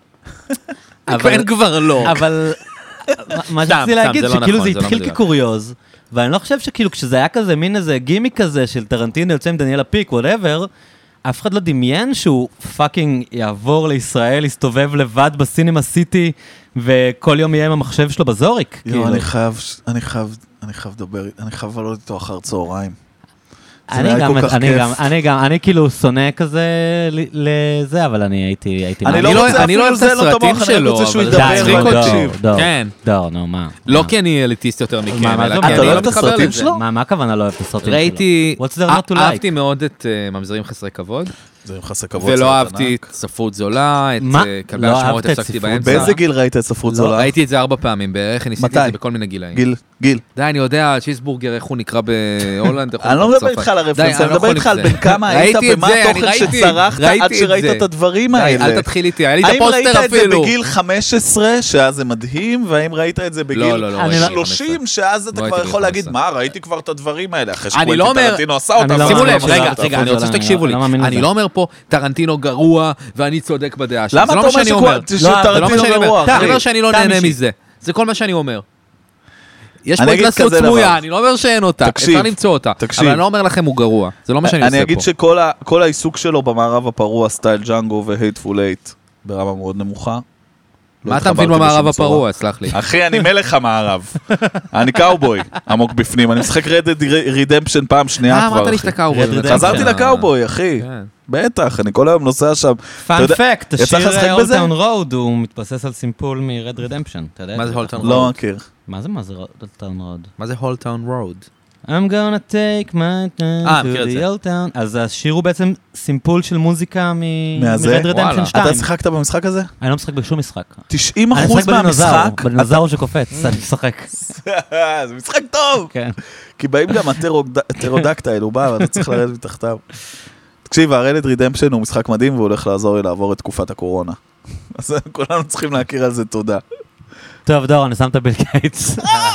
אבל- אין כבר לא. אבל... מה- מה סתם, שרציתי סתם, להגיד, זה לא שכאילו נכון, זה זה לא התחיל מדויק. כקוריוז, ואני לא חושב שכאילו כשזה היה כזה מין איזה גימיק כזה של טרנטינו יוצא עם דניאלה פיק, whatever, אף אחד לא דמיין שהוא פאקינג יעבור לישראל, יסתובב לבד בסינמה סיטי, וכל יום יהיה עם המחשב שלו בזוריק. יואו, כאילו. אני חייב, אני חייב, אני חייב לדבר, אני חייב לעלות איתו אחר צהריים. זה אני היה גם, כל כך אני כיף. גם, אני גם, אני כאילו שונא כזה ל- לזה, אבל אני הייתי, הייתי... אני מאמין. לא לא- רוצה אני לא אפילו אוהב את זה לא את הסרטים המוח, אני רק שלו, רוצה שהוא אבל זה ידבר מצחיק ואני אותי. אקשיב. דור, כן. דור, נו, מה? לא מה? כי אני אליטיסט יותר מכם, מה, מה אלא זה כי אומר? אני אתה לא לא אוהב את מתחבר הסרטים לזה. שלו? מה, מה הכוונה לא אוהב את הסרטים שלו? ראיתי, What's there not to like? אהבתי מאוד את אה, ממזרים חסרי כבוד, זה יחסי כבוד. ולא סרט אהבתי ענק. את ספרות זולה, את מה? אה, כלבי לא השמורת אהבת את הפסקתי ספרות באמצע. באיזה גיל ראית את ספרות לא, זולה? ראיתי את זה ארבע פעמים בערך, ניסיתי את מתי? זה בכל מיני גילאים. גיל, גיל. די, אני יודע, צ'יזבורגר, איך הוא נקרא בהולנד, איך הוא אני לא נקרא מדבר בצרפת. איתך על די, הרפרנס, אני לא מדבר יכול איתך עם על זה. בן כמה היית ראיתי את ומה זה, אני התוכן ראיתי, שצרכת ראיתי עד שראית זה. את הדברים די, האלה. אל תתחיל איתי, היה לי את האם ראית הפוסטר את זה אפילו. בגיל חמש עשרה, שאז זה מדהים, והאם ראית את זה בגיל לא, לא, לא, ראיתי שלושים, שאז אתה לא כבר הייתי יכול בגיל להגיד, חמש עשרה. מה, ראיתי כבר את הדברים האלה, אחרי אני לא שקוונטין אומר- טרנטינו עשה אותם. אני לא שימו מאמין לב, בזה. רגע, לא, רגע, לא, אני רוצה לא, שתקשיבו לי. לא מאמין אני בזה. לא אומר פה, טרנטינו גרוע ואני צודק בדעה שלי. למה זה לא אתה מה אומר שאני אומר. שקוונטין- זה לא מה שטרנטינו שאני אומר. גרוע, אחי? אני אומר שאני לא טעם נהנה אישי. מזה. זה כל מה שאני אומר. יש אני פה אגיד התנסות כזה סמויה, דבר. אני לא אומר שאין אותה. תקשיב, אפשר למצוא אותה. תקשיב. אבל אני לא אומר לכם הוא גרוע. זה לא מה שאני אני עושה אגיד פה. שכל ה- כל העיסוק שלו במערב הפרוע, סטייל ג'אנגו והייטפול אייט, ברמה מאוד נמוכה. מה אתה מבין במערב הפרוע, סלח לי. אחי, אני מלך המערב. אני קאובוי, עמוק בפנים. אני משחק Red Dead Redemption פעם שנייה כבר, אחי. אמרת לי שאתה קאובוי. חזרתי לקאובוי, אחי. בטח, אני כל היום נוסע שם. פאנפקט, השיר הולטאון רוד, הוא מתבסס על סימפול מ-Red Redemption. מה זה הולטאון רוד? לא מכיר. מה זה מה זה הולטאון רוד? מה זה הולטאון רוד? I'm gonna take my time to the old town. אז השיר הוא בעצם סימפול של מוזיקה מ-Red Redemption שתיים. אתה שיחקת במשחק הזה? אני לא משחק בשום משחק. תשעים אחוז מהמשחק? בדינוזאור שקופץ, אני משחק. זה משחק טוב! כן. כי באים גם הטרודקטייל, הוא בא ואתה צריך לרדת מתחתיו. תקשיב, ה-Red Redemption הוא משחק מדהים והוא הולך לעזור לי לעבור את תקופת הקורונה. אז כולנו צריכים להכיר על זה תודה. טוב, דור, אני שם את ביל גייטס.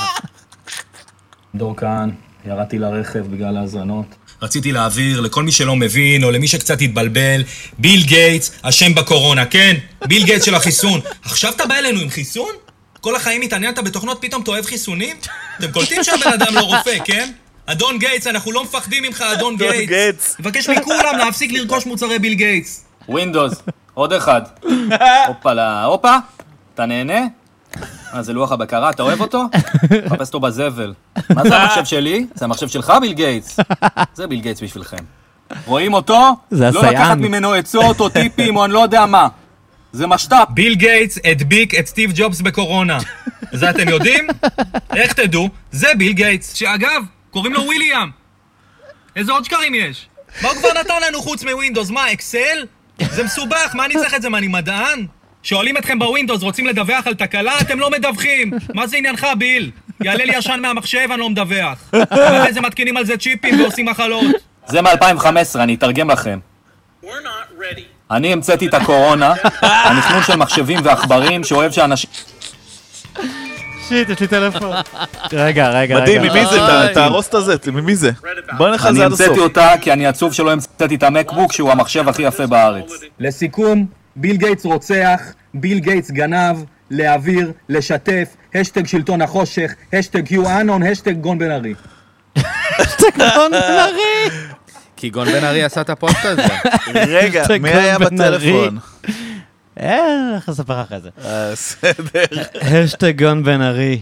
דור כאן, ירדתי לרכב בגלל ההזרנות. רציתי להעביר לכל מי שלא מבין, או למי שקצת התבלבל, ביל גייטס אשם בקורונה, כן? ביל גייטס של החיסון. עכשיו אתה בא אלינו עם חיסון? כל החיים התעניינת בתוכנות, פתאום אתה אוהב חיסונים? אתם קולטים שהבן אדם לא רופא, כן? אדון גייטס, אנחנו לא מפחדים ממך, אדון גייטס. מבקש מכולם להפסיק לרכוש מוצרי ביל גייטס. ווינדוס, עוד אחד. הופה לה, הופה, אתה נהנה? מה, זה לוח הבקרה, אתה אוהב אותו? חפש אותו בזבל. מה זה המחשב שלי? זה המחשב שלך, ביל גייטס. זה ביל גייטס בשבילכם. רואים אותו? זה לא הסייען. לקחת ממנו עצות או טיפים או אני לא יודע מה. זה משת"פ. ביל גייטס הדביק את סטיב ג'ובס בקורונה. זה אתם יודעים? איך תדעו? זה ביל גייטס, שאגב, קוראים לו וויליאם. איזה עוד שקרים יש? מה הוא כבר נתן לנו חוץ מווינדוס? מה, אקסל? זה מסובך, מה אני צריך את זה? מה, אני מדען? שואלים אתכם בווינדוס, רוצים לדווח על תקלה? אתם לא מדווחים. מה זה עניינך, ביל? יעלה לי ישן מהמחשב, אני לא מדווח. אבל איזה מתקינים על זה צ'יפים ועושים מחלות. זה מ-אלפיים וחמש עשרה, אני אתרגם לכם. אני המצאתי את הקורונה, הנכנון של מחשבים ועכברים שאוהב שאנשים... שיט, יש לי טלפון. רגע, רגע, רגע. מדהים, ממי זה? תהרוס את הזה, ממי זה? בוא נלך על זה עד הסוף. אני המצאתי אותה כי אני עצוב שלא המצאתי את המקבוק שהוא המחשב הכי יפה בארץ. לסיכום, ביל גייטס רוצח, ביל גייטס גנב, להעביר, לשתף, השטג שלטון החושך, השטג קיואנון, השטג גון בן ארי. השטג גון בן ארי! כי גון בן ארי עשה את הפוסט הזה. רגע, מי היה בטלפון? אה, איך לספר אחרי זה. בסדר. השטג גון בן ארי.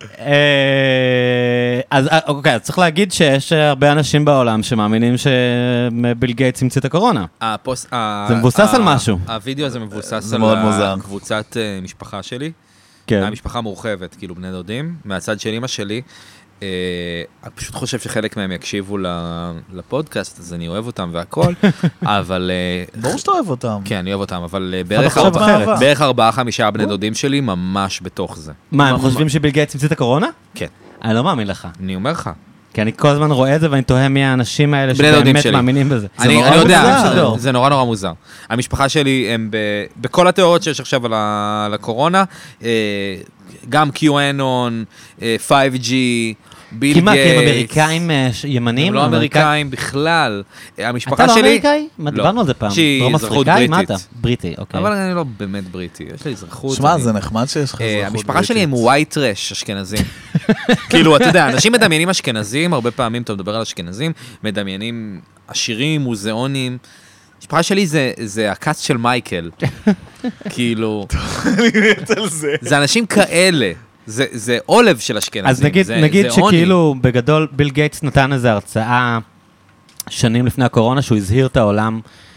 אז אוקיי, אז צריך להגיד שיש הרבה אנשים בעולם שמאמינים שביל גייטס המציא את הקורונה. זה מבוסס על משהו. הווידאו הזה מבוסס על קבוצת משפחה שלי. כן. המשפחה מורחבת, כאילו בני דודים. מהצד של אמא שלי, אני פשוט חושב שחלק מהם יקשיבו לפודקאסט, אז אני אוהב אותם והכל, אבל... ברור שאתה אוהב אותם. כן, אני אוהב אותם, אבל בערך ארבעה, חמישה בני דודים שלי ממש בתוך זה. מה, הם חושבים שביל גייטס המציא את הקורונה? כן. אני לא מאמין לך. אני אומר לך. כי אני כל הזמן רואה את זה ואני תוהה מי האנשים האלה שבאמת מאמינים בזה. אני יודע, זה נורא נורא מוזר. המשפחה שלי הם בכל התיאוריות שיש עכשיו על הקורונה, גם קיואנון, פייב ג'י, ביל גייטס. כמעט, כי הם אמריקאים ימנים? הם לא אמריקאים בכלל. המשפחה שלי... אתה לא אמריקאי? מה, דיברנו על זה פעם. שהיא אזרחות בריטית. מה אתה? בריטי, אוקיי. אבל אני לא באמת בריטי, יש לי אזרחות. שמע, זה נחמד שיש לך אזרחות בריטית. המשפחה שלי הם ווייט טרש, אשכנזים. כאילו, אתה יודע, אנשים מדמיינים אשכנזים, הרבה פעמים אתה מדבר על אשכנזים, מדמיינים עשירים, מוזיאונים. המשפחה שלי זה הכס של מייקל. כאילו... זה אנשים כאלה. זה, זה עולב של אשכנזים. אז נגיד, זה, נגיד זה שכאילו עוני. בגדול ביל גייטס נתן איזו הרצאה שנים לפני הקורונה, שהוא הזהיר את העולם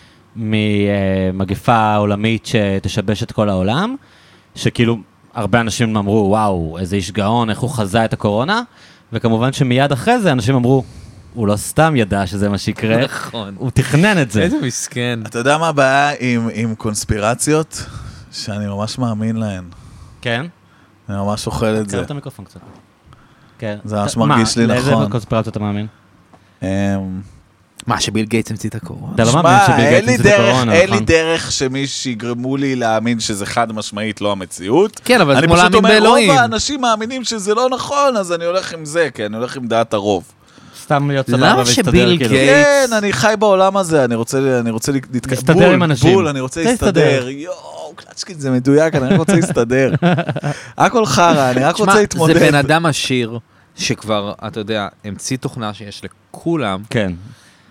ממגפה עולמית שתשבש את כל העולם, שכאילו הרבה אנשים אמרו, וואו, איזה איש גאון, איך הוא חזה את הקורונה, וכמובן שמיד אחרי זה אנשים אמרו, הוא לא סתם ידע שזה מה שיקרה, נכון. הוא תכנן את זה. איזה מסכן. אתה יודע מה הבעיה עם, עם קונספירציות? שאני ממש מאמין להן. כן? אני ממש אוכל את זה. קרב את המיקרופון קצת. כן. זה ממש מרגיש לי נכון. לאיזה קונספירציות אתה מאמין? מה, שביל גייטס המציא את הקורונה? אתה לא מאמין שביל גייטס המציא את הקורונה, נכון? אין לי דרך שמי שיגרמו לי להאמין שזה חד משמעית לא המציאות. כן, אבל זה כמו להאמין באלוהים. אני פשוט אומר, רוב האנשים מאמינים שזה לא נכון, אז אני הולך עם זה, כן, אני הולך עם דעת הרוב. סתם להיות סבבה ולהסתדר, כאילו. כן, אני חי בעולם הזה, אני רוצה להסתדר עם אנשים. בול, אני רוצה להסתדר. יואו, קלצ'קין, זה מדויק, אני רק רוצה להסתדר. הכל חרה, אני רק רוצה להתמודד. זה בן אדם עשיר, שכבר, אתה יודע, המציא תוכנה שיש לכולם. כן.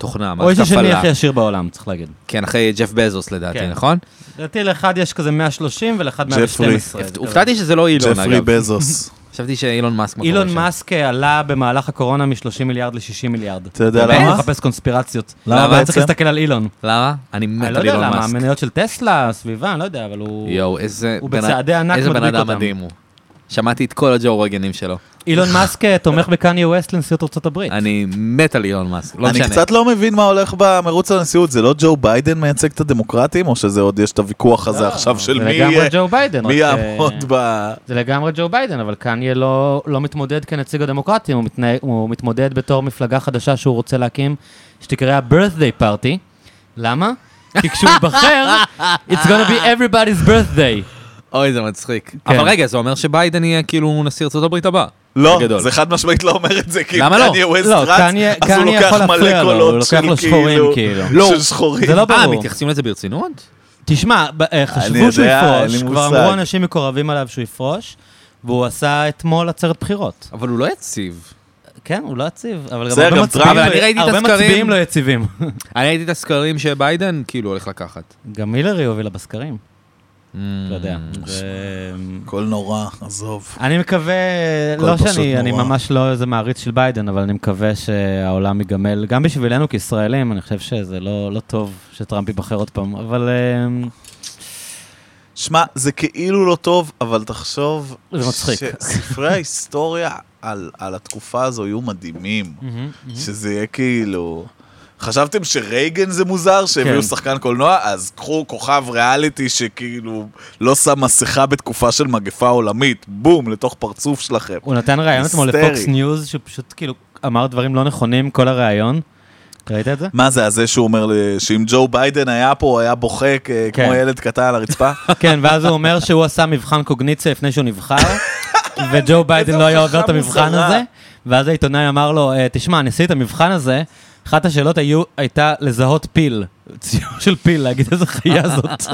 תוכנה, הוא מערכת איש השני הפעלה. הכי עשיר בעולם, צריך להגיד. כן, אחרי ג'ף בזוס לדעתי, כן. נכון? לדעתי לאחד יש כזה מאה ושלושים ולאחד מאה ושתים עשרה. הופתעתי שזה לא אילון, ג'פרי אגב. בזוס. חשבתי שאילון מאסק מקור אילון שם. מאסק עלה במהלך הקורונה מ-שלושים מיליארד ל-שישים מיליארד. אתה יודע אני למה? מחפש קונספירציות. למה אבל צריך בעצם? להסתכל על אילון. למה? אני מת אני לא על יודע אילון למה, מאסק. המניות של טסלה, הסביבה, אני לא יודע, אבל הוא... יואו, איזה הוא בן- בצעדי ענק איזה בן מדביק אדם אותם. מדהים הוא. שמעתי את כל הג'ו רוגנים שלו. אילון מאסק תומך בקניה ווסט לנשיאות ארצות הברית. אני מת על אילון מאסק, לא אני משנה. קצת לא מבין מה הולך במרוץ לנשיאות, זה לא ג'ו ביידן מייצג את הדמוקרטים, או שזה עוד יש את הוויכוח הזה עכשיו של זה מי לגמרי ג'ו ביידן. מי רק, יעמוד אה, ב... זה לגמרי ג'ו ביידן, אבל קניה לא, לא מתמודד כנציג הדמוקרטים, הוא, מתנה, הוא מתמודד בתור מפלגה חדשה שהוא רוצה להקים, שתקרא ה-birthday party. למה? כי כשהוא ייבחר, it's gonna be everybody's birthday. אוי, זה מצחיק. כן. אבל רגע, זה אומר שביידן יהיה כאילו נשיא ארצות הברית הבא. לא, בגדול. זה חד משמעית לא אומר את זה, כי למה לא? קניה ווסט לא, רץ, קניה- אז הוא קניה לוקח יכול מלא להפריע לו, הוא קולות לוקח של לו שחורים, כאילו, כאילו. לא. של שחורים. זה לא אה, ברור. מתייחסים לזה ברצינות? תשמע, ב- אה, אני חשבו יודע, שהוא אין יפרוש, לי כבר מושג. אמרו אנשים מקורבים עליו שהוא יפרוש, והוא עשה אתמול עצרת בחירות. אבל הוא לא יציב. כן, הוא לא יציב, אבל גם בסדר, הרבה גם מצביעים טראמפ- לא- אני ראיתי את הרבה הסקרים. מצביעים לא יציבים. אני ראיתי את הסקרים שביידן כאילו הולך לקחת. גם הילרי הובילה בסקרים, Mm. אתה יודע. זה- הכל נורא, עזוב. אני מקווה, הכל לא פשוט שאני אני נורא. ממש לא איזה מעריץ של ביידן, אבל אני מקווה שהעולם ייגמל, גם בשבילנו כישראלים, אני חושב שזה לא לא טוב שטראמפ ייבחר עוד פעם, אבל אמ, שמע, זה כאילו לא טוב, אבל תחשוב... זה מצחיק. שספרי ההיסטוריה על, על התקופה הזו יהיו מדהימים. שזה יהיה כאילו... חשבתם שרייגן זה מוזר, שהביאו כן. שחקן קולנוע? אז קחו כוכב ריאליטי שכאילו לא שם מסכה בתקופה של מגפה עולמית. בום, לתוך פרצוף שלכם. הוא נתן רעיון אתמול היסטרי. לפוקס ניוז, שפשוט כאילו אמר דברים לא נכונים, כל הרעיון. ראית את זה? מה זה, הזה שהוא אומר לי, שאם ג'ו ביידן היה פה, הוא היה בוחק אה, כן. כמו ילד קטן על הרצפה? כן, ואז הוא אומר שהוא עשה מבחן קוגניציה לפני שהוא נבחר, וג'ו ביידן לא היה עובר את המבחן מוזרה. הזה, ואז העיתונאי אמר לו, "אה, תשמע, אני עשיתי את המבחן הזה, אחת השאלות היו, הייתה לזהות פיל, ציור של פיל, להגיד איזה חיה זאת.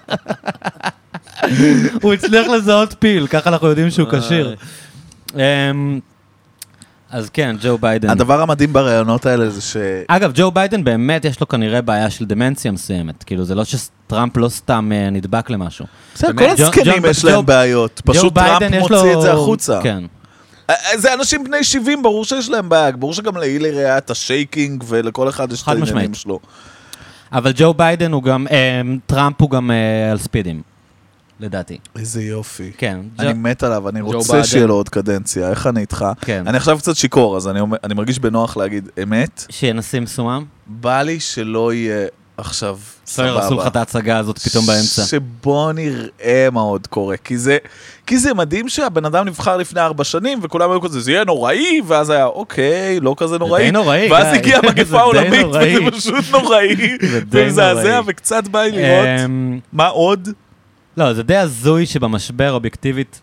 הוא הצליח לזהות פיל, ככה אנחנו יודעים שהוא כשיר. אמ, אז כן, ג'ו ביידן. הדבר המדהים ברעיונות האלה זה ש... אגב, ג'ו ביידן באמת יש לו כנראה בעיה של דמנציה מסוימת. כאילו, זה לא שטראמפ לא סתם אה, נדבק למשהו. בסדר, באמת, כל ג'ו- הזקנים ג'ו- יש להם ג'ו- בעיות. ג'ו פשוט טראמפ ביידן יש מוציא לו- את זה החוצה. כן. זה אנשים בני שבעים, ברור שיש להם בעיה. ברור שגם להילרי היה את השייקינג, ולכל אחד יש את חד העניינים משמעית. שלו. אבל ג'ו ביידן הוא גם, אה, טראמפ הוא גם אה, על ספידים, לדעתי. איזה יופי. כן. אני ג'ו- מת עליו, אני ג'ו רוצה ביידן. שיהיה לו עוד קדנציה. איך אני איתך? כן. אני עכשיו קצת שיכור, אז אני אומר- אני מרגיש בנוח להגיד אמת. שינסים סומם. בא לי שלא יהיה עכשיו לא ירסו לך את ההצגה הזאת פתאום באמצע. שבוא נראה מה עוד קורה, כי זה, כי זה מדהים שהבן אדם נבחר לפני ארבע שנים, וכולם היו כזה, זה יהיה נוראי, ואז היה, אוקיי, לא כזה נוראי. די נוראי, ואז גיא. הגיעה זה מגפה די עולמית, נוראי. וזה פשוט נוראי. זה די ומזעזע, נוראי. וקצת בא לי לראות. אמ, מה עוד? לא, זה די הזוי שבמשבר אובייקטיבית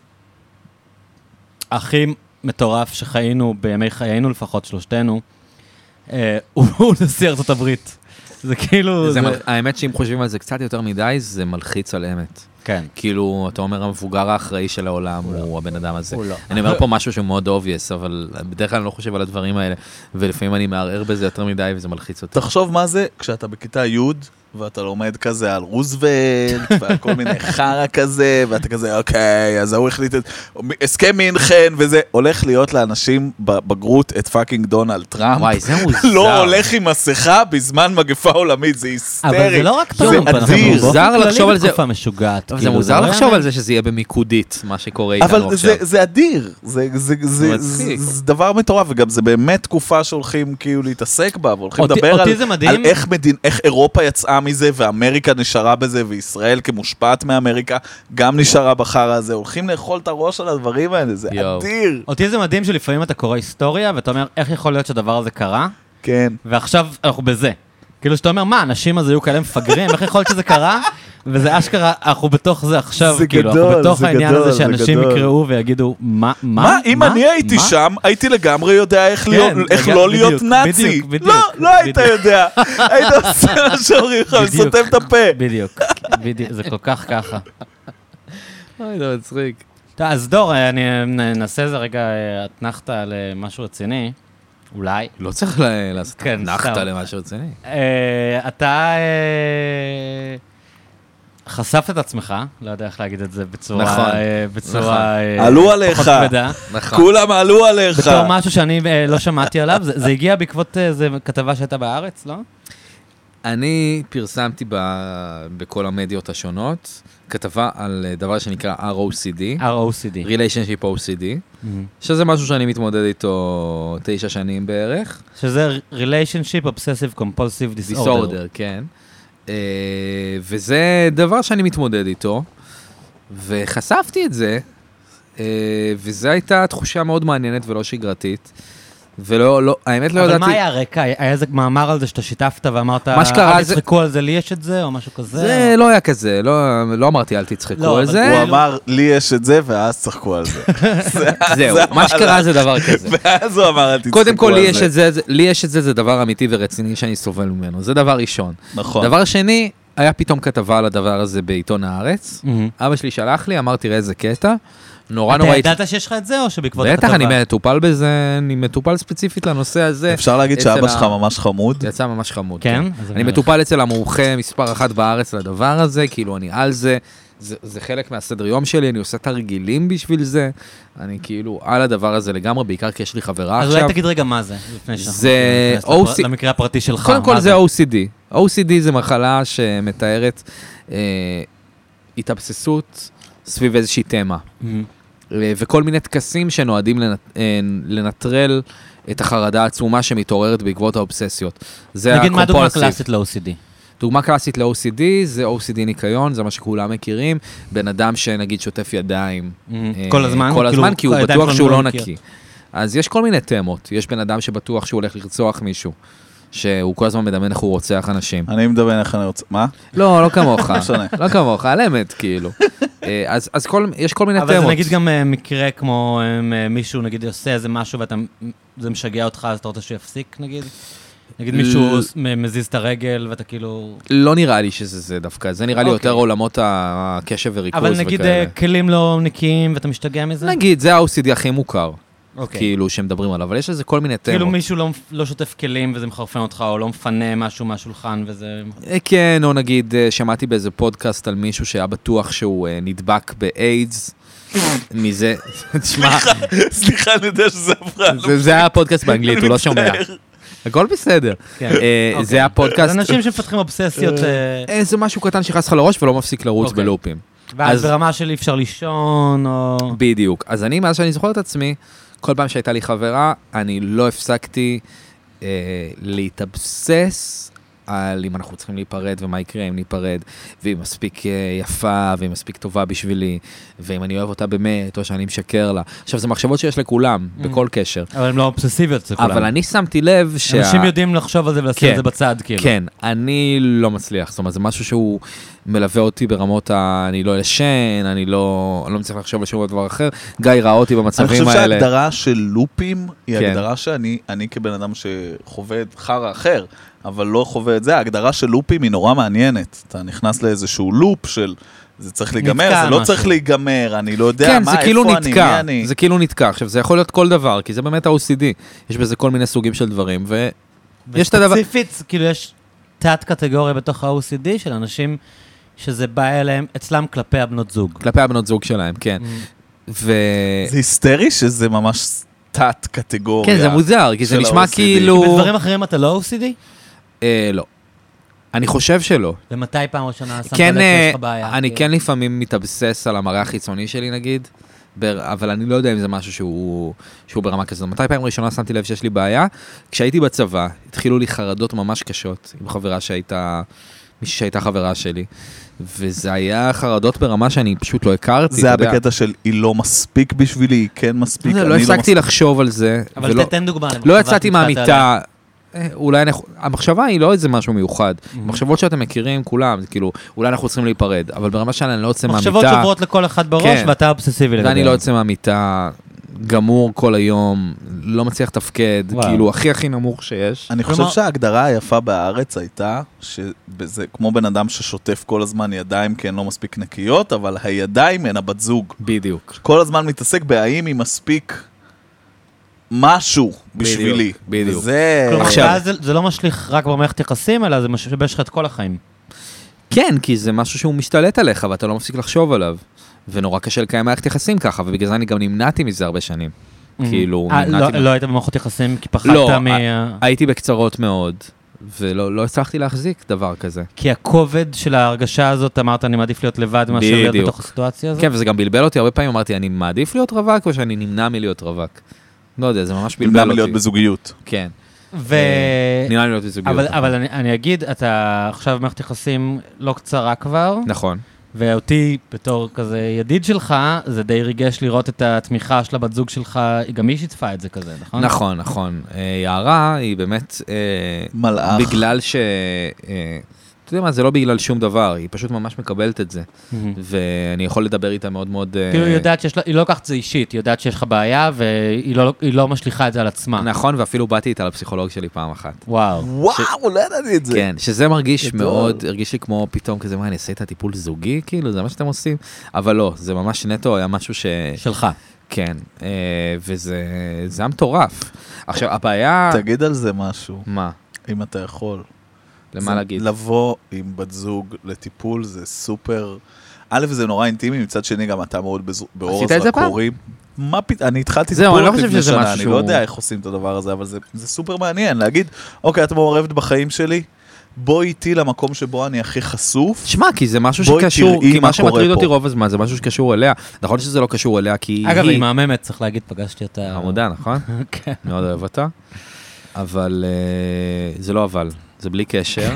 הכי מטורף שחיינו, בימי חיינו לפחות, שלושתנו, אה, הוא נשיא ארצות הברית. זה כאילו... זה זה- מל- האמת שאם חושבים על זה קצת יותר מדי, זה מלחיץ על אמת. כן. כאילו, אתה אומר, המבוגר האחראי של העולם הוא הבן אדם הזה. הוא לא. אני אומר פה משהו שהוא מאוד obvious, אבל בדרך כלל אני לא חושב על הדברים האלה, ולפעמים אני מערער בזה יותר מדי, וזה מלחיץ אותי. תחשוב מה זה כשאתה בכיתה י' ואתה לומד כזה על רוזוולט ועל כל מיני חרא כזה, ואתה כזה, אוקיי, אז הוא החליט את... הסכם מינכן וזה, הולך להיות לאנשים בבגרות את פאקינג דונלד טראמפ. וואי, זה מוזר. לא הולך עם מסכה בזמן מגפה עולמית, זה היסטרי. אבל זה לא רק זה טראמפ, אנחנו אדיר. באופן מוזר כללי לחשוב על זה. בתקופה משוגעת. אבל זה כאילו, מוזר לא לחשוב יאמן. על זה שזה יהיה במיקודית, מה שקורה איתנו אבל עכשיו. זה, זה אדיר, זה, זה, זה, מצחיק. זה, זה דבר מטורף, וגם זה באמת תקופה שהולכים כאילו להתעסק בה, והולכים אותי- לדבר אותי על, זה מדהים. על איך, מדין, איך אירופה יצאה מזה, ואמריקה נשארה בזה, וישראל כמושפעת מאמריקה, גם נשארה בחר הזה, הולכים לאכול את הראש על הדברים האלה, זה יואו. אדיר. אותי זה מדהים שלפעמים אתה קורא היסטוריה, ואתה אומר, איך יכול להיות שהדבר הזה קרה? כן. ועכשיו אנחנו בזה. כאילו שאתה אומר, מה, האנשים הזה היו כאלה מפגרים, איך יכול להיות שזה קרה? וזה אשכרה, אנחנו בתוך זה עכשיו, זה כאילו, גדול, אנחנו בתוך זה העניין גדול, הזה זה שאנשים גדול. יקראו ויגידו, מה, מה? מה, אם אני הייתי מה?" שם, הייתי לגמרי יודע איך כן, להיות- איך בדיוק, לא להיות בדיוק, נאצי. בדיוק, בדיוק, לא, לא היית בדיוק. יודע. היית עושה מה שאומרים לך, בדיוק. וסותם את הפה. בדיוק, בדיוק, זה כל כך ככה. אוי, זה מצחיק. טוב, אז דור, אני נעשה איזה רגע אתנחתה על משהו רציני. אולי. לא צריך ל- לעשות כן, נחת סתם. למשהו רציני. אה, אתה אה, חשפת את עצמך, לא יודע איך להגיד את זה בצורה... נכון, אה, נכון. בצורה... אה, עלו עליך. פחות כבדה. נכון. כולם עלו עליך. בתור משהו שאני אה, לא שמעתי עליו, זה זה הגיע בעקבות איזה כתבה שהייתה בארץ, לא? אני פרסמתי ב- בכל המדיות השונות, כתבה על דבר שנקרא אר או סי די, R O C D. Relationship או סי די, שזה משהו שאני מתמודד איתו תשע שנים בערך. שזה Relationship Obsessive Compulsive Disorder. Disorder, כן. אה, וזה דבר שאני מתמודד איתו, וחשפתי את זה, אה, וזו הייתה תחושה מאוד מעניינת ולא שגרתית, ולא, לא, האמת לא אבל ידעתי... מה היה הרקע? היה איזה מאמר על זה שאתה שיתפת ואמרת, מה שקרה אל זה- תצחקו על זה, לי יש את זה, או משהו כזה? זה לא היה כזה, לא, לא אמרתי אל תצחקו לא, על אבל זה. הוא אמר, לי יש את זה, ואז צחקו על זה. זהו, מה שקרה זה דבר כזה. ואז הוא אמר, אל תצחקו על זה. קודם כל, לי יש את זה, זה- לי יש את זה, זה דבר אמיתי ורציני שאני סובל ממנו. זה דבר ראשון. נכון. דבר שני, היה פתאום כתבה על הדבר הזה בעיתון הארץ. מהמם. אבא שלי שלח לי, אמר, תראה איזה קטע. נורא אתה נורא... ידעת שיש לך את זה, או שבעקבות בטח, הכתבה? אני מטופל בזה, אני מטופל ספציפית לנושא הזה. אפשר להגיד אצל שאבא ה- שלך ממש חמוד? זה יצא ממש חמוד. כן? כן. אז אני אני מטופל אצל המומחה מספר אחת בארץ לדבר הזה, כאילו אני על זה, זה, זה חלק מהסדר יום שלי, אני עושה תרגילים בשביל זה, אני כאילו על הדבר הזה לגמרי, בעיקר כי יש לי חברה אז עכשיו. אולי תגיד רגע מה זה, לפני שאנחנו זה ניכנס או לפר- סי- למקרה הפרטי שלך. קודם כל מה זה או סי די. או סי די זה מחלה שמתארת אה, התאבססות סביב איזושהי תמה. מהמם. אה, וכל מיני טקסים שנועדים לנט, אה, לנטרל את החרדה העצומה שמתעוררת בעקבות האובססיות. זה נגיד מה דוגמה ה-compulsive. קלאסית ל-או סי די? דוגמה קלאסית ל-או סי די זה או סי די ניקיון, זה מה שכולם מכירים. בן אדם שנגיד שוטף ידיים. אה, כל הזמן? כל הזמן, כאילו, כי הוא הידיים בטוח שלנו שהוא לא לא נקיות. נקי. אז יש כל מיני תמות. יש בן אדם שבטוח שהוא הולך לרצוח מישהו. שהוא כל הזמן מדמיין איך הוא רוצח אנשים. אני מדבר איך אני רוצה... מה? לא, לא כמוך. משנה. לא כמוך, על אמת, כאילו. אה, אז אז כל- יש כל מיני תמות. אבל זה נגיד גם אה, מקרה כמו אה, מישהו, נגיד, עושה איזה משהו וזה משגע אותך, אז אתה רוצה שיפסיק, נגיד? נגיד מישהו מ- מזיז את הרגל ואתה כאילו... לא נראה לי שזה זה דווקא. זה נראה לי אוקיי. יותר עולמות הקשב וריכוז אבל וכאלה. נגיד אה, כלים לא נקיים ואתה משתגע מזה? נגיד, זה ה-או סי די הכי מוכר. אוקיי. כאילו, שמדברים עליו, אבל יש לזה כל מיני תמות. כאילו מישהו לא, לא שוטף כלים וזה מחרפן אותך, או לא מפנה משהו מהשולחן וזה... אה, כן, או נגיד, אה, שמעתי באיזה פודקאסט על מישהו שהיה בטוח שהוא אה, נדבק באיידס. מזה, תשמע, סליחה, אני יודע שזה הפרעה. זה- זה היה פודקאסט באנגלית, הוא לא שומע. הכל בסדר. כן. אה, אוקיי. זה היה פודקאסט, אז אנשים שמפתחים אובססיות, אה, אה, זה משהו קטן שנכנס לך לראש ולא מפסיק לרוץ אוקיי. בלופים. ואז אז- ברמה של אי אפשר לישון, או... בדיוק. אז אני, מאז שאני זוכר את עצמי, כל פעם שהייתה לי חברה, אני לא הפסקתי אה, להתאבסס על אם אנחנו צריכים להיפרד ומה יקרה אם ניפרד, והיא מספיק אה, יפה והיא מספיק טובה בשבילי, ואם אני אוהב אותה באמת, או שאני משקר לה. עכשיו, זה מחשבות שיש לכולם, בכל קשר. אבל הן לא אובססיביות אצל כולם. אבל אני שמתי לב שה... אנשים יודעים לחשוב על זה ולשים כן. את זה בצד, כאילו. כן, אני לא מצליח, זאת אומרת, זה משהו שהוא מלווה אותי ברמות ה... אני לא ישן, אני לא, אני לא מצליח לחשוב על שום דבר אחר. גיא ראה אותי אני במצבים חושב האלה. שההגדרה של לופים היא כן. הגדרה שאני אני כבן אדם שחווה את חרא אחר, אבל לא חווה את זה, ההגדרה של לופים היא נורא מעניינת. אתה נכנס לאיזשהו לופ של זה צריך להיגמר, נתקע זה לא משהו. צריך להיגמר, אני לא יודע כן, מה, זה כאילו איפה אני, מי נתקע, אני. זה כאילו נתקע. עכשיו, זה יכול להיות כל דבר, כי זה באמת ה-או סי די. יש בזה כל מיני סוגים של דברים, ויש את הדבר... וספציפית, כאילו יש תת קטגוריה בתוך ה-או סי די של אנשים שזה בא אליהם, אצלם כלפי הבנות זוג. כלפי הבנות זוג שלהם, כן. ו... זה היסטרי שזה ממש תת קטגוריה. כן, זה מוזר, כי זה של נשמע ה-או סי די. כאילו... בדברים אחרים אתה לא או סי די? אה, לא. אני חושב שלא. ומתי פעם ראשונה שמת כן, לב אה, שיש לך בעיה? אני כאילו? כן לפעמים מתאבסס על המראה החיצוני שלי נגיד, בר- אבל אני לא יודע אם זה משהו שהוא, שהוא ברמה כזאת. מתי פעם ראשונה שמתי לב שיש לי בעיה? כשהייתי בצבא, התחילו לי חרדות ממש קשות עם חברה שהייתה, מישהי שהייתה חברה שלי, וזה היה חרדות ברמה שאני פשוט לא הכרתי. זה היה אתה יודע. בקטע של היא לא מספיק בשבילי, היא כן מספיק, לא, אני לא לא הפסקתי מספיק. לחשוב על זה, אבל ולא- תתן דוגמה. לא למחשבה יצאתי שנתקעת עליה. מהמיטה, אה, אולי אנחנו, המחשבה היא לא איזה משהו מיוחד, מחשבות שאתם מכירים כולם, זה כאילו, אולי אנחנו צריכים להיפרד, אבל ברמה שאני לא יוצא מהמיטה, מחשבות שעוברות לכל אחד בראש, כן. ואתה אובססיבי לגבי. ואני לא יוצא מהמיטה, גמור כל היום, לא מצליח לתפקד, וואו. כאילו, הכי הכי נמוך שיש. אני חושב כלומר- שההגדרה היפה בארץ הייתה, שזה כמו בן אדם ששוטף כל הזמן ידיים כי הן לא מספיק נקיות, אבל הידיים הן הבת זוג. בדיוק. כל הזמן מתעסק בהאם היא מספיק משהו בשבילי. בדיוק. וזה... כלומר, עכשיו- ואז זה- זה לא משליך רק במערכת יחסים, אלא זה משבש לך את כל החיים. כן, כי זה משהו שהוא משתלט עליך, ואתה לא מפסיק לחשוב עליו. ונורא קשה לקיים מערכת יחסים ככה, ובגלל זה אני גם נמנעתי מזה הרבה שנים. כאילו, אה, נמנעתי... לא- לא היית במערכות יחסים כי פחדת לא, מ... הייתי בקצרות מאוד, ולא לא הצלחתי להחזיק דבר כזה. כי הכובד של ההרגשה הזאת, אמרת, אני מעדיף להיות לבד מאשר להיות בדיוק. בתוך הסיטואציה הזאת? כן, וזה גם בלבל אותי, הרבה פעמים אמרתי, אני מעדיף להיות רווק, או שאני נמנע מלהיות רווק? לא יודע, זה ממש בלבל נמנע אותי. מלהיות בזוגיות. כן. ו... נמנע מלהיות בזוגיות. אבל, אבל אני, אני אגיד, אתה עכשיו במערכת יחסים לא קצרה כבר, נכון. ואותי בתור כזה ידיד שלך, זה די ריגש לראות את התמיכה של הבת זוג שלך, גם היא שיתפה את זה כזה, נכון? נכון, נכון. אה, יערה היא באמת... אה, מלאך. בגלל ש... אה, אתה יודע מה, זה לא בגלל שום דבר, היא פשוט ממש מקבלת את זה. מהמם. ואני יכול לדבר איתה מאוד מאוד... אה, כאילו היא יודעת שיש לה, היא לא לוקחת את זה אישית, היא יודעת שיש לך בעיה, והיא לא, היא לא משליכה את זה על עצמה. נכון, ואפילו באתי איתה לפסיכולוג שלי פעם אחת. וואו. וואו, לא ידעתי את זה. כן, שזה מרגיש גדול. מאוד, הרגיש לי כמו פתאום כזה, מה, אני אעשה את הטיפול זוגי, כאילו, זה מה שאתם עושים? אבל לא, זה ממש נטו, היה משהו ש... שלך. כן, אה, וזה זה היה מטורף. עכשיו, הבעיה... תגיד על זה משהו, מה? אם אתה יכול. למה זה- להגיד? לבוא עם בת זוג לטיפול זה סופר... א', זה נורא אינטימי, מצד שני גם אתה מאוד בז- באור עשית את זה פעם? הזרקורים. מה פת... אני התחלתי זהו, טיפול אני לא רק חושב לפני שזה שנה, משהו אני שהוא- לא יודע איך עושים את הדבר הזה, אבל זה, זה סופר מעניין, להגיד, אוקיי, את מעורבת בחיים שלי, בואי איתי למקום שבו אני הכי חשוף. שמע, כי זה משהו בואי שקשור, תראי כי מה מה שמטריד קורה אותי פה. רוב הזמן, זה משהו שקשור אליה. נכון שזה לא קשור אליה, כי אגב, היא... היא מהממת, צריך להגיד, פגשתי אותה. חמודה, נכון? כן. מאוד אוהב אותה. אבל אה, זה לא אבל, זה בלי קשר.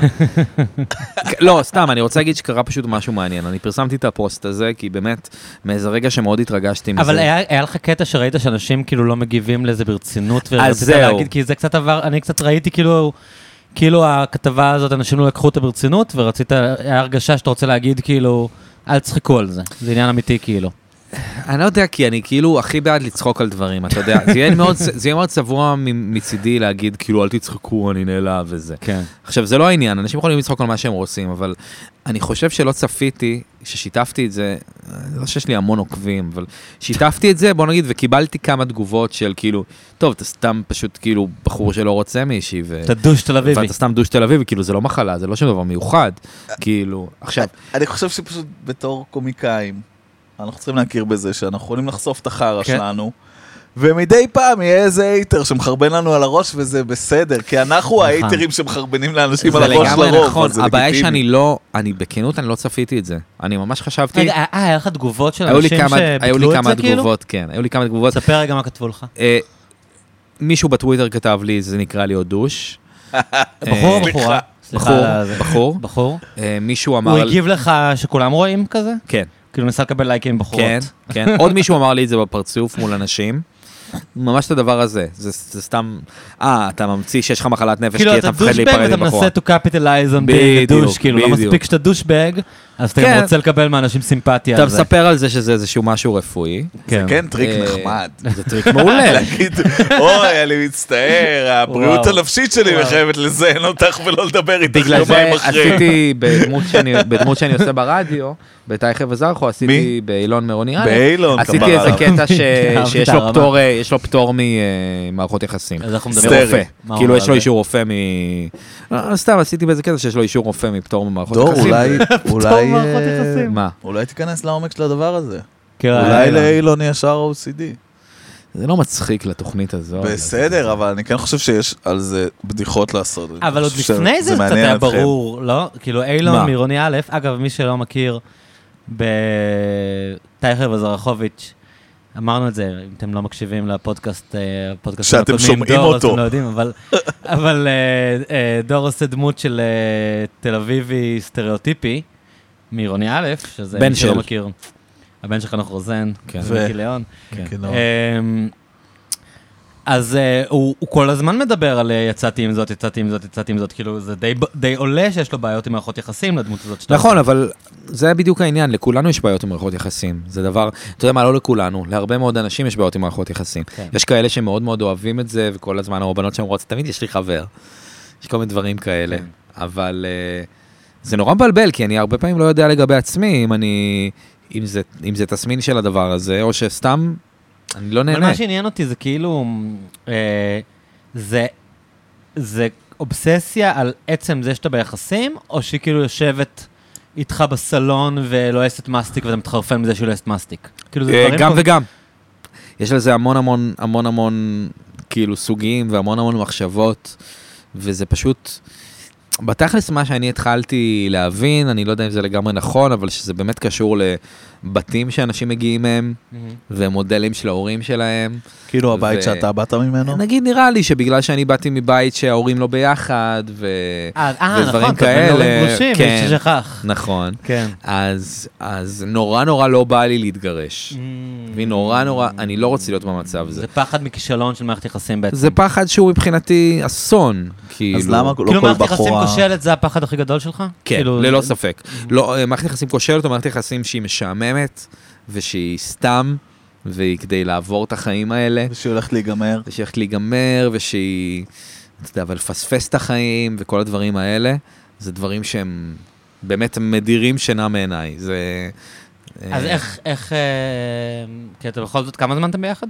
לא, סתם, אני רוצה להגיד שקרה פשוט משהו מעניין. אני פרסמתי את הפוסט הזה, כי באמת, מאיזה רגע שמאוד התרגשתי מזה. אבל היה, היה לך קטע שראית שאנשים כאילו לא מגיבים לזה ברצינות, אז ורצית זהו. להגיד, כי זה קצת עבר, אני קצת ראיתי כאילו, כאילו הכתבה הזאת, אנשים לא לקחו אותה ברצינות, ורצית, היה הרגשה שאתה רוצה להגיד כאילו, אל תצחקו על זה, זה עניין אמיתי כאילו. אני לא יודע, כי אני כאילו הכי בעד לצחוק על דברים, אתה יודע. זה יהיה מאוד, זה יהיה מאוד צבוע מ- מצידי להגיד, כאילו, אל תצחקו, אני נעלב וזה. כן. עכשיו, זה לא העניין, אנשים יכולים לצחוק על מה שהם רוצים, אבל אני חושב שלא צפיתי, ששיתפתי את זה, לא שיש לי המון עוקבים, אבל שיתפתי את זה, בוא נגיד, וקיבלתי כמה תגובות של כאילו, טוב, אתה סתם פשוט כאילו בחור שלא רוצה מישהי, ו... אתה דוש תל אביבי. ואתה סתם דוש תל אביבי, כאילו, זה לא מחלה, זה לא שום דבר מיוחד, כאילו, עכשיו, אני חושב שפשוט בתור קומיקאים, אנחנו צריכים להכיר בזה שאנחנו יכולים לחשוף את החרא כן. שלנו, ומדי פעם יהיה איזה הייטר שמחרבן לנו על הראש, וזה בסדר, כי אנחנו ההייטרים שמחרבנים לאנשים על זה הראש לגמרי לרוב, נכון, אז זה הבעיה היא לגיטימי. שאני לא, אני בכנות, אני לא צפיתי את זה, אני ממש חשבתי, רגע, אה, היה לך תגובות של היו לי אנשים כמה- היו לי שביטלו את כמה זה כאילו? תגובות, כן, היו לי כמה תגובות, ספר רגע מה כתבו לך. אה, מישהו בטוויטר כתב לי, זה נקרא לי עוד דוש. בחור או סליחה. בחורה? סליחה בחור, על זה. בחור. בחור? אה, מישהו הוא אמר... הגיב לך שכולם רואים כזה? כן, כאילו ניסה לקבל לייקים בחורות. כן, כן. עוד מישהו אמר לי את זה בפרצוף מול אנשים. ממש את הדבר הזה. זה זה סתם... אה, אתה ממציא שיש לך מחלת נפש כאילו כי אתה אתה מפחד דושבג להיפרד ואתה עם בחורה. מנסה to capitalize on being a בדיוק, douche, כאילו לא בדיוק. מספיק שאתה דושבג, אז אתה כן. גם רוצה לקבל מאנשים סימפתיה אתה על זה. מספר על זה שזה איזשהו משהו רפואי. כן. כן, טריק אה, נחמד. זה טריק מעולה. להגיד, אוי, אני מצטער, הבריאות וואו. הנפשית שלי וואו. מחייבת לזיין אותך ולא לדבר איתך בגלל זה יומיים אחרי. עשיתי בדמות שאני, בדמות שאני עושה ברדיו, בתייכה וזרחו, עשיתי באילון מרוני א', באילון, עשיתי כפרה איזה עליו. קטע ש- אהבתי שיש את לו הרמה. פטור, אה, יש לו פטור ממערכות יחסים. אז אנחנו סטרי. מדברים. מרופא. מה הוא כאילו אמר יש לו על זה? אישור רופא מ... לא, סתם עשיתי באיזה קטע שיש לו אישור רופא מפטור ממערכות דור, יחסים. אולי, אולי, מערכות אה, יחסים. מה? אולי תיכנס לעומק של הדבר הזה. כן, אולי אילון. לאילון ישר או סי די. זה לא מצחיק לתוכנית הזו. בסדר, אבל אני כן חושב שיש על זה בדיחות לעשות. אבל אני עוד חושב לפני זה שזה קצת מעניין היה אתכם. ברור, לא? כאילו מה? אילון מעירוני א', אגב, מי שלא מכיר, בטייכר וזרחוביץ', אמרנו את זה, אם אתם לא מקשיבים לפודקאסט, אה, הפודקאסט שאתם שומעים דור, אז אותו. אתם לא יודעים, אבל, אבל אה, אה, דור עושה דמות של אה, תל אביבי סטריאוטיפי, מעירוני א', שזה בן מי שלא של. מכיר, הבן של חנוך רוזן, כן. ומיקי ליאון. כן. כן, לא. אמ, אז אה, הוא הוא כל הזמן מדבר על אה, יצאתי עם זאת, יצאתי עם זאת, יצאתי עם זאת, כאילו זה די ב- די עולה שיש לו בעיות עם מערכות יחסים לדמות הזאת. שאתה נכון, עושה. אבל זה בדיוק העניין, לכולנו יש בעיות עם מערכות יחסים. זה דבר, אתה יודע מה, לא לכולנו, להרבה מאוד אנשים יש בעיות עם מערכות יחסים. כן. יש כאלה שמאוד מאוד אוהבים את זה, וכל הזמן הרבנות שאומרות, תמיד יש לי חבר. יש כל מיני דברים כאלה. כן. אבל אה, זה נורא מבלבל, כי אני הרבה פעמים לא יודע לגבי עצמי, אם אני, אם זה, אם זה תסמין של הדבר הזה, או שסתם אני לא אבל נהנה. מה שעניין אותי זה כאילו, אה, זה, זה אובססיה על עצם זה שאתה ביחסים, או שהיא כאילו יושבת איתך בסלון ולועסת מסטיק, ואתה מתחרפן מזה שהיא לועסת מסטיק. כאילו זה דברים... גם כל- וגם. יש לזה המון המון המון המון כאילו סוגים והמון המון מחשבות, וזה פשוט... בתכלס מה שאני התחלתי להבין, אני לא יודע אם זה לגמרי נכון, אבל שזה באמת קשור לבתים שאנשים מגיעים מהם, ומודלים של ההורים שלהם. כאילו הבית ו- שאתה באת ממנו? נגיד נראה לי שבגלל שאני באתי מבית שההורים לא ביחד, ו... אה, אה, ודברים נכון, אתה בן כאלה, הורים גרושים, כן. מי ששכח. נכון. כן. אז, אז נורא נורא לא בא לי להתגרש. ונורא נורא, אני לא רוצה להיות במצב הזה. זה פחד מכישלון של מערכת יחסים בעצם. זה פחד שהוא מבחינתי אסון. כאילו, אז למה לא כאילו כל מערכת יחסים בחורה... כושלת זה הפחד הכי גדול שלך? כן, כאילו- ללא ספק. לא, מערכת יחסים כושלת או מערכת יחסים שהיא משעממת, ושהיא סתם, והיא כדי לעבור את החיים האלה, שהיא הולכת להיגמר. ושהיא הולכת להיגמר, ושהיא, אתה יודע, אבל לפספס את החיים, וכל הדברים האלה, זה דברים שהם באמת מדירים שינה מעיניי. זה... אז אה, איך, איך, אה, כי אתה בכל זאת, כמה זמן אתם ביחד?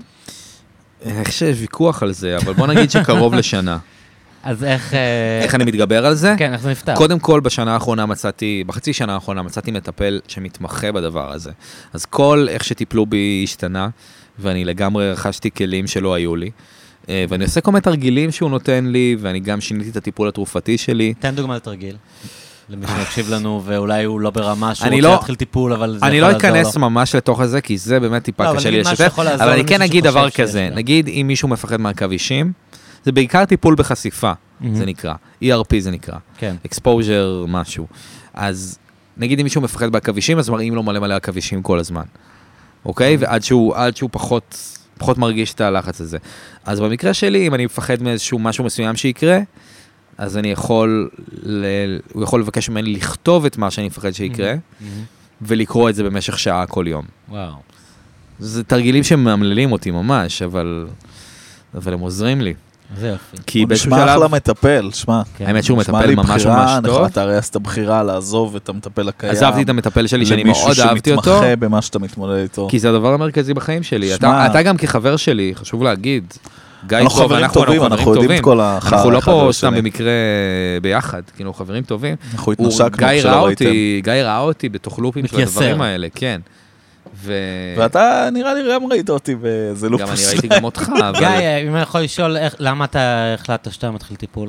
איך שיש ויכוח על זה, אבל בוא נגיד שקרוב לשנה. אז איך... אה, איך אני מתגבר על זה? כן, איך זה נפתר? קודם כל, בשנה האחרונה מצאתי, בחצי שנה האחרונה מצאתי מטפל שמתמחה בדבר הזה. אז כל איך שטיפלו בי השתנה, ואני לגמרי רכשתי כלים שלא היו לי. אה, ואני עושה כל מיני תרגילים שהוא נותן לי, ואני גם שיניתי את הטיפול התרופתי שלי. תן דוגמה לתרגיל. למי שמקשיב לנו, ואולי הוא לא ברמה שהוא אני רוצה לא- להתחיל טיפול, אבל זה אני יכול לא לעזור לו. אכנס ממש לתוך זה, כי זה באמת לא, טיפה אבל קשה לי נגיד מה לשתף, שיכול לעזור אבל אני למישהו כן אגיד שחושב דבר שיש כזה, לו. נגיד אם מישהו מפחד מעכבישים, זה בעיקר טיפול בחשיפה, זה נקרא, אי אר פי זה נקרא, כן. exposure משהו. אז נגיד אם מישהו מפחד בעכבישים, אז מראים לו מלא מלא עכבישים כל הזמן, אוקיי? ועד שהוא, עד שהוא פחות, פחות מרגיש את הלחץ הזה. אז במקרה שלי, אם אני מפחד מאיזשהו משהו מסוים שיקרה, אז אני יכול, ל... הוא יכול לבקש ממני לכתוב את מה שאני מפחד שיקרה, ולקרוא את זה במשך שעה כל יום. וואו. זה תרגילים שמאמללים אותי ממש, אבל, אבל הם עוזרים לי. זה יופי. כי באיזשהו נשמע אחלה שלב, מטפל, שמע. כן. האמת שהוא נשמע מטפל לי ממש בחירה, ממש טוב. אתה הרי עשת בחירה לעזוב את המטפל הקיים. עזבתי את המטפל שלי שאני מאוד אהבתי אותו, למישהו שמתמחה במה שאתה מתמודד איתו. כי זה הדבר המרכזי בחיים שלי. שמע. אתה, אתה גם כחבר שלי, חשוב להגיד, גיא אנחנו טוב, חברים אנחנו טובים, אנחנו אנחנו חברים יודעים את טובים. כל החרא אנחנו לא אחד פה על סתם השני. במקרה ביחד, כאילו חברים טובים. אנחנו הוא- התנשקנו גיא כשלא ראה ראיתם. אותי, גיא ראה אותי בתוך לופים של מתייסר. הדברים האלה, כן. ו... ואתה נראה לי גם ראית אותי באיזה לופוס. גם אני ראיתי גם אותך, אבל... גיא, אם אני יכול לשאול, איך- למה אתה החלטת שאתה מתחיל טיפול?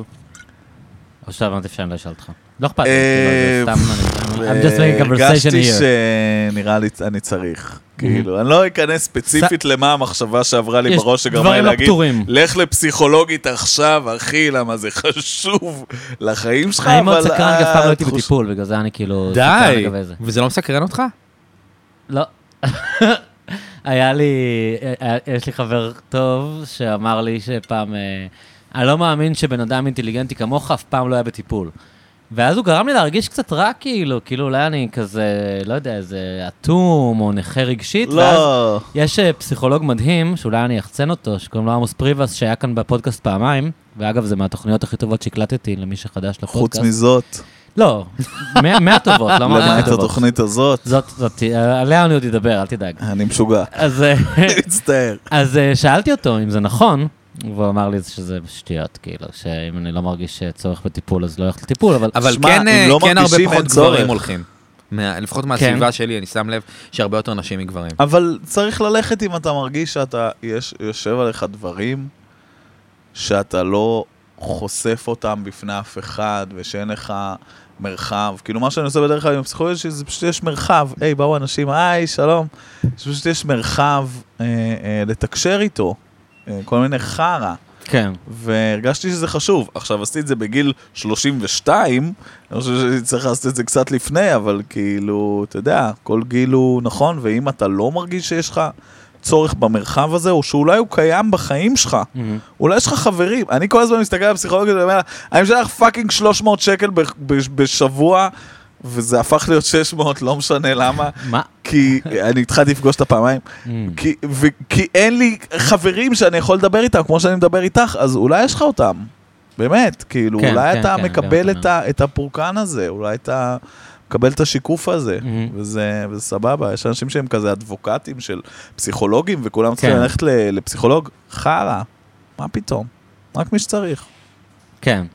או שאתה אמרת שאני לא אשאל אותך. לא אכפת לי, כאילו, זה סתם, אני- I'm just making conversation הרגשתי here. שנראה לי אני צריך. כאילו, אני לא אכנס ספציפית למה המחשבה שעברה לי יש בראש שגרמה לי דברים לא להגיד, פתורים. לך לפסיכולוגית עכשיו, אחי, למה זה חשוב לחיים שלך, אני מאוד אבל סקרן, אף פעם לא הייתי התחוש- בטיפול, בגלל זה אני כאילו... סקרן די, לגבי זה. וזה לא מסקרן אותך? לא. היה לי, היה- יש לי חבר טוב שאמר לי שפעם, אה, אני לא מאמין שבן אדם אינטליגנטי כמוך אף פעם לא היה בטיפול. ואז הוא גרם לי להרגיש קצת רע, כאילו, כאילו אולי אני כזה, לא יודע, איזה אטום או נכה רגשית, ואז לא, יש אה, פסיכולוג מדהים, שאולי אני אחצן אותו, שקוראים לו עמוס פריבס, שהיה כאן בפודקאסט פעמיים, ואגב, זה מהתוכניות הכי טובות שהקלטתי למי שחדש חוץ לפודקאסט. מזאת, לא, מה- מהטובות, לא למעט מהטובות. התוכנית הזאת, זאת, זאת, עליה אני עוד אדבר, אל תדאג. אני משוגע. אז, אה, אני מצטער. אז אה, שאלתי אותו אם זה נכון, והוא אמר לי שזה שטויות, כאילו, שאם אני לא מרגיש צורך בטיפול, אז לא הולך לטיפול, אבל... אבל שמע, כן, אם אה, לא כן הרבה מרגישים, פחות אין צורך. גברים הולכים. מה- לפחות מהסביבה שלי, אני שם לב שהרבה יותר נשים מגברים. אבל צריך ללכת אם אתה מרגיש שאתה, יש, יושב עליך דברים שאתה לא חושף אותם בפני אף אחד, ושאין לך מרחב. כאילו מה שאני עושה בדרך כלל עם הפסיכולוגיה, שזה פשוט יש מרחב. היי, באו אנשים, היי, שלום. שפשוט יש מרחב אה, אה, לתקשר איתו. אה, כל מיני חרא. כן. והרגשתי שזה חשוב. עכשיו, עשיתי את זה בגיל שלושים ושתיים, אני חושב שאני צריך לעשות את זה קצת לפני, אבל כאילו, אתה יודע, כל גיל הוא נכון, ואם אתה לא מרגיש שיש לך צורך במרחב הזה, או שאולי הוא קיים בחיים שלך, אולי יש לך חברים. אני כל הזמן מסתכל על הפסיכולוגיה ואומר, אני משלח פאקינג שלוש מאות שקל ב- ב- בשבוע, וזה הפך להיות שש מאות, לא משנה למה. מה? כי אני התחלתי לפגוש את הפעמיים, כי, ו, כי אין לי חברים שאני יכול לדבר איתם, כמו שאני מדבר איתך, אז אולי יש לך אותם, באמת, כאילו, כן, אולי כן, אתה כן, מקבל באמת, את, ה, את הפורקן הזה, אולי אתה מקבל את השיקוף הזה, וזה סבבה. יש אנשים שהם כזה אדבוקטים של פסיכולוגים, וכולם צריכים ללכת לפסיכולוג, חרה, מה פתאום? רק מי שצריך. כן.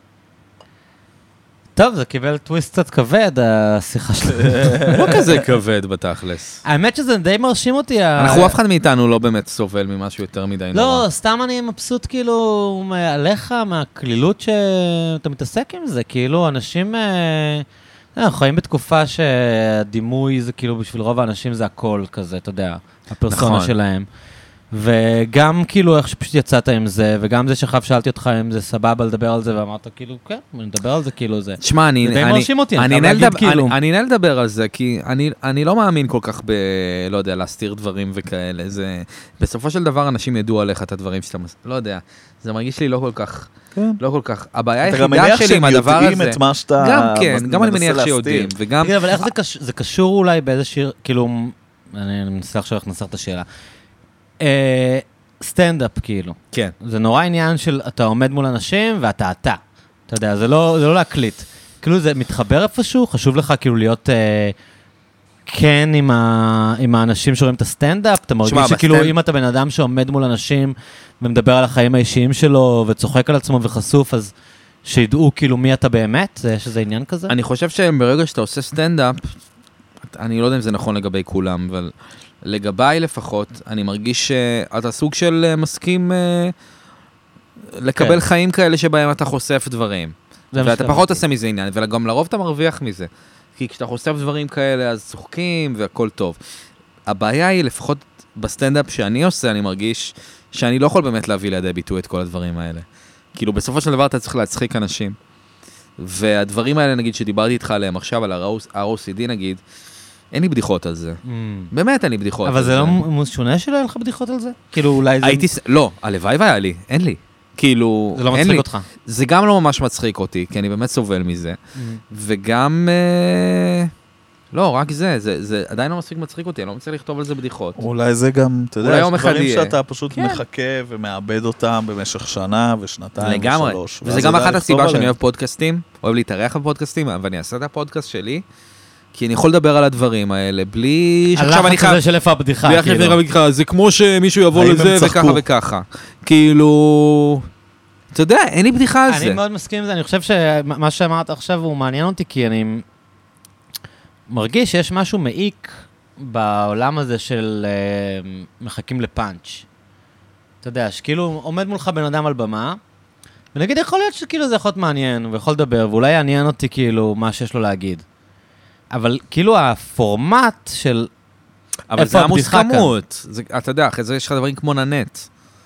טוב, זה קיבל טוויסט קצת כבד, השיחה שלנו. לא כזה כבד בתכלס. האמת שזה די מרשים אותי. אנחנו, אף אחד מאיתנו לא באמת סובל ממשהו יותר מדי נורא. לא, סתם אני מבסוט כאילו עליך, מהכלילות שאתה מתעסק עם זה. כאילו, אנשים... אנחנו חיים בתקופה שהדימוי זה כאילו בשביל רוב האנשים זה הכל כזה, אתה יודע, הפרסונה שלהם. וגם כאילו איך שפשוט יצאת עם זה, וגם זה שחב שאלתי אותך אם זה סבבה לדבר על זה, ואמרת כאילו, כן, אני מדבר על זה כאילו זה. תשמע, אני... זה די מרשים אותי, אני נהנה לדבר על זה, כי אני לא מאמין כל כך ב... לא יודע, להסתיר דברים וכאלה. זה... בסופו של דבר אנשים ידעו עליך את הדברים שאתה... לא יודע, זה מרגיש לי לא כל כך... לא כל כך. הבעיה היחידה שלי עם הדבר הזה... אתה גם מניח שהם יודעים את מה שאתה... גם כן, גם אני מניח שיודעים, וגם... אבל איך זה קשור אולי באיזה שיר, כאילו... אני מנסה עכשיו איך נסר את השאלה. סטנדאפ כאילו. כן. זה נורא עניין של אתה עומד מול אנשים ואתה אתה. אתה יודע, זה לא, זה לא להקליט. כאילו זה מתחבר איפשהו, חשוב לך כאילו להיות אה, כן עם, ה, עם האנשים שרואים את הסטנדאפ, אתה מרגיש שכאילו בסטנד... אם אתה בן אדם שעומד מול אנשים ומדבר על החיים האישיים שלו וצוחק על עצמו וחשוף, אז שידעו כאילו מי אתה באמת, יש איזה עניין כזה? אני חושב שברגע שאתה עושה סטנדאפ, אני לא יודע אם זה נכון לגבי כולם, אבל... לגביי לפחות, אני מרגיש שאתה סוג של מסכים לקבל חיים כאלה שבהם אתה חושף דברים. ואתה פחות עושה מזה עניין, וגם לרוב אתה מרוויח מזה. כי כשאתה חושף דברים כאלה, אז צוחקים והכל טוב. הבעיה היא, לפחות בסטנדאפ שאני עושה, אני מרגיש שאני לא יכול באמת להביא לידי ביטוי את כל הדברים האלה. כאילו, בסופו של דבר אתה צריך להצחיק אנשים. והדברים האלה, נגיד, שדיברתי איתך עליהם עכשיו, על ה-אר או סי די נגיד, אין לי בדיחות על זה. באמת אין לי בדיחות על זה. אבל זה לא שונה שלא אין לך בדיחות על זה? כאילו אולי זה... הייתי... לא, הלוואי והיה לי, אין לי. כאילו... זה לא מצחיק אותך. זה גם לא ממש מצחיק אותי, כי אני באמת סובל מזה. וגם... לא, רק זה, זה עדיין לא מספיק מצחיק אותי, אני לא מצליח לכתוב על זה בדיחות. אולי זה גם, אתה יודע, יש דברים שאתה פשוט מחכה ומאבד אותם במשך שנה ושנתיים ושלוש. וזה גם אחת הסיבה שאני אוהב פודקאסטים, אוהב להתארח בפודקאסטים, ואני אעשה את הפודקאסט שלי, כי אני יכול לדבר על הדברים האלה, בלי שעכשיו אני חייב... הלחץ הזה של איפה הבדיחה, כאילו. זה כמו שמישהו יבוא לזה וככה וככה. כאילו... אתה יודע, אין לי בדיחה על זה. אני מאוד מסכים עם זה, אני חושב שמה שאמרת עכשיו הוא מעניין אותי, כי אני מרגיש שיש משהו מעיק בעולם הזה של מחכים לפאנץ'. אתה יודע, שכאילו עומד מולך בן אדם על במה, ונגיד יכול להיות שכאילו זה יכול להיות מעניין, ויכול לדבר, ואולי יעניין אותי כאילו מה שיש לו להגיד. אבל כאילו הפורמט של... אבל זה המוסכמות. אתה יודע, אחרי זה יש לך דברים כמו ננט.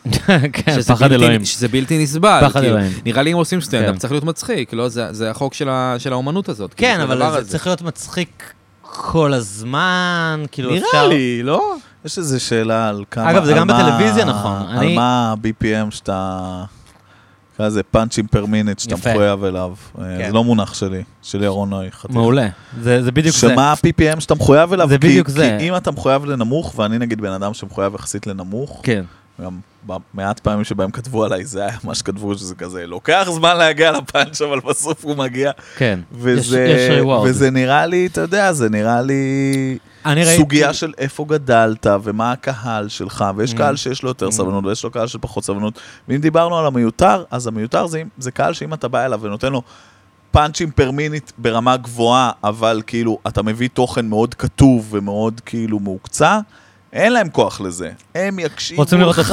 כן, פחד אלוהים. שזה בלתי נסבל. פחד אלוהים. נראה לי אם עושים סטנדאפ, צריך להיות מצחיק, לא? זה החוק של האומנות הזאת. כן, אבל זה צריך להיות מצחיק כל הזמן, כאילו אפשר... נראה לי, לא? יש איזו שאלה על כמה... אגב, זה גם בטלוויזיה, נכון. על מה ה-בי פי אם שאתה... כזה פאנצ'ים פר מינט שאתה מחויב אליו. זה לא מונח שלי, של ירון נוי. מעולה, זה בדיוק זה. שמה ה-פי פי אם שאתה מחויב אליו? זה בדיוק זה. כי אם אתה מחויב לנמוך, ואני נגיד בן אדם שמחויב יחסית לנמוך, כן. גם במעט פעמים שבהם כתבו עליי, זה היה מה שכתבו שזה כזה, לוקח זמן להגיע לפאנץ', אבל בסוף הוא מגיע. כן, יש ריווארד. וזה נראה לי, אתה יודע, זה נראה לי... סוגיה של איפה גדלת ומה הקהל שלך, ויש קהל שיש לו יותר סבלנות ויש לו קהל של פחות סבלנות, ואם דיברנו על המיותר, אז המיותר זה, זה קהל שאם אתה בא אליו ונותן לו פאנצ'ים פר מינית ברמה גבוהה, אבל כאילו אתה מביא תוכן מאוד כתוב ומאוד כאילו מעוקצה, אין להם כוח לזה. הם יקשיבו לך,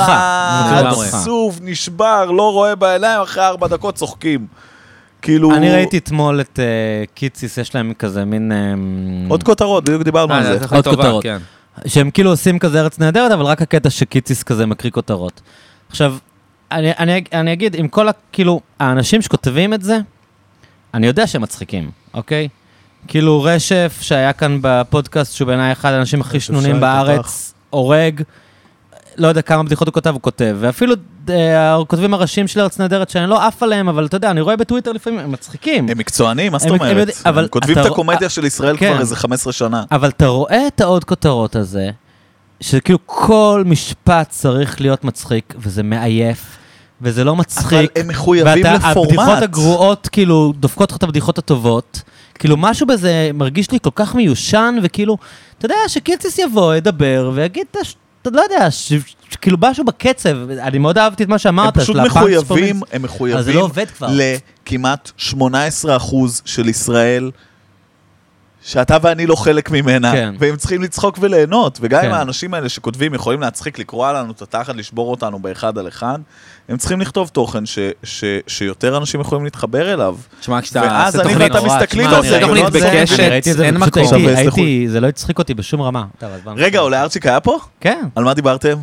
עצוב, נשבר, לא רואה בעיניים, אחרי ארבע דקות צוחקים. כאילו... אני ראיתי אתמול את קיציס, יש להם כזה מין... עוד כותרות, בדיוק דיברנו על זה. עוד כותרות. שהם כאילו עושים כזה ארץ נהדרת, אבל רק הקטע שקיציס כזה מקריא כותרות. עכשיו, אני אגיד, עם כל כאילו, האנשים שכותבים את זה, אני יודע שהם מצחיקים, אוקיי? כאילו רשף שהיה כאן בפודקאסט, שהוא בעיניי אחד האנשים הכי שנונים בארץ, הורג, לא יודע כמה בדיחות הוא כותב, הוא כותב, ואפילו הכותבים הראשיים של ארץ נהדרת, שאני לא עף עליהם, אבל אתה יודע, אני רואה בטוויטר לפעמים, הם מצחיקים. הם מקצוענים, מה זאת אומרת? הם כותבים את הקומדיה של ישראל כבר איזה חמש עשרה שנה. אבל אתה רואה את העוד כותרות הזה, שכאילו כל משפט צריך להיות מצחיק, וזה מעייף, וזה לא מצחיק. אבל הם מחויבים לפורמט. הבדיחות הגרועות, כאילו, דופקות לך את הבדיחות הטובות. כאילו, משהו בזה מרגיש לי כל כך מיושן, וכאילו, אתה יודע, שקילציס יבוא, ידבר, ויגיד, אתה לא יודע, כאילו, משהו בקצב. אני מאוד אהבתי את מה שאמרת. הם פשוט מחויבים, הם מחויבים לכמעט שמונה עשרה אחוז של ישראל, שאתה ואני לא חלק ממנה, כן. והם צריכים לצחוק וליהנות, וגם כן. אם האנשים האלה שכותבים יכולים להצחיק, לקרוא לנו את התחת, לשבור אותנו באחד על אחד, הם צריכים לכתוב תוכן ש, ש, שיותר אנשים יכולים להתחבר אליו. תשמע, כשאתה... ואז אני ואתה מסתכלים על זה. תוכנית בקשת, אין מקום. זה לא הצחיק אותי בשום רמה. רגע, אולי ארצ'יק היה פה? כן. על מה דיברתם?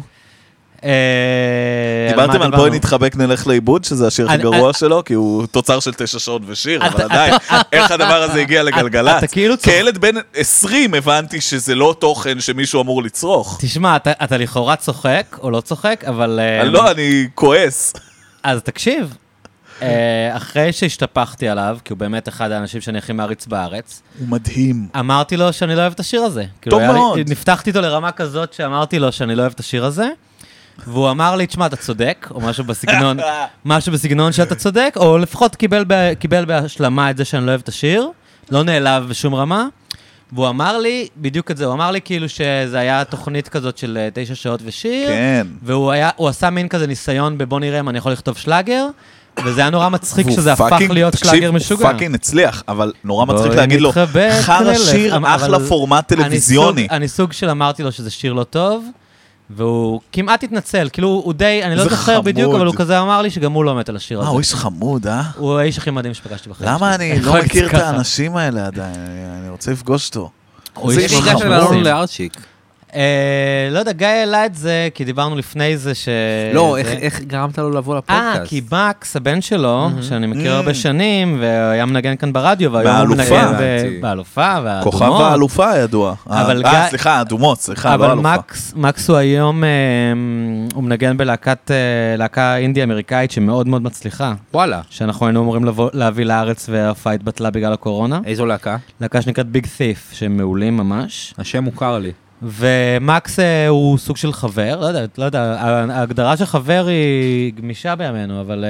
דיברתם על בואי נתחבק נלך לאיבוד, שזה השיר הכי גרוע שלו, כי הוא תוצר של תשע שעות ושיר, אבל עדיין, איך הדבר הזה הגיע לגלגלת? כילד בן עשרים הבנתי שזה לא תוכן שמישהו אמור לצרוך. תשמע, אתה לכאורה צוחק, או לא צוחק, אבל... לא, אני כועס. אז תקשיב, אחרי שהשתפכתי עליו, כי הוא באמת אחד האנשים שאני הכי מעריץ בארץ, הוא מדהים. אמרתי לו שאני לא אוהב את השיר הזה. טוב מאוד. נפתחתי איתו לרמה כזאת שאמרתי לו שאני לא אוהב את השיר הזה, והוא אמר לי, תשמע, אתה צודק, או משהו בסגנון, משהו בסגנון שאתה צודק, או לפחות קיבל, ב, קיבל בהשלמה את זה שאני לא אוהב את השיר, לא נעלב בשום רמה, והוא אמר לי, בדיוק את זה, הוא אמר לי כאילו שזה היה תוכנית כזאת של תשע שעות ושיר, כן. והוא היה, הוא עשה מין כזה ניסיון בבוא נראה אם אני יכול לכתוב שלאגר, וזה היה נורא מצחיק שזה הפך להיות שלאגר משוגע. הוא פאקינג הצליח, אבל נורא מצחיק להגיד לו, חרא שיר, אחלה פורמט טלוויזיוני. אני סוג של אמרתי לו שזה שיר לא טוב, והוא כמעט התנצל, כאילו הוא די, אני לא זוכר בדיוק, אבל הוא כזה אמר לי שגם הוא לא מת על השיר הזה. אה, הוא איש חמוד, אה? הוא האיש הכי מדהים שפגשתי בחיים. למה אני לא מכיר את האנשים האלה עדיין? אני רוצה לפגוש אותו. זה איש חמוד. לארצ'יק. לא יודע, גיא העלה את זה, כי דיברנו לפני זה ש... לא, איך גרמת לו לבוא לפודקאסט? אה, כי מקס, הבן שלו, שאני מכיר הרבה שנים, והיה מנגן כאן ברדיו, והיום הוא מנגן באלופה, והאדומות. כוכב האלופה ידוע. אה, סליחה, האדומות, סליחה, לא האלופה. אבל מקס הוא היום, הוא מנגן בלהקה אינדי-אמריקאית שמאוד מאוד מצליחה. וואלה. שאנחנו היינו אמורים להביא לארץ, וההופעה התבטלה בגלל הקורונה. איזו להקה? להקה שנקראת ביג ת'יף, שהם מעולים ממש. השם מוכר לי. ומקס הוא סוג של חבר, לא יודע, לא יודע, ההגדרה של חבר היא גמישה בימינו, אבל...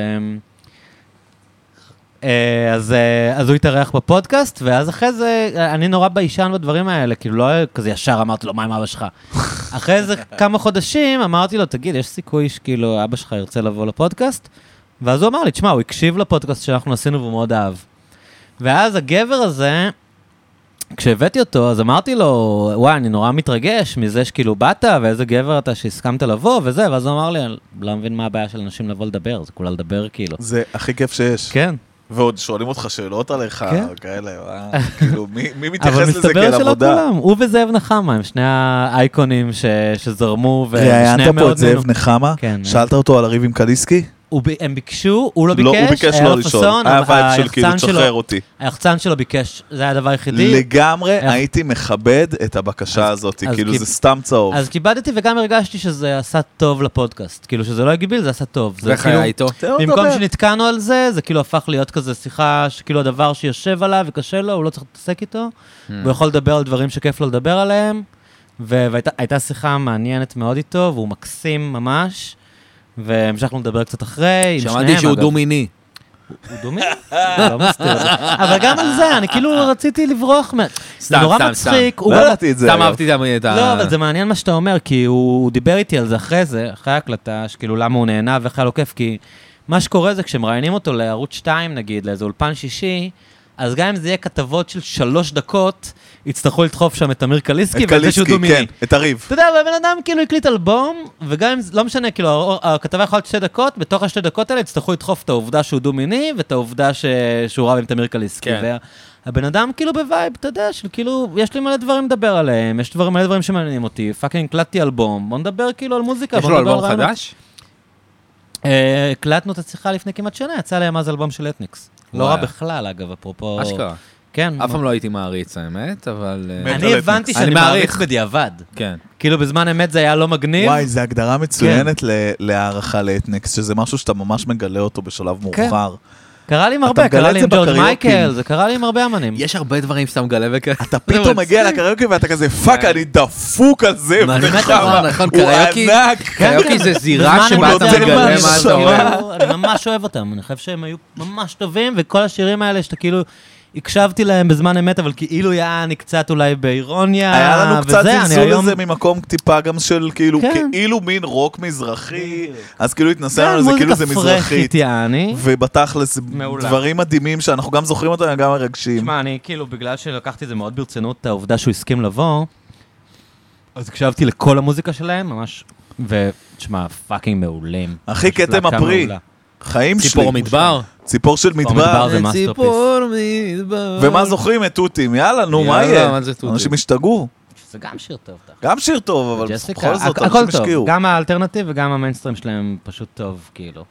אז, אז הוא התארח בפודקאסט, ואז אחרי זה, אני נורא ביישן בדברים האלה, כאילו לא כזה ישר אמרתי לו, מה עם אבא שלך? אחרי זה כמה חודשים אמרתי לו, תגיד, יש סיכוי שכאילו אבא שלך ירצה לבוא לפודקאסט? ואז הוא אמר לי, תשמע, הוא הקשיב לפודקאסט שאנחנו עשינו והוא מאוד אהב. ואז הגבר הזה... כשהבאתי אותו, אז אמרתי לו, וואי, אני נורא מתרגש מזה שכאילו באת, ואיזה גבר אתה שהסכמת לבוא, וזה, ואז הוא אמר לי, אני לא מבין מה הבעיה של אנשים לבוא לדבר, זה כולה לדבר כאילו. זה הכי כיף שיש. כן. ועוד שואלים אותך שאלות עליך, כאלה, כאילו, מי מתייחס לזה כאל אבל מסתבר שלא עבודה? כולם, הוא וזאב נחמה, הם שני האייקונים שזרמו, ראיינת פה את זאב נחמה? שאלת אותו על הריב עם קליסקי? הם ביקשו, הוא לא ביקש, הוא ביקש לא לשאול, היה וייב של כאילו תשחרר אותי. היחצן שלו ביקש, זה היה הדבר היחידי. לגמרי הייתי מכבד את הבקשה הזאת, כאילו זה סתם צהוב. אז כיבדתי וגם הרגשתי שזה עשה טוב לפודקאסט, כאילו שזה לא הגביל, זה עשה טוב. ואיך היה איתו? במקום שנתקענו על זה, זה כאילו הפך להיות כזה שיחה, שכאילו הדבר שיושב עליו וקשה לו, הוא לא צריך להתעסק איתו, הוא יכול לדבר על דברים שכיף לו לדבר עליהם, והייתה שיחה מעניינת מאוד איתו, והוא מקסים ממש. והמשכנו לדבר קצת אחרי, שמעתי שהוא דו-מיני. הוא דו-מיני? לא מסתיר את זה. אבל גם על זה, אני כאילו רציתי לברוח מה... סתם, סתם, סתם. לא ידעתי את זה. סתם אהבתי את ה... לא, אבל זה מעניין מה שאתה אומר, כי הוא דיבר איתי על זה אחרי זה, אחרי ההקלטה, שכאילו למה הוא נהנה ואיך היה לו כיף, כי מה שקורה זה כשמראיינים אותו לערוץ שתיים, נגיד, לאיזה אולפן שישי, אז גם אם זה יהיה כתבות של שלוש דקות, יצטרכו לדחוף שם את אמיר קליסקי, את קליסקי, כן, את הריב. אתה יודע, והבן אדם כאילו הקליט אלבום, וגם אם, לא משנה, כאילו, הכתבה יכולה להיות שתי דקות, בתוך השתי דקות האלה יצטרכו לדחוף את העובדה שהוא דו-מיני, ואת העובדה שהוא רב עם אמיר קליסקי. והבן אדם כאילו בווייב, אתה יודע, של כאילו, יש לי מלא דברים לדבר עליהם, יש דברים, מלא דברים שמעניינים אותי, פאקינג הקלטתי אלבום, בוא נדבר כאילו על מוזיקה. יש לו אלבום חדש? הקלטנו את השיחה לפני כמעט שנה, יצא להם אז אלבום של אתניקס. לא רע בכלל, אגב, אפרופו... אשכרה. כן. אף פעם לא הייתי מעריץ, האמת, אבל... אני הבנתי שאני מעריץ בדיעבד. כן. כאילו בזמן אמת זה היה לא מגניב. וואי, זו הגדרה מצוינת להערכה לאתניקס, שזה משהו שאתה ממש מגלה אותו בשלב מאוחר. קרה לי עם אתה הרבה, מגלה קרה את לי זה עם ג'ורג' בקריוקי. מייקל, זה קרה לי עם הרבה אמנים. יש הרבה דברים שאתה מגלה וכאלה. אתה פתאום מגיע לקריוקי ואתה כזה, פאק, אני דפוק על זה. נכון, וכמה. נכון, הוא קריוקי- ענק. קריוקי זה זירה בזמן שבה אתה אמת, מגלה אני מה אתה כאילו, אומר. אני ממש אוהב אותם, אני חושב שהם היו ממש טובים, וכל השירים האלה שאתה כאילו... הקשבתי להם בזמן אמת, אבל כאילו היה אני קצת אולי באירוניה, היה לנו קצת וזה, אני זלזול היום- לזה ממקום טיפה גם של כאילו, כן. כאילו מין רוק מזרחי, אז כאילו התנסה כן, לנו לזה כאילו זה מוזיקה מזרחית. פרחית, יעני. ובתכלס מעולה. דברים מדהימים שאנחנו גם זוכרים אותם וגם מרגשים. תשמע, אני כאילו, בגלל שלקחתי את זה מאוד ברצינות, את העובדה שהוא הסכים לבוא, אז הקשבתי לכל המוזיקה שלהם, ממש, ותשמע, פאקינג מעולים. אחי, פשוט כתם להקה הפרי. מעולה. חיים שלי. ציפור מדבר. ציפור של מדבר מדבר. זה מאסטרפיס. ציפור מדבר. ומה זוכרים את תותים? יאללה, נו, מה יאללה, יהיה? מה זה תותים? אנשים השתגעו. זה גם שיר טוב. תכל'ס. גם שיר טוב, אבל ג'סיקה, בכל זאת, הכ- הכל אנשים טוב, השקיעו. גם האלטרנטיב וגם המיינסטרים שלהם פשוט טוב, כאילו.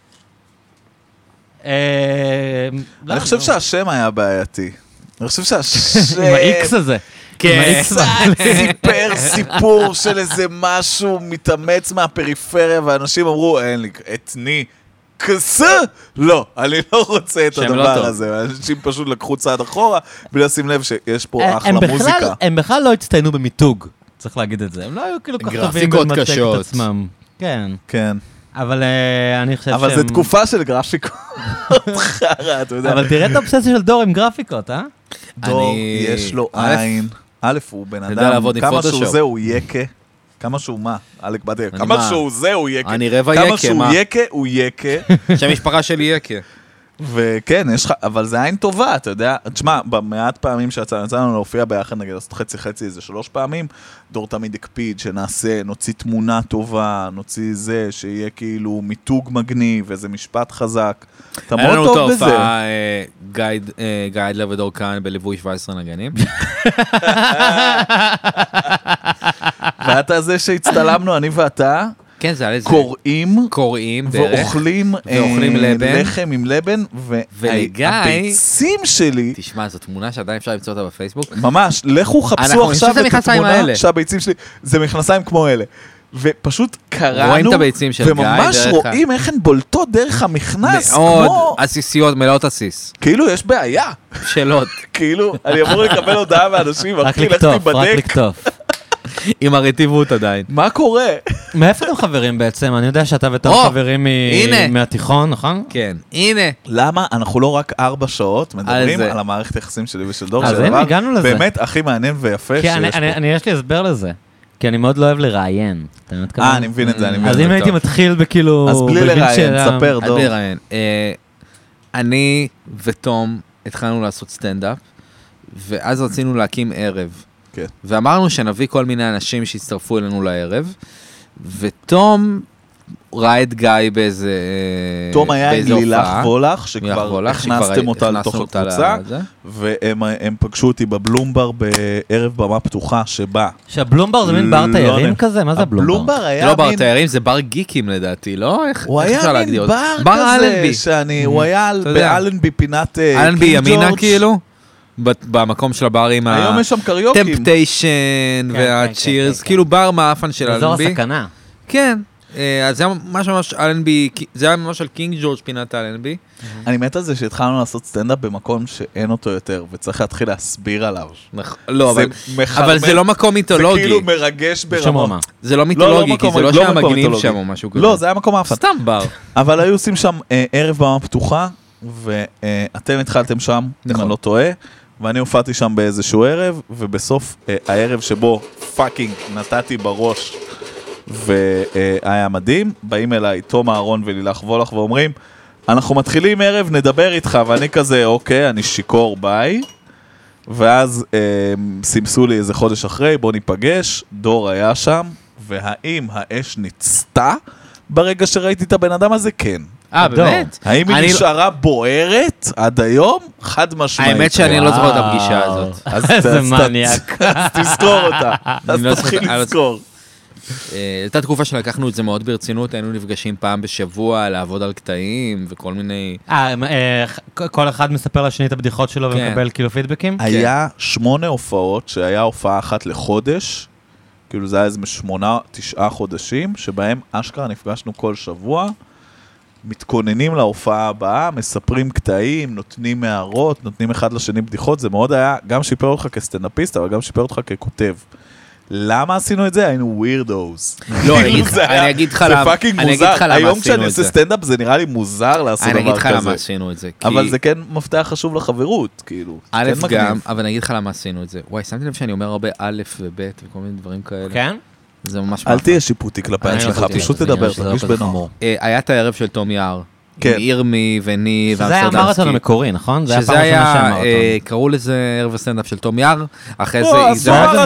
אה, לא, אני חושב לא. שהשם היה בעייתי. אני חושב שהשם... עם ה-X הזה. כן. קצת סיפר סיפור של איזה משהו מתאמץ מהפריפריה, ואנשים אמרו, אין לי, אתני. כזה? לא, אני לא רוצה את שם לא הדבר טוב. הזה. אנשים פשוט לקחו צעד אחורה, בלי לשים לב שיש פה אה, אחלה הם בכלל- מוזיקה. הם בכלל לא הצטיינו במיתוג, צריך להגיד את זה. הם לא היו כאילו כל כך טובים גרפיקות במתג את קשות. עצמם. כן, כן. אבל אה, אני חושב שהם... אבל זו תקופה של גרפיקות חרא, אתה יודע. אבל תראה את האובססיה של דור עם גרפיקות, אה? דור, אני- יש לו א', עין. א', הוא בן יודע אדם, לעבוד עם כמה שהוא פוטושופ. זה, הוא יקה. כמה שהוא מה? אלק באתי, אני כמה מה? שהוא זה, הוא יקה. אני רבע כמה יקה, שהוא מה? יקה, הוא יקה. שם משפחה שלי יקה. וכן, יש לך, אבל זה עין טובה, אתה יודע. תשמע, במעט פעמים שיצא לנו להופיע ביחד, נגיד, לעשות חצי חצי, איזה שלוש פעמים, דור תמיד הקפיד שנעשה, נוציא תמונה טובה, נוציא זה, שיהיה כאילו מיתוג מגניב, איזה משפט חזק. אתה היה מאוד לנו טוב את בזה. ההופעה, אה, גיא- אה, גיא אדלר ודור כהן בליווי שבע עשרה נגנים. ואתה זה שהצטלמנו, אני ואתה, כן, זה היה לזה. קוראים קוראים דרך. ואוכלים ואוכלים אה, לבן. לחם עם לבן, ולגיא- והביצים שלי, תשמע, זו תמונה שעדיין אפשר למצוא אותה בפייסבוק. ממש, לכו חפשו אנחנו- אני חושב עכשיו שזה את מכנסיים התמונה האלה. שהביצים שלי, זה מכנסיים כמו אלה. ופשוט קראנו, רואים את הביצים של גיא וממש דרך ה- רואים איך הן בולטות דרך המכנס, מאוד כמו, עסיסיות, מלאות עסיס. כאילו יש בעיה, שאלות. כאילו, אני אמור לקבל הודעה מאנשים, רק אחי, לך לקטוף, רק תיבדק, לקטוף. עם הרטיבות עדיין. מה קורה? מאיפה אתם חברים בעצם? אני יודע שאתה ותום או, חברים מ- הנה. מהתיכון, נכון? כן. הנה. למה אנחנו לא רק ארבע שעות מדברים זה. על המערכת היחסים שלי ושל דור, אז שזה הנה, דבר הגענו לזה. באמת הכי מעניין ויפה כי אני- שיש אני- פה. אני- יש לי הסבר לזה. כי אני מאוד לא אוהב לראיין. אתה מבין מה אה, אני אני מבין את זה, אני מבין את אז זה. אם הייתי טוב. מתחיל בכאילו... אז בלי בגיל לראיין, של ה- ספר, אל דור. תראיין. אה, אני ותום התחלנו לעשות סטנדאפ, ואז רצינו להקים ערב. כן. ואמרנו שנביא כל מיני אנשים שיצטרפו אלינו לערב, ותום ראה את גיא באיזה תום היה עם באיזה לילך הופעה. וולך, לילך שכבר וולך, שכבר הכנסתם אותה הכנסנו לתוך אותה הקבוצה, לזה. והם הם פגשו אותי בבלומבר בערב במה פתוחה שבה. שהבלומבר זה מין בר לא תיירים יודע. כזה? מה זה הבלומבר? הבלומבר זה היה לא בר מין... תיירים, זה בר גיקים לדעתי, לא? איך הוא איך אפשר היה להגדיר מין אותו? בר בר כזה, אלנבי. שאני, הוא היה אתה יודע. באלנבי פינת אה, אלנבי קינג ימינה ג'ורג'. כאילו? ב- במקום של הברים ה... היום יש שם קריוקים. טמפטיישן כן, והצ'ירס, כן, כאילו בר מאפן של אזור אלנבי. הסכנה. כן, אה, אז זה היה ממש ממש אלנבי, זה היה ממש על קינג ג'ורג' פינת אלנבי. אני מת על זה שהתחלנו לעשות סטנדאפ במקום שאין אותו יותר, וצריך להתחיל להסביר עליו. נכ- לא, זה אבל- מחרמן- אבל זה לא מקום זה מיתולוגי. כאילו מרגש בשום ברמה. רמה. זה לא לא מיתולוגי, כי מקום- זה לא לא שהיה מקום מגניב מיתולוגי. שם או משהו כזה. לא, זה היה מקום האפן. סתם בר. אבל היו עושים שם אה, ערב במה פתוחה, ואתם התחלתם שם, אם נכון. אני לא טועה, ואני הופעתי שם באיזשהו ערב, ובסוף אה, הערב שבו פאקינג נתתי בראש, והיה מדהים, באים אליי תום אהרון ולילך וולך ואומרים, אנחנו מתחילים ערב, נדבר איתך, ואני כזה, אוקיי, אני שיקור, ביי. ואז אה, סימסו לי איזה חודש אחרי, בוא ניפגש, דור היה שם, והאם האש ניצתה ברגע שראיתי את הבן אדם הזה? כן. אה, דור. באמת? האם היא אני לא- נשארה בוערת עד היום? חד משמעית. האמת שאני לא זוכר את וואו. הפגישה הזאת. אז איזה ת- מניאק. אז תזכור אותה. אז אני לא תתחיל זוכר- לזכור. אה, הייתה תקופה שלקחנו את זה מאוד ברצינות, היינו נפגשים פעם בשבוע לעבוד על קטעים וכל מיני... אה, אה, כל אחד מספר לשני את הבדיחות שלו כן. ומקבל כאילו פידבקים? היה שמונה הופעות, שהיה הופעה אחת לחודש, כאילו זה היה איזה שמונה, תשעה חודשים, שבהם אשכרה נפגשנו כל שבוע, מתכוננים להופעה הבאה, מספרים קטעים, נותנים הערות, נותנים אחד לשני בדיחות, זה מאוד היה, גם שיפר אותך כסטנדאפיסט, אבל גם שיפר אותך ככותב. למה עשינו את זה? היינו ווירדוז. לא, אני אגיד לך למה. זה פאקינג מוזר. היום כשאני עושה סטנדאפ זה נראה לי מוזר לעשות דבר כזה. אני אגיד לך למה עשינו את זה. אבל זה כן מפתח חשוב לחברות, כאילו. א' גם, אבל אני אגיד לך למה עשינו את זה. וואי, שמתי לב שאני אומר הרבה א' וב' וכל מיני דברים כאלה. כן? זה ממש אל תהיה שיפוטי כלפי עצמך, פשוט תדבר, תרגיש בנוח. היה את הערב של תום יער. עם ירמי וני שזה היה המרתון המקורי, נכון? זה היה פעם ראשונה של המרתון. קראו לזה ערב הסטנדאפ של תום יער, אחרי זה...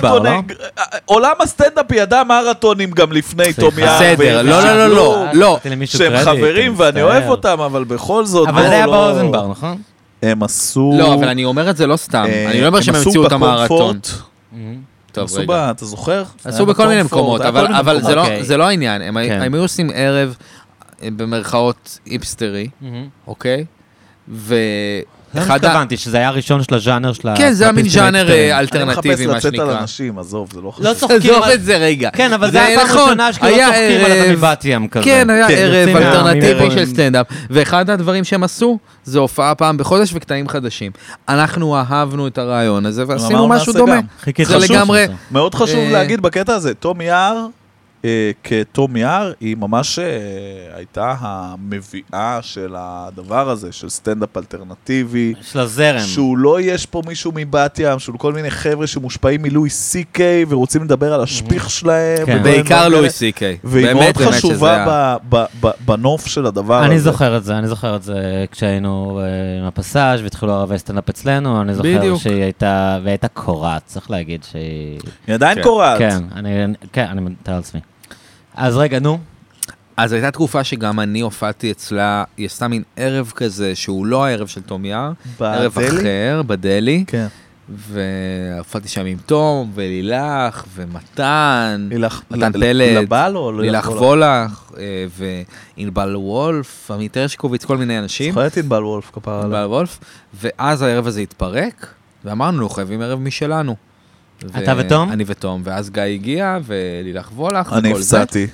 עולם הסטנדאפ ידע מרתונים גם לפני תום יער. בסדר, לא, לא, לא, לא. שהם חברים ואני אוהב אותם, אבל בכל זאת... אבל זה היה באוזנבר, נכון? הם עשו... לא, אבל אני אומר את זה לא סתם. אני לא אומר שהם המציאו את המרתון. טוב, רגע. אתה זוכר? עשו בכל מיני מקומות, אבל זה לא העניין. הם היו עושים ערב... במרכאות איפסטרי, אוקיי? ו... לא התכוונתי, שזה היה הראשון של הז'אנר של... כן, זה היה מין ז'אנר אלטרנטיבי, מה שנקרא. אני מחפש לצאת על אנשים, עזוב, זה לא חשוב. לא צוחקים עזוב את זה רגע. כן, אבל זה היה פעם ראשונה שכאילו לא צוחקים על אדם מבת ים כזה. כן, היה ערב אלטרנטיבי של סטנדאפ, ואחד הדברים שהם עשו, זה הופעה פעם בחודש וקטעים חדשים. אנחנו אהבנו את הרעיון הזה, ועשינו משהו דומה. זה לגמרי... מאוד חשוב להגיד בקטע הזה, תום יער, כתום יער, היא ממש הייתה המביאה של הדבר הזה, של סטנדאפ אלטרנטיבי. של הזרם. שהוא לא יש פה מישהו מבת ים, שהוא כל מיני חבר'ה שמושפעים מלואי סי קיי, ורוצים לדבר על השפיך שלהם. בעיקר לואי סי קיי. והיא מאוד חשובה בנוף של הדבר הזה. אני זוכר את זה, אני זוכר את זה כשהיינו עם הפסאז' והתחילו ערבי סטנדאפ אצלנו, אני זוכר שהיא הייתה, והייתה קורעת, צריך להגיד שהיא... היא עדיין קורעת. כן, אני מתאר לעצמי. אז רגע, נו. אז הייתה תקופה שגם אני הופעתי אצלה, היא עשתה מין ערב כזה, שהוא לא הערב של תום יער, ערב אחר, בדלי, כן. והופעתי שם עם תום, ולילך, ומתן, מתן פלד, לבל או לילך וולך, ואינבל וולף, עמית הרשקוביץ, כל מיני אנשים. זוכרת אינבל וולף, כפרה עליו. אינבל וולף, ואז הערב הזה התפרק, ואמרנו לו, חייבים ערב משלנו. אתה ותום? אני ותום, ואז גיא הגיע, ולילך וולך, אני הפסעתי.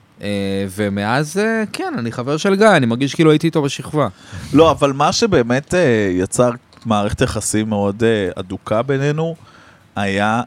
ומאז, כן, אני חבר של גיא, אני מרגיש כאילו הייתי איתו בשכבה. לא, אבל מה שבאמת יצר מערכת יחסים מאוד אדוקה בינינו, היה...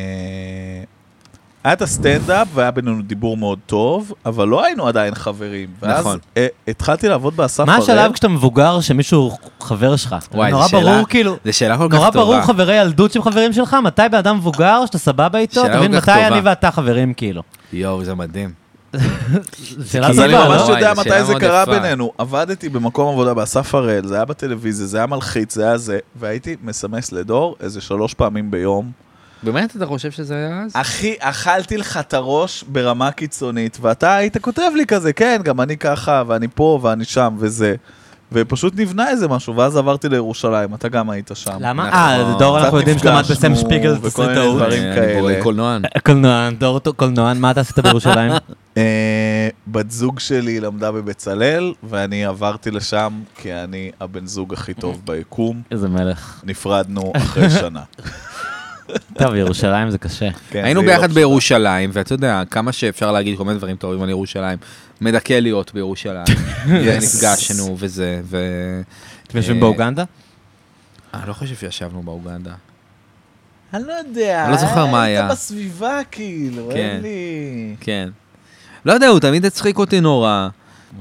היה את הסטנדאפ, והיה בינינו דיבור מאוד טוב, אבל לא היינו עדיין חברים. נכון. ואז התחלתי לעבוד באסף הראל. מה השלב כשאתה מבוגר שמישהו חבר שלך? וואי, נורא ברור, כאילו... זה שאלה כל כך טובה. נורא ברור חברי ילדות שהם חברים שלך, מתי באדם מבוגר, שאתה סבבה איתו, תבין מתי אני ואתה חברים, כאילו. יואו, זה מדהים. אז אני ממש יודע מתי זה קרה בינינו. עבדתי במקום עבודה באסף הראל, זה היה בטלוויזיה, זה היה מלחיץ, זה היה זה, והייתי מסמס לדור איזה שלוש פעמים ביום. באמת אתה חושב שזה היה אז? אחי, אכלתי לך את הראש ברמה קיצונית, ואתה היית כותב לי כזה, כן, גם אני ככה, ואני פה, ואני שם, וזה. ופשוט נבנה איזה משהו, ואז עברתי לירושלים, אתה גם היית שם. למה? אה, דור, אנחנו יודעים שגם את בסם שפיגל, וכל מיני דברים כאלה. קולנוען. קולנוען, דור קולנוען, מה אתה עשית בירושלים? בת זוג שלי למדה בבצלאל, ואני עברתי לשם, כי אני הבן זוג הכי טוב ביקום. איזה מלך. נפרדנו אחרי שנה. טוב, ירושלים זה קשה. היינו ביחד בירושלים, ואתה יודע, כמה שאפשר להגיד כל מיני דברים טובים על ירושלים, מדכא להיות בירושלים. ונפגשנו וזה, ו... אתם יושבים באוגנדה? אני לא חושב שישבנו באוגנדה. אני לא יודע. אני לא זוכר מה היה. היית בסביבה כאילו, אין לי... כן. לא יודע, הוא תמיד הצחיק אותי נורא,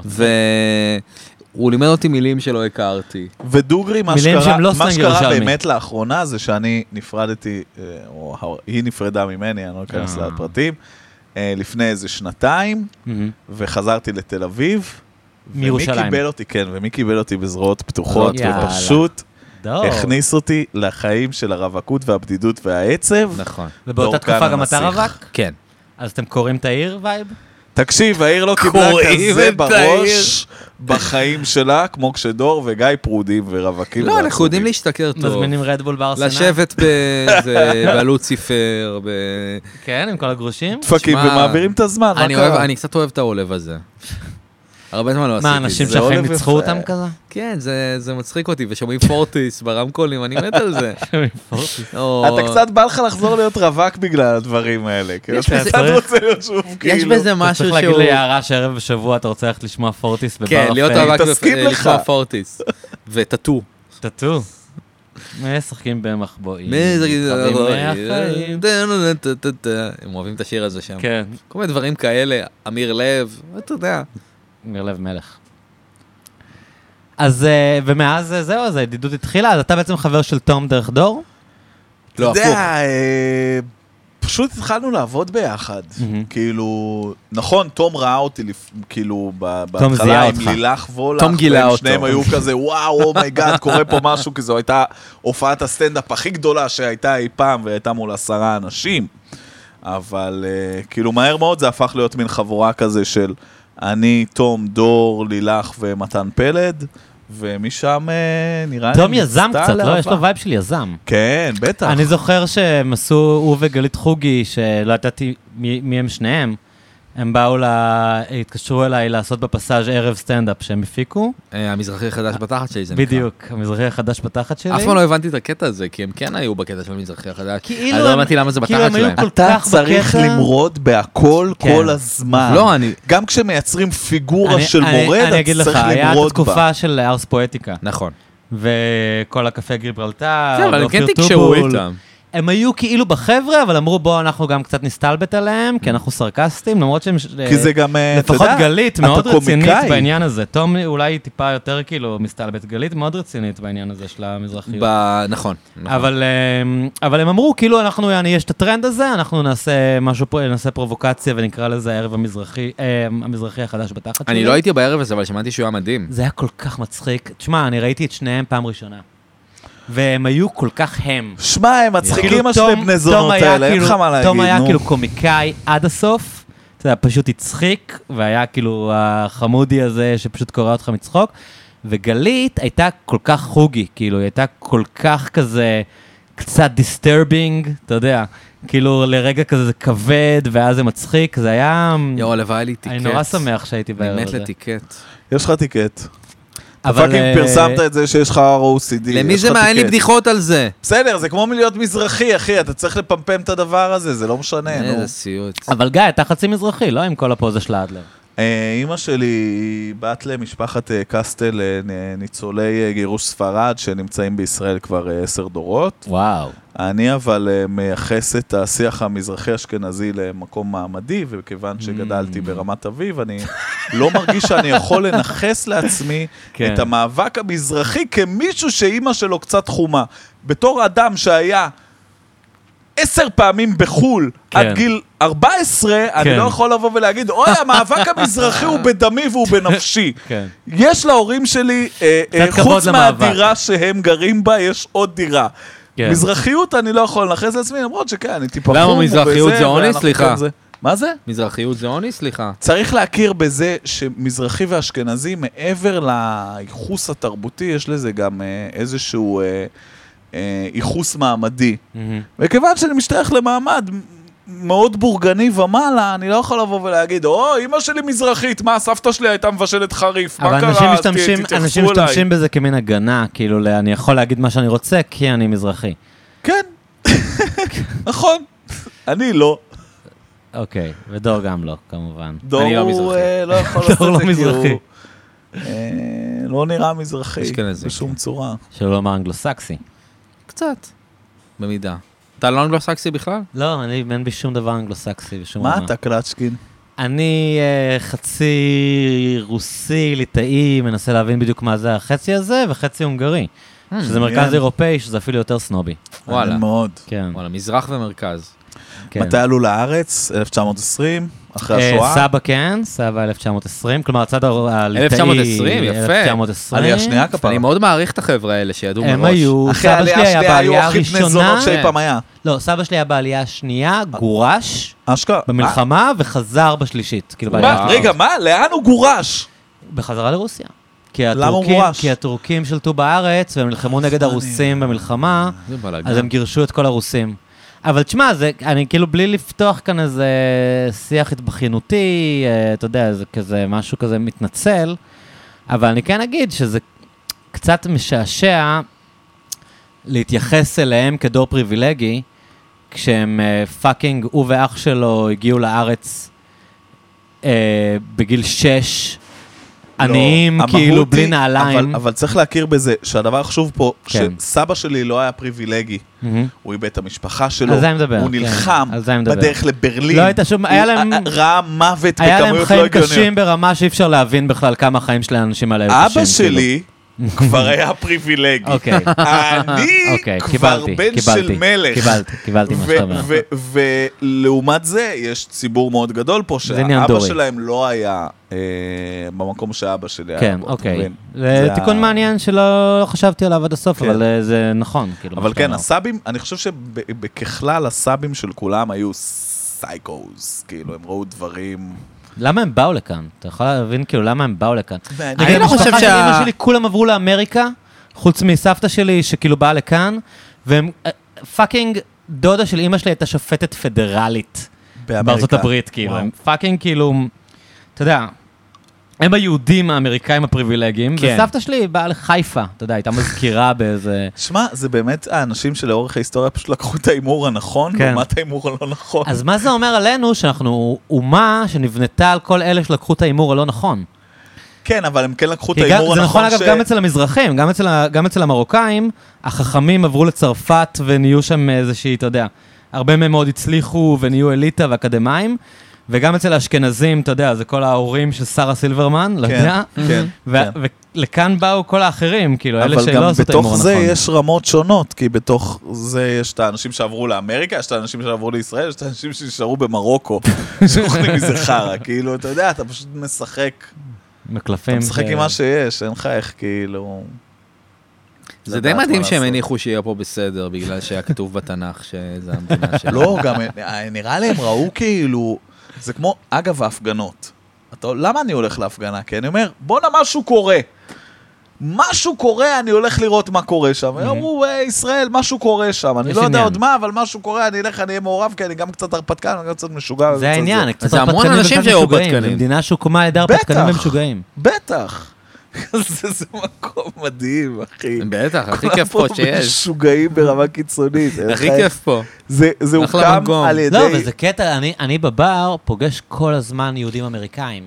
והוא לימד אותי מילים שלא הכרתי. ודוגרי, מה שקרה באמת לאחרונה זה שאני נפרדתי, או היא נפרדה ממני, אני לא אכנס לפרטים, לפני איזה שנתיים, וחזרתי לתל אביב. מירושלים. ומי קיבל אותי, כן, ומי קיבל אותי בזרועות פתוחות, ופשוט הכניס אותי לחיים של הרווקות והבדידות והעצב. נכון. ובאותה תקופה גם אתה רווק? כן. אז אתם קוראים את העיר וייב? תקשיב, העיר לא קיבלה כזה בראש בחיים שלה, כמו כשדור וגיא פרודים ורווקים. לא, אנחנו יודעים להשתכר טוב. מזמינים רדבול בארסנל. לשבת בלוציפר. כן, עם כל הגרושים. דפקים ומעבירים את הזמן, מה קרה? אני קצת אוהב את העולב הזה. הרבה זמן לא עשיתי. מה, אנשים זה שהחיים עולב ניצחו יפה. אותם כזה? כן, זה, זה מצחיק אותי, ושומעים פורטיס ברמקולים, אני מת על זה. או- אתה קצת בא לך לחזור להיות רווק בגלל הדברים האלה. כאילו, יש אתה בזה- קצת רוצה להיות שוב, יש כאילו. בזה אתה משהו צריך להגיד שהוא... ליערה שערב בשבוע אתה רוצה ללכת לשמוע פורטיס בבר כן, להיות אפל. רווק תסכים לך. לשמוע פורטיס. וטאטו. טאטו. משחקים במחבואים. מי זה כאילו... מתחברים מהחיים. הם אוהבים את השיר הזה שם. כן, כל מיני דברים כאלה, אמיר לב, אתה יודע. אמיר לב מלך. אז, אה, ומאז אה, זהו, אז הידידות התחילה, אז אתה בעצם חבר של תום דרך דור? לא, אתה הפוך. יודע, אה, פשוט התחלנו לעבוד ביחד. מהמם. כאילו, נכון, תום ראה אותי, לפ- כאילו, ב- תום זיהה בהתחלה עם אותך. לילך וולך. תום גילה והם אותו. שניהם היו כזה, וואו, אומייגאד, קורה פה משהו, כי זו הייתה הופעת הסטנדאפ הכי גדולה שהייתה אי פעם, והייתה מול עשרה אנשים. אבל אה, כאילו, מהר מאוד זה הפך להיות מין חבורה כזה של אני, תום, דור, לילך ומתן פלד. ומשם אה, נראה לי... תום יזם נצטה קצת, לא? לאהבה. יש לו וייב של יזם. כן, בטח. אני זוכר שהם עשו, הוא וגלית חוגי, שלא ידעתי מי מי הם שניהם, הם באו, לה, התקשרו אליי לעשות בפסאז' ערב סטנדאפ שהם הפיקו. אה, המזרחי החדש בתחת שלי, זה נקרא. בדיוק, המזרחי החדש בתחת שלי. אף פעם לא הבנתי את הקטע הזה, כי הם כן היו בקטע של המזרחי החדש. כאילו אני לא הם- הבנתי למה זה כאילו בתחת הם היו שלהם. כל אתה כך צריך בקטע. למרוד בהכל כן. כל הזמן. לא, אני... גם כשמייצרים פיגורה אני- של אני- מורד, אני אגיד אתה לך, צריך היה את למרוד בה. התקופה של ארס פואטיקה, נכון. וכל הקפה גיברלטר, כן, אבל הם כן ואופיר תקשרו טובול. איתם. הם היו כאילו בחבר'ה, אבל אמרו בואו אנחנו גם קצת נסתלבט עליהם, כי אנחנו סרקסטים, למרות שהם... כי זה גם, אה, אתה לפחות יודע, גלית אתה מאוד רצינית קומיקאי. בעניין הזה. תום אולי טיפה יותר כאילו מסתלבט. גלית מאוד רצינית בעניין הזה של המזרחיות. ב- נכון. נכון. אבל, אמ, אבל הם אמרו, כאילו אנחנו, יעני, יש את הטרנד הזה, אנחנו נעשה משהו פה, נעשה פרובוקציה ונקרא לזה הערב המזרחי, אה, המזרחי החדש בתחת שלי. אני לא הייתי בערב הזה, אבל שמעתי שהוא היה מדהים. זה היה כל כך מצחיק. תשמע, אני ראיתי את שניהם פעם ראשונה. והם היו כל כך הם. שמע, הם מצחיקים כאילו, השני תום- בני תום זונות היה האלה, אין כאילו- לך מה להגיד, תום היה נו. כאילו קומיקאי עד הסוף, אתה יודע, פשוט הצחיק, והיה כאילו החמודי הזה שפשוט קורא אותך מצחוק, וגלית הייתה כל כך חוגי, כאילו, היא הייתה כל כך כזה, קצת דיסטרבינג, אתה יודע, כאילו לרגע כזה זה כבד, ואז זה מצחיק, זה היה... יואו, הלוואי לי טיקט. אני נורא שמח שהייתי בערב אני מת הזה. לטיקט. יש לך טיקט. אבל, פאקינג אה, פרסמת את זה שיש לך או סי די. למי יש זה לך מה? אין לי טיקט. בדיחות על זה. בסדר, זה כמו מלהיות מזרחי, אחי, אתה צריך לפמפם את הדבר הזה, זה לא משנה, נו. איזה סיוט. אבל גיא, אתה חצי מזרחי, לא עם כל הפוזה של האדלר. אה, אימא שלי היא בת למשפחת אה, קסטל, אה, נ- ניצולי אה, גירוש ספרד, שנמצאים בישראל כבר אה, עשר דורות. וואו. אני אבל אה, מייחס את השיח המזרחי-אשכנזי למקום מעמדי, וכיוון שגדלתי ברמת אביב, אני לא מרגיש שאני יכול לנחס לעצמי כן. את המאבק המזרחי כמישהו שאימא שלו קצת חומה. בתור אדם שהיה עשר פעמים בחול כן. עד גיל ארבע עשרה, אני כן. לא יכול לבוא ולהגיד, אוי, המאבק המזרחי הוא בדמי והוא בנפשי. כן. יש להורים שלי, אה, אה, קצת כבוד חוץ למאבק. מהדירה שהם גרים בה, יש עוד דירה. כן. מזרחיות אני לא יכול לנחס לעצמי, למרות שכן, אני טיפה למה חום מזרחיות ובזה, זה עוני? ואנחנו סליחה. כן זה. מה זה? מזרחיות זה עוני? סליחה. צריך להכיר בזה שמזרחי ואשכנזי, מעבר לייחוס התרבותי, יש לזה גם אה, איזשהו אה, אה, ייחוס מעמדי. מהמם. וכיוון שאני משתייך למעמד מאוד בורגני ומעלה, אני לא יכול לבוא ולהגיד, או, אמא שלי מזרחית, מה, סבתא שלי הייתה מבשלת חריף, מה אבל קרה? אנשים ת- משתמשים, תתייחסו אנשים אליי." משתמשים בזה כמין הגנה, כאילו, ל- אני יכול להגיד מה שאני רוצה, כי אני מזרחי. כן, נכון. אני לא. אוקיי, ודור גם לא, כמובן. דור אני לא הוא מזרחי. אה, לא יכול דור לעשות לא את זה, כי מזרחי. הוא אה, לא נראה מזרחי, אשכנזי, בשום צורה. שלא לומר אנגלוסקסי. קצת. במידה. אתה לא אנגלוסקסי בכלל? לא, אני, אין בי שום דבר אנגלוסקסי בשום מה רמה. אתה, קלצ'קין? אני אה, חצי רוסי, ליטאי, מנסה להבין בדיוק מה זה החצי הזה, וחצי הונגרי. שזה מרכז מעניין. אירופאי, שזה אפילו יותר סנובי. וואלה. מעניין מאוד. כן, וואלה, מזרח ומרכז. כן. מתי עלו לארץ? אלף תשע מאות עשרים? אחרי אה, השואה? סבא כן, סבא אלף תשע מאות עשרים, כלומר הצד הליטאי... אלף תשע מאות עשרים, יפה. אלף תשע מאות עשרים. עלייה שנייה כפרה. אני מאוד מעריך את החבר'ה האלה שידעו מראש. הם היו, אחרי סבא העלייה שלי היה השנייה היו בעלייה הכי בני הראשונה, זונות שאי פעם היה. לא, סבא שלי היה בעלייה השנייה, גורש אשכרה. במלחמה וחזר בשלישית. כאילו מה? בעלייה מה? רגע, מה? לאן הוא גורש? בחזרה לרוסיה. כי למה הוא הטורקים, גורש? כי הטורקים שלטו בארץ והם נלחמו נגד הרוסים במלחמה, זה בלאגן. אז הם גירשו את כל הרוסים. אבל תשמע, זה, אני כאילו בלי לפתוח כאן איזה שיח התבכיינותי, אתה יודע, זה כזה, משהו כזה מתנצל, אבל אני כן אגיד שזה קצת משעשע להתייחס אליהם כדור פריבילגי, כשהם פאקינג, הוא ואח שלו הגיעו לארץ אה, בגיל שש, עניים, לא, כאילו, המהות בלי היא- נעליים. אבל, אבל צריך להכיר בזה, שהדבר החשוב פה, כן. שסבא שלי לא היה פריבילגי. מהמם. הוא איבד את המשפחה שלו, על זה אני מדבר, הוא כן, נלחם על זה אני מדבר. בדרך לברלין. לא הייתה שום- היה להם- הוא ראה מוות היה להם בכמויות לא חיים הגיוניות. קשים ברמה שאי אפשר להבין בכלל כמה החיים של האנשים האלה היו קשים. אבא שלי כבר היה פריבילגי. אוקיי. אני אוקיי, כבר קיבלתי, בן קיבלתי, של מלך. קיבלתי, קיבלתי מה ו- שאתה אומר. ו- ולעומת זה, יש ציבור מאוד גדול פה, עניין שהאבא דורי. שלהם לא היה אה, במקום שאבא שלי היה. כן, בו, אתה אוקיי. מבין? זה זה תיקון ה- מעניין שלא לא חשבתי עליו עד הסוף, כן. אבל אה, זה נכון. כאילו, מה אבל שאתה כן, אומר. הסאבים, אני חושב שבככלל הסאבים של כולם היו סייקוז, כאילו, הם ראו דברים... למה הם באו לכאן? אתה יכול להבין כאילו למה הם באו לכאן? מעניין. נגיד, אני לא חושב המשפחה של שה- אמא שלי, כולם עברו לאמריקה, חוץ מסבתא שלי שכאילו באה לכאן, והם, אה, פאקינג דודה של אמא שלי הייתה שופטת פדרלית בארצות הברית, כאילו, וואו. הם פאקינג כאילו, אתה יודע, הם היהודים האמריקאים הפריבילגיים, כן. וסבתא שלי באה לחיפה, אתה יודע, הייתה מזכירה באיזה... שמע, זה באמת האנשים שלאורך ההיסטוריה פשוט לקחו את ההימור הנכון, כן. לעומת ההימור הלא נכון. אז מה זה אומר עלינו שאנחנו אומה שנבנתה על כל אלה שלקחו את ההימור הלא נכון? כן, אבל הם כן לקחו את כי גם, ההימור זה נכון הנכון אגב גם אצל המזרחים, גם אצל, ה- גם אצל המרוקאים, החכמים עברו לצרפת ונהיו שם איזושהי, אתה יודע, הרבה מהם מאוד הצליחו ונהיו אליטה ואקדמיים, וגם אצל האשכנזים, אתה יודע, זה כל ההורים של שרה סילברמן, לא יודע, כן, ו- כן. ולכאן באו כל האחרים, כאילו, אלה אבל שלא גם עשו את ההימור בתוך הנכון. זה יש רמות שונות, כי בתוך זה יש את האנשים שעברו לאמריקה, יש את האנשים שעברו לישראל, יש את האנשים שנשארו במרוקו, שאוכלים מזה חרא, כאילו, אתה יודע, אתה פשוט משחק, מקלפים. אתה משחק ש- עם מה שיש, אין לך איך, כאילו... זה די לדעת מדהים מה שהם לעשות. הניחו שיהיה פה בסדר, בגלל שהיה כתוב בתנ"ך שזה המדינה שלנו. לא, גם אה, נראה לי הם ראו כאילו, זה כמו, אגב, ההפגנות. אתה, למה אני הולך להפגנה? כי אני אומר, בואנה, משהו קורה. משהו קורה, אני הולך לראות מה קורה שם. הם אמרו, "אה, ישראל, משהו קורה שם. אני יש לא יודע עניין. עוד מה, אבל משהו קורה, אני אלך, אני אהיה מעורב, כי אני גם קצת הרפתקן, אני גם קצת משוגע. זה העניין, קצת זה המון הרפתקנים אנשים וקצת שהיו משוגעים. הרפתקנים. זה מדינה שהוקמה על ידי בטח. הרפתקנים ומשוגעים. בטח. זה, זה מקום מדהים, אחי. בטח, הכי כולם כיף פה שיש. משוגעים ברמה קיצונית. אין הכי לך- כיף פה. זה, זה אחלה הוקם מקום. על ידי... לא, וזה קטע, אני, אני בבר פוגש כל הזמן יהודים אמריקאים.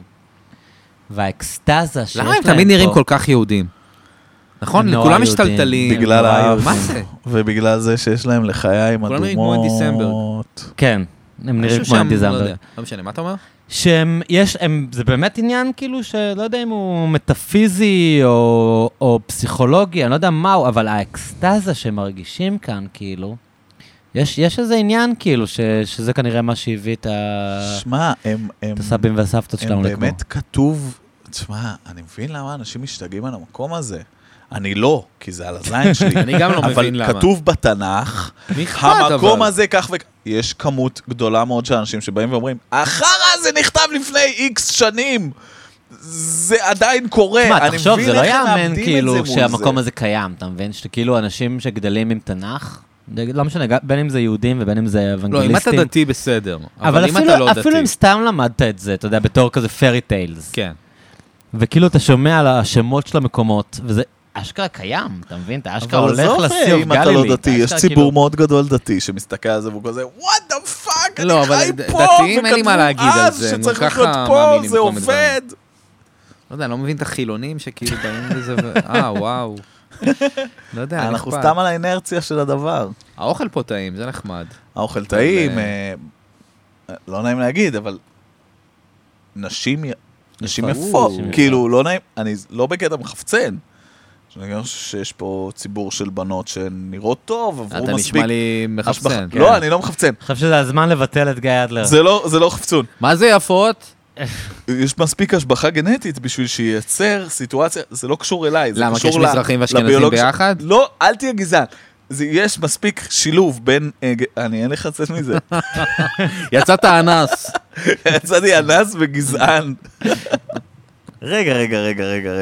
והאקסטזה שיש להם למה פה... הם תמיד נראים כל כך יהודים? נכון, הם נורא כולם יהודים. משתלטלים. בגלל נורא האף. יהודים. מה זה? ובגלל זה שיש להם לחיים כולם נראים כמו אנדי סמברג. אדומות. כן, הם נראים משהו כמו שם, אנדי לא זמברג. יודע. לא משנה, מה אתה אומר? שהם, יש, הם, זה באמת עניין כאילו שלא יודע אם הוא מטאפיזי או, או פסיכולוגי, אני לא יודע מהו, אבל האקסטזה שהם מרגישים כאן, כאילו, יש, יש איזה עניין כאילו, ש, שזה כנראה מה שהביא את, ה, שמע, הם, הם, את הסבים והסבתות הם שלנו לקרוא. באמת כתוב, תשמע, אני מבין למה אנשים משתגעים על המקום הזה. אני לא, כי זה על הזין שלי. אני גם לא מבין למה. אבל כתוב בתנ"ך, מי אכפת, המקום אבל? הזה כך וכך. יש כמות גדולה מאוד של אנשים שבאים ואומרים, החרא הזה נכתב לפני איקס שנים. זה עדיין קורה. תשמע, אני תחשוב, מבין זה לא איך הם יאמן מאבדים את כאילו זה מול שהמקום זה. הזה קיים, אתה מבין? שכאילו אנשים שגדלים עם תנ"ך, לא משנה, בין אם זה יהודים ובין אם זה לא, אוונגליסטים. אם אתה דתי בסדר. אבל אם אתה אפילו, לא דתי. אפילו אם סתם למדת את זה, אתה יודע, בתור כזה פרי טיילס. כן. וכאילו אתה שומע על השמות של המקומות, וזה אשכרה קיים, אתה מבין? אתה אשכרה אבל הולך עזוב, לסי אוף אם אתה גלילי. לא דתי, יש אשכרה ציבור כאילו- מאוד גדול דתי שמסתכל על זה והוא כזה, what the fuck, אני לא, אבל חי ד- פה, דתיים אין לי מה להגיד על וכתבו זה, אז הם שצריך ככה לחיות פה, מאמינים זה בכל מיני עובד. לא יודע, אני לא מבין את החילונים שכאילו באים לזה ו... אה, וואו. לא יודע, אנחנו נכפת. סתם על האינרציה של הדבר. האוכל פה טעים, זה נחמד. האוכל טעים, אה, אה, לא נעים להגיד, אבל נשים י- נשים יפות. יפות, נשים כאילו לא נעים, אני לא בקטע מחפצן. אני חושב שיש פה ציבור של בנות שנראות טוב, עברו אתה מספיק. נשמע לי השבח- מחפצן. לא, אני לא מחפצן. אני חושב שזה הזמן לבטל את גיא אדלר. זה לא- זה לא חפצון. מה זה יפות? יש מספיק השבחה גנטית בשביל שייצר סיטואציה, זה לא קשור אליי, זה למה, כי קשור יש ל- מזרחים ואשכנזים לביולוג ש- ביחד? לא, אל תהיה גזען. זה, יש מספיק שילוב בין, אה, ג- אני אין לך לצאת מזה. יצאת אנס. יצאתי אנס וגזען. רגע, רגע, רגע, רגע, רגע.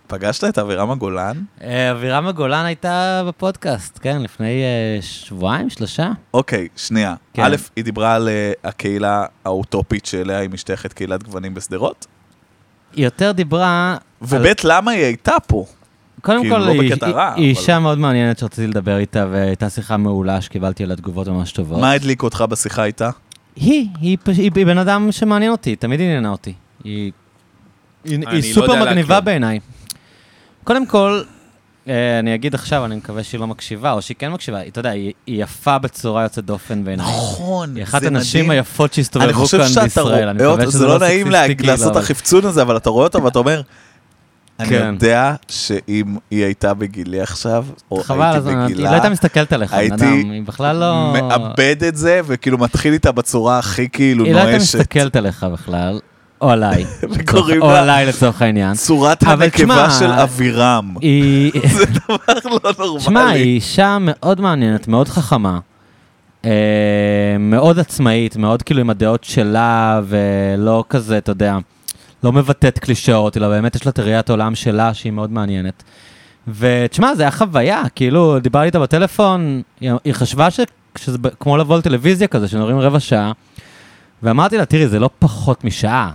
פגשת את אבירם הגולן? אה, אבירם הגולן הייתה בפודקאסט, כן, לפני אה, שבועיים, שלושה. אוקיי, שנייה. כן. א', היא דיברה על אה, הקהילה האוטופית שאליה היא משתייכת קהילת גוונים בסדרות, היא יותר דיברה... וב' למה היא הייתה פה? קודם כאילו, כל, לא היא, בקטע היא, רע, היא אבל- אישה מאוד מעניינת שרציתי לדבר איתה, והייתה שיחה מעולה שקיבלתי עליה תגובות ממש טובות. מה הדליק אותך בשיחה איתה? היא, היא, פש- היא, היא בן אדם שמעניין אותי, תמיד עניינה אותי. היא, היא, אני היא לא סופר יודע מגניבה להקליט. בעיניי. קודם כל, אה, אני אגיד עכשיו, אני מקווה שהיא לא מקשיבה, או שהיא כן מקשיבה, אתה יודע, היא, היא יפה בצורה יוצאת דופן בעיניי. נכון, היא אחת הנשים היפות אני שהסתובבו חושב כאן שאתה בישראל. אני רואה מקווה אותו, שזה זה לא נעים סקסיסטי, לה- לעשות את אבל- החפצון הזה, אבל אתה רואה אותה ואתה אומר, אני כן. יודע שאם היא הייתה בגילי עכשיו, או חבל, הייתי אז אני- היא בגילה, לא הייתה מסתכלת עליך, בן הייתי אדם, היא בכלל לא... מאבד את זה, וכאילו מתחיל איתה בצורה הכי כאילו היא לא הייתה נואשת. מסתכלת עליך בכלל, או עליי. וקוראים או לה- עליי לצורך העניין. צורת אבל הנקבה תשמע, של אבירם. היא... זה דבר לא נורמלי. שמע, היא אישה מאוד מעניינת, מאוד חכמה, אה, מאוד עצמאית, מאוד כאילו עם הדעות שלה, ולא כזה, אתה יודע, לא מבטאת קלישאות, אלא באמת יש לה את ראיית העולם שלה, שהיא מאוד מעניינת. ותשמע, זה היה חוויה, כאילו, דיברתי איתה בטלפון, היא, היא חשבה ש, שזה ב- כמו לבוא לטלוויזיה כזה, שנורים רבע שעה, ואמרתי לה, תראי, זה לא פחות משעה.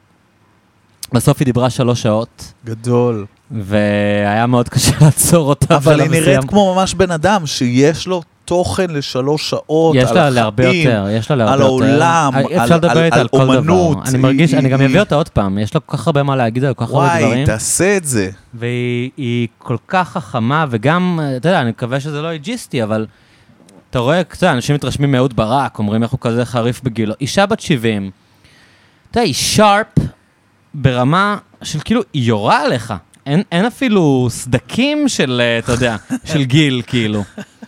בסוף היא דיברה שלוש שעות, גדול. והיה מאוד קשה לעצור אותה. אבל היא בשלב נראית מסוים. כמו ממש בן אדם, שיש לו תוכן לשלוש שעות, יש על לה להרבה החיים, יותר, יש לה להרבה על יותר. העולם, אה, על- אפשר לדבר על- איתה על על כל דבר. אומנות. אני מרגיש, היא- אני גם היא- אביא אותה עוד פעם, יש לה כל כך הרבה מה להגיד על כל כך הרבה וואי, דברים, תעשה את זה. והיא היא כל כך חכמה, וגם, אתה יודע, אני מקווה שזה לא איג'יסטי, אבל אתה רואה, אתה יודע, אנשים מתרשמים מאהוד ברק, אומרים איך הוא כזה חריף בגילו. אישה בת שבעים, אתה יודע, היא שרפ ברמה של כאילו, היא יורה עליך. אין, אין אפילו סדקים של, אה, אתה יודע, של גיל, כאילו.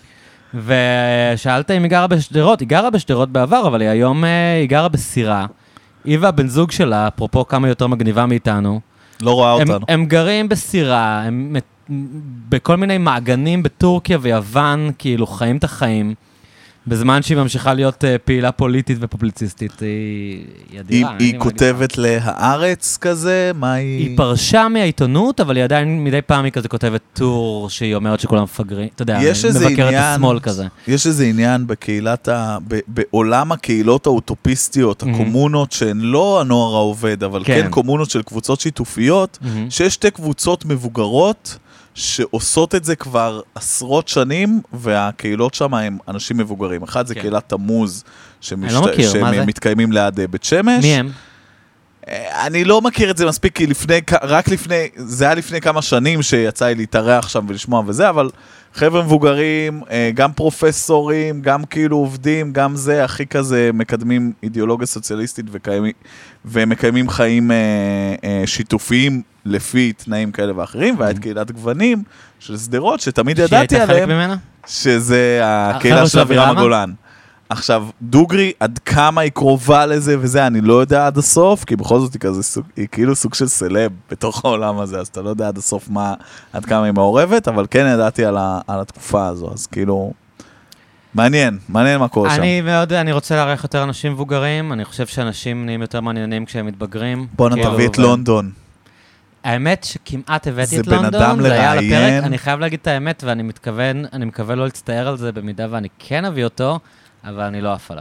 ושאלת אם היא גרה בשדרות, היא גרה בשדרות בעבר, אבל היא היום, אה, היא גרה בסירה. היא והבן זוג שלה, אפרופו כמה יותר מגניבה מאיתנו, לא רואה הם, אותנו. הם גרים בסירה, הם מת- בכל מיני מעגנים בטורקיה ויוון, כאילו חיים את החיים, בזמן שהיא ממשיכה להיות uh, פעילה פוליטית ופובליציסטית, היא, היא היא אדירה. אין לי היא מה להגיד לך. כותבת להארץ כזה? מה היא... היא פרשה מהעיתונות, אבל היא עדיין מדי פעם היא כזה כותבת טור שהיא אומרת שכולם מפגרים, אתה יודע, יש איזה מבקרת עניין- השמאל כזה. יש איזה עניין בקהילת ה... ב- בעולם הקהילות האוטופיסטיות, הקומונות שהן לא הנוער העובד, אבל כן. כן קומונות של קבוצות שיתופיות, מהמם. שיש שתי קבוצות מבוגרות שעושות את זה כבר עשרות שנים, והקהילות שם הם אנשים מבוגרים. אחד זה כן. קהילת תמוז, שמשת... אני לא מכיר, מה זה? שהם מתקיימים ליד אה, בית שמש. מי הם? אה, אני לא מכיר את זה מספיק, כי לפני, כ- רק לפני, זה היה לפני כמה שנים שיצא לי להתארח שם ולשמוע וזה, אבל חבר'ה מבוגרים, אה, גם פרופסורים, גם כאילו עובדים, גם זה, הכי כזה מקדמים אידיאולוגיה סוציאליסטית וקיימים, ומקיימים חיים אה, אה, שיתופיים לפי תנאים כאלה ואחרים, והיה את קהילת גוונים של סדרות, שתמיד שהיא ידעתי הייתה חלק עליהם, ממנה? שזה הקהילה החבר'ה של של אבירם אבירמה? הגולן. עכשיו, דוגרי, עד כמה היא קרובה לזה וזה, אני לא יודע עד הסוף, כי בכל זאת היא כזה סוג, היא כאילו סוג של סלב בתוך העולם הזה, אז אתה לא יודע עד הסוף מה, עד כמה היא מעורבת, אבל כן ידעתי על, ה, על התקופה הזו, אז כאילו, מעניין, מעניין מה קורה שם. אני מאוד, אני רוצה לארח יותר אנשים מבוגרים, אני חושב שאנשים נהיים יותר מעניינים כשהם מתבגרים. בוא כאילו, נביא את ו- לונדון. האמת שכמעט הבאתי זה את בן לונדון, אדם זה היה על לראיין. הפרק, אני חייב להגיד את האמת, ואני מתכוון, אני מקווה לא להצטער על זה במידה ואני כן אביא אותו, אבל אני לא עף עליו.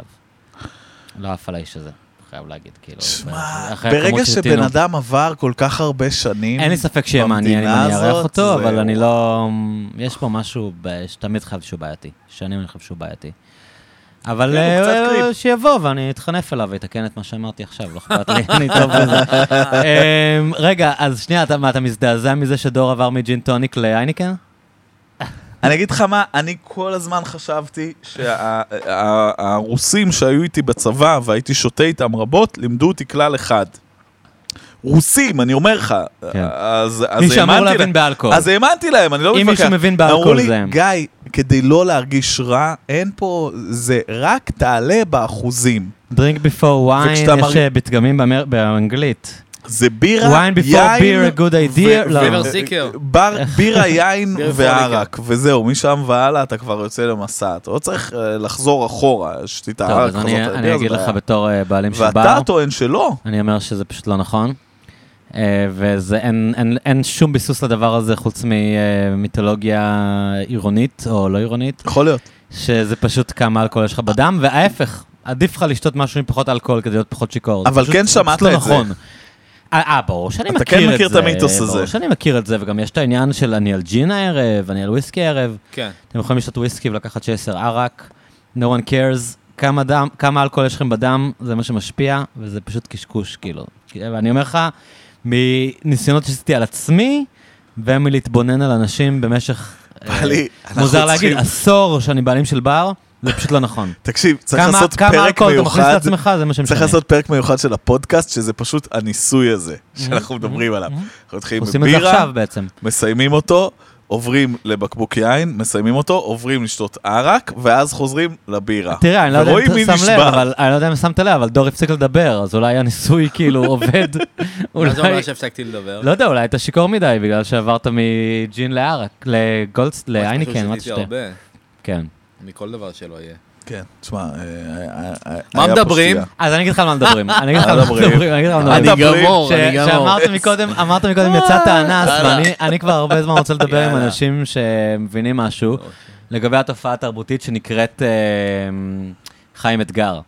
לא עף על האיש הזה, חייב להגיד, כאילו. שמע, אחרי ברגע הכמות שבן ששתינו. אדם עבר כל כך הרבה שנים, אין לי ספק שיהיה מעניין אם במדינה אני אארח הזאת, אותו, אבל זה- אני לא... יש פה משהו ב- שתמיד חייב שהוא בעייתי. שנים אני חושב שהוא בעייתי. אבל כן, הוא קצת אה, קריפ. שיבוא ואני אתחנף אליו ויתקן את מה שאמרתי עכשיו, לא אכפת לי, אני טוב בזה. אמ, רגע, אז שנייה, אתה- מה, אתה מזדעזע מזה שדור עבר מג'ין טוניק לאייניקן? אני אגיד לך מה, אני כל הזמן חשבתי שהרוסים שהיו איתי בצבא והייתי שותה איתם רבות, לימדו אותי כלל אחד. רוסים, אני אומר לך. כן. אז, אז מי שאמור האמנתי להבין להם. באלכוהול. אז האמנתי להם, אני לא מתווכח. אם מישהו מבין אמרו באלכוהול לי, זה הם. גיא, כדי לא להרגיש רע, אין פה, זה רק תעלה באחוזים. Drink before wine, וכשאתה יש מרג- אה, פתגמים באמר- באנגלית. זה בירה, Wine before יין, beer, a good idea, ו- לא. ו- River Seeker. בר- בירה, יין Beer for וערק, וזהו, משם והלאה אתה כבר יוצא למסע. אתה לא צריך אה, לחזור אחורה, שתית טוב, הערק, אז חזרת אני- לבירה, אני זה אגיד לך בעיה. בתור אה, בעלים של ואתה בר, טוען שלא. אני אומר שזה פשוט לא נכון. וזה, אין, אין, אין שום ביסוס לדבר הזה חוץ ממיתולוגיה עירונית או לא עירונית. יכול להיות. שזה פשוט כמה אלכוהול יש לך בדם, וההפך, עדיף לך לשתות משהו עם פחות אלכוהול כדי להיות פחות שיקור. אבל כן שמעת את זה. אה, ברור שאני מכיר את זה. אתה כן מכיר את המיתוס הזה. ברור שאני מכיר את זה, וגם יש את העניין של אני על ג'ין הערב, אני על וויסקי הערב. כן. אתם יכולים לשתות וויסקי ולקחת שעשר ערק, no one cares, כמה דם, כמה אלכוהול יש לכם בדם, זה מה שמשפיע, וזה פשוט קשקוש, כאילו. ואני אומר לך, מניסיונות שעשיתי על עצמי, ומלהתבונן על אנשים במשך, מוזר להגיד, עשור שאני בעלים של בר, זה פשוט לא נכון. תקשיב, צריך לעשות פרק מיוחד, צריך לעשות פרק מיוחד של הפודקאסט, שזה פשוט הניסוי הזה, שאנחנו מדברים עליו. אנחנו מתחילים בבירה, מסיימים אותו, עוברים לבקבוק יין, מסיימים אותו, עוברים לשתות ערק, ואז חוזרים לבירה. תראה, אני לא יודע אם אתה שם לב, אבל אני לא יודע אם שמת לב, אבל דור הפסיק לדבר, אז אולי הניסוי כאילו עובד. מה זה אומר שהפסקתי לדבר? לא יודע, אולי אתה שיקור מדי, בגלל שעברת מג'ין לערק, לגולדסט, לאייניקן, מה תשתה? כן. מכל דבר שלא יהיה. כן, תשמע, מה מדברים? אז אני אגיד לך על מה מדברים. אני אגיד לך על מה מדברים. אני גמור, אני גמור. שאמרת מקודם, אמרת מקודם יצאת האנס, ואני כבר הרבה זמן רוצה לדבר עם אנשים שמבינים משהו, לגבי התופעה התרבותית שנקראת חיים אתגר.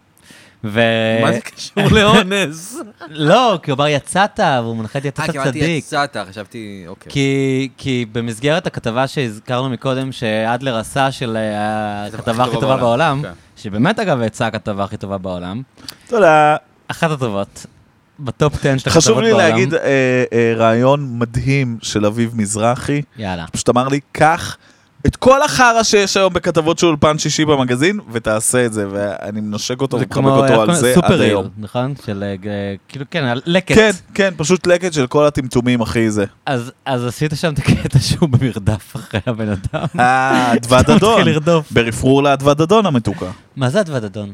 מה זה קשור לאונס? לא, כי הוא אמר יצאת, והוא מנחת יצאת צדיק. אה, כי אמרתי יצאת, חשבתי, אוקיי. כי במסגרת הכתבה שהזכרנו מקודם, שאדלר עשה של הכתבה הכי טובה בעולם, שבאמת אגב יצאה הכתבה הכי טובה בעולם. תודה. אחת הטובות. בטופ עשר של הכתבות חשוב לי בעולם. להגיד רעיון מדהים של אביב מזרחי. יאללה. פשוט אמר לי, קח את כל החרא שיש היום בכתבות של אולפן שישי במגזין, ותעשה את זה, ואני מנשק אותו ומחבק אותו על זה עד היום. סופר נכון? של, כאילו, כן, לקט. כן, כן, פשוט לקט של כל הטמטומים, אחי, זה. אז, אז עשית שם את הקטע שהוא במרדף אחרי הבן אדם. אה, אדוות אדון. ברפרור לאדוות אדון המתוקה. מה זה אדוות אדון?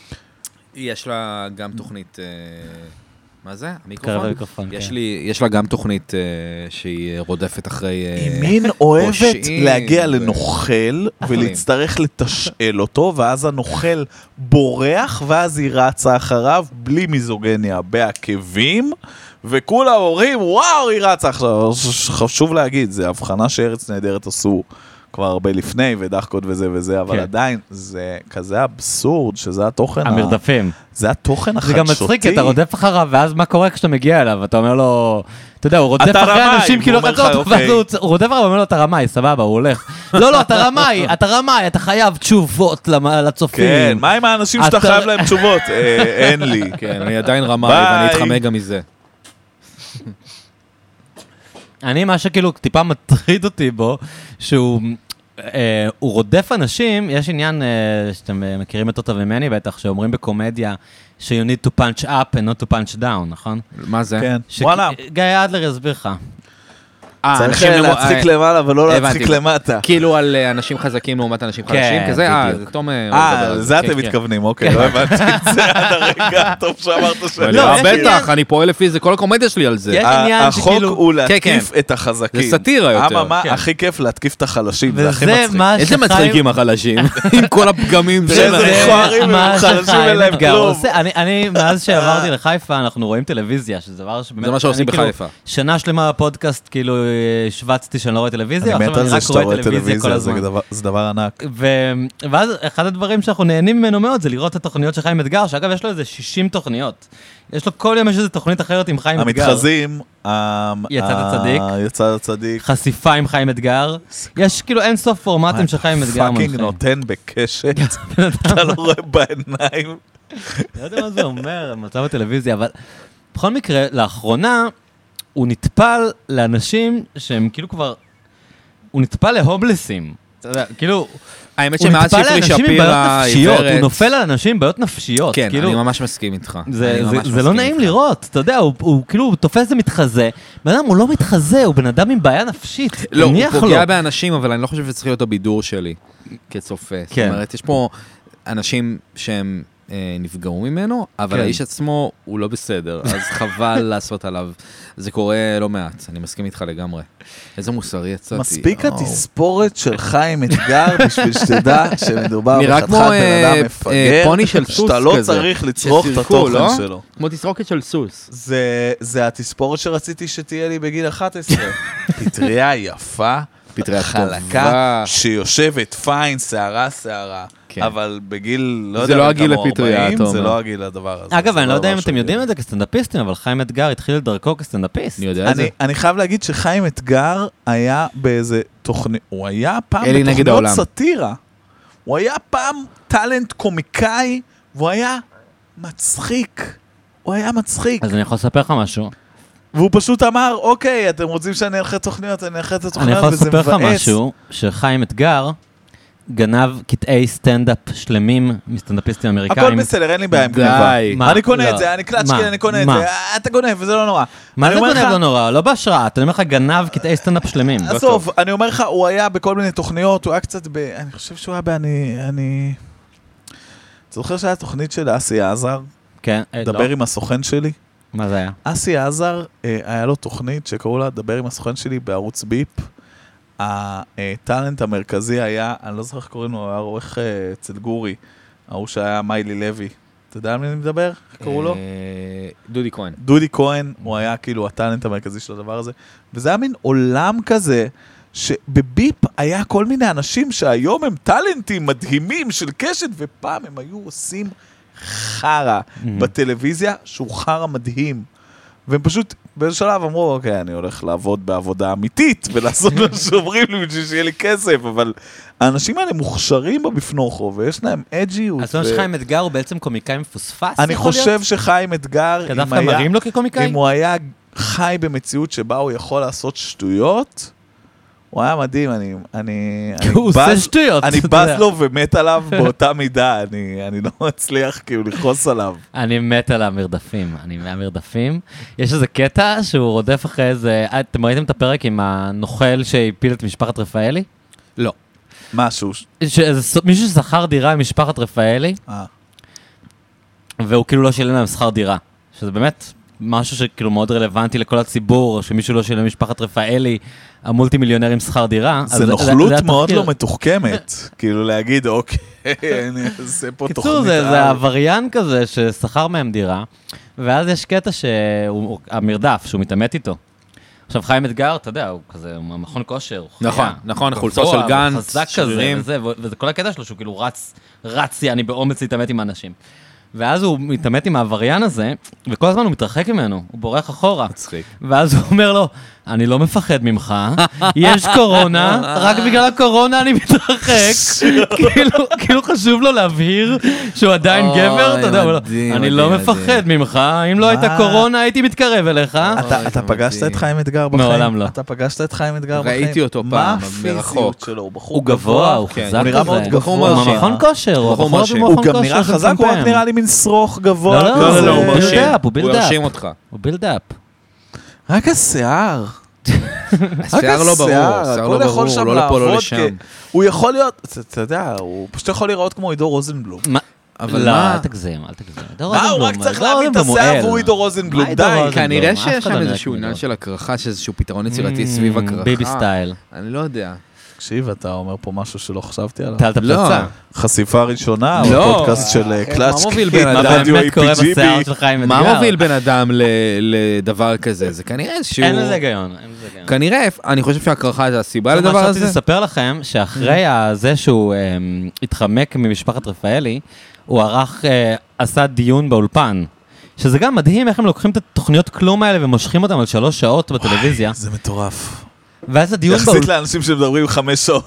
יש לה גם תוכנית... מה זה? המיקרופון? המיקרופון, יש כן. לי, יש לה גם תוכנית שהיא רודפת אחרי... היא מין אוהבת להגיע לנוכל ולהצטרך לתשאל אותו, ואז הנוכל בורח, ואז היא רצה אחריו בלי מיזוגניה בעקבים, וכולה אומרים, וואו, היא רצה עכשיו. חשוב להגיד, זה הבחנה שארץ נהדרת עשו כבר הרבה לפני, ודחקות וזה וזה, אבל עדיין, זה כזה אבסורד, שזה התוכן... המרדפים. זה התוכן החדשותי. זה גם מצחיק, אתה רודף אחריו, ואז מה קורה כשאתה מגיע אליו? אתה אומר לו... אתה יודע, הוא רודף אחרי אנשים כאילו חצות, ואז הוא רודף אחריו, הוא אומר לו, אתה רמאי, סבבה, הוא הולך. לא, לא, אתה רמאי, אתה רמאי, אתה חייב תשובות לצופים. כן, מה עם האנשים שאתה חייב להם תשובות? אין לי. כן, אני עדיין רמאי, ואני אתחמק גם מזה. אני, מה שכאילו טיפה מטריד אותי בו, שהוא אה, הוא רודף אנשים, יש עניין אה, שאתם מכירים את אותו ומני בטח, שאומרים בקומדיה, ש- you need to punch up and not to punch down, נכון? מה זה? כן, ש- וואלה. גיא אדלר יסביר לך. צריך להצחיק למעלה ולא להצחיק למטה. כאילו על אנשים חזקים לעומת אנשים חלשים, כזה, אה, זה תום... אה, זה אתם מתכוונים, אוקיי, לא הבנתי את זה עד הרגע, טוב שאמרת שאני... לא, בטח, אני פועל לפי זה, כל הקומדיה שלי על זה. החוק הוא להתקיף את החזקים. זה סאטירה יותר. אמא, מה הכי כיף להתקיף את החלשים, זה הכי מצחיק. איזה מצחיקים החלשים, עם כל הפגמים שלהם. איזה מכוערים הם חלשים אליהם כלום. אני, מאז שעברתי לחיפה, אנחנו רואים טלוויזיה, שזה דבר שבאמת... זה מה שעושים בחיפה. שנה שלמה בפודקאסט, כאילו, שווצתי שאני לא רואה טלוויזיה, אני מת על זה שאתה רואה טלוויזיה, זה דבר ענק. ואז אחד הדברים שאנחנו נהנים ממנו מאוד, זה לראות את התוכניות של חיים אתגר, שאגב יש לו איזה שישים תוכניות. יש לו כל יום יש איזו תוכנית אחרת עם חיים אתגר. המתחזים, יצאת הצדיק. יצאת הצדיק. חשיפה עם חיים אתגר. יש כאילו אין סוף פורמטים של חיים אתגר. פאקינג נותן בקשת, אתה לא רואה בעיניים. לא יודע מה זה אומר, מצב הטלוויזיה, אבל בכל מקרה, לאחרונה, הוא נטפל לאנשים שהם כאילו כבר, הוא נטפל להומלסים. אתה יודע, כאילו, האמת שמאז שפרי שפירה עיוורת. הוא נופל על אנשים בעיות נפשיות. כן, אני ממש מסכים איתך. זה לא נעים לראות, אתה יודע, הוא כאילו, הוא תופס זה מתחזה. בן אדם הוא לא מתחזה, הוא בן אדם עם בעיה נפשית. לא, הוא פוגע באנשים, אבל אני לא חושב שצריך להיות הבידור שלי כצופה. זאת אומרת, יש פה אנשים שהם אה, נפגעו ממנו, אבל כן. האיש עצמו הוא לא בסדר, אז חבל לעשות עליו. זה קורה לא מעט, אני מסכים איתך לגמרי. איזה מוסרי יצאתי. מספיק או. התספורת של חיים אתגר בשביל שתדע שמדובר נראה בחתיכת כמו, בן אה, אדם מפגר, אה, פוני של סוס שאתה לא כזה. צריך לצרוך את ששיחקו, התוכן לא? שלו. כמו תסרוקת של סוס. זה, זה התספורת שרציתי שתהיה לי בגיל אחת עשרה. פטריה יפה, פטריה חלקה, טובה. שיושבת פיין, שערה, שערה. כן. אבל בגיל, לא זה יודע, לא הגיל כמה לפטריה, ארבעים, אתה זה אומר. לא הגיל לדבר הזה. אגב, זה אני לא יודע אם דבר אתם שהוא יודעים את זה כסטנדאפיסטים, אבל חיים אתגר התחיל את דרכו כסטנדאפיסט. אני יודע את זה. אני, אני חייב להגיד שחיים אתגר היה באיזה תוכנית, הוא היה פעם אלי נגד בתוכניות העולם. סאטירה. הוא היה פעם טלנט קומיקאי, והוא היה מצחיק. הוא היה מצחיק. אז אני יכול לספר לך משהו. והוא פשוט אמר, אוקיי, אתם רוצים שאני אלך לתוכניות, אני אלך אני לתוכניות, יכול וזה לספר לך מבאס. משהו, שחיים אתגר גנב קטעי סטנדאפ שלמים מסטנדאפיסטים אמריקאים. הכל בסדר, אין לי בעיה עם גניבה. די. מה? אני קונה לא. את זה, אני קלצ'קי, מה? אני קונה את מה? זה, אה, אתה גונב, וזה לא נורא. מה אני זה אומר גונב לך- לא נורא? לא בהשראה, אני אומר לך גנב קטעי סטנדאפ שלמים. עזוב, אני אומר לך, הוא היה בכל מיני תוכניות, הוא היה קצת ב... אני חושב שהוא היה ב... אני... אני... אתה זוכר שהיה תוכנית של אסי עזר? כן, אה, דבר לא. עם הסוכן שלי? מה זה היה? אסי עזר, אה, היה לו תוכנית שקראו לה דבר עם הסוכן שלי בערוץ ביפ. הטלנט המרכזי היה, אני לא זוכר איך קוראים לו, הוא היה עורך אה, אצל גורי, ההוא שהיה מיילי לוי. אתה יודע על מי אני מדבר? איך קראו לו? אה, דודי כהן. דודי כהן, הוא היה כאילו הטלנט המרכזי של הדבר הזה, וזה היה מין עולם כזה, שבביפ היה כל מיני אנשים שהיום הם טלנטים מדהימים של קשת, ופעם הם היו עושים חרה בטלוויזיה, שהוא חרה מדהים. והם פשוט באיזה שלב אמרו, אוקיי, אני הולך לעבוד בעבודה אמיתית, ולעשות מה שאומרים לי בשביל שיהיה לי כסף, אבל האנשים האלה מוכשרים בבפנוכו, ויש להם אג'יות. אז זאת אומרת שחיים אתגר הוא בעצם קומיקאי מפוספס? אני יכול להיות? חושב שחיים אתגר, אתה אם דווקא היה... מרים לו כקומיקאי? אם הוא היה חי במציאות שבה הוא יכול לעשות שטויות, הוא היה מדהים, אני... אני, אני הוא עושה בז- שטויות. אני אתה בז יודע. לו ומת עליו באותה מידה, אני, אני לא מצליח כאילו לכעוס עליו. אני מת על המרדפים, אני מהמרדפים. יש איזה קטע שהוא רודף אחרי איזה... אתם ראיתם את הפרק עם הנוכל שהפיל את משפחת רפאלי? לא. משהו. שאיזה- מישהו ששכר דירה עם משפחת רפאלי, אה. והוא כאילו לא שילם להם שכר דירה. שזה באמת משהו שכאילו מאוד רלוונטי לכל הציבור, שמישהו לא שילם משפחת רפאלי, המולטי מיליונרים שכר דירה. זה אז נוכלות זה מאוד התחקיר. לא מתוחכמת. כאילו להגיד, אוקיי, אני אעשה פה תוכנית. קיצור, זה, זה על. עבריין כזה ששכר מהם דירה, ואז יש קטע שהוא, המרדף, שהוא מתעמת איתו. עכשיו חיים אתגר, אתה יודע, הוא כזה, הוא מכון כושר, הוא נכון, חיה, נכון, גבוה, חולצה של גנץ, חזק כזה, שרירים. וזה, וזה כל הקטע שלו, שהוא כאילו רץ, רץ, אני באומץ להתעמת עם האנשים. ואז הוא מתעמת עם העבריין הזה, וכל הזמן הוא מתרחק ממנו, הוא בורח אחורה. מצחיק. ואז הוא אומר לו, אני לא מפחד ממך, יש קורונה, רק בגלל הקורונה אני מתרחק. כאילו, כאילו חשוב לו להבהיר שהוא עדיין אוי, גבר, אתה יודע, הוא אומר לו, מדהים, אני לא מדהים, מפחד ממך, אם לא הייתה קורונה הייתי מתקרב אליך. אתה, אוי, אתה זה פגשת מדהים. את חיים אתגר בחיים? מעולם לא. אתה פגשת את חיים אתגר בחיים? ראיתי אותו מה פעם, הפיזיות מרחוק. שלו? הוא בחור הוא גבוה, הוא כן, חזק הוא נראה כזה. מאוד גבוה. הוא מרשים. במכון כושר, הוא בחור בחור מרשים. במכון הוא גם כושר נראה של חזק, הוא רק קמפיין. נראה לי מין שרוך גבוה. לא, לא, כזה. לא, הוא הוא מרשים. בילדאפ, הוא הוא בילדאפ. ירשים אותך. הוא בילדאפ. רק השיער. השיער לא ברור, השיער לא ברור, לא לפה, לא לשם. הוא יכול להיות, אתה- אתה יודע, הוא פשוט יכול להיראות כמו עידו רוזנבלום. מה? אבל לא, מה? אל תגזים, אל תגזים. מה, הוא רק צריך להבין את השיער והוא עידו רוזנבלום, די. כנראה אף אחד שיש לא שם נראה איזשהו כמו עניין עידו. של הקרחה, שיש איזשהו פתרון יצירתי סביב הקרחה. ביבי סטייל. אני לא יודע. תקשיב, אתה אומר פה משהו שלא חשבתי עליו. טלת לא. הפצצה. חשיפה ראשונה, לא. או פודקאסט של קלאצ'קי. מה מוביל בן מה אדם? ברדיו באמת קורה איי פי ג'י בי. בשיער של חיים אתגר? מה מוביל בן אדם ל- לדבר כזה? זה כנראה איזשהו... אין לזה היגיון, אין לזה היגיון. כנראה, אני חושב שהקרחה זה הסיבה מה לדבר שרציתי הזה. לספר לכם, שאחרי זה שהוא אמ, התחמק ממשפחת רפאלי, הוא ערך, אה, עשה דיון באולפן. שזה גם מדהים איך הם לוקחים את התוכניות כלום האלה ומושכים אותם על שלוש שעות בטלוויזיה. זה מטורף. ואז הדיון יחסית באולפן... לאנשים שמדברים חמש שעות.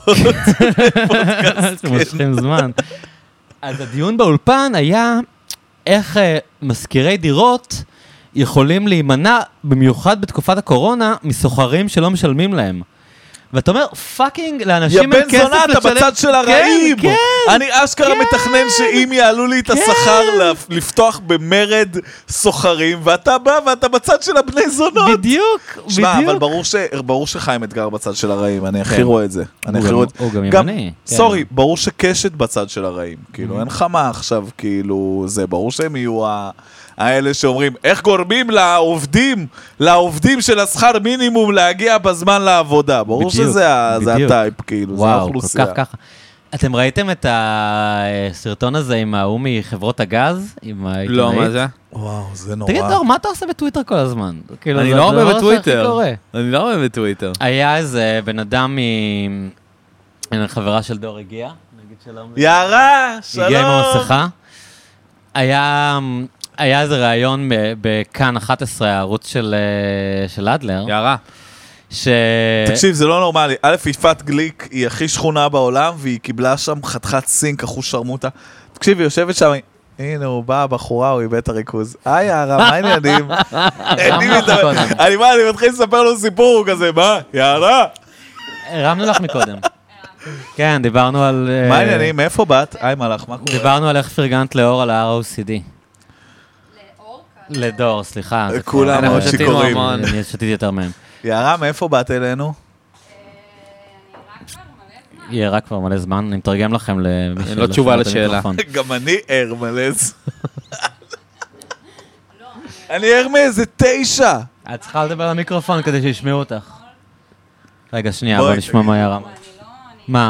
שמושכים זמן. אז הדיון באולפן היה איך אה, מזכירי דירות יכולים להימנע, במיוחד בתקופת הקורונה, מסוחרים שלא משלמים להם. ואתה אומר, פאקינג, לאנשים יא אין בן כסף זונה, אתה לשלם- בצד של כן, הרעים. כן, אני אשכרה מתכנן שאם יעלו לי את השכר לפתוח במרד סוחרים, ואתה בא ואתה בצד של הבני זונות. בדיוק, שמע, בדיוק. אבל ברור שחיים אתגר בצד של הרעים, אני הכי רואה את זה. הוא גם ימני. סורי, ברור שקשת בצד של הרעים. כאילו, אין לך מה עכשיו, כאילו, זה ברור שהם יהיו ה... האלה שאומרים, איך גורמים לעובדים, לעובדים של השכר מינימום להגיע בזמן לעבודה. ברור שזה הטייפ, כאילו, זה האוכלוסייה. וואו, כל כך ככה. אתם ראיתם את הסרטון הזה עם ההוא מחברות הגז? לא, מה זה? וואו, זה נורא. תגיד, דור, מה אתה עושה בטוויטר כל הזמן? אני לא הרבה בטוויטר. אני לא הרבה בטוויטר. היה איזה בן אדם מ... חברה של דור הגיע. יערה, שלום. הגיע עם המסכה. היה... היה איזה ראיון בכאן אחת עשרה, הערוץ של אדלר. יערה. ש... תקשיב, זה לא נורמלי. א', יפעת גליק היא הכי שכונה בעולם, והיא קיבלה שם חתיכת סינק, אחוז שרמוטה. תקשיב, היא יושבת שם, הנה, הוא בא, הבחורה, הוא איבד את הריכוז. היי, יערה, מה העניינים? אני מה, אני מתחיל לספר לו סיפור, הוא כזה, מה? יערה? הרמנו לך מקודם. כן, דיברנו על... מה העניינים? מאיפה באת? היי, מלאך, מה קורה? דיברנו על איך פרגנת לאור על ה-אר או סי די. לדור, סליחה. כולם מאוד שיכורים. אני שתיתי יותר מהם. יערה, מאיפה באת אלינו? היא ערה כבר מלא זמן, אני מתרגם לכם למי לא תשובה לשאלה. גם אני ער מלא זמן. אני ער מאיזה תשע. את צריכה לדבר למיקרופון כדי שישמעו אותך. רגע, שנייה, בוא נשמע מה יערה. מה?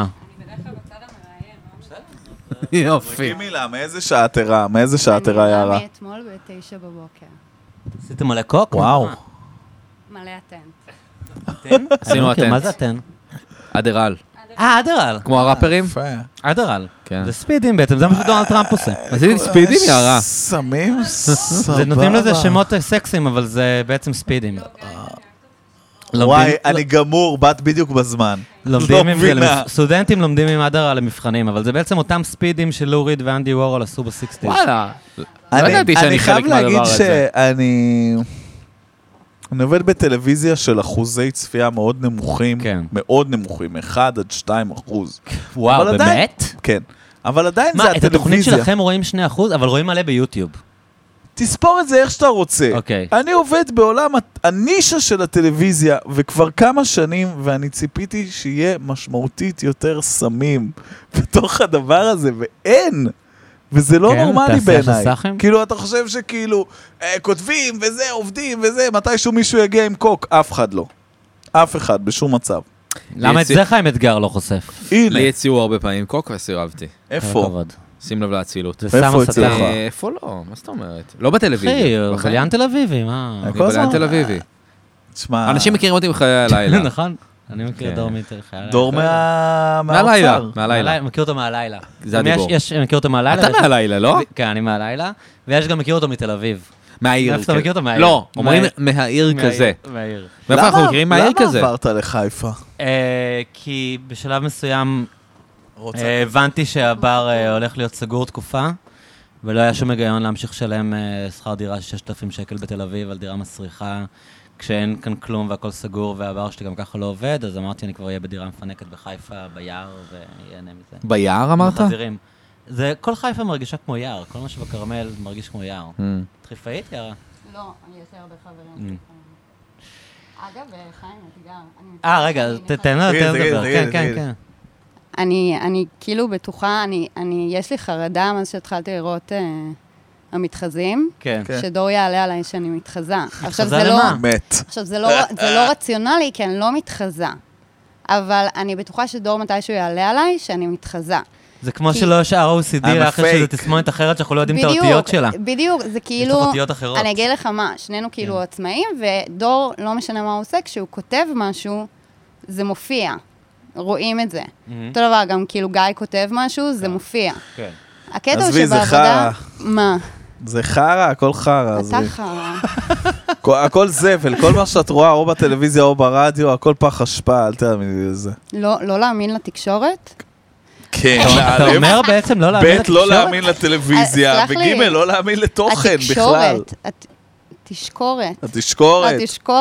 יופי. מילה, מאיזה שעה תראה? מאיזה שעה תראה יערה? אני מאתמול בתשע בבוקר. עשיתם מלא קוק? וואו. מלא אטנט. אתן? עשינו אטנט. מה זה אתן? אדרל. אה, אדרל. כמו הראפרים? אדרל. כן. זה ספידים בעצם, זה מה שדונלד טראמפ עושה. עשיתי ספידים, יערה. סמים? סבבה. נותנים לזה שמות סקסיים, אבל זה בעצם ספידים. וואי, אני גמור, בת בדיוק בזמן. סטודנטים לומדים עם אדרל למבחנים, אבל זה בעצם אותם ספידים של לו ריד ואנדי וורול עשו בסיקסטיז. וואלה. לא ידעתי שאני חלק מהדבר הזה. אני חייב להגיד שאני... אני עובד בטלוויזיה של אחוזי צפייה מאוד נמוכים, מאוד נמוכים, אחד עד שתיים אחוז. וואו, באמת? כן. אבל עדיין זה מה, הטלוויזיה. את התוכנית שלכם רואים שני אחוז, אבל רואים מלא ביוטיוב. תספור את זה איך שאתה רוצה. אוקיי. אני עובד בעולם הנישה של הטלוויזיה, וכבר כמה שנים, ואני ציפיתי שיהיה משמעותית יותר סמים בתוך הדבר הזה, ואין. וזה לא נורמלי בעיניי. כאילו, אתה חושב שכאילו, כותבים וזה, עובדים וזה, מתישהו מישהו יגיע עם קוק, אף אחד לא. אף אחד, בשום מצב. למה את זה חיים אתגר לא חושף? הנה. לי הציעו הרבה פעמים קוק וסירבתי. איפה? שים לב להצילות. זה סם הסתה. איפה לא? מה זאת אומרת? לא בטלוויזיה. אחי, בליין תל אביבי, מה? אני בליין תל אביבי. תשמע... אנשים מכירים אותי בחיי הלילה. נכון. אני מכיר דור מחיי הלילה. דור מהלילה. מהלילה. מכיר אותו מהלילה. זה הדיבור. מכיר אותו מהלילה. אתה מהלילה, לא? כן, אני מהלילה. ויש גם מכיר אותו מתל אביב. מהעיר. איפה אתה מכיר אותו? מהעיר. לא, אומרים מהעיר כזה. מהעיר. מאיפה אנחנו מכירים מהעיר כזה? למה עברת לחיפה? כי בשלב מסוים הבנתי שהבר הולך להיות סגור תקופה, ולא היה שום היגיון להמשיך לשלם שכר דירה של ששת אלפים שקל בתל אביב על דירה מסריחה, כשאין כאן כלום והכל סגור, והבר שלי גם ככה לא עובד, אז אמרתי אני כבר אהיה בדירה מפנקת בחיפה, ביער, ויהנה מזה. ביער אמרת? בחזירים. זה, כל חיפה מרגישה כמו יער, כל מה שבקרמל מרגיש כמו יער. את חיפאית, יערה? לא, אני יותר הרבה חברים. אגב, חיים, אתגר. אה, רגע, תן לה יותר לדבר. כן, כן, כן. אני, אני כאילו בטוחה, אני, אני, יש לי חרדה מאז שהתחלתי לראות אה, המתחזים, כן. שדור יעלה עליי שאני מתחזה. מתחזה למה? מת. עכשיו, זה לא, זה לא רציונלי, כי אני לא מתחזה. אבל אני בטוחה שדור מתישהו יעלה עליי שאני מתחזה. זה כמו שלא יש אר או סי די, לאחר שזה תסמונת אחרת שאנחנו לא יודעים את האותיות שלה. בדיוק, זה כאילו... יש אותיות אחרות. אני אגיד לך מה, שנינו כאילו עצמאים, ודור, לא משנה מה הוא עושה, כשהוא כותב משהו, זה מופיע. רואים את זה. אותו דבר, גם כאילו גיא כותב משהו, זה מופיע. כן. הקטע הוא שבעבודה... מה? זה חרא, הכל חרא. אתה חרא. הכל זבל, כל מה שאת רואה, או בטלוויזיה או ברדיו, הכל פח אשפה, אל תאמיני לזה. לא להאמין לתקשורת? כן, אתה אומר בעצם לא להאמין לתקשורת? ב' לא להאמין לטלוויזיה, וג' לא להאמין לתוכן בכלל. התשקורת. התשקורת.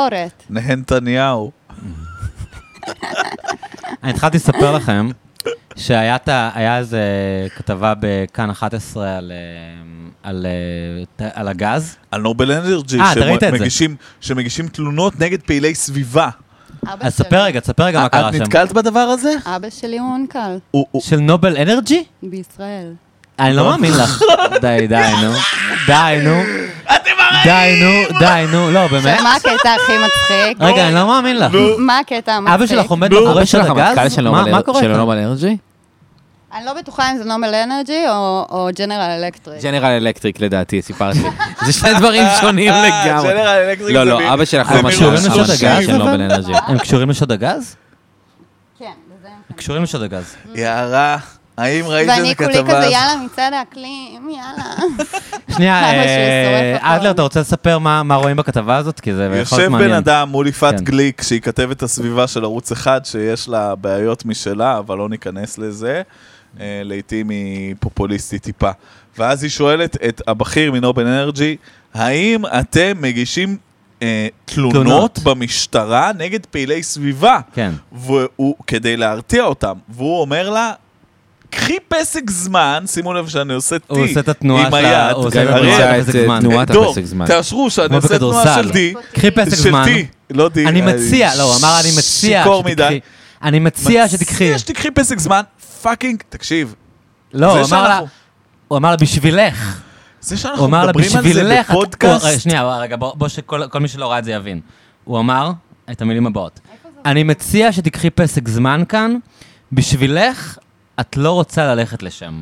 התשקורת. נהנתניהו. אני התחלתי לספר לכם שהיה ת- היה איזה כתבה בכאן אחת עשרה על, אה, על, אה, ת- על הגז. על נובל אנרג'י, אה, אתה ראית את זה. שמגישים- שמגישים תלונות נגד פעילי סביבה. אבא אז שלי- ספר רגע, תספר רגע מה קרה את שם. נתקלת בדבר הזה? אבא שלי הוא מנכ"ל הוא- הוא- של נובל אנרג'י? בישראל. אני לא מאמין לך. די, די, נו. די, נו. די, נו, די, נו. לא, באמת? מה הקטע הכי מצחיק? רגע, אני לא מאמין לך. מה הקטע המצחיק? אבא שלך עומד נו. מאחורי אבא של שלך המנכ"ל הגז? של מה נובל- מה קורה של כאן? נובל אנרג'י? אני לא בטוחה אם זה נובל אנרג'י או ג'נרל אלקטריק. ג'נרל אלקטריק לדעתי, סיפרתי. זה שני דברים שונים לגמרי. ג'נרל אלקטריק לא, זה לא, מ- אבא שלך זה ממש קשורים ממש לשוד ממש הגז? של נובל אנרג'י. הם קשורים לשוד הגז? כן, לזה הם הם קשורים לשוד הגז. יערה, האם ראית ואני את כולי הכתבה? כזה, הזאת? יאללה, מצד האקלים, יאללה. שנייה, אבא שלי אה, שורף הכל. אדלר, אתה רוצה לספר מה מה רואים בכתבה הזאת? כי זה יכול להיות יושב מעניין. בן אדם מול יפעת כן. גליק, שהיא כתבת הסביבה של ערוץ אחד, שיש לה בעיות משלה, אבל לא ניכנס לזה. אה, לעתים היא פופוליסטית טיפה. ואז היא שואלת את הבכיר מנובל אנרג'י, האם אתם מגישים אה, תלונות, תלונות. במשטרה נגד פעילי סביבה? כן. והוא, כדי להרתיע אותם. והוא אומר לה, קחי פסק זמן, שימו לב שאני עושה הוא טי עושה את התנועה עם שלה, היד. הוא עושה את אריאל, התנועה את של פסק זמן. תנועת דור, הפסק זמן. תאשרו שאני כמו עושה תנועה בכדורסל. של די. קחי פסק של זמן. די, לא די. אני אה, מציע, לא, הוא אמר אני מציע שיכור מדי. שתקחי. אני מציע שתקחי. מציע שתקחי פסק זמן, פאקינג, תקשיב. לא, זה הוא אמר לה, שאנחנו- הוא אמר לה בשבילך. זה הוא שאנחנו אמר לה מדברים על זה בשבילך. את- הוא- בפודקאסט, שנייה, רגע, בוא בוא שכל כל מי שלא ראה את זה יבין. הוא אמר את המילים הבאות. אני מציע שתקחי פסק זמן כאן, בשבילך את לא רוצה ללכת לשם.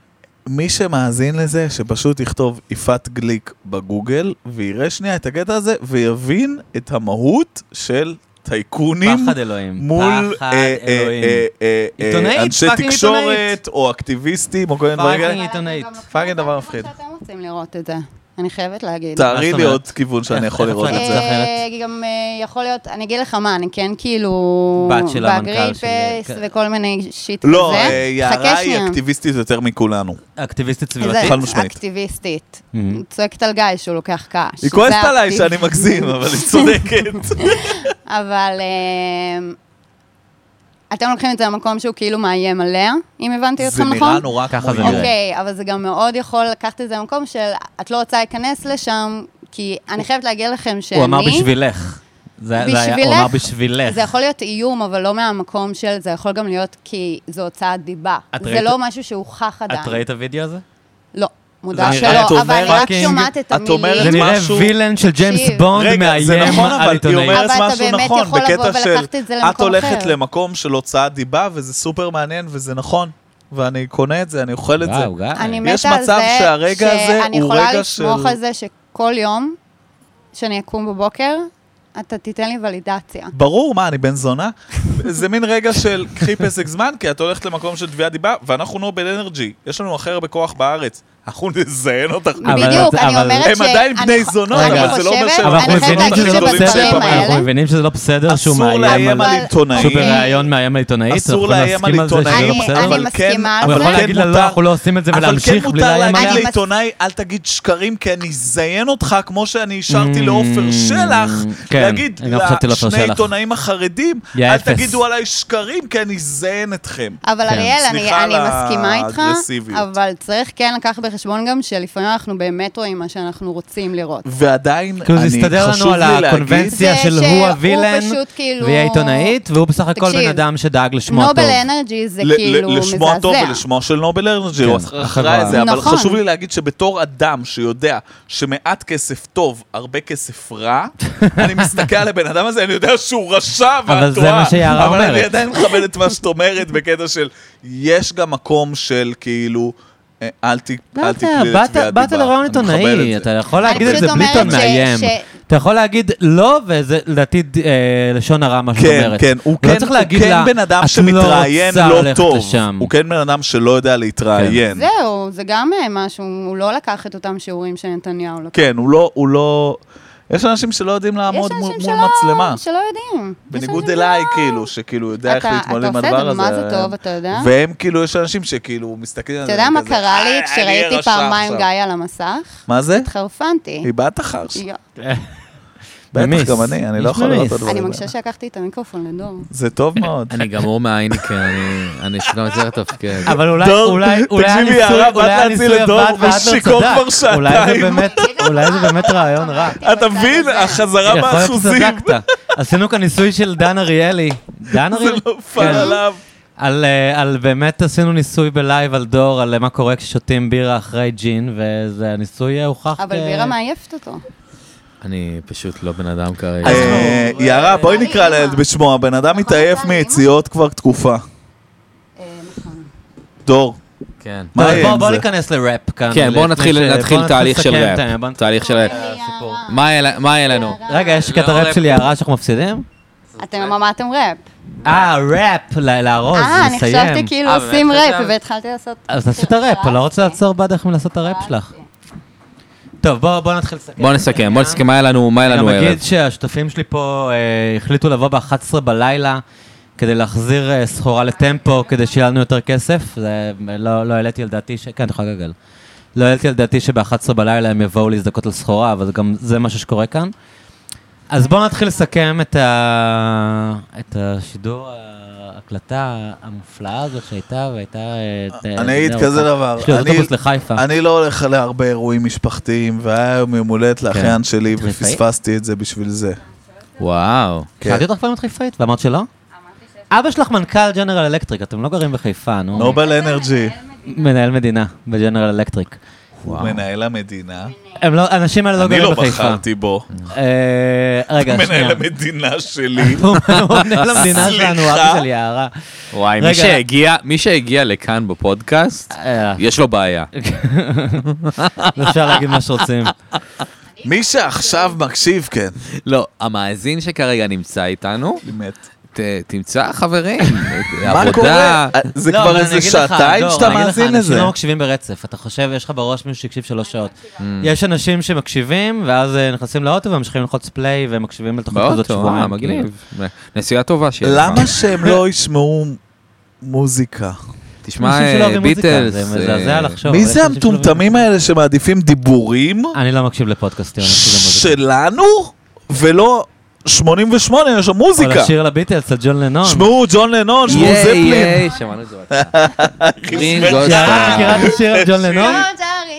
מי שמאזין לזה, שפשוט יכתוב יפעת גליק בגוגל, ויראה שנייה את הקטע הזה, ויבין את המהות של טייקונים פחד אלוהים. מול פחד אה, אה, אלוהים. אה, אה, אה, עיתונאית, אנשי פאקינג תקשורת, עיתונאית. או אקטיביסטים, או כל מיני דברים פאקינג כאלה. עיתונאית. פאקינג דבר מפחיד. שאתם רוצים לראות את זה, אני חייבת להגיד. תארי זאת לי אומרת? עוד כיוון שאני איך- יכול איך לראות את להגיד זה. את זה? אחרת? אה, גם אה, יכול להיות, אני אגיד לך מה, אני כן כאילו... בת של המנכ"ל בגריל של- פייס כן. וכל מיני שיט לא, כזה. אה, יערה חכה היא שנייה. אקטיביסטית יותר מכולנו. אקטיביסטית איזה סביבתית. חד משמעית. אקטיביסטית. Mhm. צועקת על גיא שהוא לוקח קש. היא שזה כועסת עליי אקטיב- שאני מגזים, אבל היא צודקת. אבל אה, אתם לוקחים את זה למקום שהוא כאילו מאיים עליה, אם הבנתי זה אתכם נכון? נראה נורא ככה כמו זה איום. נראה. אוקיי, אבל זה גם מאוד יכול לקחת את זה למקום של את לא רוצה להיכנס לשם, כי אני חייבת להגיד לכם שאני... הוא אמר בשבילך. זה זה היה, הוא בשבילך? אמר בשבילך. זה יכול להיות איום, אבל לא מהמקום של, זה יכול גם להיות כי זו הוצאת דיבה. את זה ראית- לא משהו שהוכח עדיין. את ראית הוידאו הזה? לא, מודע זה נראה- שלא, את אבל אני אומרת- רק שומעת את את אומרת- המילים. זה נראה משהו- וילן של ג'יימס תקשיב. בונד רגע, זה מאיים נכון, על אבל היא עיתונאית. אומרת אבל אתה משהו באמת נכון, יכול לבוא בקטע ולקחת את זה של את למקום הולכת אחר. למקום של הוצאת דיבה, וזה סופר מעניין, וזה נכון. ואני קונה את זה, אני אוכל את זה. וואו, גיא. אני יש מתה על מצב זה שהרגע הזה שאני הוא יכולה רגע לסמוך של- על זה שכל יום שאני אקום בבוקר, אתה תיתן לי ולידציה. ברור, מה, אני בן זונה? זה מין רגע של קחי פסק זמן, כי את הולכת למקום של תביעת דיבה, ואנחנו נובל אנרג'י. יש לנו הכי הרבה כוח בארץ. אנחנו נזיין אותך. אבל- בדיוק, אני אבל- אומרת ש... הם עדיין אני בני ח- זונות, אני אבל זה לא אומר חושבת- שהם- אבל אנחנו אני חייבת מבינים להגיד שזה לא שבדברים בסדר, שבדברים אנחנו האלה... מבינים שזה לא בסדר שהוא אסור מאיים לאיים על על... עיתונאים. שהוא בראיון מאיים על עיתונאית. אסור אנחנו יכולים לאיים על להסכים על זה שזה עיתונאים, לא בסדר. אני אבל כן, מסכימה על הוא זה. יכול כן להגיד לה, לא, מותר- אנחנו לא עושים את זה אבל כן ולהמשיך בלי מותר לאיים להגיד עליה. אני מס- לעיתונאי, אל תגיד שקרים, כי אני אזיין אותך, כמו שאני אישרתי Mm, לעופר שלח, כן, להגיד אני גם חשבתי לעופר לשני שלח. עיתונאים החרדים, יא אל אפס. תגידו עליי שקרים, כי אני אזיין אתכם. אבל כן. אריאל, אני, סליחה אני על מסכימה איתך, האגרסיביות. אבל צריך כן לקחת בחשבון גם שלפעמים אנחנו באמת רואים מה שאנחנו רוצים לראות. ועדיין, כאילו זה אני הסתדר לנו חשוב על לי להגיד, הקונבנציה זה של שהוא הוא הווילן, פשוט כאילו- והיא העיתונאית, והוא בסך הכל תקשיב, בן אדם שדאג לשמו הטוב. נובל אנרג'י זה ל- כאילו ל- לשמו הטוב מזעזע. ולשמו של נובל אנרג'י, הוא החברה. אחראי לזה, אבל נכון. חשוב לי להגיד שבתור אדם שיודע שמעט כסף טוב, הרבה כסף רע, אני מסתכל על הבן אדם הזה, אני יודע שהוא רשע ואת טועה. אבל זה מה שיערה אבל אני אומרת. עדיין מכבד את מה שאת אומרת בקטע של, יש גם מקום של כאילו, אה, אל ת- לא אל יודע, תקלי באת- לתביעת באת דיבה. לרעיון אני מכבד עיתונאי, את זה. אתה יכול אני להגיד את פשוט זה בלי אומרת טון ש- מאיים. ש- אתה יכול להגיד לא, וזה לדעתי אה, לשון הרע מה שאת כן, אומרת. כן, הוא לא כן, צריך הוא להגיד כן לה, בן אדם "את שמתראיין רוצה לא ללכת טוב. לשם." הוא כן בן אדם שלא יודע להתראיין. זהו, זה גם אה, משהו, הוא לא לקח את אותם שיעורים שנתניהו לקח. כן, הוא לא, הוא לא... יש אנשים שלא יודעים לעמוד יש מול אנשים מול שלא- מצלמה. שלא יודעים. יש בניגוד אנשים אליי, שלא- כאילו, שכאילו יודע איך אתה- להתמודד עם אתה הדבר עושה את הזה. זה, מה זה טוב, אתה יודע? והם כאילו, יש אנשים שכאילו מסתכלים על אתה זה. יודע מה כזה, קרה לי "אה, אני כשראיתי רשע פעמיים עכשיו." גיא על המסך? מה זה? התחרפנתי. איבדת חרש. יו. בטח, גם אני, אני לא יכול לראות את הדברים. אני מרגישה שלקחתי את המיקרופון לדור. זה טוב מאוד. אני גמור מהאייניקן, אני שלא מצליח לתפקד. אבל אולי, דור, אולי, אולי תקשיבי, הניסוי, יערה, באת אולי להציל הניסוי את דור, עבד ואת הוא לא שיכור כבר צדקת. אולי זה שעתיים. באמת, אולי זה באמת רעיון רע. אתה מבין? החזרה יכול להיות באחוזים. שצדקת. עשינו כאן ניסוי של דן אריאלי. דן זה אריאלי? לא נפל כן. עליו. על, אה, על באמת עשינו ניסוי בלייב על דור, על מה קורה כששותים בירה אחרי ג'ין, וזה הניסוי אה, הוכח. אבל כ- בירה מעייפת אותו. אני פשוט לא בן אדם כרגע. אה, יערה, בואי נקרא לילד בשמו, הבן אדם מתעייף מיציאות כבר תקופה. דור, כן. מה טוב, יהיה בוא, עם בוא זה? ניכנס לראפ כאן. כן, בואו לפני נתחיל ש- נתחיל בוא תהליך של לסכם את ראפ. ה- בוא- תהליך של ראפ. סיפור. מה יהיה- מה יהיה לנו? רגע, יש קטע ראפ של יערה שאנחנו מפסידים? אתם אמרתם ראפ. אה, ראפ, ל- לארוז, אה, אני לסיים. חשבתי כאילו אה, עושים באמת ראפ, חשבת? והתחלתי לעשות... אז תעשי את הראפ, אני לא רוצה לעצור בעדך מלעשות את הראפ שלך. טוב, בוא בוא נתחיל לסכם. בואו נסכם, בואו נסכם מה היה לנו, מה היה אני לנו גם ערב. אגיד שהשותפים שלי פה אה, החליטו לבוא ב-אחת עשרה בלילה כדי להחזיר אה, סחורה לטמפו, כדי שיהיה לנו יותר כסף. זה, לא, לא העליתי על דעתי ש... כן, אתה יכול לגגל. לא העליתי על דעתי שב-אחת עשרה בלילה הם יבואו להזדקות על סחורה, אבל גם זה משהו שקורה כאן. אז בואו נתחיל לסכם את, ה... את השידור, ההקלטה המופלאה הזאת שהייתה, והייתה... אה, אני אגיד אה, כזה ארוכה. דבר. יש לי עוד אני- אוטובוס לחיפה. אני לא הולך להרבה אירועים משפחתיים, והיה יום יום הולדת לאחיין שלי, את חיפאית? ופספסתי את זה בשביל זה. וואו. כן. שאלתי אותך פעם את חיפאית, ואמרת שלא? אבא שלך מנכ"ל ג'נרל אלקטריק, אתם לא גרים בחיפה, נו. נובל אנרג'י, מנהל מדינה בג'נרל אלקטריק. מנהל המדינה. הם לא, האנשים האלה לא אני גרים לא בחיפה. בחרתי בו. אה, רגע, שנייה. מנהל המדינה שלי. הוא מנהל המדינה שלנו, סליחה. אבא של יערה. וואי, רגע. מי שהגיע, מי שהגיע לכאן בפודקאסט, אה, יש לו בעיה. אפשר להגיד מה שרוצים. מי שעכשיו מקשיב, כן. לא, המאזין שכרגע נמצא איתנו, באמת. ת- תמצא חברים, מה עבודה. קורה? זה לא, כבר אבל איזה אני אגיד לך, שעתיים דור, שאתה אני אגיד לך, מאזין לזה. אנשים לא מקשיבים ברצף. אתה חושב, יש לך בראש מישהו שהקשיב שלוש שעות. יש אנשים שמקשיבים, ואז אה, נכנסים לאוטו וממשיכים ללחוץ פליי, והם מקשיבים לתוכנית כזאת באוטו, שבועיים. אה, מגניב. נסיעה טובה שיהיה לך. למה שהם לא ישמעו מוזיקה? תשמע, אנשים שלא אוהבים מוזיקה, ביטלס. זה מזעזע לחשוב. מי יש זה אנשים שלא אוהבים המטומטמים האלה שמעדיפים דיבורים אני לא מקשיב לפודקאסטים, אני מקשיב למוזיקה. שלנו, ולא שמונים ושמונה, יש שם או מוזיקה. לשיר לביטלס, לג'ון לנון. שמעו ג'ון לנון, שמעו ייי, זפלין. ייי, שמענו את זה בהתחלה. רינגו יערה, מכירה את השיר על ג'ון לנון? ג'ורג'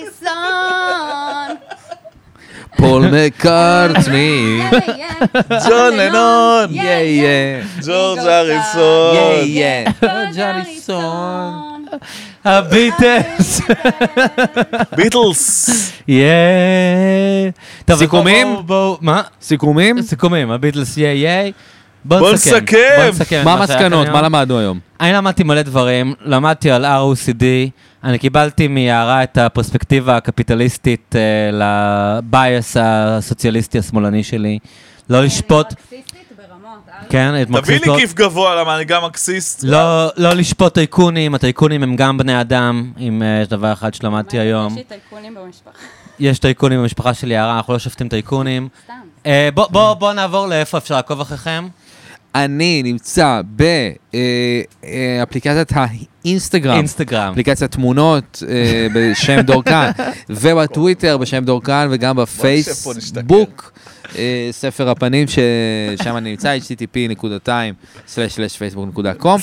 אריסון. פול מקארטני. ג'ון לנון, ייי, ייי. ג'ורג' אריסון. ייי, ייי. ג'ורג' אריסון. הביטלס. ביטלס. יאיי. טוב, אז סיכומים? בואו, בואו, מה? סיכומים? סיכומים, הביטלס ייי ייי. בוא בואו נסכם. בואו נסכם. את מה שהיה כאן המסקנות? היום. מה למדנו היום? אני למדתי מלא דברים, למדתי על אר או סי די, אני קיבלתי מיערה את הפרספקטיבה הקפיטליסטית אה, לבייס הסוציאליסטי השמאלני שלי. לא לשפוט, כן, את תביא מרקסיסט, לי לא- כיף גבוה, למה אני גם מקסיסט. לא, לא לשפוט טייקונים, הטייקונים הם גם בני אדם, אם אה, יש דבר אחד שלמדתי היום. יש לי טייקונים במשפחה. יש טייקונים במשפחה של יערה, אנחנו לא שופטים טייקונים. סתם. אה, בוא, בוא, בוא נעבור לאיפה אפשר לעקוב אחריכם. אני נמצא באפליקציית האינסטגרם. אינסטגרם. אפליקציית תמונות אה, בשם דורקן, ובטוויטר בשם דורקן, וגם בפייסבוק, אה, ספר הפנים, ששם אני נמצא, אייץ' טי טי פי נקודה טיים סלש סלש פייסבוק נקודה קום,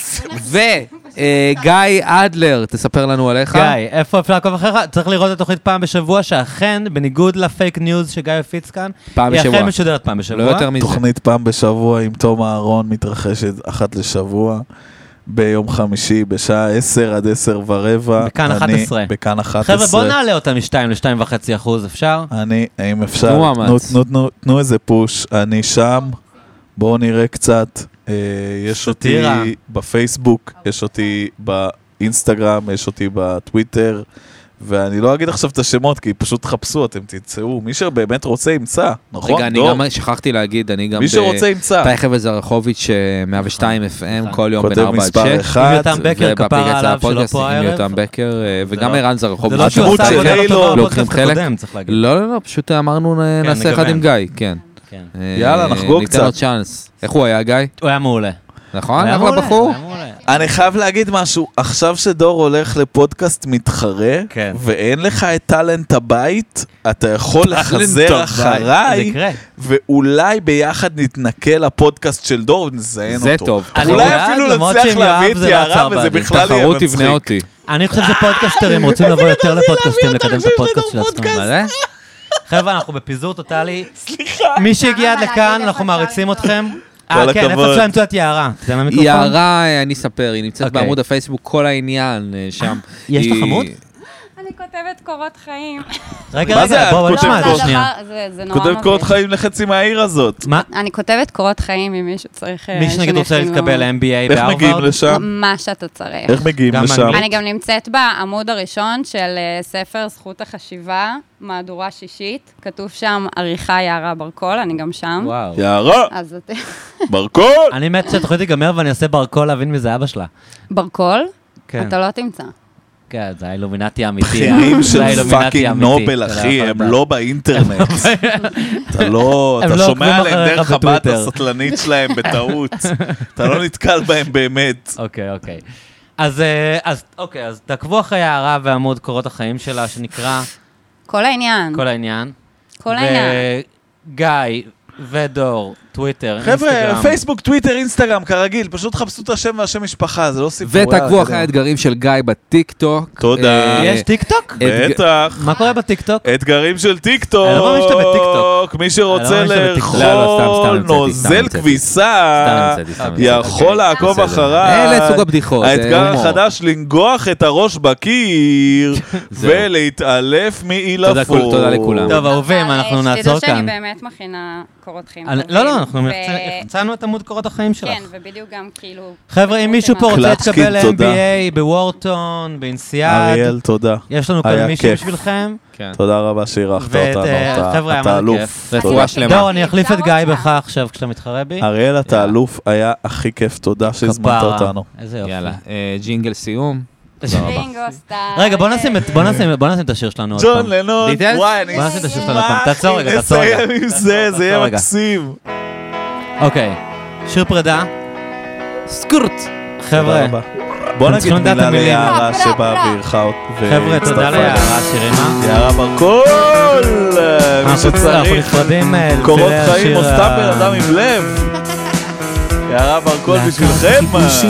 וגיא אדלר, תספר לנו עליך. גיא, איפה אפשר לעקוב אחריך? צריך לראות את התוכנית פעם בשבוע, שאכן, בניגוד לפייק ניוז שגיא הפיץ כאן, פעם היא בשבוע. אכן משודרת פעם בשבוע. לא יותר מזה. תוכנית פעם בשבוע עם תום אהרון מתרחשת אחת לשבוע. ביום חמישי בשעה עשר עד עשר ורבע. בכאן אחת אני- עשרה. בכאן אחת עשרה. חבר'ה, בוא נעלה אותה משתיים לשתיים וחצי אחוז, אפשר? אני, האם אפשר? תנו מאמץ. תנו, תנו, תנו, תנו איזה פוש. אני שם, בואו נראה קצת. אה, יש אותי סאטירה. בפייסבוק, יש אותי באינסטגרם, יש אותי בטוויטר, ואני לא אגיד עכשיו את השמות, כי פשוט חפשו, אתם תמצאו. מי שבאמת רוצה ימצא, נכון? רגע, אני לא? גם שכחתי להגיד, אני גם מי שרוצה ימצא. תאי חבל זרחוביץ' מאה ושתיים אף אם כל יום בין כותב ארבע עד מספר שש. אחד. עם יותם בקר, כפרה עליו שלא פה עם הערב. יותם בקר, אה, וגם לא- ערן זה זרחוביץ'. לא שהוא הדמות עשה של עבודה לא הילו, טובה לוקחים בפודקאסט חלק? הקודם, צריך להגיד. לא, לא, לא, פשוט אמרנו נ- נעשה אחד נגוון. עם גיא, כן. כן. אה, יאללה, נחגוג ניתן לו קצת. צ'אנס. איך הוא היה, גיא? הוא היה מעולה. נכון? היה אחלה מעולה, בחור? היה מעולה. אני חייב להגיד משהו, עכשיו שדור הולך לפודקאסט מתחרה, כן. ואין לך את טלנט הבית, אתה יכול לחזר אחריי, ואולי ביחד נתנקה לפודקאסט של דור ונזיין אותו. זה טוב. אולי אפילו נצליח להביא את יערה, וזה בכלל יהיה תחרות תבנה אותי. אני חושב שפודקאסטרים רוצים לבוא יותר לפודקאסטים, לקדם את הפודקאסט של עצמם. חבר'ה, אנחנו בפיזור טוטלי. סליחה. מי שהגיע עד לכאן, אנחנו מעריצים אתכם. אה, כן, איפה אפשר למצוא את יערה? תן לה מיקרופון. יערה, אני אספר, היא נמצאת בעמוד הפייסבוק, כל העניין שם. יש לך עמוד? אני כותבת קורות חיים. רגע, רגע, בוא נשמע את זה שנייה. זה נורא כותבת קורות חיים לחצי מהעיר הזאת. מה? אני כותבת קורות חיים אם מישהו צריך... מי שנגיד רוצה להתקבל ל-אם בי איי איך בהרווארד? מגיעים לשם? מה שאתה צריך. איך מגיעים לשם? אני גם נמצאת בעמוד הראשון של ספר זכות החשיבה, מהדורה שישית. כתוב שם עריכה יערה ברקול, אני גם שם. וואו. יערה! אז את... ברקול! אני מת שהתוכנית תיגמר ואני אעשה ברקול להבין מי זה אבא שלה. ברקול? כן. אתה לא תמצא. כן, זה האילומינטי האמיתי. בכירים של פאקינג נובל, אחי, הם לא באינטרנט. אתה לא, אתה שומע עליהם דרך הבת הסטלנית שלהם בטעות. אתה לא נתקל בהם באמת. אוקיי, אוקיי. אז אוקיי, אז תעקבו אחרי יערה ועמוד קורות החיים שלה, שנקרא... כל העניין. כל העניין. כל העניין. וגיא ודור, טוויטר, אינסטגרם. חבר'ה, פייסבוק, טוויטר, אינסטגרם, כרגיל, פשוט חפשו את השם והשם משפחה, זה לא סיפור. ותעקבו אחרי האתגרים של גיא בטיקטוק. תודה. יש טיקטוק? בטח. מה קורה בטיקטוק? אתגרים של טיקטוק. אני לא מאמין שאתה בטיקטוק. מי שרוצה לאכול נוזל כביסה, יכול לעקוב אחריי. אלה סוג הבדיחות. האתגר החדש לנגוח את הראש בקיר ולהתעלף מעילפות. תודה לכולם. טוב, אהובים, אנחנו נעצור שתדעו שאני כאן. באמת מכינה קורות חיים. לא, לא, אנחנו החצנו את עמוד קורות החיים שלך. כן, ובדיוק גם כאילו... חבר'ה, אם מישהו פה רוצה להתקבל ל-אם בי איי, בוורטון, באינסיאד, אריאל, תודה. יש לנו כאן מישהו בשבילכם. תודה רבה שאירחת אותנו, חבר'ה, אתה אלוף. רפואה שלמה. דור, אני אחליף את גיא בך עכשיו כשאתה מתחרה בי. אריאל, אתה אלוף, היה הכי כיף, תודה שהזמנת אותנו. איזה יופי. יאללה, ג'ינגל סיום. רגע, בוא נשים את השיר שלנו עוד פעם. ג'ון לנון, וואי, אני בוא נשים את השיר שלנו עוד פעם. תעצור רגע, תעצור רגע. נסיים עם זה, זה יהיה מקסים. אוקיי, שיר פרידה. סקורט. חבר'ה, בוא נגיד מילה ליערה שבאה ואירחה אותה. חבר'ה, תודה ליערה, שירימה. יערה ברקול, מי שצריך. קורות חיים או סתם בן אדם עם לב. יערה ברקול בשבילכם.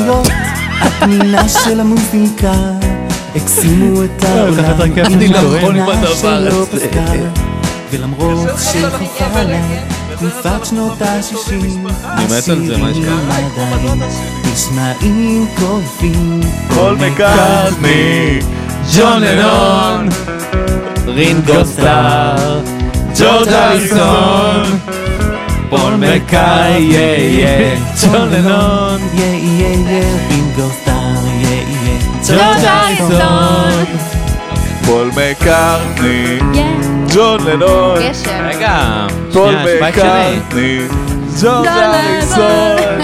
הפנינה של המוזיקה הקסימו את העולם, אני לא יכול עם הדבר הזה. ולמרות שחפה לה תקופת שנות ה-שישים, אני מת על זה, מה יש כאן? עדיין נשמעים טובים. פול מקארטני, ג'ון לנון, רינגו סטאר, ג'ורג' הריסון, פול מקארטני, ג'ון לנון, רינגו סטאר, ג'ורג' הריסון, פול מקארטני, ג'ון לנון, רגע, פול מקארטני, ג'ורג' הריסון.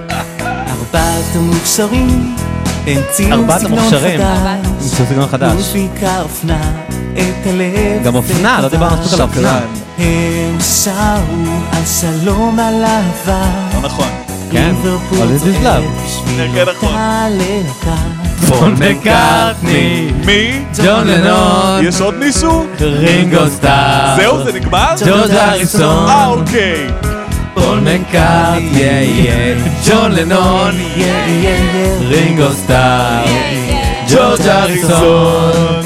ארבעת המוכשרים המציאו ארבעת סגנון המוכשרים. חדש, המציאו סגנון חדש. מוזיקה אופנה את הלב. גם אופנה, לא דיברנו מספיק על האופנה. הם שרו על שלום, על אהבה. לא נכון. כן, all is love. כן, נכון. פול מקארטני, מי? ג'ון לנון, יש עוד מישהו? רינגו סטאר, זהו, זה נגמר? ג'ורג' הריסון, אה, אוקיי. פול מקארטני, ג'ון לנון, רינגו סטאר, ג'ורג' הריסון.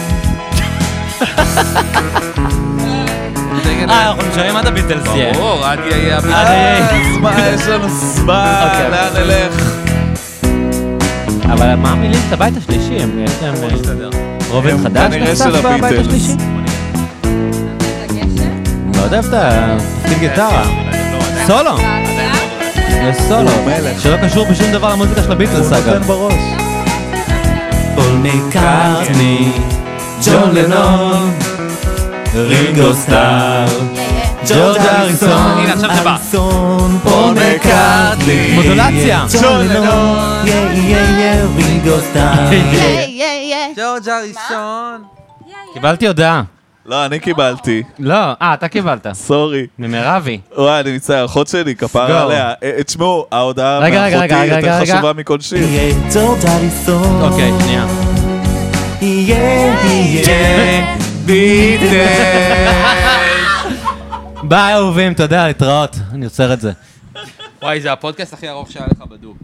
אה, אנחנו נשארים עד הביטלס, יהיה. ברור, עד יהיה הביטלס. אז מה, יש לנו סבא, לאן נלך? אבל מה המילים? את הבית השלישי, הם יש להם רובד חדש כנראה נחשף של בבית הביטלס. השלישי? לא יודע איפה, תפקיד גיטרה. סולו. יש סולו, שלא קשור בשום דבר למוזיקה של הביטלס, אגב. פול מקארטני, ג'ון לנון, רינגו סטאר, ג'ורג' הריסון, הנה עכשיו זה בא, פול מקארטני, מודולציה, ג'ון לנון, רינגו סטאר, ג'ורג' הריסון. קיבלתי הודעה. לא, אני קיבלתי. לא, אה, אתה קיבלת. סורי. ממרבי. וואי, אני מצטער, אחות שלי, כפרה go. עליה. אה, תשמעו, ההודעה רגע, רגע, מאחותי רגע, רגע, יותר רגע. חשובה מכל שיר. יהיה דור דליסון. אוקיי, שנייה. יהיה, יהיה, ביי אהובים, תודה, להתראות. אני עוצר את זה. וואי, זה הפודקאסט הכי ארוך שהיה לך בדוק.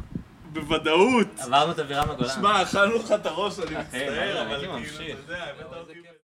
בוודאות. עברנו את אבירם הגולן. שמע, אכלנו לך את הראש, אני מצטער, מה זה, אבל הייתי כאילו, ממשיך. אתה יודע, האמת,